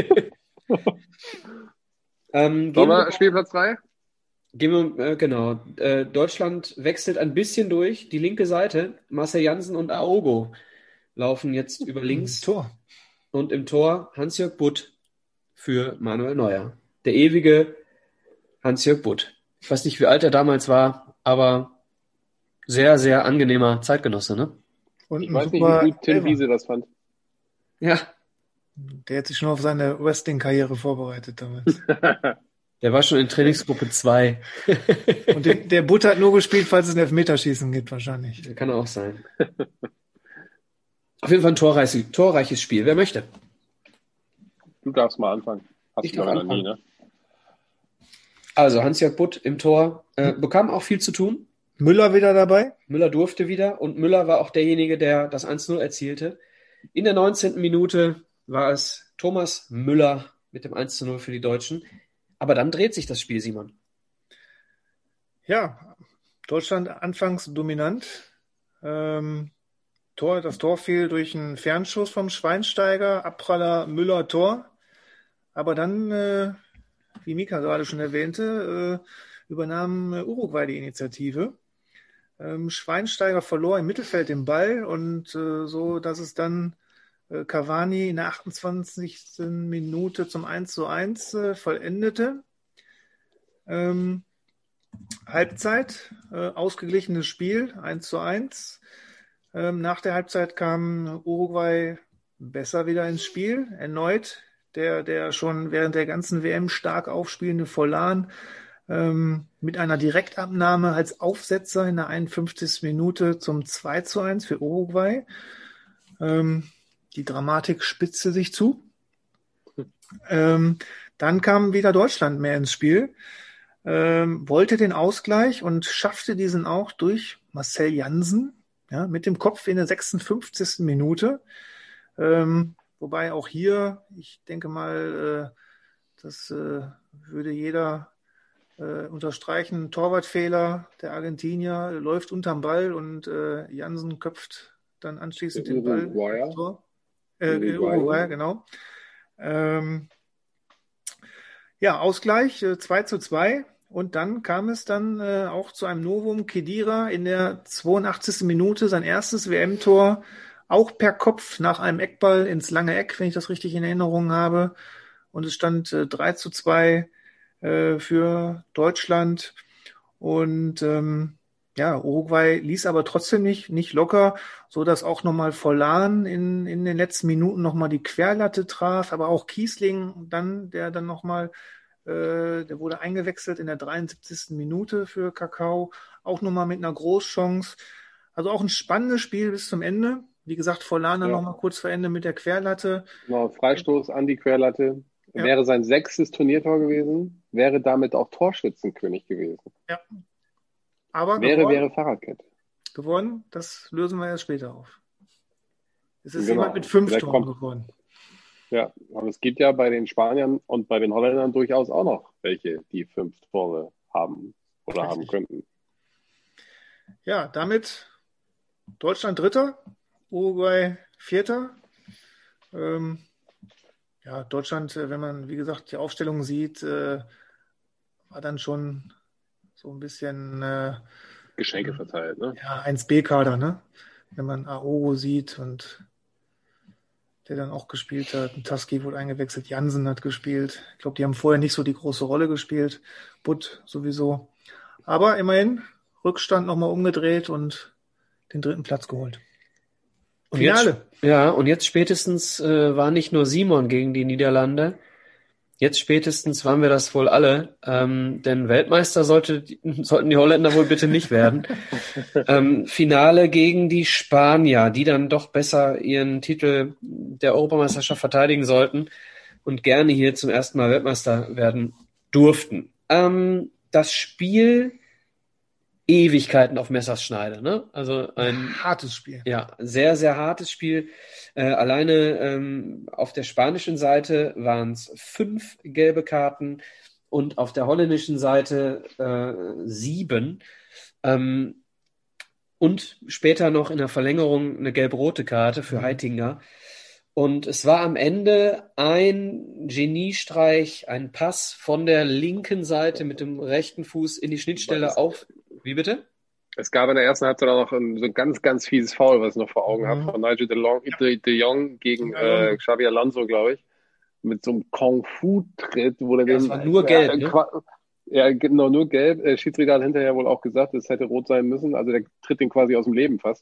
Gehen Sollen wir wir Spielplatz 3? genau. Deutschland wechselt ein bisschen durch. Die linke Seite, Marcel Jansen und Aogo laufen jetzt über links. Tor. Und im Tor Hans-Jörg Butt für Manuel Neuer. Der ewige Hans-Jörg Butt. Ich weiß nicht, wie alt er damals war, aber sehr, sehr angenehmer Zeitgenosse, ne? Und Ich ein weiß nicht, super wie gut Tim Elfer. Wiese das fand. Ja, Der hat sich schon auf seine Wrestling-Karriere vorbereitet damals. der war schon in Trainingsgruppe 2. Und der Butt hat nur gespielt, falls es ein Elfmeterschießen gibt, wahrscheinlich. Kann auch sein. Auf jeden Fall ein torreiches Spiel. Wer möchte? Du darfst mal anfangen. Hast Ich du darf noch nie, ne? Also Hans-Jörg Butt im Tor bekam auch viel zu tun. Müller wieder dabei. Müller durfte wieder und Müller war auch derjenige, der das 1-0 erzielte. In der 19. Minute war es Thomas Müller mit dem 1-0 für die Deutschen. Aber dann dreht sich das Spiel, Simon. Ja, Deutschland anfangs dominant. Das Tor fiel durch einen Fernschuss vom Schweinsteiger, Abpraller Müller Tor. Aber dann, wie Mika gerade schon erwähnte, übernahm Uruguay die Initiative. Schweinsteiger verlor im Mittelfeld den Ball und so, dass es dann Cavani in der 28. Minute zum 1:1 vollendete. Halbzeit, ausgeglichenes Spiel, 1:1. Nach der Halbzeit kam Uruguay besser wieder ins Spiel. Erneut der schon während der ganzen WM stark aufspielende Forlan mit einer Direktabnahme als Aufsetzer in der 51. Minute zum 2:1 für Uruguay. Die Dramatik spitzte sich zu. Dann kam wieder Deutschland mehr ins Spiel, wollte den Ausgleich und schaffte diesen auch durch Marcel Jansen, ja, mit dem Kopf in der 56. Minute. Wobei auch hier, ich denke mal, das würde jeder unterstreichen, Torwartfehler, der Argentinier läuft unterm Ball und Jansen köpft dann anschließend den Ball ins Tor. Uruguay, genau. Ja, Ausgleich 2:2 und dann kam es dann auch zu einem Novum. Khedira in der 82. Minute sein erstes WM-Tor, auch per Kopf nach einem Eckball ins lange Eck, wenn ich das richtig in Erinnerung habe. Und es stand 3:2 für Deutschland. Und Uruguay ließ aber trotzdem nicht locker, so dass auch nochmal Forlan in den letzten Minuten nochmal die Querlatte traf, aber auch Kiesling der nochmal, der wurde eingewechselt in der 73. Minute für Kakao, auch nochmal mit einer Großchance. Also auch ein spannendes Spiel bis zum Ende. Wie gesagt, Forlan dann nochmal kurz vor Ende mit der Querlatte. Genau, Freistoß an die Querlatte. Ja. Wäre sein 6. Turniertor gewesen, wäre damit auch Torschützenkönig gewesen. Ja. Aber wäre Fahrradkette. Gewonnen, das lösen wir erst später auf. Es ist jemand mit 5 Toren geworden. Ja, aber es gibt ja bei den Spaniern und bei den Holländern durchaus auch noch welche, die 5 Tore haben oder haben könnten. Ja, damit Deutschland Dritter, Uruguay Vierter. Deutschland, wenn man, wie gesagt, die Aufstellung sieht, war dann schon so ein bisschen Geschenke verteilt, ne? Ja, 1B-Kader, ne? Wenn man Aogo sieht und der dann auch gespielt hat. Taski wurde eingewechselt, Jansen hat gespielt. Ich glaube, die haben vorher nicht so die große Rolle gespielt. Butt sowieso. Aber immerhin Rückstand nochmal umgedreht und den 3. Platz geholt. Und jetzt spätestens war nicht nur Simon gegen die Niederlande. Jetzt spätestens waren wir das wohl alle, denn Weltmeister sollten die Holländer wohl bitte nicht werden. Finale gegen die Spanier, die dann doch besser ihren Titel der Europameisterschaft verteidigen sollten und gerne hier zum ersten Mal Weltmeister werden durften. Das Spiel Ewigkeiten auf Messerschneide, ne? Also Ein hartes Spiel. ja, sehr, sehr hartes Spiel. Alleine auf der spanischen Seite waren es 5 gelbe Karten und auf der holländischen Seite 7. Und später noch in der Verlängerung eine gelb-rote Karte für Heitinger. Und es war am Ende ein Geniestreich, ein Pass von der linken Seite mit dem rechten Fuß in die Schnittstelle auf. Wie bitte? Es gab in der ersten Halbzeit auch noch so ein ganz, ganz fieses Foul, was ich noch vor Augen habe, von Nigel de Jong gegen Xabi Alonso, glaube ich. Mit so einem Kung-Fu-Tritt, wo der Das war nur gelb, ne? Ja, genau, nur gelb. Schiedsrichter hat hinterher wohl auch gesagt, es hätte rot sein müssen. Also der tritt den quasi aus dem Leben fast.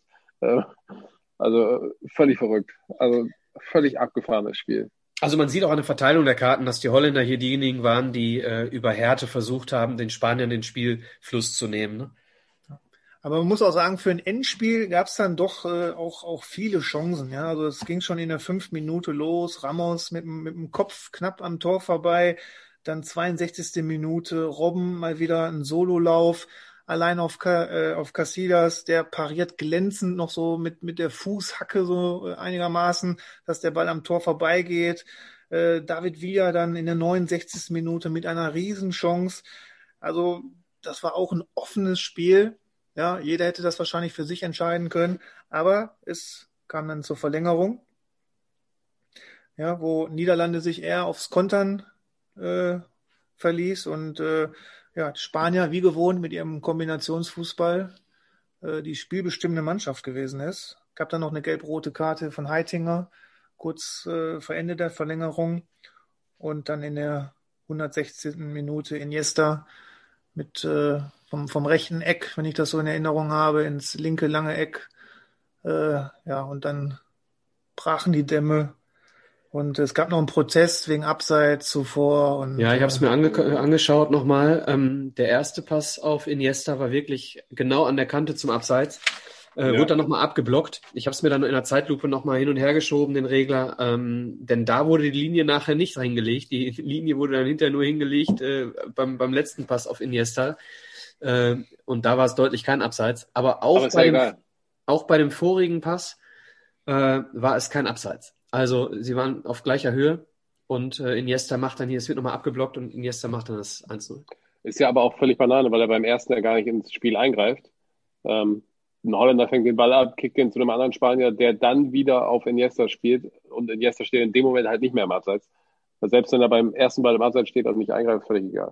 Also völlig verrückt. Also völlig abgefahrenes Spiel. Also man sieht auch an der Verteilung der Karten, dass die Holländer hier diejenigen waren, die über Härte versucht haben, den Spaniern den Spielfluss zu nehmen. Ne? Aber man muss auch sagen, für ein Endspiel gab es dann doch auch viele Chancen. Ja, also es ging schon in der 5. Minute los. Ramos mit dem Kopf knapp am Tor vorbei. Dann 62. Minute, Robben mal wieder ein Sololauf. Allein auf Casillas, der pariert glänzend noch so mit der Fußhacke so einigermaßen, dass der Ball am Tor vorbeigeht. David Villa dann in der 69. Minute mit einer Riesenchance. Also das war auch ein offenes Spiel. Ja, jeder hätte das wahrscheinlich für sich entscheiden können, aber es kam dann zur Verlängerung, ja, wo Niederlande sich eher aufs Kontern verließ und ja, Spanier wie gewohnt mit ihrem Kombinationsfußball die spielbestimmende Mannschaft gewesen ist. Gab dann noch eine gelb-rote Karte von Heitinger, kurz vor Ende der Verlängerung und dann in der 116. Minute Iniesta mit vom rechten Eck, wenn ich das so in Erinnerung habe, ins linke lange Eck. Ja, und dann brachen die Dämme. Und es gab noch einen Protest wegen Abseits zuvor. Und, Ja, ich habe es mir angeschaut nochmal. Der erste Pass auf Iniesta war wirklich genau an der Kante zum Abseits. Wurde dann nochmal abgeblockt. Ich habe es mir dann in der Zeitlupe nochmal hin und her geschoben, den Regler. Denn da wurde die Linie nachher nicht hingelegt. Die Linie wurde dann hinterher nur hingelegt beim letzten Pass auf Iniesta. Und da war es deutlich kein Abseits. Aber auch bei dem vorigen Pass war es kein Abseits. Also sie waren auf gleicher Höhe und Iniesta macht dann hier, es wird nochmal abgeblockt und Iniesta macht dann das 1-0. Ist ja aber auch völlig Banane, weil er beim ersten ja gar nicht ins Spiel eingreift. Ein Holländer fängt den Ball ab, kickt den zu einem anderen Spanier, der dann wieder auf Iniesta spielt und Iniesta steht in dem Moment halt nicht mehr im Abseits. Weil selbst wenn er beim ersten Ball im Abseits steht und nicht eingreift, völlig egal.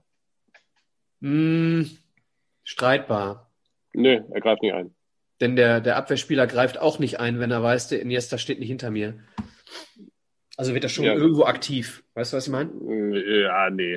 Streitbar. Nö, er greift nicht ein. Denn der Abwehrspieler greift auch nicht ein, wenn er weiß, der Iniesta steht nicht hinter mir. Also wird er schon irgendwo aktiv. Weißt du, was ich meine? Ja, nee.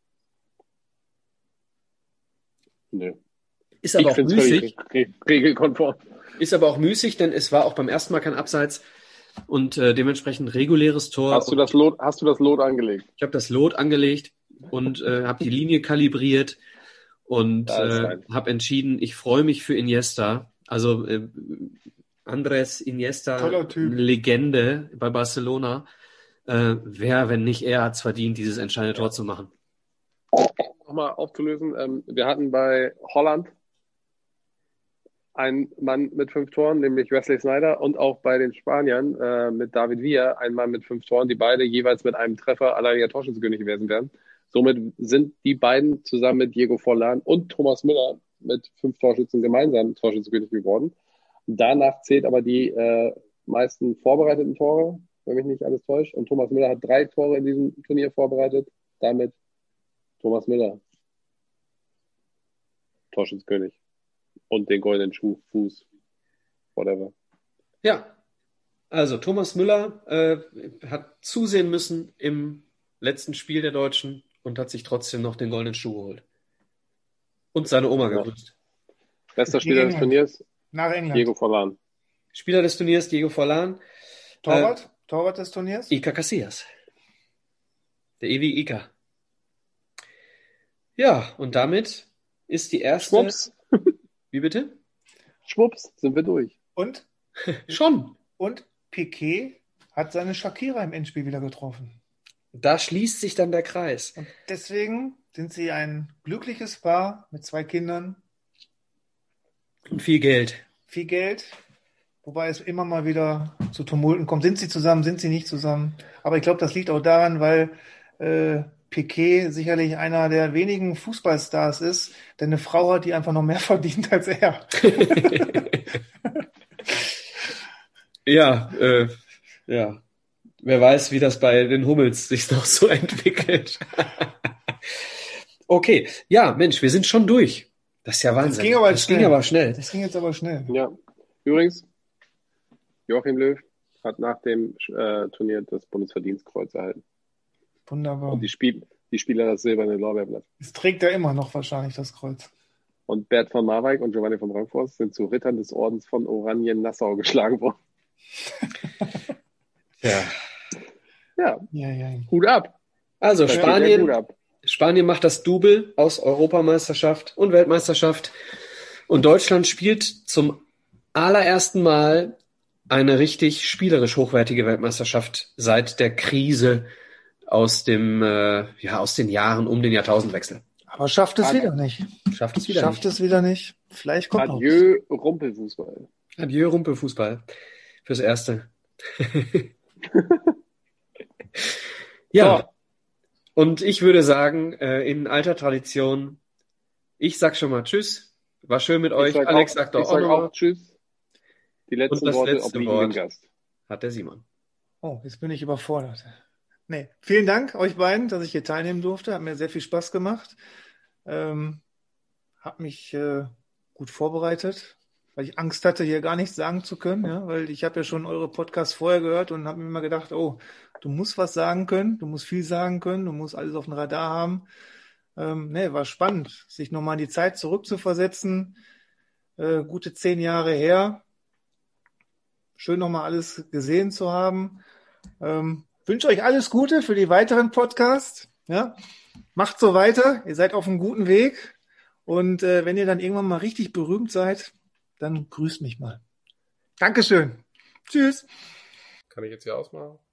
Nö. Ist aber auch müßig. Regelkonform. Ist aber auch müßig, denn es war auch beim ersten Mal kein Abseits und dementsprechend reguläres Tor. Hast du das Lot angelegt? Ich habe das Lot angelegt und habe die Linie kalibriert und habe entschieden, ich freue mich für Iniesta. Also Andrés Iniesta, Legende bei Barcelona. Wer, wenn nicht er, hat es verdient, dieses entscheidende Tor zu machen. Nochmal aufzulösen. Wir hatten bei Holland einen Mann mit 5 Toren, nämlich Wesley Sneijder, und auch bei den Spaniern mit David Villa einen Mann mit 5 Toren, die beide jeweils mit einem Treffer alleiniger Torschützenkönig gewesen wären. Somit sind die beiden zusammen mit Diego Forlán und Thomas Müller mit 5 Torschützen gemeinsam Torschützenkönig geworden. Danach zählt aber die meisten vorbereiteten Tore, wenn mich nicht alles täuscht. Und Thomas Müller hat 3 Tore in diesem Turnier vorbereitet. Damit Thomas Müller Torschützenkönig. Und den goldenen Fuß. Whatever. Ja, also Thomas Müller hat zusehen müssen im letzten Spiel der Deutschen und hat sich trotzdem noch den goldenen Schuh geholt. Und seine Oma gegrüßt. Bester Spieler des Turniers? Nach England. Diego Forlán. Spieler des Turniers, Diego Forlán. Torwart des Turniers? Iker Casillas. Der ewige Iker. Ja, und damit ist die erste... Schwupps. Wie bitte? Schwupps, sind wir durch. Und? Schon. Und Piqué hat seine Shakira im Endspiel wieder getroffen. Da schließt sich dann der Kreis. Und deswegen sind sie ein glückliches Paar mit 2 Kindern. Und viel Geld. Viel Geld, wobei es immer mal wieder zu Tumulten kommt. Sind sie zusammen, sind sie nicht zusammen? Aber ich glaube, das liegt auch daran, weil Piqué sicherlich einer der wenigen Fußballstars ist, der eine Frau hat, die einfach noch mehr verdient als er. Ja, ja. Wer weiß, wie das bei den Hummels sich noch so entwickelt. Okay, ja, Mensch, wir sind schon durch. Das ist ja Wahnsinn. Das ging aber schnell. schnell. Das ging jetzt aber schnell. Ja. Übrigens, Joachim Löw hat nach dem Turnier das Bundesverdienstkreuz erhalten. Wunderbar. Und die Spieler das silberne Lorbeerblatt. Das trägt er immer noch wahrscheinlich, das Kreuz. Und Bert von Marwijk und Giovanni von Bronckhorst sind zu Rittern des Ordens von Oranien-Nassau geschlagen worden. Ja. Ja, Hut ab. Also Da geht der Hut ab. Spanien macht das Double aus Europameisterschaft und Weltmeisterschaft. Und Deutschland spielt zum allerersten Mal eine richtig spielerisch hochwertige Weltmeisterschaft seit der Krise aus den Jahren um den Jahrtausendwechsel. Aber schafft es wieder nicht. Schafft es wieder nicht. Vielleicht kommt noch. Adieu, Rumpelfußball. Adieu, Rumpelfußball. Fürs Erste. Ja. So. Und ich würde sagen, in alter Tradition, ich sag schon mal Tschüss. War schön mit euch. Alex sagt doch auch nochmal. Tschüss. Die letzten Und das Worte letzte obliegen Wort dem Gast. hat der Simon. Oh, jetzt bin ich überfordert. Nee, vielen Dank euch beiden, dass ich hier teilnehmen durfte. Hat mir sehr viel Spaß gemacht. Hab mich gut vorbereitet, weil ich Angst hatte, hier gar nichts sagen zu können. Ja? Weil ich habe ja schon eure Podcasts vorher gehört und habe mir immer gedacht, oh, du musst was sagen können, du musst viel sagen können, du musst alles auf dem Radar haben. Nee, war spannend, sich nochmal in die Zeit zurückzuversetzen. Gute 10 Jahre her. Schön nochmal alles gesehen zu haben. Wünsche euch alles Gute für die weiteren Podcasts. Ja? Macht so weiter, ihr seid auf einem guten Weg. Und wenn ihr dann irgendwann mal richtig berühmt seid, dann grüßt mich mal. Dankeschön. Tschüss. Kann ich jetzt hier ausmachen?